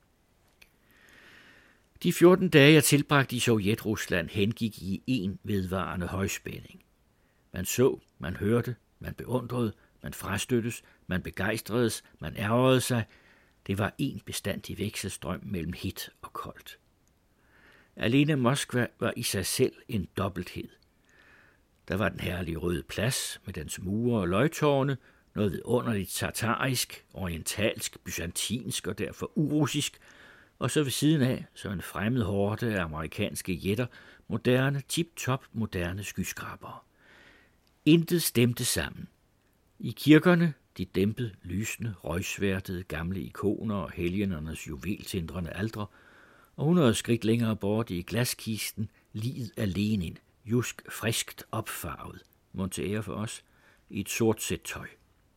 F: De 14 dage, jeg tilbragte i Sovjetrusland, hengik i en vedvarende højspænding. Man så, man hørte, man beundrede, man frastøttes, man begejstredes, man ærgerede sig. Det var en bestandig vekselstrøm mellem hit og koldt. Alene Moskva var i sig selv en dobbelthed. Der var den herlige røde plads med dens mure og løgtårne, noget vidunderligt tartarisk, orientalsk, byzantinsk og derfor urussisk, og så ved siden af, så en fremmed horde af amerikanske jætter, moderne, tip-top moderne skyskrabere. Intet stemte sammen. I kirkerne, de dæmpet, lysende, røgsværtede gamle ikoner og helgenernes juveltindrende aldre, og 100 skridt længere bort i glaskisten, liget af Lenin, jusk friskt opfarvet, montere for os, i et sort sæt tøj.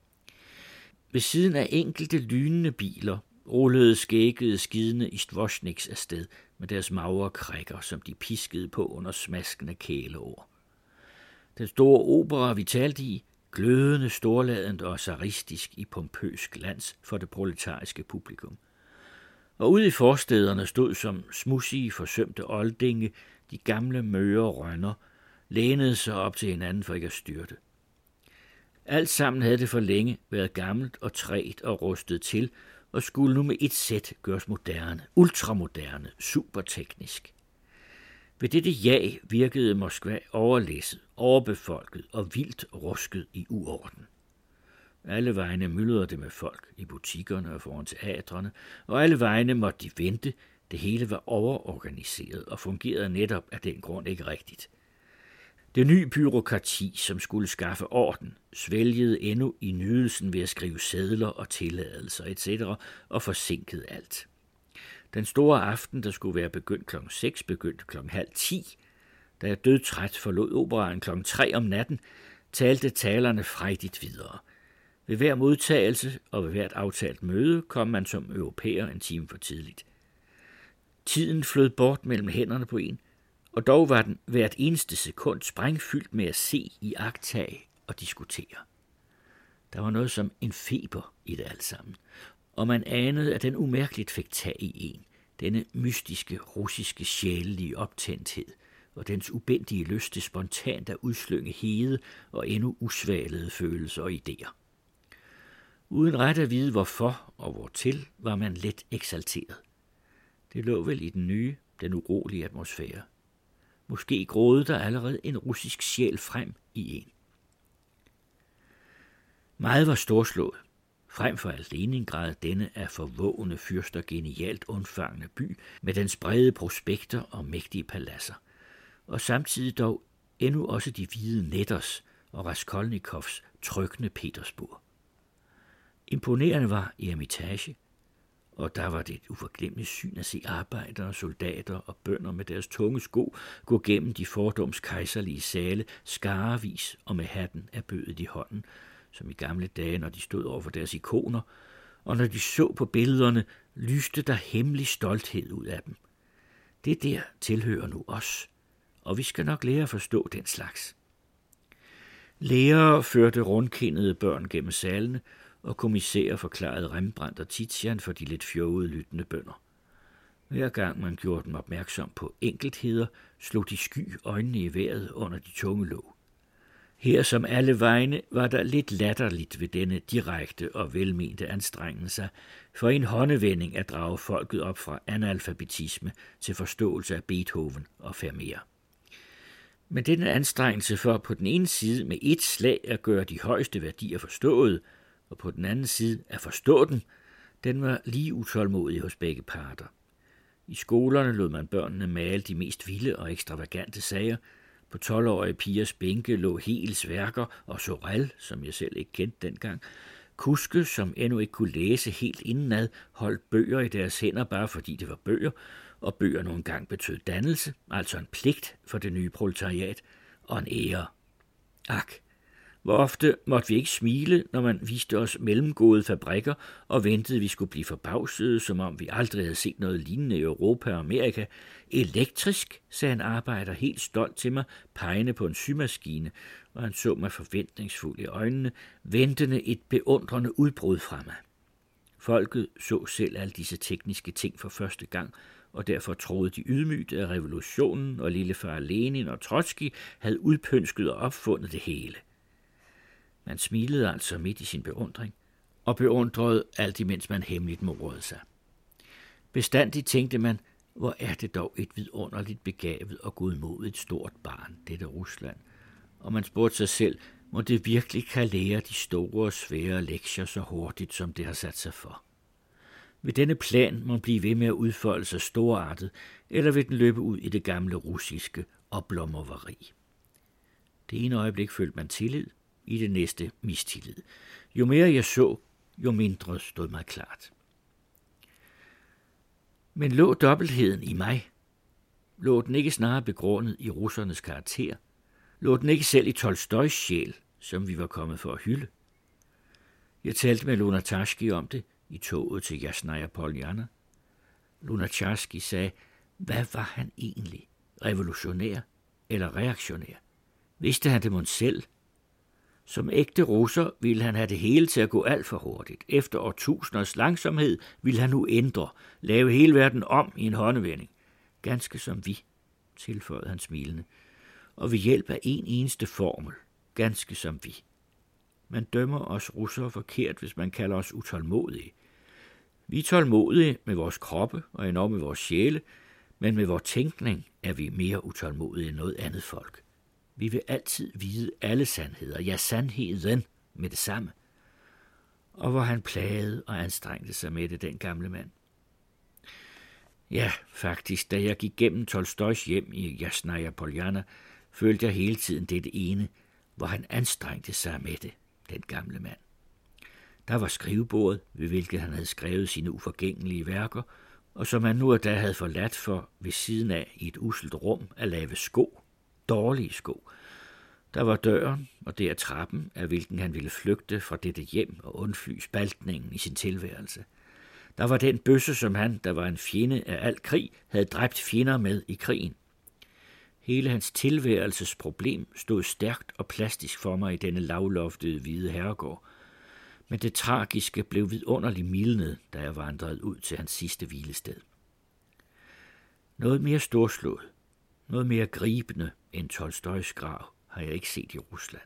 F: Ved siden af enkelte lynende biler rullede skæggede skidende istvosjniks afsted med deres magre krækker, som de piskede på under smaskende kæleord. Den store opera, vi talte i, glødende, storladent og zaristisk i pompøs glans for det proletariske publikum. Og ude i forstederne stod som smudsige, forsømte oldinge de gamle møre rønner, lænede sig op til hinanden for ikke at styrte. Alt sammen havde det for længe været gammelt og trægt og rustet til, og skulle nu med et sæt gøres moderne, ultramoderne, superteknisk. Ved dette jag virkede Moskva overlæsset, overbefolket og vildt rusket i uorden. Alle vegne myldrede det med folk i butikkerne og foran teatrene, og alle vegne måtte de vente. Det hele var overorganiseret og fungerede netop af den grund ikke rigtigt. Det nye bureaukrati, som skulle skaffe orden, svælgede endnu i nydelsen ved at skrive sedler og tilladelser etc. og forsinkede alt. Den store aften, der skulle være begyndt kl. 6, begyndte kl. 9:30. Da jeg dødtræt forlod operaen kl. 3 om natten, talte talerne frejdigt videre.
A: Ved hver modtagelse og ved hvert aftalt møde kom man som europæer en time for tidligt. Tiden flød bort mellem hænderne på en, og dog var den hvert eneste sekund sprængfyldt med at se, iagttage og diskutere. Der var noget som en feber i det alt sammen, og man anede, at den umærkeligt fik tag i en, denne mystiske, russiske, sjælelige optændthed, og dens ubændige lyst til spontant at udslynge hede og endnu usvalede følelser og idéer. Uden ret at vide hvorfor og hvortil, var man let eksalteret. Det lå vel i den nye, den urolige atmosfære. Måske gråede der allerede en russisk sjæl frem i en. Meget var storslået. Frem for alt Leningrad, denne af forvågne fyrster genialt undfangende by med dens brede prospekter og mægtige paladser. Og samtidig dog endnu også de hvide Netters og Raskolnikovs trykkende Petersburg. Imponerende var Eremitage, og der var det et uforglemmeligt syn at se arbejdere, soldater og bønder med deres tunge sko gå gennem de fordoms kejserlige sale skarevis og med hatten erbødet i hånden, som i gamle dage, når de stod over for deres ikoner, og når de så på billederne, lyste der hemmelig stolthed ud af dem. Det der tilhører nu os, og vi skal nok lære at forstå den slags. Lærere førte rundkindede børn gennem salene, og kommissærer forklarede Rembrandt og Titian for de lidt fjovede lyttende bønder. Hver gang man gjorde dem opmærksom på enkeltheder, slog de sky øjnene i vejret under de tunge låg. Her som alle vegne var der lidt latterligt ved denne direkte og velmente anstrengelse for en håndevending at drage folket op fra analfabetisme til forståelse af Beethoven og Vermeer. Men denne anstrengelse for på den ene side med et slag at gøre de højeste værdier forstået, og på den anden side at forstå dem, den var lige utålmodig hos begge parter. I skolerne lod man børnene male de mest vilde og ekstravagante sager. På 12-årige pigers bænke lå Hegels værker og Sorel, som jeg selv ikke kendte dengang. Kuske, som endnu ikke kunne læse helt indenad, holdt bøger i deres hænder bare fordi det var bøger, og bøger nogle gange betød dannelse, altså en pligt for det nye proletariat, og en ære. Ak, hvor ofte måtte vi ikke smile, når man viste os mellemgode fabrikker og ventede, vi skulle blive forbavsede, som om vi aldrig havde set noget lignende i Europa og Amerika. Elektrisk, sagde en arbejder helt stolt til mig, pegende på en symaskine, og han så mig forventningsfuld i øjnene, ventende et beundrende udbrud fra mig. Folket så selv alle disse tekniske ting for første gang, og derfor troede de ydmygt, at revolutionen og lillefar Lenin og Trotsky havde udpønsket og opfundet det hele. Man smilede altså midt i sin beundring, og beundrede alt imens man hemmeligt morede sig. Bestandigt tænkte man, hvor er det dog et vidunderligt begavet og godmodigt stort barn, dette Rusland. Og man spurgte sig selv, må det virkelig kan lære de store og svære lektier så hurtigt, som det har sat sig for. Vil denne plan må blive ved med at udfolde sig storartet, eller vil den løbe ud i det gamle russiske oblommerveri? Det ene øjeblik følte man tillid, i det næste mistillid. Jo mere jeg så, jo mindre stod mig klart. Men lå dobbeltheden i mig? Lå den ikke snarere begrundet i russernes karakter? Lå den ikke selv i Tolstojs sjæl, som vi var kommet for at hylde? Jeg talte med Lunacharsky om det i toget til Jasnaja Poljana. Lunacharsky sagde, hvad var han egentlig? Revolutionær eller reaktionær? Vidste han det mon selv? Som ægte russer ville han have det hele til at gå alt for hurtigt. Efter årtusinders langsomhed ville han nu ændre, lave hele verden om i en håndevending. Ganske som vi, tilføjede han smilende, og ved hjælp af en eneste formel, ganske som vi. Man dømmer os russere forkert, hvis man kalder os utålmodige. Vi er tålmodige med vores kroppe og endnu med vores sjæle, men med vores tænkning er vi mere utålmodige end noget andet folk. Vi vil altid vide alle sandheder, ja sandheden med det samme. Og hvor han plagede og anstrengte sig med det, den gamle mand. Ja, faktisk, da jeg gik gennem Tolstojs hjem i Jasnaja Poljana, følte jeg hele tiden dette ene, hvor han anstrengte sig med det, den gamle mand. Der var skrivebordet, ved hvilket han havde skrevet sine uforgængelige værker, og som han nu og da havde forladt for ved siden af i et usselt rum at lave sko, dårlige sko.
F: Der var døren, og der trappen, af hvilken han ville flygte fra dette hjem og undfly spaltningen i sin tilværelse. Der var den bøsse, som han, der var en fjende af al krig, havde dræbt fjender med i krigen. Hele hans tilværelses problem stod stærkt og plastisk for mig i denne lavloftede hvide herregård, men det tragiske blev vidunderligt mildnet, da jeg vandrede ud til hans sidste hvilested. Noget mere storslået, noget mere gribende end Tolstojs grav har jeg ikke set i Rusland.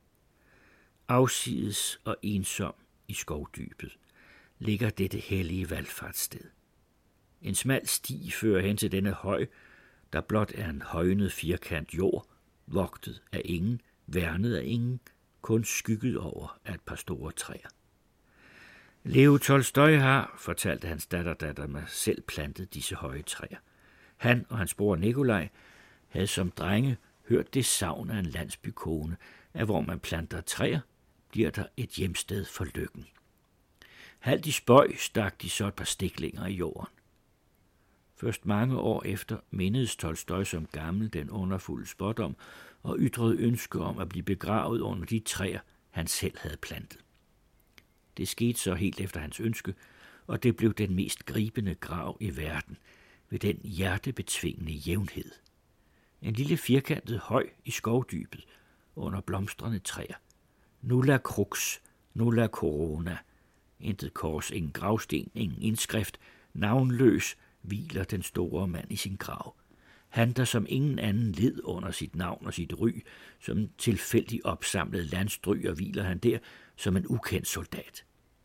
F: Afsides og ensom i skovdybet ligger dette hellige valfartssted. En smal sti fører hen til denne høj, der blot er en højnet firkant jord, vogtet af ingen, værnet af ingen, kun skygget over af et par store træer. Leo Tolstoj har, fortalte hans datter mig, selv plantet disse høje træer. Han og hans bror Nikolaj havde som drenge hørt det savn af en landsbykone, at hvor man planter træer, bliver der et hjemsted for lykken. Halvt i spøg stak de så et par stiklinger i jorden. Først mange år efter mindedes Tolstoj som gammel den underfulde spådom og ytrede ønske om at blive begravet under de træer, han selv havde plantet. Det skete så helt efter hans ønske, og det blev den mest gribende grav i verden, ved den hjertebetvingende jævnhed. En lille firkantet høj i skovdybet, under blomstrende træer. Nulla crux, nulla corona. Intet kors, ingen gravsten, ingen indskrift. Navnløs hviler den store mand i sin grav. Han, der som ingen anden led under sit navn og sit ry, som tilfældig opsamlet landstryger, hviler han der som en ukendt soldat.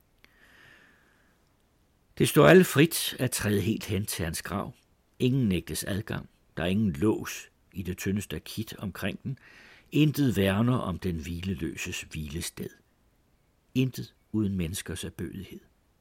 F: Det står alle frit at træde helt hen til hans grav. Ingen nægtes adgang. Der er ingen lås i det tynde stakit omkring den. Intet værner om den hvileløses hvilested. Intet uden menneskers erbødighed.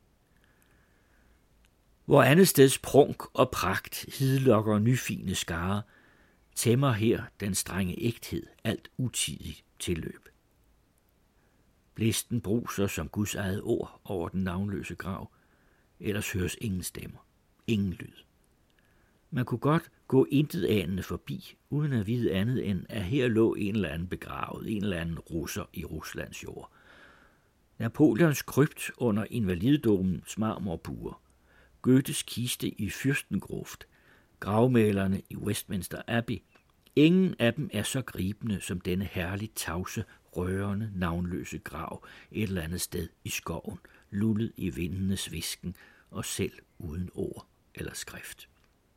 F: Hvor andet steds prunk og pragt hidlokker nyfine skare, tæmmer her den strenge ægthed alt utidigt tilløb. Blæsten bruser som Guds eget ord over den navnløse grav, ellers høres ingen stemmer, ingen lyd. Man kunne godt gå intet anende forbi, uden at vide andet end, at her lå en eller anden begravet, en eller anden russer i Ruslands jord. Napoleons krypt under Invalidedomens marmorbuer, Goethes kiste i Fyrstengruft, gravmalerne i Westminster Abbey. Ingen af dem er så gribende som denne herligt tavse, rørende, navnløse grav et eller andet sted i skoven, lullet i vindenes visken og selv uden ord eller skrift.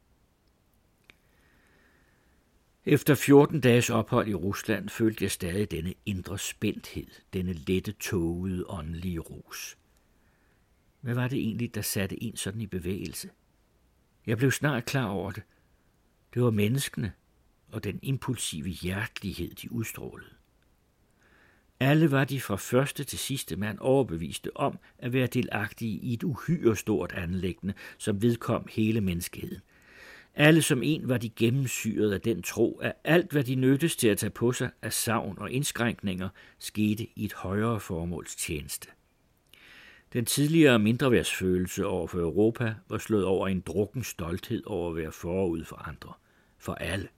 F: Efter 14 dages ophold i Rusland følte jeg stadig denne indre spændthed, denne lette, tågede, åndelige rus. Hvad var det egentlig, der satte en sådan i bevægelse? Jeg blev snart klar over det. Det var menneskene og den impulsive hjertelighed, de udstrålede. Alle var de fra første til sidste mand overbeviste om at være delagtige i et uhyre stort anliggende, som vedkom hele menneskeheden. Alle som en var de gennemsyret af den tro, at alt, hvad de nødtes til at tage på sig af savn og indskrænkninger, skete i et højere formåls tjeneste. Den tidligere mindreværdsfølelse over for Europa var slået over en drukken stolthed over at være forud for andre, for alle.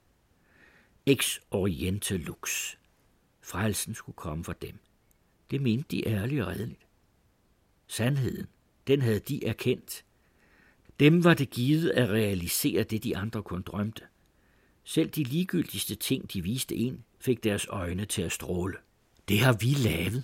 F: Ex oriente lux. Frelsen skulle komme fra dem. Det mente de ærligt og redeligt. Sandheden, den havde de erkendt. Dem var det givet at realisere det, de andre kun drømte. Selv de ligegyldigste ting, de viste en, fik deres øjne til at stråle. Det har vi lavet.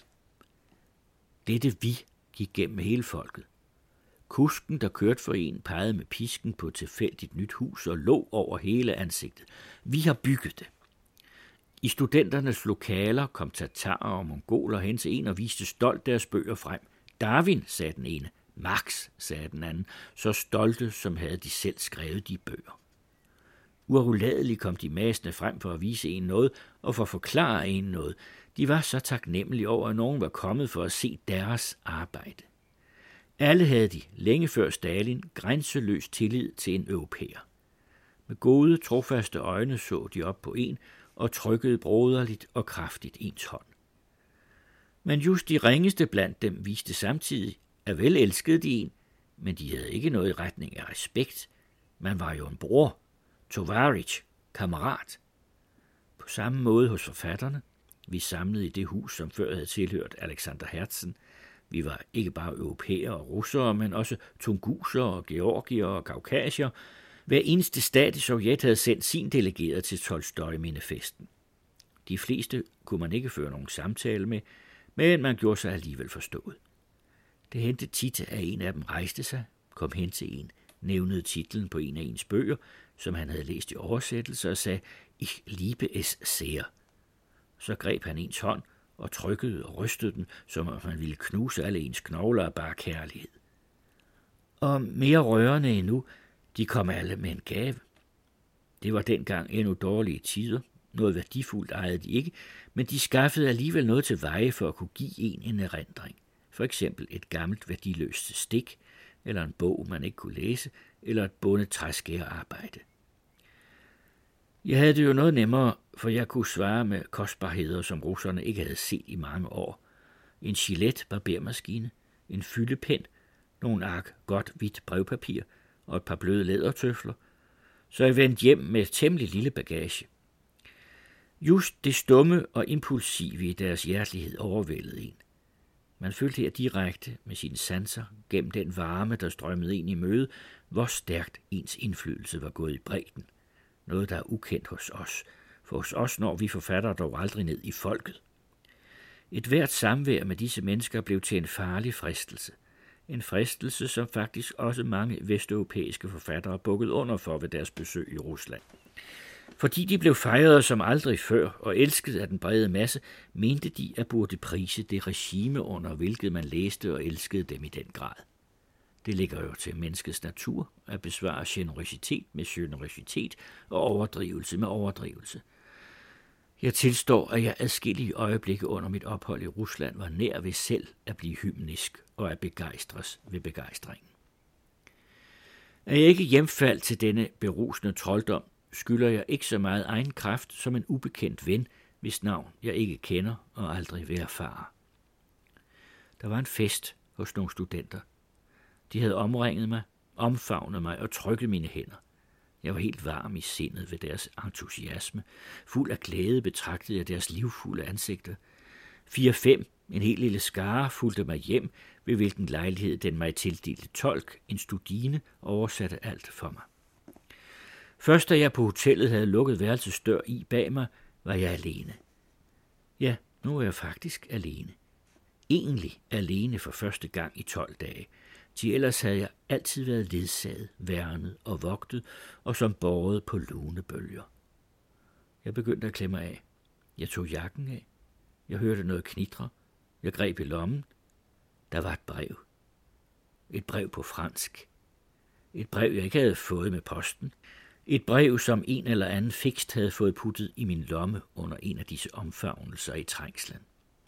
F: Dette vi gik gennem hele folket. Kusken, der kørte for en, pegede med pisken på et tilfældigt nyt hus og lå over hele ansigtet. Vi har bygget det. I studenternes lokaler kom tatarer og mongoler hen til en og viste stolt deres bøger frem. Darwin, sagde den ene. Marx, sagde den anden, så stolte, som havde de selv skrevet de bøger. Uafladeligt kom de masende frem for at vise en noget og for at forklare en noget. De var så taknemmelige over, at nogen var kommet for at se deres arbejde. Alle havde de, længe før Stalin, grænseløs tillid til en europæer. Med gode, trofaste øjne så de op på en og trykkede broderligt og kraftigt ens hånd. Men just de ringeste blandt dem viste samtidig, at vel elskede de en, men de havde ikke noget i retning af respekt. Man var jo en bror, tovarich, kammerat. På samme måde hos forfatterne, Vi samlede i det hus, som før havde tilhørt Alexander Herzen. Vi var ikke bare europæer og russere, men også tunguser og georgier og kaukasier. Hver eneste stat i Sovjet havde sendt sin delegeret til Tolstoj-mindefesten. De fleste kunne man ikke føre nogen samtale med, men man gjorde sig alligevel forstået. Det hentede tit, at en af dem rejste sig, kom hen til en, nævnede titlen på en af ens bøger, som han havde læst i oversættelse, og sagde, Ich liebe es sehr. Så greb han ens hånd og trykkede og rystede den, som om man ville knuse alle ens knogler af bare kærlighed. Og mere rørende endnu, de kom alle med en gave. Det var dengang endnu dårlige tider. Noget værdifuldt ejede de ikke, men de skaffede alligevel noget til veje for at kunne give en erindring. For eksempel et gammelt værdiløst stik, eller en bog, man ikke kunne læse, eller et bundet træskærerarbejde. Jeg havde det jo noget nemmere, for jeg kunne svare med kostbarheder, som russerne ikke havde set i mange år. En Gillette barbermaskine, en fyldepen, nogle ark godt hvidt brevpapir og et par bløde lædertøfler, så jeg vendte hjem med temmelig lille bagage. Just det stumme og impulsive i deres hjertelighed overvældede en. Man følte her direkte med sine sanser, gennem den varme, der strømmede ind i møde, hvor stærkt ens indflydelse var gået i bredden. Noget, der er ukendt hos os, for hos os når vi forfattere dog aldrig ned i folket. Et hvert samvær med disse mennesker blev til en farlig fristelse. En fristelse, som faktisk også mange vesteuropæiske forfattere bukkede under for ved deres besøg i Rusland. Fordi de blev fejret som aldrig før og elsket af den brede masse, mente de at burde prise det regime, under hvilket man læste og elskede dem i den grad. Det ligger jo til menneskets natur at besvare generøsitet med generøsitet og overdrivelse med overdrivelse. Jeg tilstår, at jeg adskillige øjeblikke under mit ophold i Rusland var nær ved selv at blive hymnisk og at begejstres ved begejstringen. At jeg ikke hjemfaldt til denne berusende trolddom, skylder jeg ikke så meget egen kraft som en ubekendt ven, hvis navn jeg ikke kender og aldrig vil erfare. Der var en fest hos nogle studenter. De havde omringet mig, omfavnet mig og trykket mine hænder. Jeg var helt varm i sindet ved deres entusiasme. Fuld af glæde betragtede jeg deres livfulde ansigter. 4-5, en helt lille skare, fulgte mig hjem, ved hvilken lejlighed den mig tildelte tolk, en studine, oversatte alt for mig. Først da jeg på hotellet havde lukket værelsets dør i bag mig, var jeg alene. Ja, nu er jeg faktisk alene. Egentlig alene for første gang i 12 dage. Til ellers havde jeg altid været ledsaget, værnet og vogtet, og som båret på lune bølger. Jeg begyndte at klemme af. Jeg tog jakken af. Jeg hørte noget knitre. Jeg greb i lommen. Der var et brev. Et brev på fransk. Et brev, jeg ikke havde fået med posten. Et brev, som en eller anden fikst havde fået puttet i min lomme under en af disse omfavnelser i trængslen.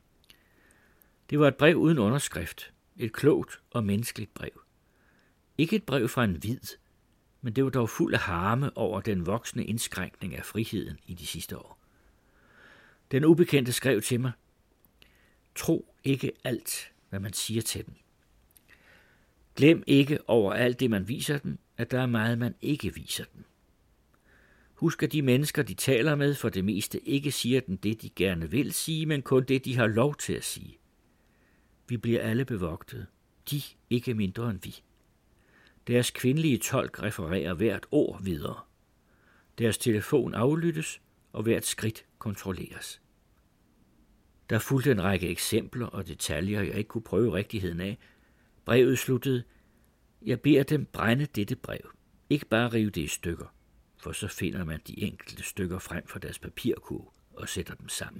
F: Det var et brev uden underskrift. Et klogt og menneskeligt brev. Ikke et brev fra en hvid, men det var dog fuld af harme over den voksende indskrænkning af friheden i de sidste år. Den ubekendte skrev til mig: Tro ikke alt, hvad man siger til dem. Glem ikke over alt det, man viser dem, at der er meget, man ikke viser dem. Husk, at de mennesker, de taler med, for det meste ikke siger dem det, de gerne vil sige, men kun det, de har lov til at sige. Vi bliver alle bevogtet. De ikke mindre end vi. Deres kvindelige tolk refererer hvert ord videre. Deres telefon aflyttes, og hvert skridt kontrolleres. Der fulgte en række eksempler og detaljer, jeg ikke kunne prøve rigtigheden af. Brevet sluttede: Jeg beder dem brænde dette brev. Ikke bare rive det i stykker, for så finder man de enkelte stykker frem fra deres papirkurv og sætter dem sammen.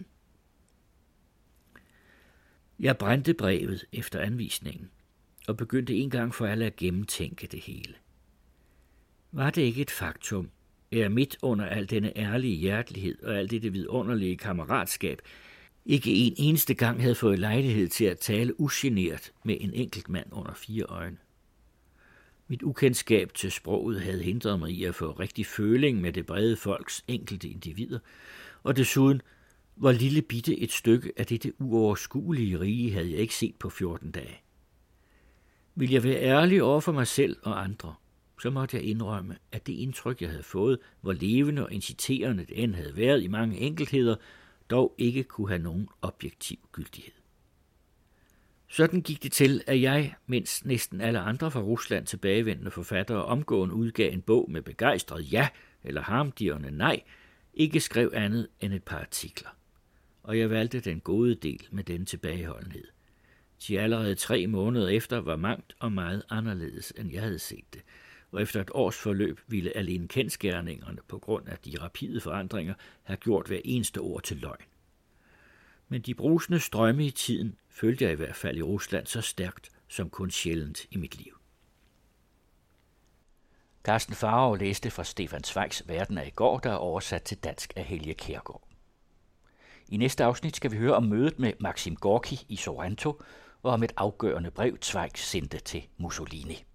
F: Jeg brændte brevet efter anvisningen og begyndte en gang for alle at gennemtænke det hele. Var det ikke et faktum, at jeg midt under al denne ærlige hjertelighed og alt dette vidunderlige kammeratskab ikke en eneste gang havde fået lejlighed til at tale ugenert med en enkelt mand under 4 øjne? Mit ukendskab til sproget havde hindret mig i at få rigtig føling med det brede folks enkelte individer, og desuden, hvor lille bitte et stykke af dette uoverskuelige rige havde jeg ikke set på 14 dage. Vil jeg være ærlig over for mig selv og andre, så måtte jeg indrømme, at det indtryk, jeg havde fået, hvor levende og inciterende det end havde været i mange enkeltheder, dog ikke kunne have nogen objektiv gyldighed. Sådan gik det til, at jeg, mens næsten alle andre fra Rusland tilbagevendende forfattere omgående udgav en bog med begejstret ja eller harmdirrende nej, ikke skrev andet end et par artikler. Og jeg valgte den gode del med den tilbageholdenhed. De allerede 3 måneder efter var mangt og meget anderledes, end jeg havde set det, og efter et års forløb ville alene kendskærningerne på grund af de rapide forandringer have gjort hver eneste ord til løgn. Men de brusende strømme i tiden følte jeg i hvert fald i Rusland så stærkt som kun sjældent i mit liv.
A: Carsten Farov læste fra Stefan Zweigs Verden af i går, der er oversat til dansk af Helge Kjærgaard. I næste afsnit skal vi høre om mødet med Maxim Gorki i Sorrento og om et afgørende brev Zweig sendte til Mussolini.